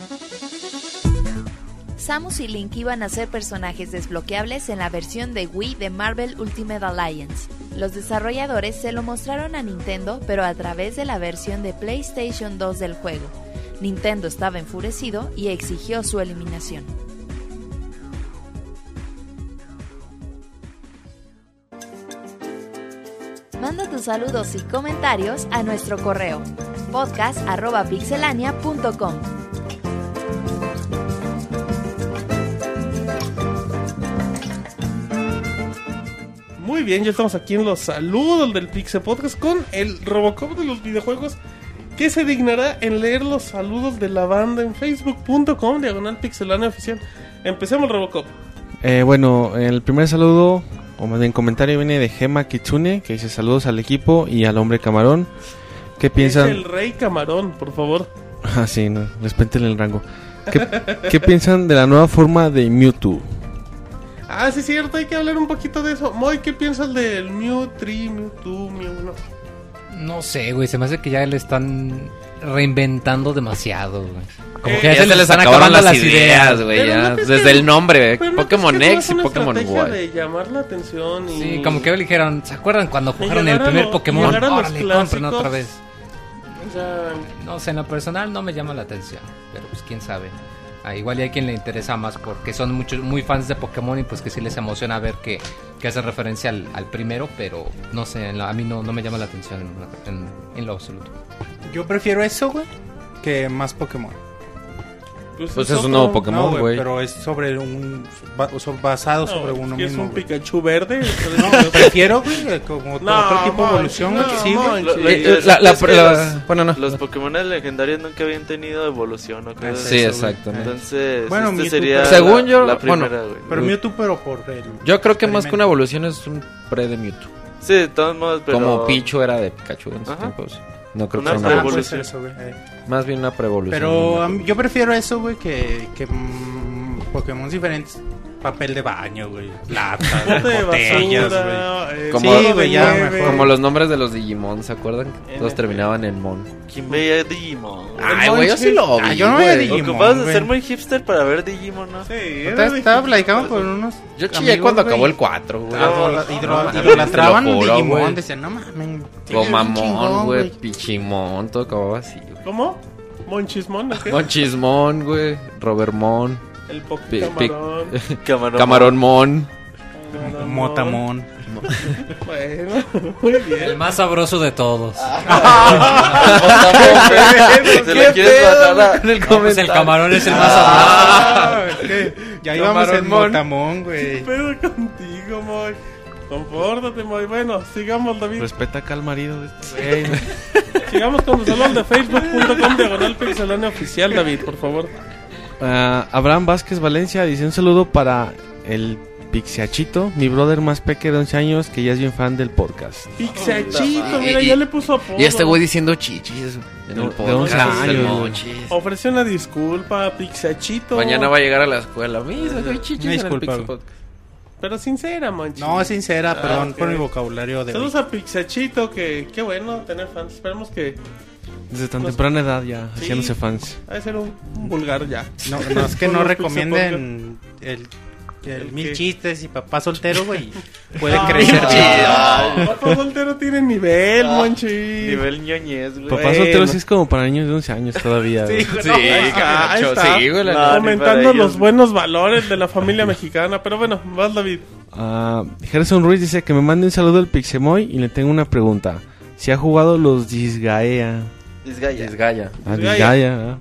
Samus y Link iban a ser personajes desbloqueables en la versión de Wii de Marvel Ultimate Alliance. Los desarrolladores se lo mostraron a Nintendo, pero a través de la versión de PlayStation dos del juego. Nintendo estaba enfurecido y exigió su eliminación. Manda tus saludos y comentarios a nuestro correo podcast arroba pixelania punto com. Muy bien, ya estamos aquí en los saludos del Pixel Podcast con el Robocop de los videojuegos, que se dignará en leer los saludos de la banda en facebook punto com diagonal pixelania oficial. Empecemos, Robocop. Eh, bueno, el primer saludo, o más bien comentario, viene de Gema Kitsune, que dice saludos al equipo y al hombre camarón. ¿Qué piensan? Es el Rey Camarón, por favor. Ah, sí, no, respeten el rango. ¿Qué, ¿Qué piensan de la nueva forma de Mewtwo? Ah, sí es cierto, hay que hablar un poquito de eso. Moy, ¿qué piensas del Mew tres, Mew dos, Mew uno? No sé, güey, se me hace que ya le están reinventando demasiado, güey. Como Eh, que ya, Ya se se les están acabaron acabando las ideas, güey, Pero ya. ¿no crees Desde que- el nombre, pero ¿no Pokémon crees que no X es y una Pokémon estrategia Y. de llamar la atención y... Sí, como que le dijeron, ¿se acuerdan cuando jugaron el llegar a primer lo- Pokémon? llegar a los Órale, compren clásicos. otra vez. O sea, No sé, en lo personal no me llama la atención, pero pues quién sabe. Ah, igual y hay quien le interesa más porque son muchos muy fans de Pokémon y pues que sí les emociona ver que, que hace referencia al, al primero, pero no sé, en lo- a mí no, no me llama la atención en, en, en lo absoluto. Yo prefiero eso, güey, que más Pokémon. Pues es un nuevo No, Pokémon, güey. pero es sobre un... ba- so- basado No, sobre uno que es mismo, un güey. Pikachu verde. No, prefiero, güey, como No, otro tipo de Monchi, evolución, no, güey, sí, güey. Monchi. Lo- lo Eh, interesante la- la- es que la- los, bueno, no. los Pokémon legendarios nunca habían tenido evolución, ¿no? Creo. Sí, eso, exactamente. Entonces, Bueno, este Mewtwo, sería pero- Según la, yo, la bueno, primera, güey. Pero Mewtwo, pero por el... Yo creo que más que una experimento. evolución es un pre de Mewtwo. Sí, de todos modos, pero... Como Pichu era de Pikachu en sus Ajá. tiempos. No creo Una que sea Ah, una puede evolución. ser eso, güey. eh. Más bien una pre-evolución. Pero a mí- yo prefiero eso, güey, que, que mm, Pokémon diferentes. Papel de baño, güey. Latas, Bote de botellas, güey. basura, eh, Como- Sí, güey, ya nieve. mejor. Como los nombres de los Digimon, ¿se acuerdan? N Todos F. terminaban en Mon. ¿Quién veía Digimon? Ay, güey, yo sí lo vi. Ah, yo no veía güey. Digimon. Ocupabas de güey. ser muy hipster para ver Digimon, ¿no? Sí, Estaba, era estaba de- platicando con unos. Yo chillé amigos, cuando güey. acabó el cuatro, güey. Ah, No, hidro- no, hidro- no, idolatraban te lo un juro, Digimon. güey. Decían, no mames. O es un Mamón, chingón, güey. Pichimon, todo acababa así, güey. ¿Cómo? Monchismon, ¿o qué? Monchismon, güey. Robermon. El Pi- Pokémon pi- camarón. Camarón. Camaronmon. Motamon. Bueno, muy bien. El más sabroso de todos. Se lo quieres bajar a- en el No, pues el camarón es el más sabroso. Ah, es que ya íbamos en Camaronmon. Motamon, güey. Pero contigo, Moy. Compórtate, Moy. Bueno, sigamos, David. Respeta acá al marido de este güey. Sigamos con los saludos de facebook punto com diagonal pixelania oficial, David, por favor. Ah, Abraham Vázquez Valencia dice un saludo para el Pixiachito, mi brother más peque de once años que ya es bien fan del podcast. Pixachito, Y- mira, y- ya le puso apodo. Y este güey diciendo chichis en De- el de podcast. once del años, güey. Monchis. Ofrece una disculpa, Pixachito. Mañana va a llegar a la escuela. Mira, soy chichis Una en el disculpa, Pixel güey. Podcast. Pero sincera, Monchi. No, es sincera, perdón ok. por mi vocabulario de hoy. Saludos a Pixachito, que qué bueno tener fans. Esperemos que Desde tan Nos- temprana edad ya, Sí. haciéndose fans. ha de ser un, un vulgar ya. No, no es que Con no los recomienden el, el ¿El mil qué? chistes y papá soltero, güey. Puede Ah, crecer ah, chido. Papá soltero tiene nivel, Monchi. Nivel ñoñez, güey. Papá Bueno. soltero sí es como para niños de once años todavía. güey. Sí, ahí está, ahí gacho, está. sí, güey, la No, neta. ni Comentando para ellos. los buenos valores de la familia mexicana. Pero bueno, vas, David. Ah, Gerson Ruiz dice que me mande un saludo al Pixemoy y le tengo una pregunta. Si ha jugado los Disgaea. Disgaea. Disgaea. Ah, Disgaea. Disgaea, ah.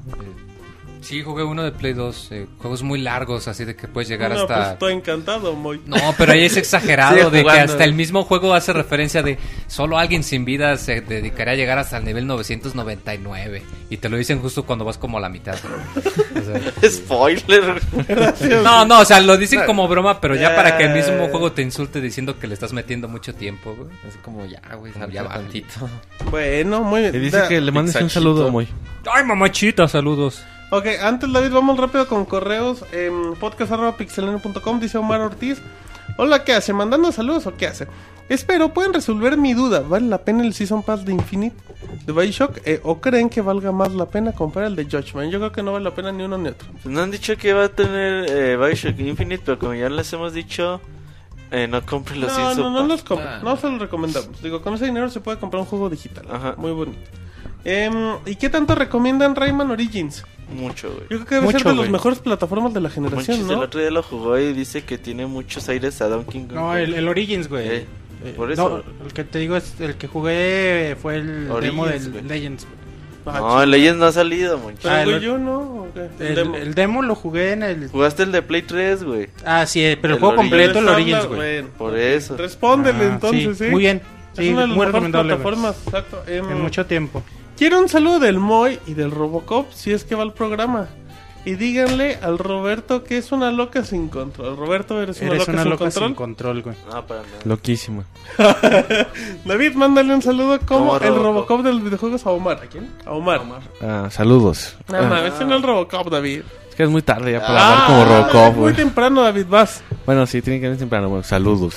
Sí, jugué uno de Play dos. eh, juegos muy largos, así de que puedes llegar No, pues hasta... estoy encantado, Moy. No, pero ahí es exagerado Sigue de que jugando. hasta el mismo juego hace referencia de solo alguien sin vida se dedicaría a llegar hasta el nivel novecientos noventa y nueve y te lo dicen justo cuando vas como a la mitad. O sea, Spoiler. Gracias. no, no, o sea, lo dicen como broma, pero ya para que el mismo Eh. juego te insulte diciendo que le estás metiendo mucho tiempo, güey. Así como ya, güey, Como salte ya bájale. tantito. Bueno, muy bien. Le dice Da- que le mandes un Pixachito. saludo, Moy. Ay, mamachita, saludos. Ok, antes, David, vamos rápido con correos. Eh, podcast arroba pixelania punto com, dice Omar Ortiz. Hola, ¿qué hace? ¿Mandando saludos o qué hace? Espero pueden resolver mi duda. ¿Vale la pena el Season Pass de Infinite de Bioshock? Eh, ¿O creen que valga más la pena comprar el de Judgment? Yo creo que no vale la pena ni uno ni otro. Pues no han dicho que va a tener eh, Bioshock Infinite, pero como ya les hemos dicho, eh, no compren los No, Season no, no Pass. los compro. Ah. No se los recomendamos. Digo, con ese dinero se puede comprar un juego digital. Ajá. Muy bonito. Em, ¿Y qué tanto recomiendan Rayman Origins? Mucho, güey. Yo creo que debe Mucho, ser de las güey. mejores plataformas de la generación, Monchis el ¿no? otro día lo jugó y dice que tiene muchos aires a Donkey Kong. No, el, el Origins, güey. Eh, Eh, por eso. no, el que te digo es el que jugué fue el Origins, demo del güey. Legends. güey. Ah, No, el Legends no ha salido, Monchis. Pero Ah, el el- Wii U, ¿no? ¿O qué? El El, demo. el demo lo jugué en el. Jugaste el de Play tres, güey. Ah, sí, eh, pero el, el juego Origins. completo, el Habla, Origins, güey. bueno. Por eso. Respóndele Ah, entonces, sí, ¿eh? muy bien. Es Sí, una de las muy mejores recomendable. güey. plataformas, exacto. Em, En mucho tiempo. Quiero un saludo del Moy y del Robocop si es que va al programa. Y díganle al Roberto que es una loca sin control. Roberto, eres una Eres loca una sin loca control. sin control, güey. No, para nada. Loquísima. David, mándale un saludo como, Como el Robocop. Robocop de los videojuegos a Omar. ¿A quién? A Omar. Ah, saludos. No Ah, mames, ese no es el Robocop, David. es que es muy tarde ya para Ah, hablar como Robocop, muy güey. temprano, David, vas. Bueno, sí, tiene que venir temprano. Bueno, saludos.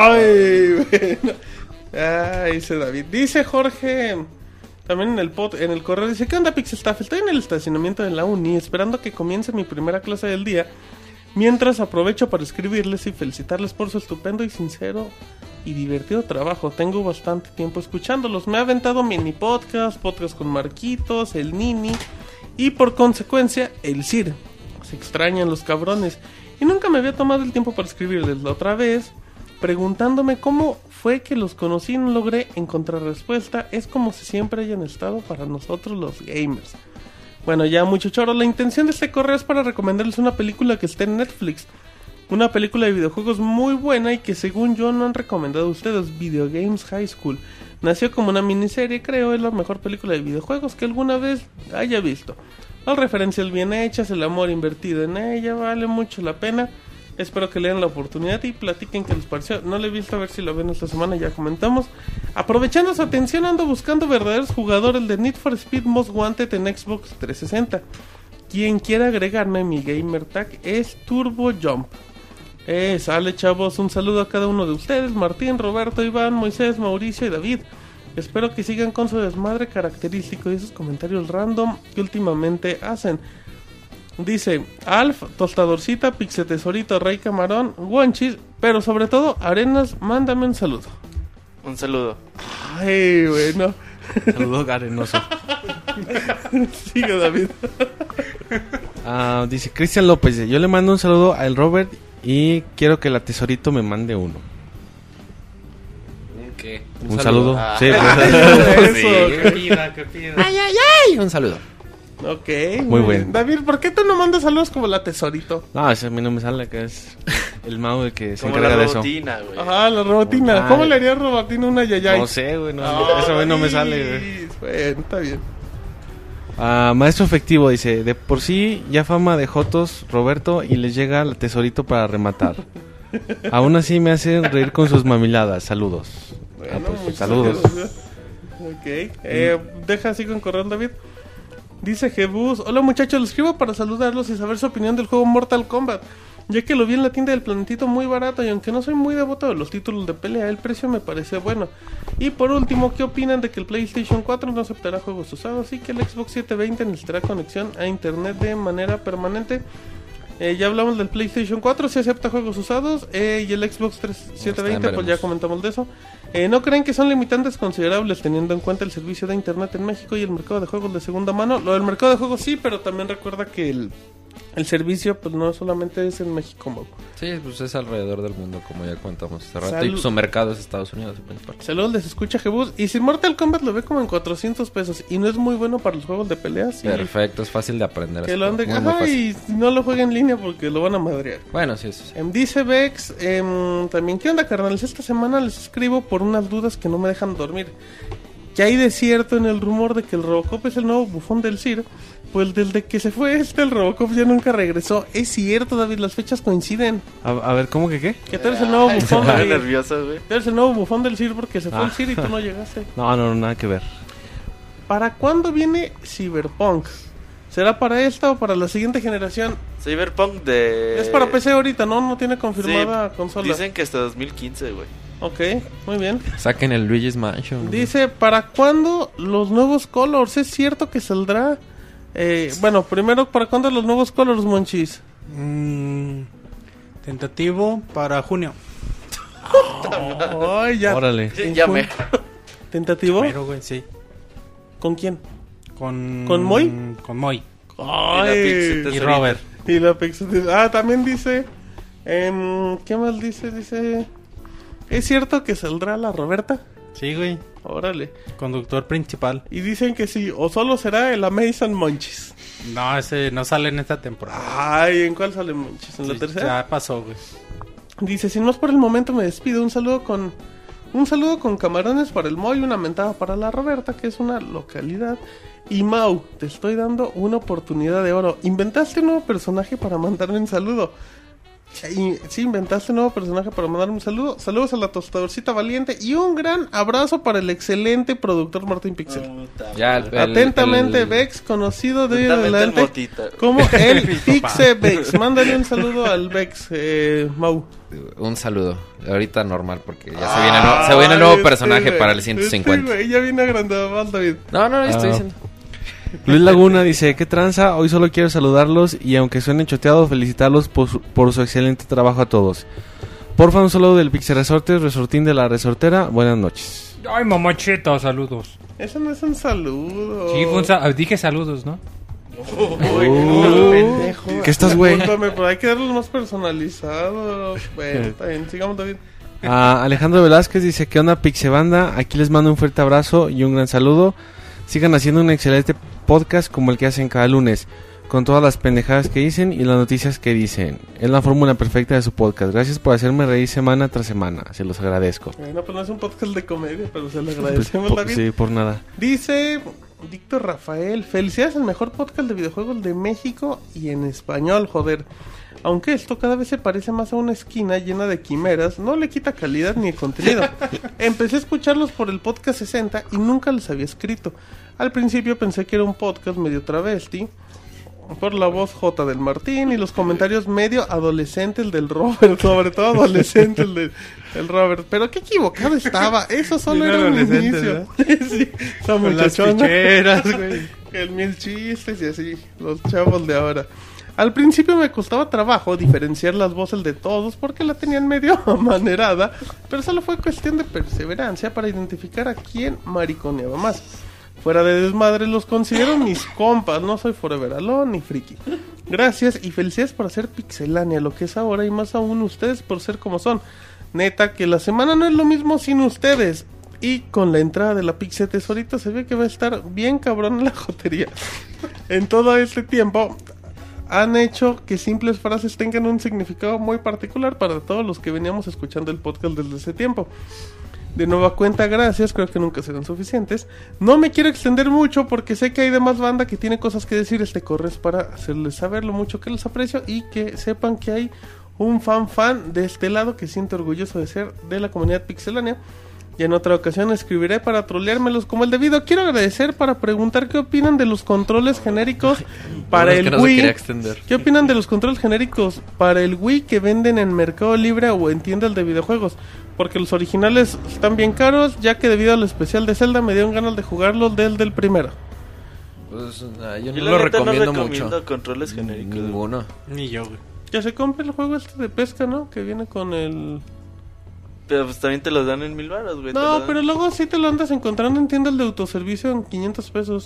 Ay, bueno. Ay, ese David. Dice Jorge, también en el pod, en el correo, dice, ¿qué onda, Pixel Staff? Estoy en el estacionamiento de la uni, esperando que comience mi primera clase del día. Mientras aprovecho para escribirles y felicitarles por su estupendo y sincero y divertido trabajo. Tengo bastante tiempo escuchándolos. Me ha aventado mini podcast, podcast con Marquitos, el Nini y por consecuencia el Sir. Se extrañan los cabrones. Y nunca me había tomado el tiempo para escribirles la otra vez, preguntándome cómo fue que los conocí y no logré encontrar respuesta. Es como si siempre hayan estado para nosotros los gamers. Bueno, ya mucho choro. La intención de este correo es para recomendarles una película que está en Netflix. Una película de videojuegos muy buena y que según yo no han recomendado a ustedes, Video Games High School. Nació como una miniserie, creo, es la mejor película de videojuegos que alguna vez haya visto. Las referencias bien hechas, el amor invertido en ella, vale mucho la pena. Espero que le den la oportunidad y platiquen qué les pareció. No la he visto, a ver si la ven esta semana, ya comentamos. Aprovechando su atención, ando buscando verdaderos jugadores de Need for Speed Most Wanted en Xbox trescientos sesenta. Quien quiera agregarme mi gamer tag es Turbo Jump. Eh, sale chavos, un saludo a cada uno de ustedes, Martín, Roberto, Iván, Moisés, Mauricio y David. Espero que sigan con su desmadre característico y esos comentarios random que últimamente hacen. Dice Alf, Tostadorcita, Pixe Tesorito, Rey Camarón, Wonchis, pero sobre todo Arenas, mándame un saludo. Un saludo. Ay, bueno. Saludo arenoso. Sigue David. Ah, dice Cristian López, yo le mando un saludo a el Robert y quiero que la Tesorito me mande uno. ¿Qué? Un, un saludo. saludo. Ah. Sí, pues. Sí, Eso. que pida, que pida. Ay, ay, ay. Un saludo. Ok. Muy bueno. David, ¿por qué tú no mandas saludos como la Tesorito? No, ese a mí no me sale, que es el Mau el que se Como encarga la de eso. robotina, güey. Ajá, la robotina. Ay. ¿Cómo le haría robotina una yayay? No sé, güey, no, no, eso a mí no me sale, güey. Bueno, está bien. Ah, maestro efectivo dice, de por sí ya fama de jotos Roberto y les llega el Tesorito para rematar. Aún así me hacen reír con sus mamiladas. Saludos. Bueno, Ah, pues, muchas saludos. gracias. Ok. Eh, deja así con correo, David. Dice Jebus, hola muchachos, les escribo para saludarlos y saber su opinión del juego Mortal Kombat, ya que lo vi en la tienda del Planetito muy barato y aunque no soy muy devoto de los títulos de pelea, el precio me parece bueno. Y por último, ¿qué opinan de que el PlayStation cuatro no aceptará juegos usados y que el Xbox setecientos veinte necesitará conexión a internet de manera permanente? Eh, ya hablamos del PlayStation cuatro, si acepta juegos usados, eh, y el Xbox setecientos veinte, pues ya comentamos de eso. Eh, ¿No creen que son limitantes considerables teniendo en cuenta el servicio de internet en México y el mercado de juegos de segunda mano? Lo del mercado de juegos sí, pero también recuerda que el, el servicio pues no solamente es en México, Mau. Sí, pues es alrededor del mundo, como ya contamos hace rato. Salud. Y su mercado es Estados Unidos. Saludos, les escucha Jebus. Y si Mortal Kombat lo ve como en cuatrocientos pesos y no es muy bueno para los juegos de peleas, sí, Perfecto, es fácil de aprender. que lo ande... Ajá, y no lo juegue en línea porque lo van a madrear. Bueno, sí, sí, sí. Em, dice Vex, em, también, ¿qué onda, carnales? Esta semana les escribo por unas dudas que no me dejan dormir. ¿Qué hay de cierto en el rumor de que el Robocop es el nuevo bufón del C I R? Pues desde que se fue este, el Robocop ya nunca regresó. Es cierto, David, las fechas coinciden. A, a ver, ¿cómo que qué? Que tú eres el nuevo bufón Ay, del nervioso, güey. Tú eres el nuevo bufón del C I R porque se fue Ah. el C I R y tú no llegaste. No, no, no, nada que ver. ¿Para cuándo viene Cyberpunk? ¿Será para esta o para la siguiente generación? Cyberpunk de... Es para P C ahorita, ¿no? No tiene confirmada Sí, consola. Dicen que hasta dos mil quince, güey. Ok, muy bien. Saquen el Luigi's Mansion. Dice, ¿para cuándo los nuevos Colors? ¿Es cierto que saldrá? Eh, bueno, primero, ¿para cuándo los nuevos Colors, Monchis? Mm, tentativo para junio. Ay, ya. Órale. Sí, ya me... ¿Tentativo? Pero, güey, sí. ¿Con quién? Con... ¿Con Moy? Con Moy. Ay, Y Robert. Y la Pixel. Ah, también dice... em, ¿Qué más dice? Dice... ¿Es cierto que saldrá la Roberta? Sí, güey. Órale. Conductor principal. Y dicen que sí, o solo será el Amazing Monchis. No, ese no sale en esta temporada. Ay, ¿en cuál sale Monchis? ¿En la Sí, tercera? Ya pasó, güey. Dice, sin más por el momento me despido. Un saludo con... Un saludo con camarones para el Moy, una mentada para la Roberta, que es una localidad. Y Mau, te estoy dando una oportunidad de oro. Inventaste un nuevo personaje para mandarme un saludo. Y, sí, inventaste un nuevo personaje para mandarme un saludo. Saludos a la tostadorcita valiente y un gran abrazo para el excelente productor Martín Pixel. Ya, el- el- Atentamente, el- Vex, conocido de hoy en Atentamente el adelante Motita. como el Pixe Vex. Mándale un saludo al Vex, eh, Mau. Un saludo. Ahorita normal, porque ya se viene, no- se viene el nuevo Ay, personaje este, para el güey, ciento cincuenta. Este, güey, ya viene agrandado más, David. No, no, estoy Ah. diciendo. Luis Laguna dice, ¿qué tranza? Hoy solo quiero saludarlos y aunque suenen choteados, felicitarlos por su, por su excelente trabajo a todos. Porfa, un saludo del Pixel Resortes, Resortín de la Resortera. Buenas noches. Ay, mamachita, saludos. Eso no es un saludo. Sí, fue un sa- dije saludos, ¿no? Uy, Uh, pendejo. ¿qué estás, güey? Discúlpame, pero hay que darlos más personalizados. Bueno, está bien, sigamos, David. Ah, Alejandro Velázquez dice, ¿qué onda Pixebanda? Aquí les mando un fuerte abrazo y un gran saludo. Sigan haciendo un excelente podcast como el que hacen cada lunes, con todas las pendejadas que dicen y las noticias que dicen. Es la fórmula perfecta de su podcast. Gracias por hacerme reír semana tras semana. Se los agradezco. Bueno, pues no es un podcast de comedia, pero se lo agradecemos, Pues, David. sí, por nada. Dice Víctor Rafael, felicidades al mejor podcast de videojuegos de México y en español, joder. Aunque esto cada vez se parece más a una esquina llena de quimeras, no le quita calidad ni contenido. Empecé a escucharlos por el podcast sesenta y nunca les había escrito. Al principio pensé que era un podcast medio travesti, por la voz J del Martín y los comentarios medio adolescentes del Robert, sobre todo adolescentes del, del Robert. Pero qué equivocado estaba, eso solo Bien era un adolescente, inicio. Sí, esa Con las muchachona. ficheras, güey. El mil chistes y así, los chavos de ahora. Al principio me costaba trabajo diferenciar las voces de todos porque la tenían medio amanerada, pero solo fue cuestión de perseverancia para identificar a quién mariconeaba más. Fuera de desmadre, los considero mis compas, no soy Forever Alone ni friki. Gracias y felicidades por hacer Pixelania, lo que es ahora, y más aún ustedes por ser como son. Neta, que la semana no es lo mismo sin ustedes. Y con la entrada de la Pixel Tesorito se ve que va a estar bien cabrón en la jotería. En todo este tiempo han hecho que simples frases tengan un significado muy particular para todos los que veníamos escuchando el podcast desde ese tiempo. De nueva cuenta, gracias, creo que nunca serán suficientes. No me quiero extender mucho porque sé que hay demás banda que tiene cosas que decir. Este correo es para hacerles saber lo mucho que los aprecio y que sepan que hay un fan fan de este lado que siento orgulloso de ser de la comunidad pixelánea. Y en otra ocasión escribiré para troleármelos como el debido. Quiero agradecer para preguntar qué opinan de los controles genéricos para Bueno, es el que no se Wii. quería extender. ¿Qué opinan de los controles genéricos para el Wii que venden en Mercado Libre o en tiendas de videojuegos? Porque los originales están bien caros, ya que debido al especial de Zelda me dieron ganas de jugarlos del del primero. Pues nah, yo no Yo lo la neta recomiendo, no recomiendo mucho. controles genéricos. Ninguno. Ni yo, güey. Ya se compra el juego este de pesca, ¿no? Que viene con el... Pero pues también te los dan en mil baros, güey. te lo No, dan. pero luego sí te lo andas encontrando en tiendas de autoservicio en quinientos pesos.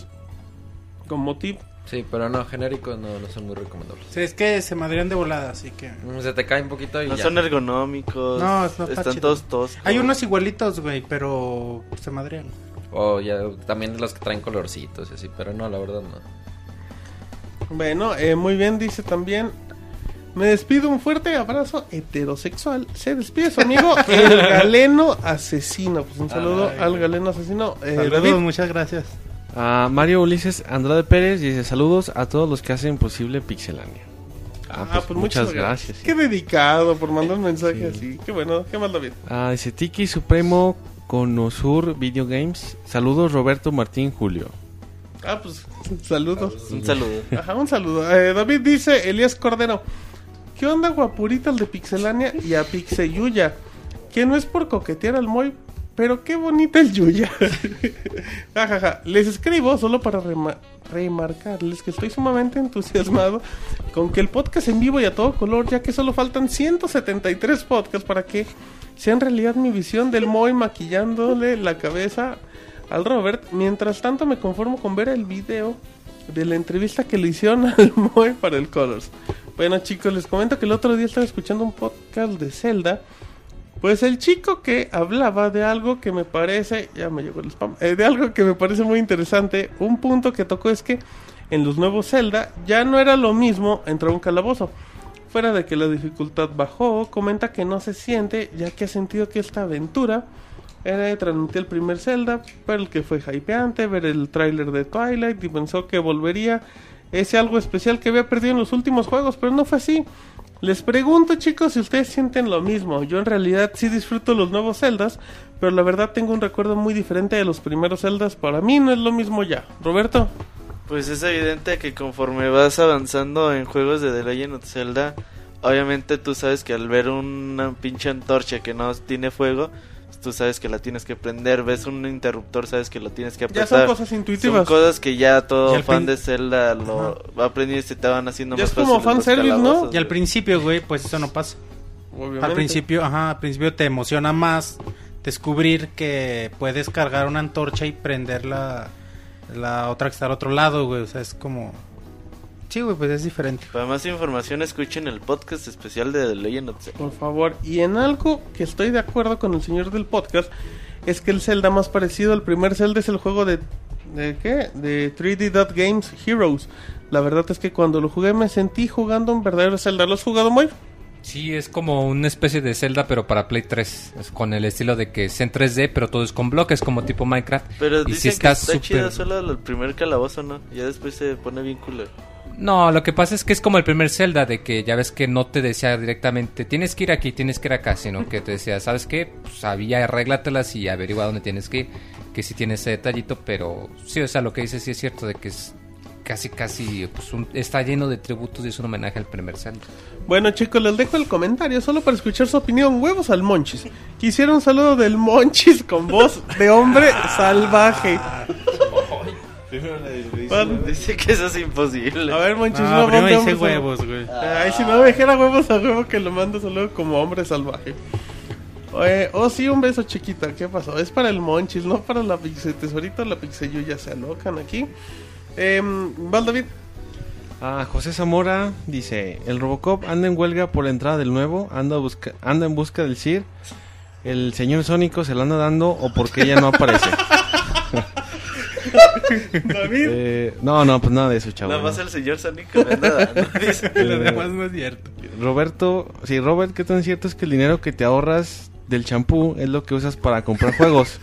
Como tip. Sí, pero no, genéricos no, no son muy recomendables. Sí, es que se madrían de volada, así que... Mm, Se te cae un poquito y No ya. son ergonómicos. No, no está están chido. todos toscos. Hay unos igualitos, güey, pero se madrían. O ya, también los que traen colorcitos y así, pero no, la verdad no. Bueno, eh, muy bien, dice también. Me despido, un fuerte abrazo heterosexual. Se despide su amigo el galeno asesino. Pues un saludo Ay, al galeno asesino. Eh, Saludos, David. muchas gracias. A Mario Ulises Andrade Pérez dice saludos a todos los que hacen posible Pixelania. Ah, pues, Ah, pues muchas gracias. Qué dedicado por mandar un mensaje así. Qué bueno, qué más, David. Ah, dice Tiki Supremo Conosur Video Games. Saludos Roberto Martín Julio. Ah, pues saludos. Un saludo. Ajá, un saludo. Eh, David dice, Elías Cordero. ¿Qué onda, guapurita, el de Pixelania y a Pixeyuya? Que no es por coquetear al Moy, pero qué bonita el Yuya. Jajaja. Les escribo solo para rema- remarcarles que estoy sumamente entusiasmado con que el podcast en vivo y a todo color, ya que solo faltan ciento setenta y tres podcasts para que sea en realidad mi visión del Moy maquillándole la cabeza al Robert. Mientras tanto me conformo con ver el video de la entrevista que le hicieron al Moy para el Colors. Bueno, chicos, les comento que el otro día estaba escuchando un podcast de Zelda. Pues el chico que hablaba de algo que me parece... Ya me llegó el spam. Eh, de algo que me parece muy interesante. Un punto que tocó es que en los nuevos Zelda ya no era lo mismo entrar a un calabozo. Fuera de que la dificultad bajó, comenta que no se siente, ya que ha sentido que esta aventura era de transmitir el primer Zelda, pero el que fue hypeante, ver el tráiler de Twilight y pensó que volvería ese algo especial que había perdido en los últimos juegos, pero no fue así. Les pregunto, chicos, si ustedes sienten lo mismo. Yo en realidad sí disfruto los nuevos Zeldas, pero la verdad tengo un recuerdo muy diferente de los primeros Zeldas. Para mí no es lo mismo ya. Roberto. Pues es evidente que conforme vas avanzando en juegos de The Legend of Zelda, obviamente tú sabes que al ver una pinche antorcha que no tiene fuego, tú sabes que la tienes que prender. Ves un interruptor, sabes que lo tienes que apretar. Ya son cosas intuitivas. Son cosas que ya todo Y al fan prin- de Zelda lo va aprendiendo y se te van haciendo Ya más es como fáciles los fanservice, ¿no? calabozos, Y al güey. principio, güey, pues eso no pasa. Obviamente. Al principio, ajá, al principio te emociona más descubrir que puedes cargar una antorcha y prender la, la otra que está al otro lado, güey. O sea, es como... Sí, güey, pues es diferente. Para más información escuchen el podcast especial de The Legend of Zelda. Por favor. Y en algo que estoy de acuerdo con el señor del podcast, es que el Zelda más parecido al primer Zelda es el juego de ¿De qué? De tres D Dot Games Heroes. La verdad es que cuando lo jugué me sentí jugando un verdadero Zelda. ¿Lo has jugado, muy? Sí, es como una especie de Zelda, pero para Play tres. Es con el estilo de que es en tres D, pero todo es con bloques, como tipo Minecraft. Pero y dicen sí está que está super... chido solo el primer calabozo, ¿no? Ya después se pone bien culero. No, lo que pasa es que es como el primer Zelda, de que ya ves que no te decía directamente tienes que ir aquí, tienes que ir acá, sino que te decía, ¿sabes qué? Pues había, arréglatelas y averigua dónde tienes que ir, que sí tiene ese detallito, pero sí, o sea, lo que dices sí es cierto, de que es casi, casi, pues un, está lleno de tributos y es un homenaje al primer Zelda. Bueno, chicos, les dejo el comentario solo para escuchar su opinión. Huevos al Monchis. Quisiera un saludo del Monchis con voz de hombre salvaje. Bueno, dice que eso es imposible. A ver, Monchis, No, una voz primero de dice hombre huevos, güey. salvaje. Ay, si no me dijera huevos a huevo que lo mando solo como hombre salvaje. Oye, oh sí, un beso chiquita. ¿Qué pasó? Es para el Monchis, no para la Pixel Tesorito. La Pixel ya se alocan aquí. Eh, Val David. Ah, José Zamora dice, el Robocop anda en huelga por la entrada del nuevo, anda, busca, anda en busca del C I R, el señor Sónico se la anda dando o porque ella no aparece. David. eh, no, no, pues nada de eso, chavo. Nada más el señor Sónico me anda dando. Dice. Y lo demás no es cierto. Roberto, sí, Robert, ¿qué tan cierto es que el dinero que te ahorras del champú es lo que usas para comprar juegos?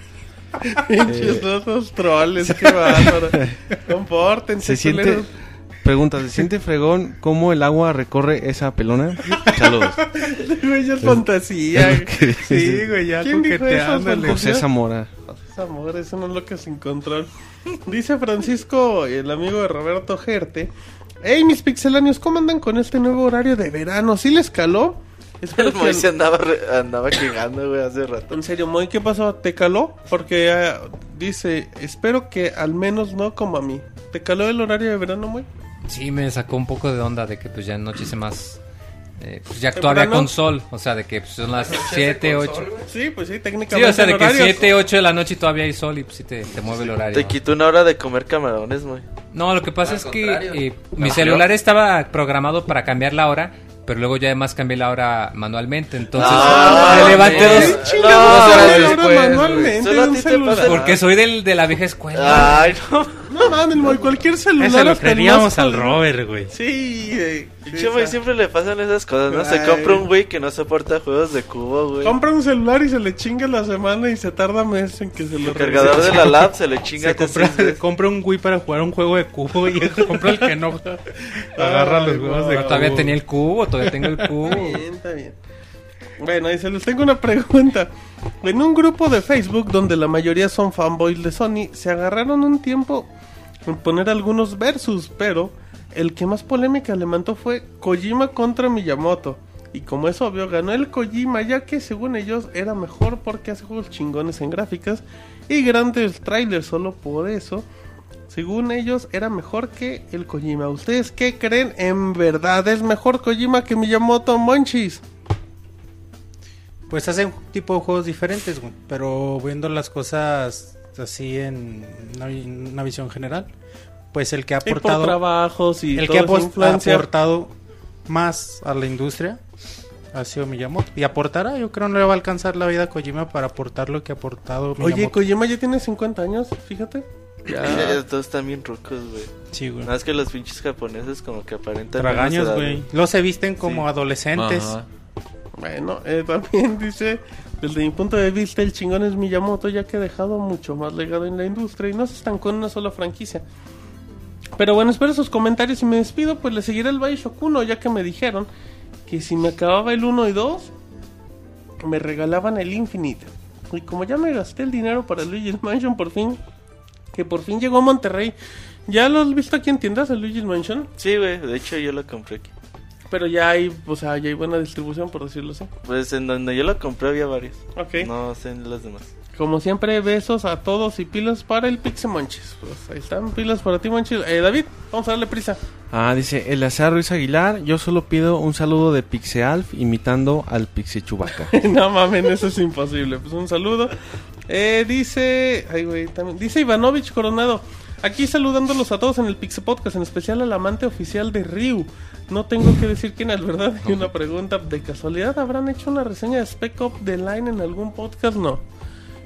Pinches dos troles, qué bárbaro. Compórtense, Se siente, culeros. pregunta, ¿se siente fregón cómo el agua recorre esa pelona? Saludos. Güey, ya es fantasía. Es lo que Sí, dice güey, ya ¿Quién dijo eso? coqueteándole. José Zamora. José Zamora, eso no es lo que sin control. Dice Francisco, el amigo de Roberto Gerte. Hey, mis pixelanios, ¿cómo andan con este nuevo horario de verano? ¿Sí les caló? Espero El Moy que... se andaba, re- andaba quejando, güey, hace rato. En serio, Moy, ¿qué pasó? ¿Te caló? Porque eh, dice, espero que al menos no como a mí. ¿Te caló el horario de verano, Moy? Sí, me sacó un poco de onda de que pues ya anochece más... Eh, pues ya todavía ¿Temprano? con sol, o sea, de que pues, son las siete, ocho. Sí, pues sí, Sí, técnicamente. o sea, de el que horario- siete, ocho de la noche y todavía hay sol y pues sí te, te mueve el horario. Te quitó una hora de comer camarones, güey. No, lo que pasa Al es que contrario. eh, mi No, celular estaba programado para cambiar la hora, pero luego ya además cambié la hora manualmente, entonces Ah, me levanté güey. dos... ¿Qué No, chingados no, haces después, ahora güey. manualmente Solo a en un ti te celular? pasa- Porque soy del, de la vieja escuela. Ay, no. No mames, Moy, cualquier celular. Ese lo hasta el creeríamos más al jodido. Robert, güey. Sí, eh, sí, Pinche güey, esa- siempre le pasan esas cosas, ¿no? Se Ay. compra un güey que no soporta juegos de cubo, güey. Compra un celular y se le chinga la semana y se tarda meses en que se lo El cargador de la lab se le chinga Se con compra, seis veces. compra un Wii para jugar un juego de cubo y compra el que no agarra los Ay, juegos no. de Pero todavía cubo. tenía el cubo, todavía tengo el cubo. Está bien, está bien. Bueno, y se les tengo una pregunta. En un grupo de Facebook donde la mayoría son fanboys de Sony, se agarraron un tiempo en poner algunos versus, pero el que más polémica levantó fue Kojima contra Miyamoto. Y como es obvio, ganó el Kojima, ya que según ellos era mejor porque hace juegos chingones en gráficas y grandes trailers. Solo por eso, según ellos, era mejor que el Kojima. ¿Ustedes qué creen? ¿En verdad es mejor Kojima que Miyamoto, Monchis? Pues hacen tipo de juegos diferentes, güey. Pero viendo las cosas así en una, vi- una visión general, pues el que ha Y por aportado, trabajos y el toda que ha esa pos- influencia. aportado más a la industria ha sido Miyamoto. Y aportará, yo creo no le va a alcanzar la vida a Kojima para aportar lo que ha aportado Miyamoto. Oye, Kojima ya tiene cincuenta años, fíjate. Ya, todos están bien rucos, güey. Sí, güey. Nada más que los pinches japoneses como que aparentan Tragaños, menos edad, güey. Los se visten como Sí. adolescentes. Ajá. Bueno, eh, también dice, desde mi punto de vista, el chingón es Miyamoto, ya que ha dejado mucho más legado en la industria y no se estancó en una sola franquicia. Pero bueno, espero sus comentarios y me despido, pues le seguiré el Bioshock uno, ya que me dijeron que si me acababa el uno y dos, me regalaban el Infinite. Y como ya me gasté el dinero para el Luigi's Mansion por fin, que por fin llegó a Monterrey. ¿Ya lo has visto aquí en tiendas, el Luigi's Mansion? Sí, güey, de hecho yo lo compré aquí. Pero ya hay, o sea, ya hay buena distribución, por decirlo así. Pues en donde yo lo compré había varios. Ok. No sé en los demás. Como siempre, besos a todos y pilas para el Pixie Monchis. Pues ahí están, pilas para ti, Monchis. Eh, David, vamos a darle prisa. Ah, dice Eleazar Ruiz Aguilar, yo solo pido un saludo de Pixealf imitando al Pixie Chubaca. No mames, eso es imposible. Pues un saludo. Eh, dice, ay güey, también dice Ivanovich Coronado. Aquí saludándolos a todos en el Pixie Podcast, en especial al amante oficial de Ryu. No tengo que decir quién es, ¿verdad? Y una pregunta, ¿de casualidad habrán hecho una reseña de Spec Ops The Line en algún podcast? No.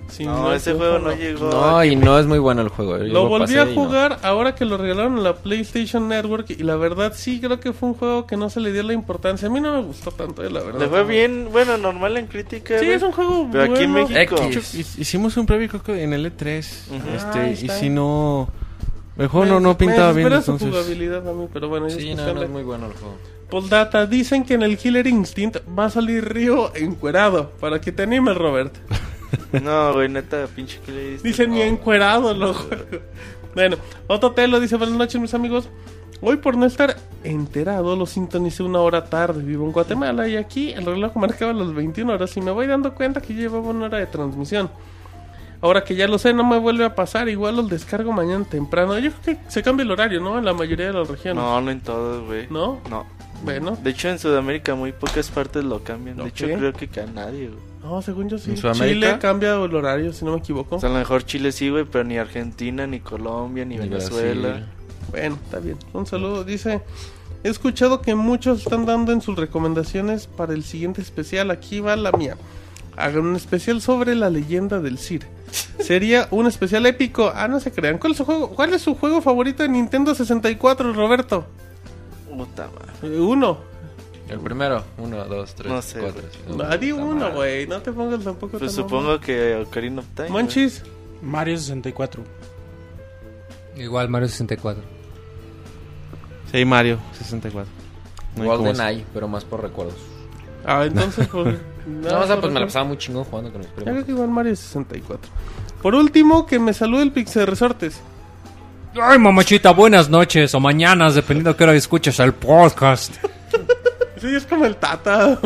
Sí, No, ese juego no llegó. No, y no es muy bueno el juego. Yo Lo volví pasé a y no. jugar ahora que lo regalaron en la PlayStation Network y la verdad sí creo que fue un juego que no se le dio la importancia. A mí no me gustó tanto, eh, la verdad. Le fue bien, bueno, normal en crítica. Sí, güey. es un juego Pero aquí en bueno. México. X. Hic- Hicimos un preview creo que en el E tres. Ujú. Este, Ahí y está. si no... El juego Me- no, no pintaba me bien, desespera su entonces... jugabilidad a mí, pero bueno. ya Sí, es no, cuestión no de- es muy bueno el juego. Postdata, dicen que en el Killer Instinct va a salir Ryo encuerado. Para que te animes, Robert. No, güey, neta, pinche que le diste. Dicen ni encuerado lo juego. Bueno, Otto Telo dice: buenas noches, mis amigos. Hoy, por no estar enterado, lo sintonicé una hora tarde. Vivo en Guatemala y aquí el reloj marcaba las veintiuna horas. Y me voy dando cuenta que llevaba una hora de transmisión. Ahora que ya lo sé, no me vuelve a pasar. Igual lo descargo mañana temprano. Yo creo que se cambia el horario, ¿no? En la mayoría de las regiones. No, no en todos, güey. ¿No? No. Bueno. De hecho, en Sudamérica muy pocas partes lo cambian. De Ok. hecho, creo que a nadie, güey. No, según yo sí. ¿En Sudamérica? Chile cambia el horario, si no me equivoco. O sea, a lo mejor Chile sí, güey, pero ni Argentina, ni Colombia, ni, Ni Venezuela. Brasil. Bueno, está bien. Un saludo. Dice: he escuchado que muchos están dando en sus recomendaciones para el siguiente especial. Aquí va la mía. Hagan un especial sobre la leyenda del Sir. Sería un especial épico. Ah, no se crean. ¿Cuál es su juego, cuál es su juego favorito de Nintendo sesenta y cuatro, Roberto? Puta madre. Eh, Uno. El primero, uno, dos, tres, No sé, cuatro. güey. cinco, Ah, di puta uno, madre. güey. No te pongas tampoco Pues tan supongo que Ocarina of Time. mamón. güey. Monchis. Mario sesenta y cuatro. Igual Mario sesenta y cuatro. Sí, Mario, sesenta y cuatro. No hay como Golden eso. Eye, pero más por recuerdos. Ah, entonces, pues. No, o sea, pues me la pasaba muy chingón jugando con mis Yo primos. creo que igual Mario sesenta y cuatro. Por último, que me salude el Pixel Resortes. Ay, mamachita, buenas noches o mañanas, dependiendo de qué hora escuches el podcast. Sí, es como el Tata.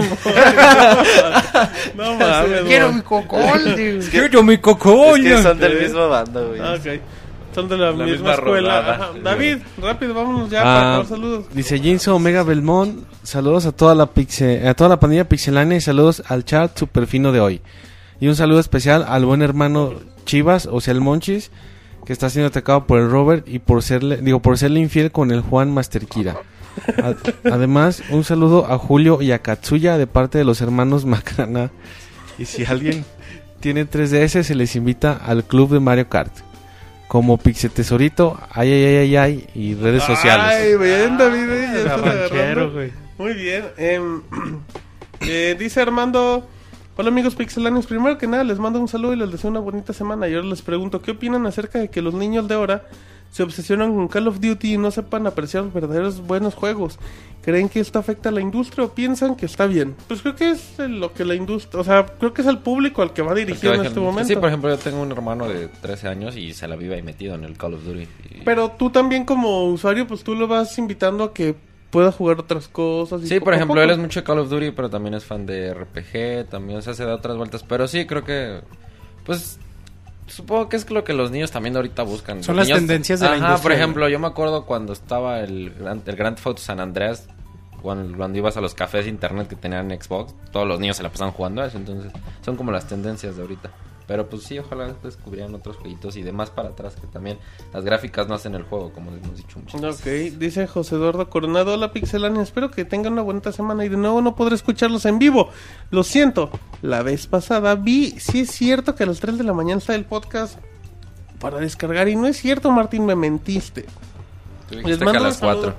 No mames. Quiero güey. mi cocol, Es que, quiero mi cocol. es que son del Sí. mismo bando, güey. Ah, ok. Son de la, La misma, misma escuela. rodada. Ajá. David, rápido, vámonos ya Ah, para acabar. Saludos. Dice Jinso Omega Belmont, saludos a toda la pixe, a toda la pandilla pixelánea y saludos al chat super fino de hoy. Y un saludo especial al buen hermano Chivas, o sea el Monchis, que está siendo atacado por el Robert y por serle, digo, por serle infiel con el Juan Masterkira. A- además, un saludo a Julio y a Katsuya de parte de los hermanos Macrana. Y si alguien tiene tres D S, se les invita al club de Mario Kart. Como Pixe Tesorito, ay, ay, ay, ay, ay, y redes sociales. Ay, bien, David. eh, ya estás ranchero, agarrando. güey. Muy bien. em, eh, dice Armando: hola amigos pixelanios, primero que nada les mando un saludo y les deseo una bonita semana. Y ahora les pregunto, ¿qué opinan acerca de que los niños de ahora se obsesionan con Call of Duty y no sepan apreciar los verdaderos buenos juegos? ¿Creen que esto afecta a la industria o piensan que está bien? Pues creo que es eh, lo que la industria, o sea, creo que es el público al que va dirigido en este momento. Sí, por ejemplo, yo tengo un hermano de trece años y se la vive ahí metido en el Call of Duty. Y- Pero tú también como usuario, pues tú lo vas invitando a que pueda jugar otras cosas. y Sí, poco por a ejemplo, poco. él es mucho de Call of Duty, pero también es fan de R P G, también o sea, se da otras vueltas. Pero sí, creo que, pues, supongo que es lo que los niños también ahorita buscan. Son Los las niños- tendencias de la Ajá, industria, por ¿no? ejemplo, yo me acuerdo cuando estaba el, Gran- el Grand Theft Auto San Andreas, cuando, cuando ibas a los cafés de internet que tenían Xbox, todos los niños se la pasaban jugando a eso, entonces son como las tendencias de ahorita. Pero pues sí, ojalá descubrieran otros jueguitos y demás para atrás, que también las gráficas no hacen el juego, como les hemos dicho muchas veces. Ok, dice José Eduardo Coronado: hola Pixelania, espero que tengan una bonita semana y de nuevo no podré escucharlos en vivo. Lo siento, la vez pasada vi, sí es cierto que a las tres de la mañana está el podcast para descargar y no es cierto, Martín, me mentiste. Tú Les dijiste que mando a un las saludo. cuatro.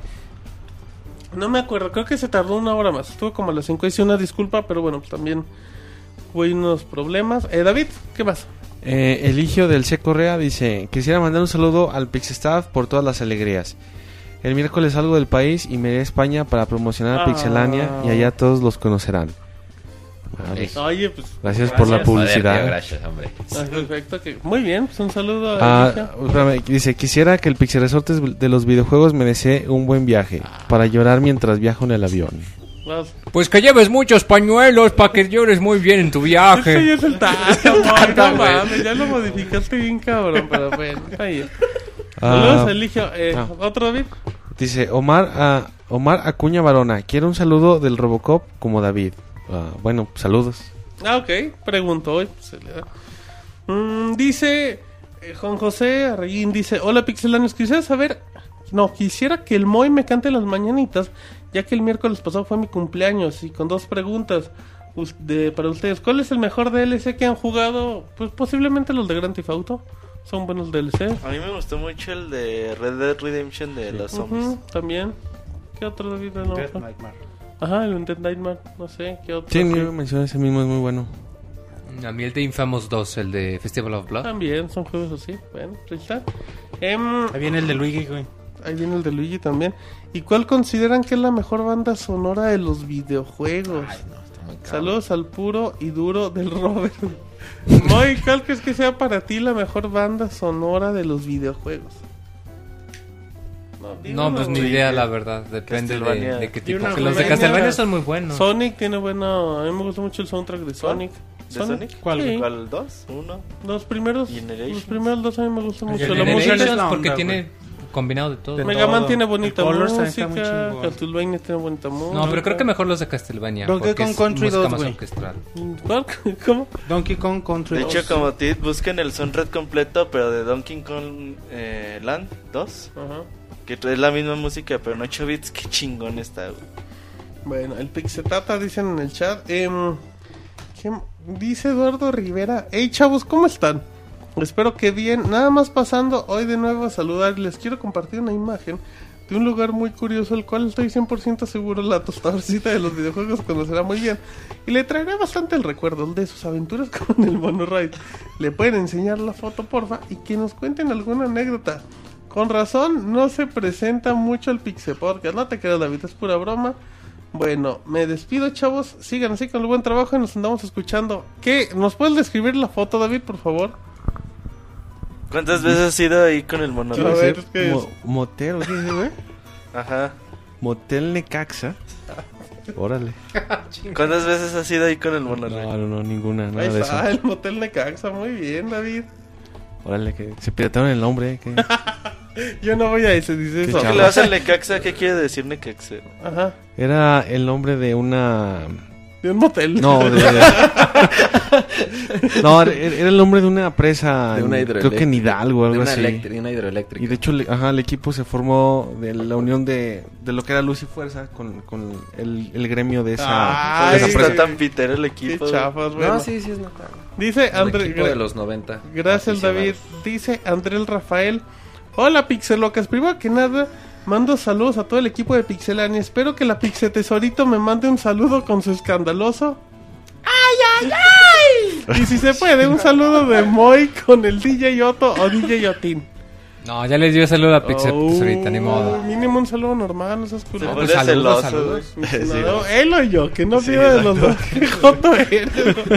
No me acuerdo, creo que se tardó una hora más, estuvo como a las cinco, hice una disculpa, pero bueno, pues también hubo unos problemas. Eh, David, ¿qué más? Eh, Eligio del C. Correa dice: quisiera mandar un saludo al Pixestaff por todas las alegrías. El miércoles salgo del país y me iré a España para promocionar a Ah. Pixelania y allá todos los conocerán. Vale. Oye, pues Gracias por la Joder, publicidad. tío, gracias, hombre. ah, perfecto, que muy bien, pues un saludo a Ah, Eligio. espérame, dice: quisiera que el Pixel Resortes de los videojuegos me desee un buen viaje para llorar mientras viajo en el avión. Vas. Pues que lleves muchos pañuelos para que llores muy bien en tu Ese viaje. ya es el Tata, amor, no mames, ya lo modificaste bien cabrón, pero bueno, está bien. Saludos, Ah, Eligio. Eh, ah. ¿Otro, David? Dice Omar ah, Omar Acuña Barona: quiero un saludo del Robocop como David. Ah, bueno, saludos. Ah, ok, pregunto hoy. Pues, se le da. Mm, dice eh, Juan José Arreguín, dice: hola Pixelanios, quisiera saber, no, quisiera que el Moy me cante las mañanitas, ya que el miércoles pasado fue mi cumpleaños, y con dos preguntas. us- de, para ustedes, ¿cuál es el mejor D L C que han jugado? Pues posiblemente los de Grand Theft Auto. Son buenos D L C. A mí me gustó mucho el de Red Dead Redemption de los zombies. Ujú, también. ¿Qué otro David? No, Death Nightmare. Ajá, el Dead Nightmare. No sé, ¿qué otro? Sí, yo mencioné ese mismo, es muy bueno. A mí el de Infamous dos, el de Festival of Blood. También, son juegos así. Bueno, ahí está. Em, Ahí viene el de Luigi, güey. ahí viene el de Luigi también. ¿Y cuál consideran que es la mejor banda sonora de los videojuegos? Ay, no, está muy caro. Saludos al puro y duro del Robert. Moy, ¿cuál crees que sea para ti la mejor banda sonora de los videojuegos? No, pues ni güey. idea, la verdad. Depende de, Castlevania. de qué Y tipo. una Que los de Castlevania- Castlevania son muy buenos. Sonic tiene bueno. A mí me gustó mucho el soundtrack de Sonic. ¿De Sonic? ¿Cuál, Sí. ¿Cuál? ¿Dos? ¿Uno? Los primeros, Generations. los primeros dos a mí me gustan mucho. La Generations música. es la porque onda, tiene combinado de todo. De Mega Man todo. tiene bonita El Colors también está muy música. chingón. Castlevania tiene bonita música. No, pero creo que mejor los de Castlevania. Donkey porque Kong es Country música dos, más güey. orquestral. ¿Cuál? ¿Cómo? Donkey Kong Country De dos. hecho, como ti busquen el soundtrack completo, pero de Donkey Kong eh, Land dos, Ajá. que es la misma música, pero en ocho bits, qué chingón está, güey. Bueno, el Pixetata dicen en el chat. em, ¿qué m- dice Eduardo Rivera? Hey chavos, ¿cómo están? Espero que bien. Nada más pasando hoy de nuevo a saludar. Les quiero compartir una imagen de un lugar muy curioso, el cual estoy cien por ciento seguro la tostadorcita de los videojuegos conocerá muy bien. Y le traerá bastante el recuerdo de sus aventuras con el monorail. Le pueden enseñar la foto, porfa, y que nos cuenten alguna anécdota. Con razón, no se presenta mucho el Pixel Podcast. No te creas, David, es pura broma. Bueno, me despido, chavos. Sigan así con el buen trabajo y nos andamos escuchando. ¿Qué? ¿Nos puedes describir la foto, David, por favor? ¿Cuántas veces has ido ahí con el A monorail? ver, es que Mo- es- motel, ¿qué dice, güey? Ajá. Motel Necaxa. Órale. ¿Cuántas veces has ido ahí con el monorail? No, no, no, ninguna, nada Ahí de está, eso. el motel Necaxa. Muy bien, David. Órale, que se pirataron el nombre, ¿eh? que- Yo no voy a ese, dice Qué eso. ¿Qué chavo. le vas al Necaxa? ¿Qué quiere decir Necaxa? Ajá, Era el nombre de una... de un motel. No, de... no, era era el nombre de una presa, De una en- creo que en Hidalgo o De algo una, así. eléctrica, una hidroeléctrica. Y de hecho, le- ajá, el equipo se formó de la unión de, de lo que era Luz y Fuerza con, con el, el gremio de esa, Ay, de esa Está presa. tan pitero el Qué equipo. güey. chafas, bueno. No, sí, sí es notable. Dice El André... equipo de los noventa. Gracias, David. Dice Andrés Rafael. Hola, Pixelocas. Primero que nada, mando saludos a todo el equipo de Pixelania. Espero que la Pixetesorito me mande un saludo con su escandaloso. ¡Ay, ay, ay! Y si se puede, un saludo de Moy con el D J Otto o D J Otin. No, ya les dio saludo a Pixel Oh, ahorita, ni modo. Mínimo un saludo normal, no seas Se culo. pone pues, saludos, celoso, saludos. güey. No, él o yo, que no pida de los dos. Qué joto eres.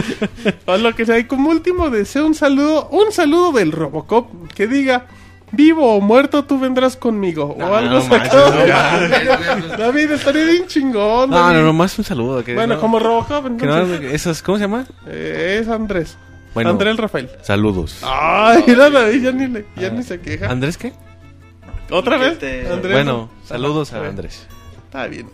O lo que sea. Y como último deseo un saludo, un saludo del Robocop que diga: vivo o muerto, tú vendrás conmigo. o algo no sacado. manches, David, estaría bien chingón. No, David. no, no, más un saludo. Que Bueno, no- como Robocop, que no- entonces. esas, ¿cómo se llama? eh, es Andrés. Bueno. Andrés Rafael. Saludos. Ay, mira, David, ya ni, le, ya ni se queja. ¿Andrés qué? ¿Otra vez? Te- Andrés. Bueno, saludos Ajá. a Andrés. Está bien.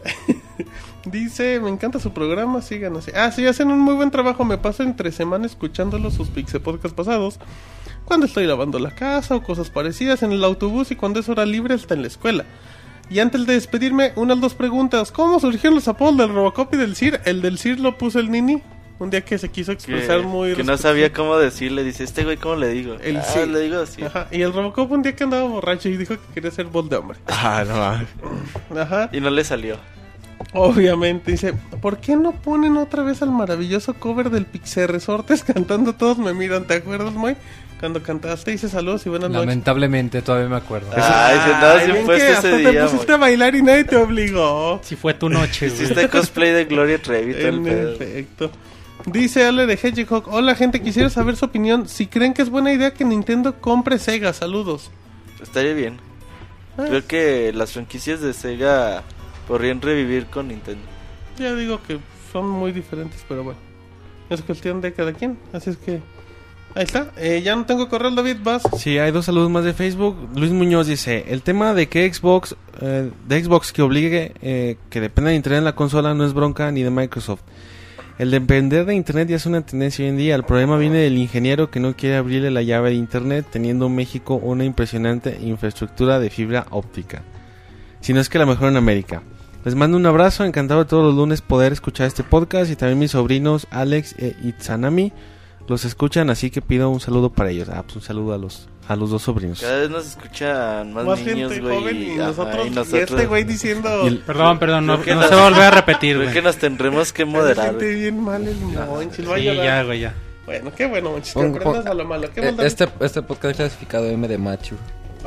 Dice, me encanta su programa, sigan así. Ah, sí, hacen un muy buen trabajo. Me paso entre semana escuchándolo sus Pixel Podcast pasados. Cuando estoy lavando la casa o cosas parecidas en el autobús y cuando es hora libre está en la escuela. Y antes de despedirme, unas dos preguntas. ¿Cómo surgieron los apodos del Robocop y del S I R? El del S I R lo puso el Nini. Un día que se quiso Que, expresar muy... que no respetuoso. sabía cómo decirle. Dice, este güey, ¿cómo le digo? El ah, sí. le digo así. Ajá. Y el Robocop un día que andaba borracho y dijo que quería ser voz de hombre. Ah, no. Ajá. Y no le salió. Obviamente, dice, ¿por qué no ponen otra vez al maravilloso cover del Pixel Resortes cantando Todos me miran? ¿Te acuerdas, Moy? Cuando cantaste dice saludos y buenas noches. Lamentablemente todavía me acuerdo. Ay, si andabas Ay, bien bien puesto que ese hasta día, te pusiste güey. a bailar y nadie te obligó. Si fue tu noche, güey. Hiciste cosplay de Gloria Trevi. todo el En pedo. efecto. Dice Ale de Hedgehog, hola gente, quisiera saber su opinión. Si creen que es buena idea que Nintendo compre Sega, saludos. Estaría bien. Ah, Creo que las franquicias de Sega podrían revivir con Nintendo. Ya digo que son muy diferentes, pero bueno. Es cuestión de cada quien, así es que... Ahí está, eh, ya no tengo correo, David, vas. Sí, hay dos saludos más de Facebook. Luis Muñoz dice, el tema de que Xbox, eh, de Xbox que obligue eh, que dependa de internet en la consola no es bronca ni de Microsoft. El depender de internet ya es una tendencia hoy en día. El problema viene del ingeniero que no quiere abrirle la llave de internet, teniendo México una impresionante infraestructura de fibra óptica. Si no es que la mejor en América. Les mando un abrazo, encantado de todos los lunes poder escuchar este podcast y también mis sobrinos Alex e Itsanami los escuchan, así que pido un saludo para ellos. Ah, pues un saludo a los a los dos sobrinos. Cada vez nos escuchan más, Más niños, gente güey. joven y ajá, nosotros, y y nosotros- este güey diciendo... Y el- Perdón, perdón, no, Creo que no nos- se va a volver a repetir, Creo güey. que nos tendremos que moderar, Gente güey. bien mal el Monchis, va a Sí, llorar. ya, güey, ya. Bueno, qué bueno, Monchis, que Pon- aprendas pon- a lo malo. ¿Qué Eh, más, David? Este, este podcast es clasificado M de macho.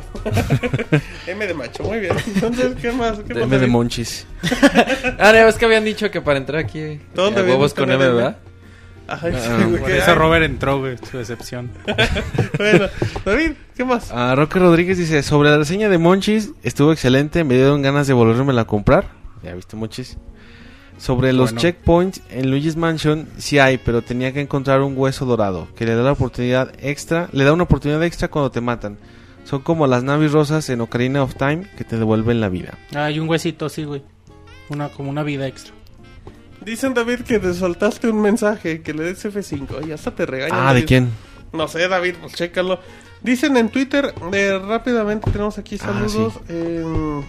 M de macho, muy bien. Entonces, ¿qué más? ¿Qué más, M de David? Monchis. Ah, no, es que habían dicho que para entrar aquí eh, ¿Dónde huevos vienes con con M, el M? ¿verdad? Ay, sí, Ah, güey, Por que- eso ay, Robert entró, güey, su decepción. Bueno, David, ¿qué más? Ah, Roque Rodríguez dice, sobre la reseña de Monchis, estuvo excelente, me dieron ganas de volverme a comprar. Ya viste, Monchis. Sobre los Bueno. checkpoints en Luigi's Mansion, sí hay, pero tenía que encontrar un hueso dorado, que le da la oportunidad extra, le da una oportunidad extra cuando te matan. Son como las navis rosas en Ocarina of Time, que te devuelven la vida. Hay un huesito, sí, güey. Una, como una vida extra. Dicen, David, que te soltaste un mensaje, que le des F cinco. Y hasta te regañan. Ah, ¿de David. quién? No sé, David, pues chécalo. Dicen en Twitter, eh, rápidamente tenemos aquí Ah, saludos. eh,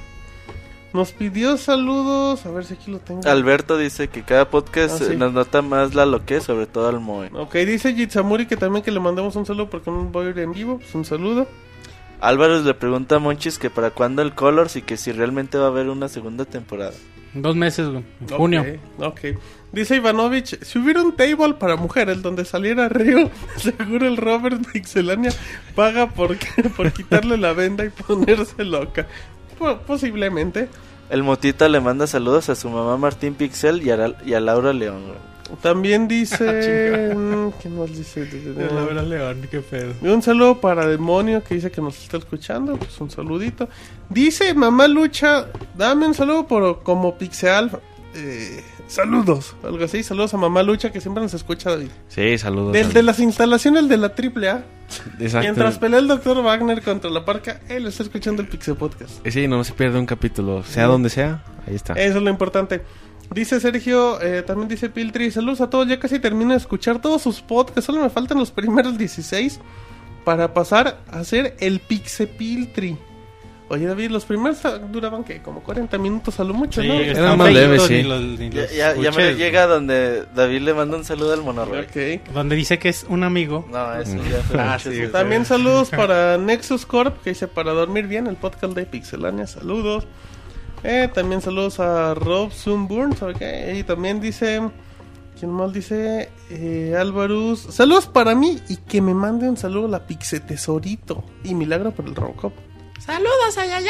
nos pidió saludos, a ver si aquí lo tengo. Alberto dice que cada podcast Ah, sí. eh, nos nota más la loque, sobre todo al Moe. Ok, dice Jitsamuri que también que le mandamos un saludo porque no voy a ir en vivo. Pues un saludo. Álvarez le pregunta a Monchis que para cuándo el Colors y que si realmente va a haber una segunda temporada. Dos meses, güey. En junio. Ok, ok. Dice Ivanovich, si hubiera un table para mujeres donde saliera Río, seguro el Robert Pixelania paga por, por quitarle la venda y ponerse loca. Po- posiblemente. El Motita le manda saludos a su mamá Martín Pixel y a, y a Laura León. güey. También dice... mm, ¿Quién más dice? León, qué pedo. Un saludo para Demonio que dice que nos está escuchando. Pues un saludito. Dice Mamá Lucha, dame un saludo por como Pixel. Eh, saludos. Algo así. Saludos a Mamá Lucha que siempre nos escucha, David. Sí, saludos. Del de las instalaciones de la triple A. Exacto. Mientras pelea el doctor Wagner contra la parca, él está escuchando el Pixel Podcast. Eh, Sí, no se pierde un capítulo, sea donde sea, ahí está. Eso es lo importante. Dice Sergio, eh, también dice Piltri, saludos a todos, ya casi termino de escuchar todos sus podcasts, solo me faltan los primeros dieciséis para pasar a hacer el Pixe Piltri. Oye David, los primeros ah, duraban que como cuarenta minutos a lo mucho, Sí, ¿no? Eran están más feitos, leves, sí. ni los- ni Ya, los ya, ya me escuches, llega donde David le manda un saludo al Monorroy. Ok. Donde dice que es un amigo. No, eso ya fue Ah, mucho, sí, sí. güey. También saludos para Nexus Corp, que dice para dormir bien, el podcast de Pixelania, saludos. Eh, también saludos a Rob Sunburn, ¿sabe qué? Y también dice, ¿quién más dice? Eh, Álvarez, saludos para mí y que me mande un saludo a la Pixe Tesorito y milagro por el Robocop. ¡Saludos, ay, ay,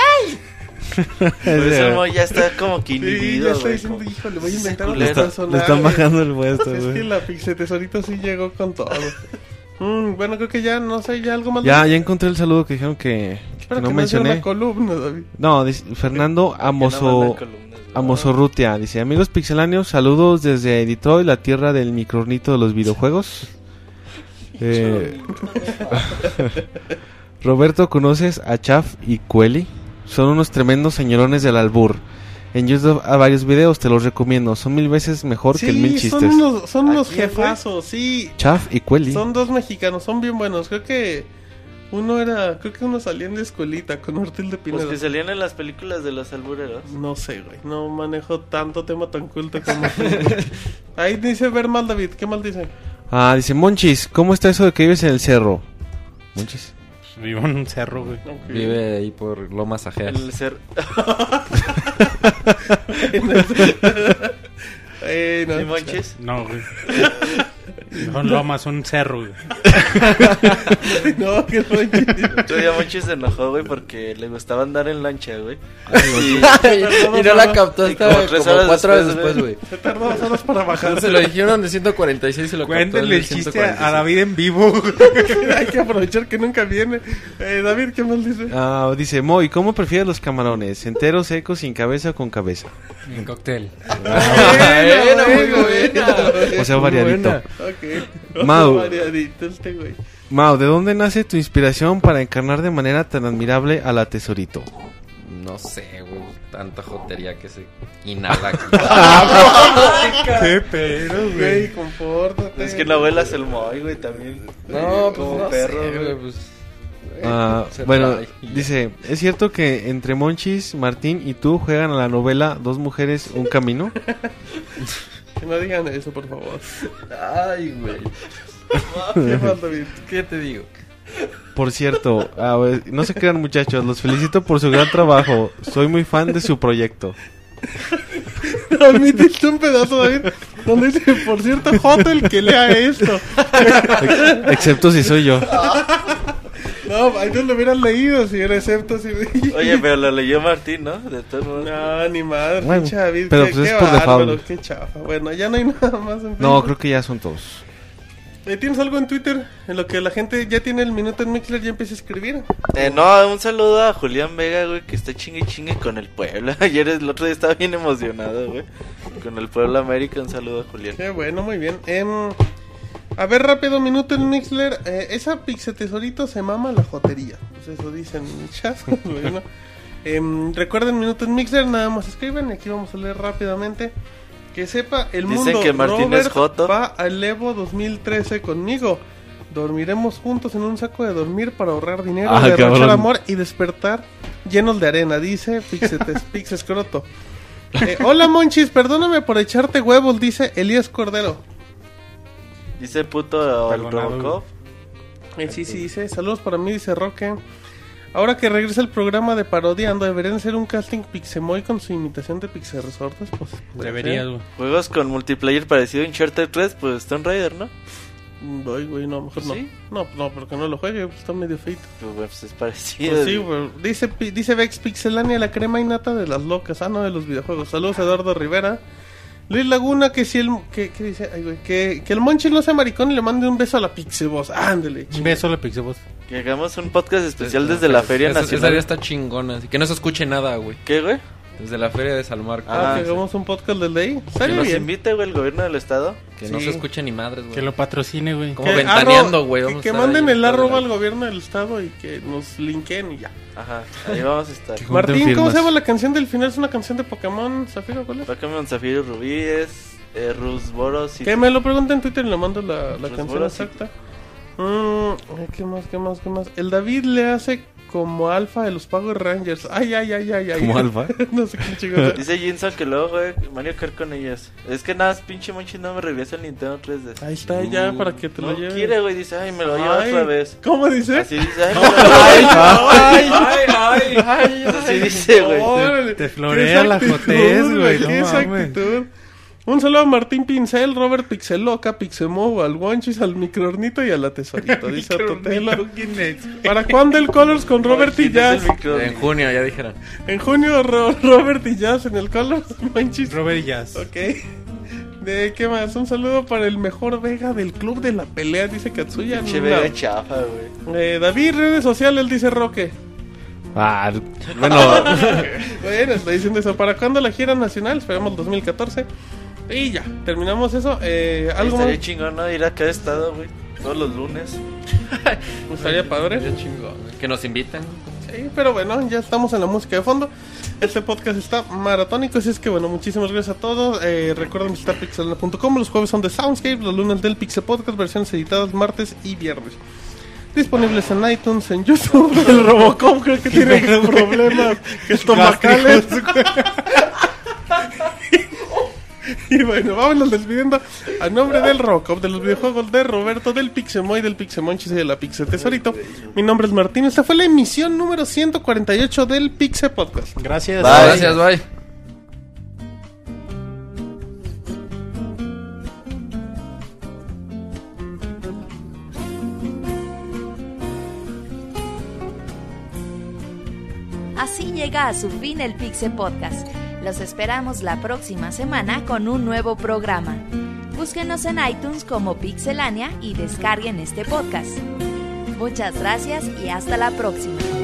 ay! Por eso el Moe ya está como que Sí, ya inhibido, estoy güey. diciendo, como- híjole, voy a inventar Ese otro culero. personaje. Le están bajando el puesto, Es que güey. la Pixe Tesorito sí llegó con todo. Mm, bueno, creo que ya, no sé, ya algo más. Ya, ya encontré el saludo que dijeron que, que Espero no que no sea mencioné. una columna, David. No, dice Fernando Que no Amoso, mandan columnas, güey. Amosorrutia. Dice, amigos pixelanios, saludos desde Detroit, la tierra del microornito de los videojuegos. Eh, Roberto, ¿conoces a Chaf y Cueli? Son unos tremendos señorones del albur. En YouTube hay varios videos, te los recomiendo. Son mil veces mejor que el mil Sí, chistes. son unos, son ¿A unos quién, güey? jefazos, sí. Chaf y Cueli. Son dos mexicanos, son bien buenos. Creo que uno era, creo que uno salía en la escuelita con Ortil de Los Pinedo. que salían en las películas de los albureros. No sé, güey, no manejo tanto tema tan culto como tú. Ahí dice ver mal, David, ¿qué mal dice? Ah, dice Monchis, ¿cómo está eso de que vives en el cerro? Monchis. Vivo en un cerro, güey. Ok. Vive ahí por Lomas Ajeas. El ser... Eh, no, ¿Sí, Monchis? No, güey. Son lomas, un cerro, güey. no, que no hay Otro día Monchis se enojó, güey, porque le gustaba andar en lancha, güey. y no la captó Y hasta como como, tres horas cuatro horas después, después, güey. Se tardó dos horas para bajar. Se lo dijeron de ciento cuarenta y seis y lo captó Cuéntenle el de chiste ciento cuarenta y seis. a David en vivo. Hay que aprovechar que nunca viene. Eh, David, ¿qué mal dice? Ah, dice Moy, ¿cómo prefieres los camarones? ¿Enteros, secos, sin cabeza o con cabeza? En cóctel. Buena, muy buena. O sea, Muy variadito. buena. Ok. Mau. Variadito este güey. Mao, ¿de dónde nace tu inspiración para encarnar de manera tan admirable a la Tesorito? No sé, güey. Tanta jotería que se inhala aquí. Qué pedo, Güey, compórtate. Es que la abuela es el Moy, güey, también. No, pues Como no perro, sé, güey. güey. Pues, Ah, bueno, dice, ¿es cierto que entre Monchis, Martín y tú juegan a la novela Dos mujeres, un camino? Que no digan eso, por favor. Ay, güey. ¿Qué falta, David? ¿Qué te digo? Por cierto, a ver, no se crean muchachos, los felicito por su gran trabajo. Soy muy fan de su proyecto. Admitiste un pedazo, David, donde dice, por cierto, Joto el que lea esto. Ex- Excepto si soy yo. No, ahí no lo hubieran leído si era excepto si... Oye, pero lo leyó Martín, ¿no? De todos modos. No, ni madre, Bueno, pinche David, pero qué, pues es qué por bárbaro, default. qué chafa. Bueno, ya no hay nada más en No, Facebook. creo que ya son todos. Eh, ¿Tienes algo en Twitter? En lo que la gente ya tiene el minuto en Mixler, ya empieza a escribir. Eh, no, un saludo a Julián Vega, güey, que está chingue chingue con el Puebla. Ayer, el otro día estaba bien emocionado, güey. Con el Puebla América, un saludo a Julián. Qué bueno, muy bien. Em, a ver, rápido, minuto en Mixler. Eh, esa Pixe Tesorito se mama la jotería. Pues eso dicen en el chat. Bueno. Em, recuerden, minuto en Mixler, nada más escriben. Y aquí vamos a leer rápidamente. Que sepa el Dicen mundo, que Martín Robert es joto. va al Evo dos mil trece conmigo. Dormiremos juntos en un saco de dormir para ahorrar dinero, Ah, derrochar cabrón. amor y despertar llenos de arena, dice Pixetes, Pixescroto. Eh, hola Monchis, perdóname por echarte huevos, dice Elías Cordero. Dice puto al Perdonado, Robocop. Eh, sí, sí, dice, saludos para mí, dice Roque. Ahora que regresa el programa de Parodiando, deberían hacer un casting Pixemoy con su imitación de Pixel Resortes. Pues, Deberías, güey. Juegos con multiplayer parecido a Uncharted tres, pues Tomb Raider, ¿no? Ay, güey, no, mejor ¿Sí? no. No, no, porque no lo juegue, pues, está medio feito. Pues, güey, pues es parecido. Pues sí, güey. Dice, Pi- dice Vex Pixelania, la crema innata de las locas. Ah, no, de los videojuegos. Saludos a Eduardo Rivera. Luis Laguna, que si el... Que, que dice? Ay, güey, que, que el Monchi no sea maricón y le mande un beso a la Pixeboss. Ándale. Un beso a la Pixeboss. Que hagamos un podcast especial desde la Feria Esa- Nacional. Esa área está chingona, así que no se escuche nada, güey. ¿Qué, güey? Desde la Feria de Salmarco. Ah, Ah, que sí. hagamos un podcast desde ahí. Que Estaría nos bien. invite, güey, el gobierno del estado. Que no sí. se escuche ni madres, güey. Que lo patrocine, güey. Como Que ventaneando, arro- güey. Que, vamos que a estar manden ahí, el todo arroba el- al gobierno del estado y que nos linken y ya. Ajá, ahí vamos a estar. Junten Martín, ¿cómo firmas. se llama la canción del final? Es una canción de Pokémon, Zafiro, ¿cuál es? Pokémon Zafiro Rubíes, eh, Rusboros y... Que me lo pregunta en Twitter y le mando la, la Los canción bolas, sí. exacta. Mm, ay, ¿qué más, qué más, qué más? El David le hace como alfa de los Power Rangers. Ay, ay, ay, ay, ay. ¿Como alfa? No sé qué chingada. Dice Jinson que luego, güey, Mario Kart con ellas. Es que nada, pinche Monchi no me regresa el Nintendo tres D. Ahí está, ya, para que te No lo lleves. quiere, güey, dice, ay, me lo lleva Ay, otra vez. ¿Cómo dice? Así dice, ay, me lo lleva. ay, ay, ay, ay, Así dice, güey. Órale. Te florea Qué la actitud, jotez, güey, no Qué esa mames. actitud. Un saludo a Martín Pincel, Robert Pixeloca, Pixemo, al Wonchis, al Microornito y a la Tesorito. Dice Totelo. ¿Para cuándo el Colors con Robert y ¿Quién es el Jazz? micro? En junio, ya dijeron. En junio, Ro- Robert y Jazz en el Colors. Wonchis. Robert y Jazz. Ok. ¿De qué más? Un saludo para el mejor Vega del club de la pelea, dice Katsuya. Pinche No. Vega chafa, güey. Eh, David, redes sociales, dice Roque. Ah, bueno, Bueno, está diciendo eso. ¿Para cuándo la gira nacional? Esperamos dos mil catorce. Y ya, terminamos eso. Eh, Ahí algo más. estaría chingón, ¿no? Ir a cada estado, güey. Todos los lunes. Estaría padre. Qué chingón, güey. Que nos invitan. Sí, pero bueno, ya estamos en la música de fondo. Este podcast está maratónico, así es que bueno, muchísimas gracias a todos. Eh, recuerden visitar pixelania punto com. Los jueves son de Soundscape, los lunes del Pixel Podcast, versiones editadas martes y viernes. Disponibles en iTunes, en YouTube. El Robocop creo que tiene problemas estomacales. Y bueno, vámonos despidiendo a nombre del Robocop, de los videojuegos de Roberto, del Pixemoy, del Pixemonchis y de la Pixel Tesorito. Mi nombre es Martín, esta fue la emisión número ciento cuarenta y ocho del Pixel Podcast. Gracias. Bye. Gracias, bye. Así llega a su fin el Pixel Podcast. Los esperamos la próxima semana con un nuevo programa. Búsquenos en iTunes como Pixelania y descarguen este podcast. Muchas gracias y hasta la próxima.